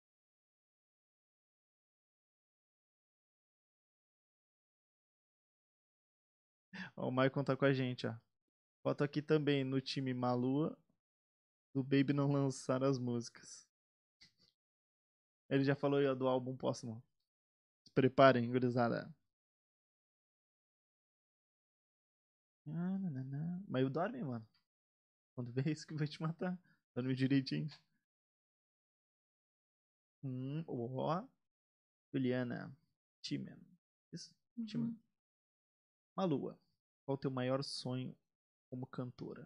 Speaker 1: Ó, o Maicon tá com a gente, ó. Foto aqui também no time Malua. Do Baby não lançar as músicas. Ele já falou aí, ó, do álbum póstumo. Se preparem, gurizada. Ah, nananã. Mas eu dorme, mano. Quando vê isso que vai te matar. Dorme direitinho. Hum, ó. Juliana. Timen. Isso, Timen.
Speaker 3: Uhum.
Speaker 1: Malua. Qual o teu maior sonho como cantora?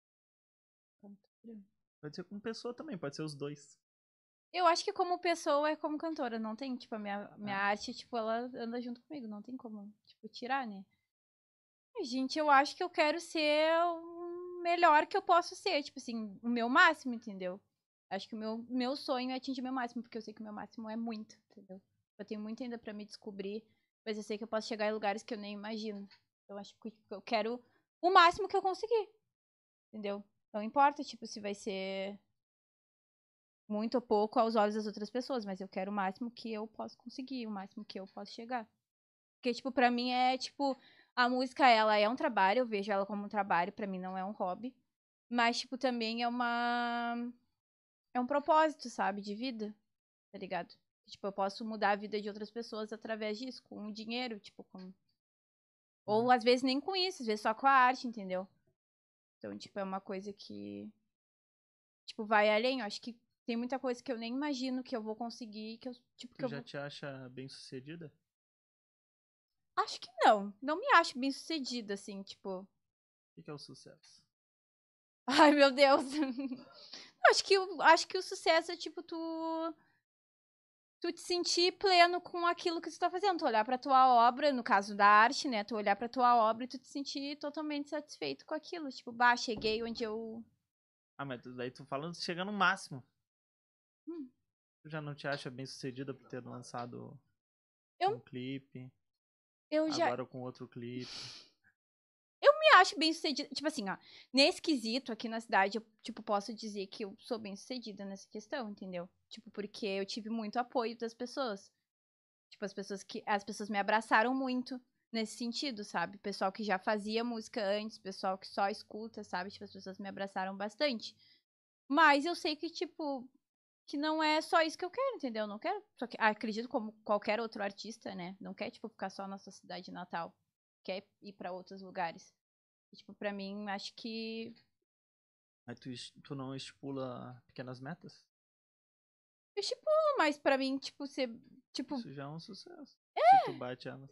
Speaker 1: Pode ser como pessoa também, pode ser os dois.
Speaker 3: Eu acho que como pessoa é como cantora, não tem, tipo, a minha, minha
Speaker 1: Ah.
Speaker 3: arte, tipo, ela anda junto comigo, não tem como, tipo, tirar, né? E, gente, eu acho que eu quero ser o melhor que eu posso ser, tipo assim, o meu máximo, entendeu? Acho que o meu, meu sonho é atingir meu máximo, porque eu sei que o meu máximo é muito, entendeu? Eu tenho muito ainda pra me descobrir, mas eu sei que eu posso chegar em lugares que eu nem imagino. Então, acho que eu quero o máximo que eu conseguir, entendeu? Não importa, tipo, se vai ser muito ou pouco aos olhos das outras pessoas, mas eu quero o máximo que eu posso conseguir, o máximo que eu posso chegar. Porque, tipo, pra mim é, tipo, a música, ela é um trabalho, eu vejo ela como um trabalho, pra mim não é um hobby. Mas, tipo, também é uma... é um propósito, sabe, de vida, tá ligado? Tipo, eu posso mudar a vida de outras pessoas através disso, com o dinheiro, tipo, com... Ou, às vezes, nem com isso, às vezes só com a arte, entendeu? Então, tipo, é uma coisa que, tipo, vai além. Eu acho que tem muita coisa que eu nem imagino que eu vou conseguir, que eu, tipo, que
Speaker 1: Tu
Speaker 3: eu
Speaker 1: já
Speaker 3: vou...
Speaker 1: te acha bem sucedida?
Speaker 3: Acho que não. Não me acho bem sucedida, assim, tipo...
Speaker 1: O que que é o sucesso?
Speaker 3: Ai, meu Deus. Acho que, o- acho que o sucesso é, tipo, tu... Tu te sentir pleno com aquilo que tu tá fazendo. Tu olhar pra tua obra, no caso da arte, né? Tu olhar pra tua obra e tu te sentir totalmente satisfeito com aquilo. Tipo, bah, cheguei onde eu...
Speaker 1: Ah, mas tu- daí tu falando chega no máximo.
Speaker 3: Hum.
Speaker 1: Tu já não te acha bem sucedida por ter lançado
Speaker 3: Eu-
Speaker 1: um clipe,
Speaker 3: Eu já...
Speaker 1: agora com outro clipe?
Speaker 3: me acho bem sucedida. Tipo assim, ó. Nesse quesito, aqui na cidade, eu, tipo, posso dizer que eu sou bem sucedida nessa questão, entendeu? Tipo, porque eu tive muito apoio das pessoas. Tipo, as pessoas que. As pessoas me abraçaram muito nesse sentido, sabe? Pessoal que já fazia música antes, pessoal que só escuta, sabe? Tipo, as pessoas me abraçaram bastante. Mas eu sei que, tipo, que não é só isso que eu quero, entendeu? Eu não quero. Só que, acredito como qualquer outro artista, né? Não quer, tipo, ficar só na sua cidade natal. Quer ir pra outros lugares. E, tipo, pra mim, acho que.
Speaker 1: Aí tu, es- tu não estipula pequenas metas?
Speaker 3: Eu estipulo, mas pra mim, tipo, ser. Tipo,
Speaker 1: Isso já é um sucesso. Se tu bate elas.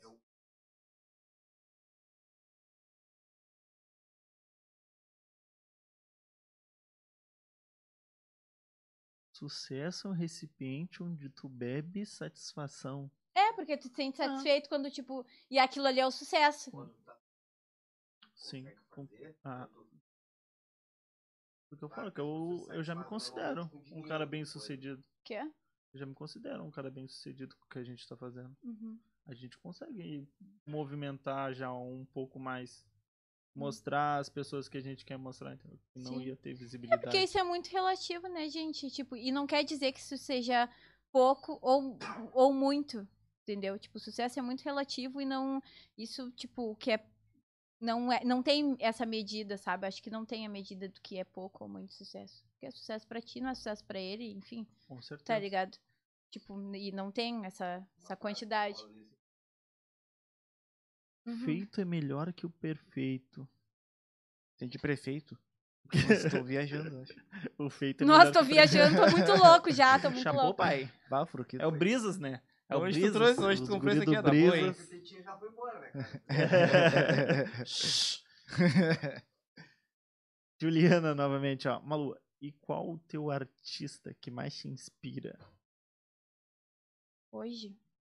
Speaker 1: Sucesso é um recipiente onde tu bebe satisfação.
Speaker 3: é, porque tu te sente
Speaker 1: Ah.
Speaker 3: satisfeito quando, tipo. E aquilo ali é o sucesso.
Speaker 4: Quando tá
Speaker 1: Sim.
Speaker 4: consegue
Speaker 1: com-
Speaker 4: fazer,
Speaker 1: ah.
Speaker 4: quando
Speaker 1: Porque eu falo que eu, eu já me considero um cara bem sucedido.
Speaker 3: Que é?
Speaker 1: Eu já me considero um cara bem sucedido com o que a gente tá fazendo.
Speaker 3: Uhum.
Speaker 1: A gente consegue movimentar já um pouco mais. Mostrar as pessoas que a gente quer mostrar, entendeu? Que não
Speaker 3: Sim.
Speaker 1: ia ter
Speaker 3: É
Speaker 1: visibilidade.
Speaker 3: porque isso é muito relativo, né, gente? Tipo, e não quer dizer que isso seja pouco ou, ou muito, entendeu? Tipo, o sucesso é muito relativo e não. Isso, tipo, que é. Não, é, não tem essa medida, sabe? Acho que não tem a medida do que é pouco ou muito sucesso. Porque é sucesso pra ti, não é sucesso pra ele, enfim,
Speaker 1: Com certeza.
Speaker 3: tá ligado? Tipo, e não tem essa, essa quantidade. Uhum.
Speaker 1: Feito é melhor que o perfeito.
Speaker 2: Tem de prefeito. Nossa, tô viajando, acho.
Speaker 1: O feito é
Speaker 3: Nossa,
Speaker 1: melhor
Speaker 3: tô
Speaker 1: que o
Speaker 3: viajando, tô muito louco já, tô muito
Speaker 1: Chapou,
Speaker 3: louco.
Speaker 1: pai.
Speaker 2: Bafro, que
Speaker 1: É o Brisas, né? É o
Speaker 2: Hoje tu
Speaker 1: Brisas.
Speaker 2: trouxe- hoje tu
Speaker 1: os
Speaker 2: comprou
Speaker 1: guri
Speaker 2: esse aqui,
Speaker 1: do
Speaker 2: é da boa, hein?
Speaker 1: Brisas.
Speaker 4: esse tetinho já foi embora, né, cara?
Speaker 1: Juliana, novamente, ó. Malu, e qual o teu artista que mais te inspira?
Speaker 3: Hoje?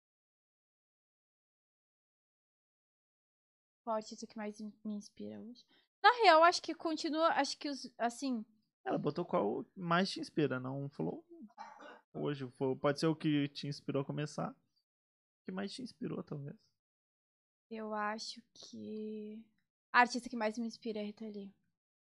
Speaker 3: Qual artista que mais me inspira hoje? Na real, acho que continua, acho que os, assim,
Speaker 1: Ela botou qual mais te inspira, não falou hoje. Foi- Pode ser o que te inspirou a começar. O que mais te inspirou, talvez.
Speaker 3: eu acho que a artista que mais me inspira é a Rita Lee.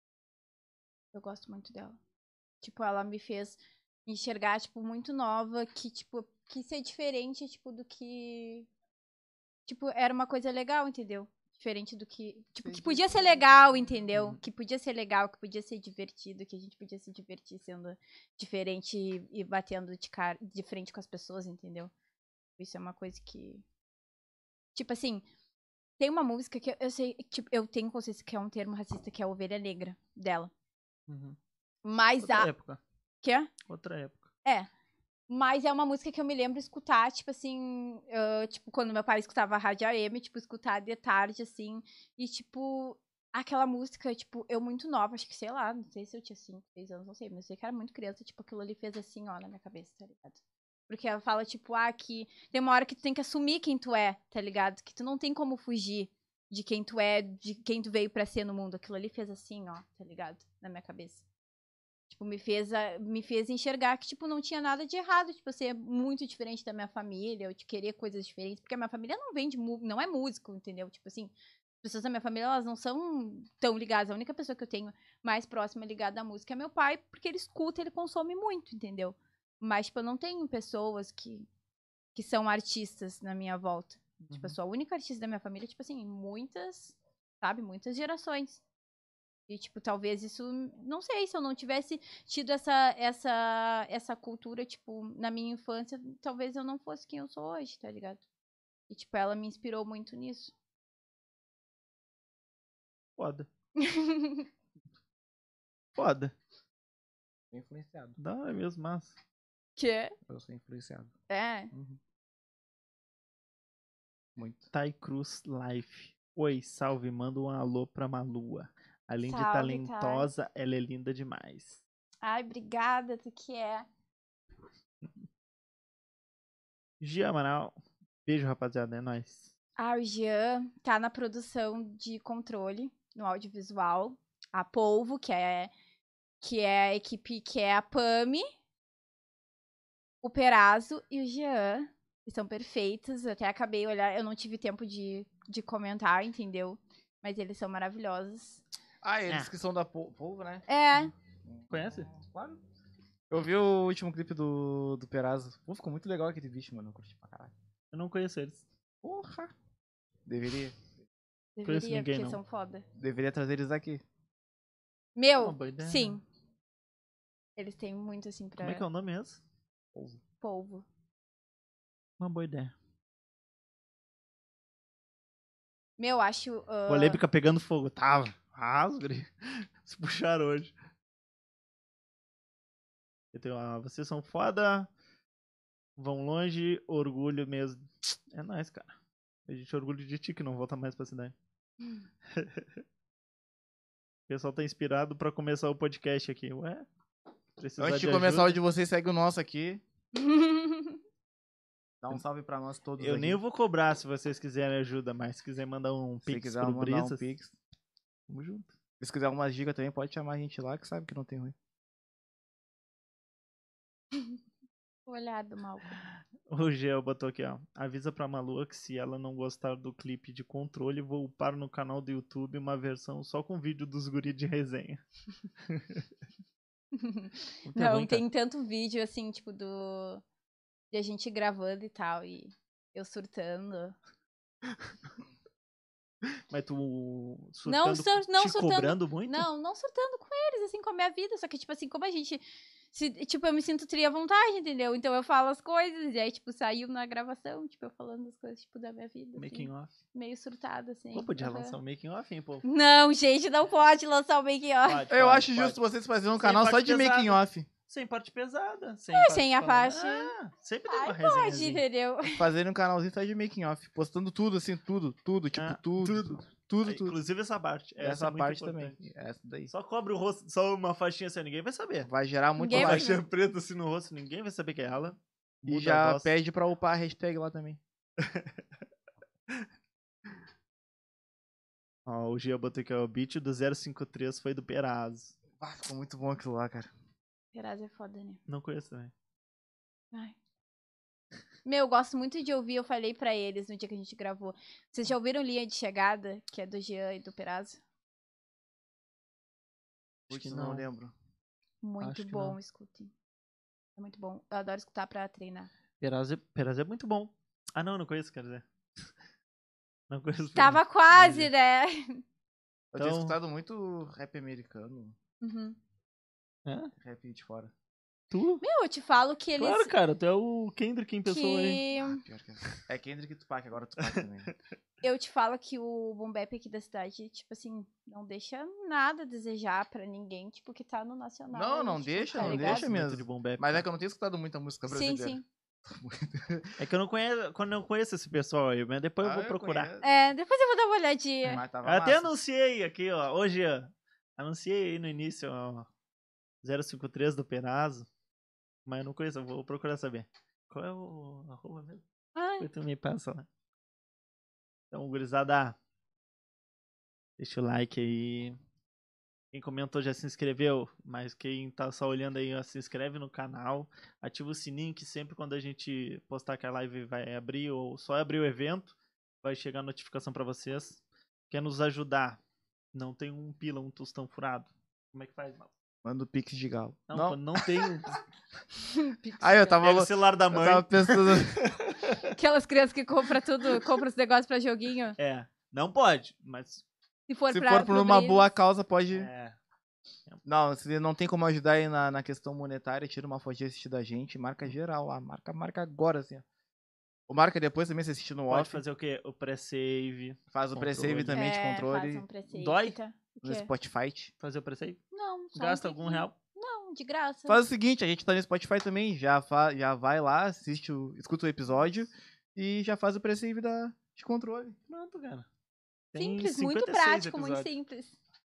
Speaker 3: Eu gosto muito dela. Tipo, ela me fez enxergar, tipo, muito nova, que, tipo, que ser diferente, tipo, do que... Tipo, era uma coisa legal, entendeu? Diferente do que... Tipo, que podia ser legal, entendeu?
Speaker 1: Uhum.
Speaker 3: Que podia ser legal, que podia ser divertido, que a gente podia se divertir sendo diferente e, e batendo de, cara, de frente com as pessoas, entendeu? Isso é uma coisa que... Tipo assim, tem uma música que eu, eu sei... Tipo, eu tenho consciência que é um termo racista, que é a Ovelha Negra, dela.
Speaker 1: Uhum.
Speaker 3: Mas
Speaker 1: Outra
Speaker 3: a...
Speaker 1: época.
Speaker 3: Que é?
Speaker 1: Outra época.
Speaker 3: É. Mas é uma música que eu me lembro escutar, tipo assim, ah, tipo, quando meu pai escutava a Rádio A M, tipo, escutar de tarde, assim, e, tipo, aquela música, tipo, eu muito nova, acho que, sei lá, não sei se eu tinha cinco, seis anos, não sei, mas eu sei que era muito criança, tipo, aquilo ali fez assim, ó, na minha cabeça, tá ligado? Porque ela fala, tipo, ah, que tem uma hora que tu tem que assumir quem tu é, tá ligado? Que tu não tem como fugir de quem tu é, de quem tu veio pra ser no mundo. Aquilo ali fez assim, ó, tá ligado? Na minha cabeça. Tipo, me fez, a- me fez enxergar que, tipo, não tinha nada de errado, tipo, ser muito diferente da minha família, ou de querer coisas diferentes, porque a minha família não vem de, mu- não é músico, entendeu? Tipo assim, as pessoas da minha família, elas não são tão ligadas, a única pessoa que eu tenho mais próxima ligada à música é meu pai, porque ele escuta, ele consome muito, entendeu? Mas, tipo, eu não tenho pessoas que, que são artistas na minha volta. Tipo, eu
Speaker 1: Uhum.
Speaker 3: sou a única artista da minha família, tipo assim, em muitas, sabe, muitas gerações. E, tipo, talvez isso. Não sei, se eu não tivesse tido essa, essa, essa cultura, tipo, na minha infância, talvez eu não fosse quem eu sou hoje, tá ligado? E, tipo, ela me inspirou muito nisso.
Speaker 1: Foda. Foda.
Speaker 2: Tô influenciado.
Speaker 1: Não, é mesmo massa.
Speaker 3: Que?
Speaker 2: Eu sou influenciado.
Speaker 3: É.
Speaker 2: Uhum. Muito.
Speaker 1: Tai Cruz Life. Oi, salve, manda um alô pra Malua. Além de
Speaker 3: Salve,
Speaker 1: talentosa, ela é linda demais.
Speaker 3: Ai, obrigada, tu que é.
Speaker 1: Gia Amaral. Beijo, rapaziada. É nóis.
Speaker 3: Ah, o Jean tá na produção de controle, no audiovisual. A Polvo, que é, que é a equipe que é a Pami. O Perazzo e o Jean. Eles são perfeitos. Eu até acabei de olhar, eu não tive tempo de, de comentar, entendeu? Mas eles são maravilhosos.
Speaker 2: Ah, eles
Speaker 1: É.
Speaker 2: que são da po- Polvo, né?
Speaker 3: É,
Speaker 1: Conhece?
Speaker 2: Claro. Eu vi o último clipe do, do Perazzo. Pô, ficou muito legal aquele bicho, mano. Eu curti pra caralho.
Speaker 1: Eu não conheço eles.
Speaker 2: Porra. Deveria.
Speaker 1: Conheço
Speaker 3: deveria,
Speaker 1: ninguém,
Speaker 3: porque
Speaker 1: não.
Speaker 3: são foda.
Speaker 2: Deveria trazer eles aqui.
Speaker 3: Meu,
Speaker 1: Uma boa ideia,
Speaker 3: sim.
Speaker 1: né?
Speaker 3: Eles têm muito, assim, pra
Speaker 1: Como é que é o nome mesmo?
Speaker 3: polvo.
Speaker 1: Uma boa ideia.
Speaker 3: Meu, acho... ah,
Speaker 1: Polêmica pegando fogo. Tava. Rasgre. Se puxaram hoje. Eu tenho, ah, vocês são foda. Vão longe. Orgulho mesmo. É nóis, cara. A gente orgulha de ti que não volta mais pra cidade. O pessoal tá inspirado pra começar o podcast aqui. Ué? Precisar
Speaker 2: Antes de,
Speaker 1: de
Speaker 2: começar o
Speaker 1: ajuda?
Speaker 2: de vocês, segue o nosso aqui. Dá um salve pra nós todos
Speaker 1: Eu
Speaker 2: aqui.
Speaker 1: nem vou cobrar se vocês quiserem ajuda, mas se quiser mandar um
Speaker 2: Se
Speaker 1: pix
Speaker 2: quiser
Speaker 1: pro
Speaker 2: mandar
Speaker 1: Brisas,
Speaker 2: um pix.
Speaker 1: tamo junto.
Speaker 2: Se quiser algumas dicas também, pode chamar a gente lá, que sabe que não tem ruim.
Speaker 3: O olhar do Malco.
Speaker 1: O Gel botou aqui, ó. Avisa pra Malu que se ela não gostar do clipe de controle, vou upar no canal do YouTube uma versão só com vídeo dos guri de resenha. Não tem
Speaker 3: Não,
Speaker 1: ruim, cara.
Speaker 3: tem tanto vídeo, assim, tipo, do... de a gente gravando e tal, e eu surtando.
Speaker 1: Mas tu
Speaker 3: Não,
Speaker 1: surtando,
Speaker 3: sur- não
Speaker 1: te
Speaker 3: surtando-
Speaker 1: cobrando muito?
Speaker 3: Não, não surtando com eles, assim, com a minha vida. Só que, tipo assim, como a gente... Se, tipo, eu me sinto tri à vontade, entendeu? Então eu falo as coisas, e aí, tipo, saiu na gravação, tipo, eu falando as coisas, tipo, da minha vida, assim,
Speaker 1: Making off.
Speaker 3: meio surtada, assim.
Speaker 1: Pô, podia
Speaker 3: aham.
Speaker 1: lançar um making off, hein, pô.
Speaker 3: Não, gente, não pode lançar o make off.
Speaker 1: Pode,
Speaker 2: Eu
Speaker 1: pode,
Speaker 2: acho
Speaker 1: pode.
Speaker 2: justo vocês fazerem um
Speaker 1: Sem
Speaker 2: canal só
Speaker 1: parte
Speaker 2: de
Speaker 1: pesada.
Speaker 2: making off.
Speaker 1: Sem parte pesada. Sem,
Speaker 3: É,
Speaker 1: parte
Speaker 3: sem a
Speaker 1: falando.
Speaker 3: parte-
Speaker 1: Ah, sempre tem
Speaker 3: Ai,
Speaker 1: uma
Speaker 3: pode,
Speaker 1: resenhazinha.
Speaker 3: entendeu?
Speaker 2: Fazerem um canalzinho só de making off. Postando tudo, assim, tudo, tudo, tipo,
Speaker 1: Ah,
Speaker 2: tudo,
Speaker 1: tudo.
Speaker 2: tudo, tudo, tudo.
Speaker 1: Inclusive essa parte. Essa,
Speaker 2: Essa
Speaker 1: é muito
Speaker 2: parte
Speaker 1: importante.
Speaker 2: também. Essa daí.
Speaker 1: Só cobre o rosto, só uma faixinha assim, ninguém vai saber.
Speaker 2: Vai gerar muito
Speaker 3: Ninguém
Speaker 1: Uma
Speaker 3: vai
Speaker 2: like.
Speaker 1: faixinha preta assim no rosto, ninguém vai saber que é ela.
Speaker 2: E
Speaker 1: Muda a
Speaker 2: já
Speaker 1: voz.
Speaker 2: pede pra upar a hashtag lá também.
Speaker 1: Ó, o Gia botou aqui, ó, o beat do zero cinco três foi do Perazzo.
Speaker 2: Ah, ficou muito bom aquilo lá, cara.
Speaker 3: Peraz é foda, né?
Speaker 1: Não conheço também.
Speaker 3: Ai. Meu, eu gosto muito de ouvir, eu falei pra eles no dia que a gente gravou. Vocês já ouviram Linha de Chegada, que é do Jean e do Perazzo?
Speaker 1: Acho que
Speaker 2: Putz, não
Speaker 1: não.
Speaker 2: lembro.
Speaker 3: Muito
Speaker 1: Acho que
Speaker 3: bom,
Speaker 1: não.
Speaker 3: escutem. É muito bom. Eu adoro escutar pra treinar.
Speaker 1: Perazzo, é- Perazzo é muito bom. Ah, não, não conheço, quer dizer. Não conheço.
Speaker 3: Tava
Speaker 1: Perazzo.
Speaker 3: quase,
Speaker 1: Entendi.
Speaker 3: né?
Speaker 2: Eu tenho
Speaker 1: Então-
Speaker 2: escutado muito rap americano,
Speaker 3: Uhum.
Speaker 1: Hã?
Speaker 2: rap de fora.
Speaker 1: Tu?
Speaker 3: Meu, eu te falo que eles...
Speaker 1: Claro, cara, tu é o Kendrick em pessoa aí.
Speaker 3: que...
Speaker 2: Pior que é. É Kendrick e Tupac, agora Tupac também.
Speaker 3: Eu te falo que o boom bap aqui da cidade, tipo assim, não deixa nada a desejar pra ninguém, tipo, que tá no nacional.
Speaker 2: Não, não
Speaker 3: tipo,
Speaker 2: deixa,
Speaker 3: tá
Speaker 2: não
Speaker 3: ligado?
Speaker 2: deixa
Speaker 1: Gosto muito
Speaker 2: mesmo.
Speaker 1: de boom bap,
Speaker 2: Mas é
Speaker 1: cara.
Speaker 2: que eu não tenho escutado muita música
Speaker 3: Sim,
Speaker 2: brasileira.
Speaker 3: sim.
Speaker 1: É que eu não conheço, quando eu conheço esse pessoal aí, mas depois eu
Speaker 2: Ah,
Speaker 1: vou procurar.
Speaker 2: conheço.
Speaker 3: É, depois eu vou dar uma olhadinha.
Speaker 2: Mas tava
Speaker 1: Eu até
Speaker 2: massa.
Speaker 1: anunciei aqui, ó, hoje, ó, anunciei aí no início, ó, zero cinco três do Perazzo, mas eu não conheço, eu vou procurar saber. Qual é o arroba mesmo?
Speaker 3: Ai,
Speaker 1: Depois tu me passa lá. Então, gurizada, deixa o like aí. Quem comentou já se inscreveu, mas quem tá só olhando aí, ó, se inscreve no canal, ativa o sininho que sempre quando a gente postar que a live vai abrir ou só abrir o evento, vai chegar a notificação pra vocês. Quer nos ajudar? Não tem um pila, um tostão furado. Como é que faz, mal?
Speaker 2: Manda o Pix de galo.
Speaker 1: Não,
Speaker 2: Não.
Speaker 1: quando não tem um...
Speaker 2: Aí eu tava,
Speaker 1: Pega o celular da
Speaker 2: eu
Speaker 1: mãe.
Speaker 2: tava pensando.
Speaker 3: aquelas crianças que compram tudo, compram os negócios pra joguinho.
Speaker 1: É, não pode, mas...
Speaker 3: Se for,
Speaker 2: Se
Speaker 3: pra,
Speaker 2: for por
Speaker 3: pro
Speaker 2: uma
Speaker 3: Brisas.
Speaker 2: boa causa, pode.
Speaker 1: É,
Speaker 2: Não, se não tem como ajudar aí na, na questão monetária, tira uma fotinha assistir da gente, marca geral lá, marca, marca agora, assim, ó. O marca depois também, se assistir no
Speaker 1: pode
Speaker 2: off,
Speaker 1: fazer o quê? O pré-save.
Speaker 2: faz o
Speaker 1: controle.
Speaker 2: pre-save também de
Speaker 3: É,
Speaker 2: controle,
Speaker 3: faz um pre-save,
Speaker 1: Dói?
Speaker 3: tá? O
Speaker 2: no
Speaker 3: quê?
Speaker 2: Spotify.
Speaker 1: Fazer o pré-save?
Speaker 3: Não, só um
Speaker 1: Gasta algum
Speaker 3: tempinho.
Speaker 1: real?
Speaker 3: Não, de graça.
Speaker 2: Faz o seguinte, a gente tá no Spotify também, já, fa já vai lá, assiste o, escuta o episódio e já faz o pre-save da, de controle.
Speaker 1: Pronto, cara.
Speaker 3: Simples, muito
Speaker 1: cinquenta e seis
Speaker 3: prático, muito
Speaker 1: episódios.
Speaker 3: simples.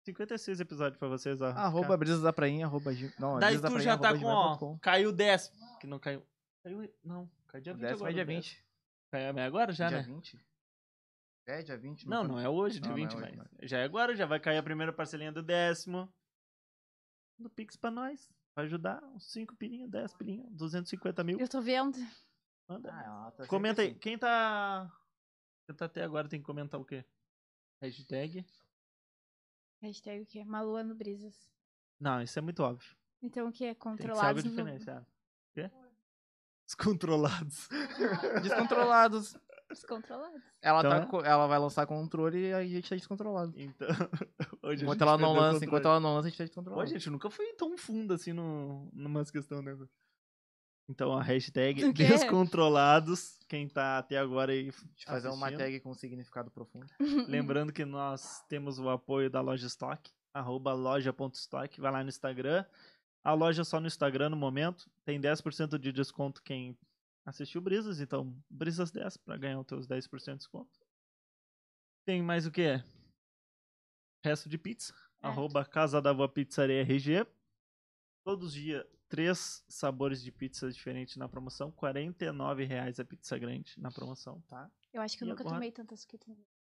Speaker 1: cinquenta e seis episódios pra vocês, ó.
Speaker 2: Arroba Brisas da Prainha, arroba... Gim- Não,
Speaker 1: Daí
Speaker 2: Brisas da
Speaker 1: tu
Speaker 2: Prainha,
Speaker 1: já tá
Speaker 2: arroba
Speaker 1: com,
Speaker 2: gmail ponto
Speaker 1: ó,
Speaker 2: com.
Speaker 1: caiu o décimo. Que não caiu. Caiu. Não, caiu dia
Speaker 2: O
Speaker 1: vinte
Speaker 2: décimo
Speaker 1: agora.
Speaker 2: é dia
Speaker 1: o décimo.
Speaker 2: vinte.
Speaker 1: Caiu é agora já,
Speaker 2: dia
Speaker 1: né?
Speaker 2: vinte? É, dia vinte.
Speaker 1: Não, não é hoje, dia
Speaker 2: Não, não é
Speaker 1: vinte,
Speaker 2: hoje,
Speaker 1: mas
Speaker 2: não
Speaker 1: já é agora, já vai cair a primeira parcelinha do décimo. Do Pix pra nós. Vai ajudar uns cinco pilinhos, dez pilinhos, duzentos e cinquenta mil.
Speaker 3: Eu tô vendo.
Speaker 1: Manda.
Speaker 2: Ah, ela tá sempre
Speaker 1: Comenta aí.
Speaker 2: assim.
Speaker 1: Quem tá... Quem tá até agora tem que comentar o quê? Hashtag?
Speaker 3: Hashtag o quê? Malua no Brisas.
Speaker 1: Não, isso é muito óbvio.
Speaker 3: Então o quê?
Speaker 1: Tem que ser algo
Speaker 3: Controlados no...
Speaker 1: diferenciado. O quê? Descontrolados.
Speaker 2: Descontrolados.
Speaker 3: Descontrolados.
Speaker 2: Ela,
Speaker 1: Então
Speaker 2: tá
Speaker 1: é?
Speaker 2: co- ela vai lançar controle e a gente tá descontrolado.
Speaker 1: Então, hoje a
Speaker 2: Enquanto
Speaker 1: gente
Speaker 2: ela não
Speaker 1: perdeu o
Speaker 2: lança,
Speaker 1: controle.
Speaker 2: enquanto ela não lança, a gente tá
Speaker 1: Pô,
Speaker 2: descontrolado.
Speaker 1: gente, eu nunca fui tão fundo assim no, numas questões, né? Então, a hashtag
Speaker 3: O quê?
Speaker 1: descontrolados. Quem tá até agora aí
Speaker 2: De fazer uma
Speaker 1: assistindo.
Speaker 2: tag com significado profundo.
Speaker 1: Lembrando que nós temos o apoio da Loja Stock, arroba loja.stock, vai lá no Instagram. A loja só no Instagram no momento. Tem dez por cento de desconto quem assistiu Brisas, então Brisas dez para ganhar os teus dez por cento de desconto. Tem mais o que? Resto de pizza,
Speaker 3: É.
Speaker 1: arroba Casa da Avó Pizzaria R G. Todos os dias, três sabores de pizza diferentes na promoção. quarenta e nove reais a pizza grande na promoção, tá?
Speaker 3: Eu acho que eu
Speaker 1: E
Speaker 3: nunca
Speaker 1: agora?
Speaker 3: tomei tanta suquita.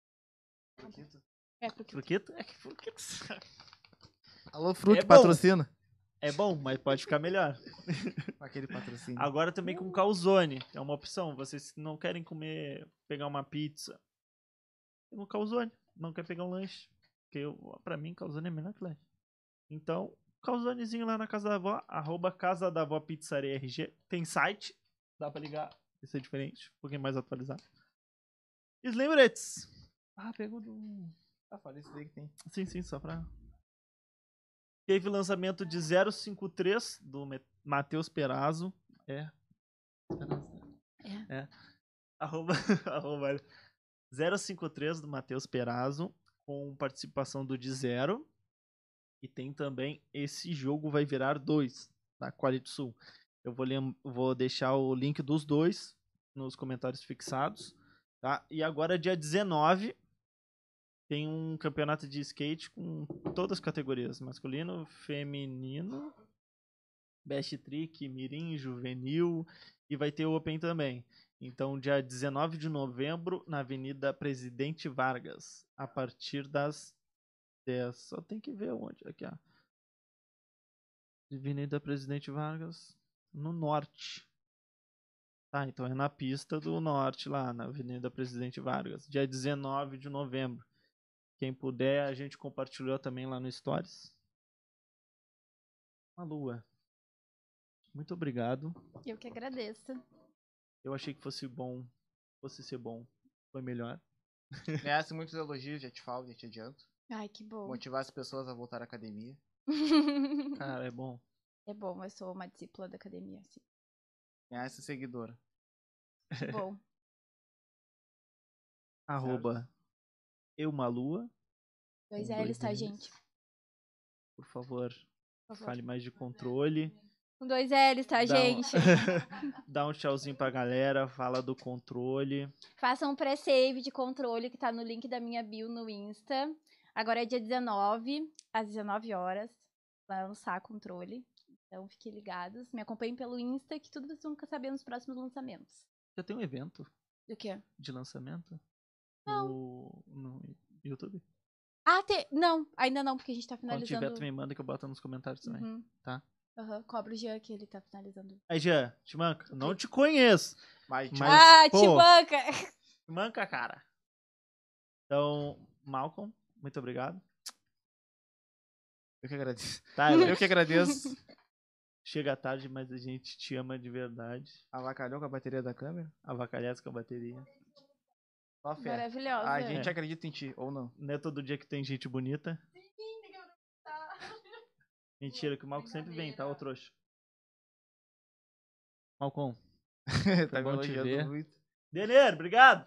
Speaker 3: É, porque...
Speaker 1: Fruquito? É que fruquito.
Speaker 2: Alô, Fruc,
Speaker 1: É bom.
Speaker 2: patrocina.
Speaker 1: É bom, mas pode ficar melhor.
Speaker 2: Aquele patrocínio.
Speaker 1: Agora também com calzone. É uma opção. Vocês não querem comer, pegar uma pizza. Tem um calzone. Não quer pegar um lanche. Porque eu, pra mim, calzone é melhor que lanche. Então, calzonezinho lá na Casa da Avó. Arroba Casa da Avó Pizzaria R G. Tem site. Dá pra ligar. Isso é diferente. Um pouquinho mais atualizado. E os lembretes. Ah, pegou do...
Speaker 2: Ah, falei isso daí que tem.
Speaker 1: Sim, sim, só pra... Teve lançamento de zero cinco três do Me- Matheus Perazzo. É.
Speaker 3: É.
Speaker 1: É. Arroba, arroba zero cinco três do Matheus Perazzo, com participação do de Zero. E tem também Esse Jogo Vai Virar dois, da Quality Sul. Eu vou, lem- vou deixar o link dos dois nos comentários fixados. Tá? E agora, dia dezenove, tem um campeonato de skate com todas as categorias. Masculino, feminino, best trick, mirim, juvenil. E vai ter o Open também. Então, dia dezenove de novembro, na Avenida Presidente Vargas. A partir das dez. Só tem que ver onde. Aqui, ó. Avenida Presidente Vargas, no norte. Tá, então é na pista do norte, lá na Avenida Presidente Vargas. Dia dezenove de novembro. Quem puder, a gente compartilhou também lá no Stories. Uma lua. Muito obrigado.
Speaker 3: Eu que agradeço.
Speaker 1: Eu achei que fosse bom. Fosse ser bom. Foi melhor.
Speaker 2: Ganhasse muitos elogios, já te falo, já te adianto.
Speaker 3: Ai, que bom.
Speaker 2: Motivar as pessoas a voltar à academia.
Speaker 1: Cara, é bom.
Speaker 3: É bom, eu sou uma discípula da academia, assim.
Speaker 2: Ganhasse seguidora.
Speaker 3: Que bom.
Speaker 1: Arroba eu uma lua.
Speaker 3: Dois
Speaker 1: com
Speaker 3: L's, tá,
Speaker 1: L's.
Speaker 3: gente?
Speaker 1: Por favor,
Speaker 3: Por favor.
Speaker 1: fale mais de controle.
Speaker 3: Com dois L's, tá,
Speaker 1: Dá um-
Speaker 3: gente?
Speaker 1: Dá um tchauzinho pra galera. Fala do controle.
Speaker 3: Façam um pré-save de controle que tá no link da minha bio no Insta. Agora é dia dezenove, às dezenove horas. Vai lançar controle. Então fiquem ligados. Me acompanhem pelo Insta, que tudo vocês vão ficar sabendo nos próximos lançamentos.
Speaker 1: Já tem um evento
Speaker 3: Do quê?
Speaker 1: de lançamento?
Speaker 3: Não.
Speaker 1: No, no YouTube?
Speaker 3: Ah, te... não, ainda não, porque a gente tá
Speaker 1: Quando
Speaker 3: finalizando.
Speaker 1: tiver, tu me manda que eu boto nos comentários também.
Speaker 3: Uhum.
Speaker 1: Tá?
Speaker 3: Aham, cobra o Jean que ele tá finalizando.
Speaker 1: Aí, Jean, te manca. Não te conheço.
Speaker 2: Mas,
Speaker 1: Mas-
Speaker 3: ah,
Speaker 1: pô,
Speaker 3: te banca!
Speaker 1: Te manca, cara. Então, Malcolm, muito obrigado.
Speaker 2: eu que agradeço.
Speaker 1: Tyler,
Speaker 2: Eu que agradeço.
Speaker 1: chega tarde, mas a gente te ama de verdade.
Speaker 2: Avacalhou com a bateria da câmera.
Speaker 1: Avacalhados com a bateria.
Speaker 2: Só fé.
Speaker 3: Maravilhosa.
Speaker 2: A gente
Speaker 1: É.
Speaker 2: acredita em ti, ou não.
Speaker 1: Não é todo dia que tem gente bonita. Mentira, que o Malcolm sempre vem, tá, ô trouxa? Malcolm.
Speaker 2: tá me
Speaker 1: bom te
Speaker 2: elogiando
Speaker 1: ver.
Speaker 2: muito.
Speaker 1: Deleiro, obrigado!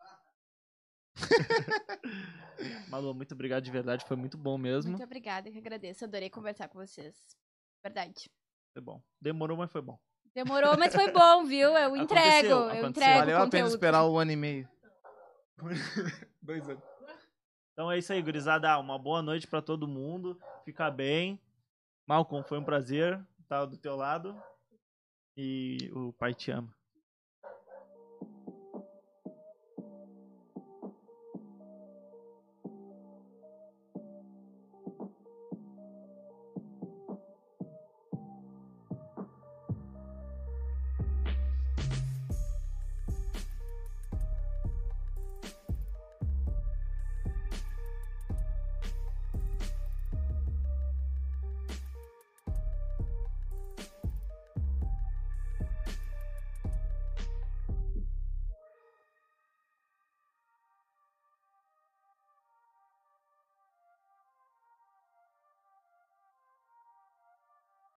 Speaker 1: Malu, muito obrigado de verdade, foi muito bom mesmo.
Speaker 3: Muito obrigada, eu que agradeço. Adorei conversar com vocês. Verdade.
Speaker 1: Foi bom. Demorou, mas foi bom.
Speaker 3: Demorou, mas foi bom, viu? Eu entrego,
Speaker 1: Aconteceu,
Speaker 3: eu
Speaker 1: aconteceu.
Speaker 3: entrego
Speaker 2: Valeu a pena
Speaker 3: conteúdo.
Speaker 2: esperar um ano e meio.
Speaker 1: Dois anos. Então é isso aí, gurizada. Uma boa noite pra todo mundo. Fica bem. Malcolm, foi um prazer estar do teu lado. E o pai te ama.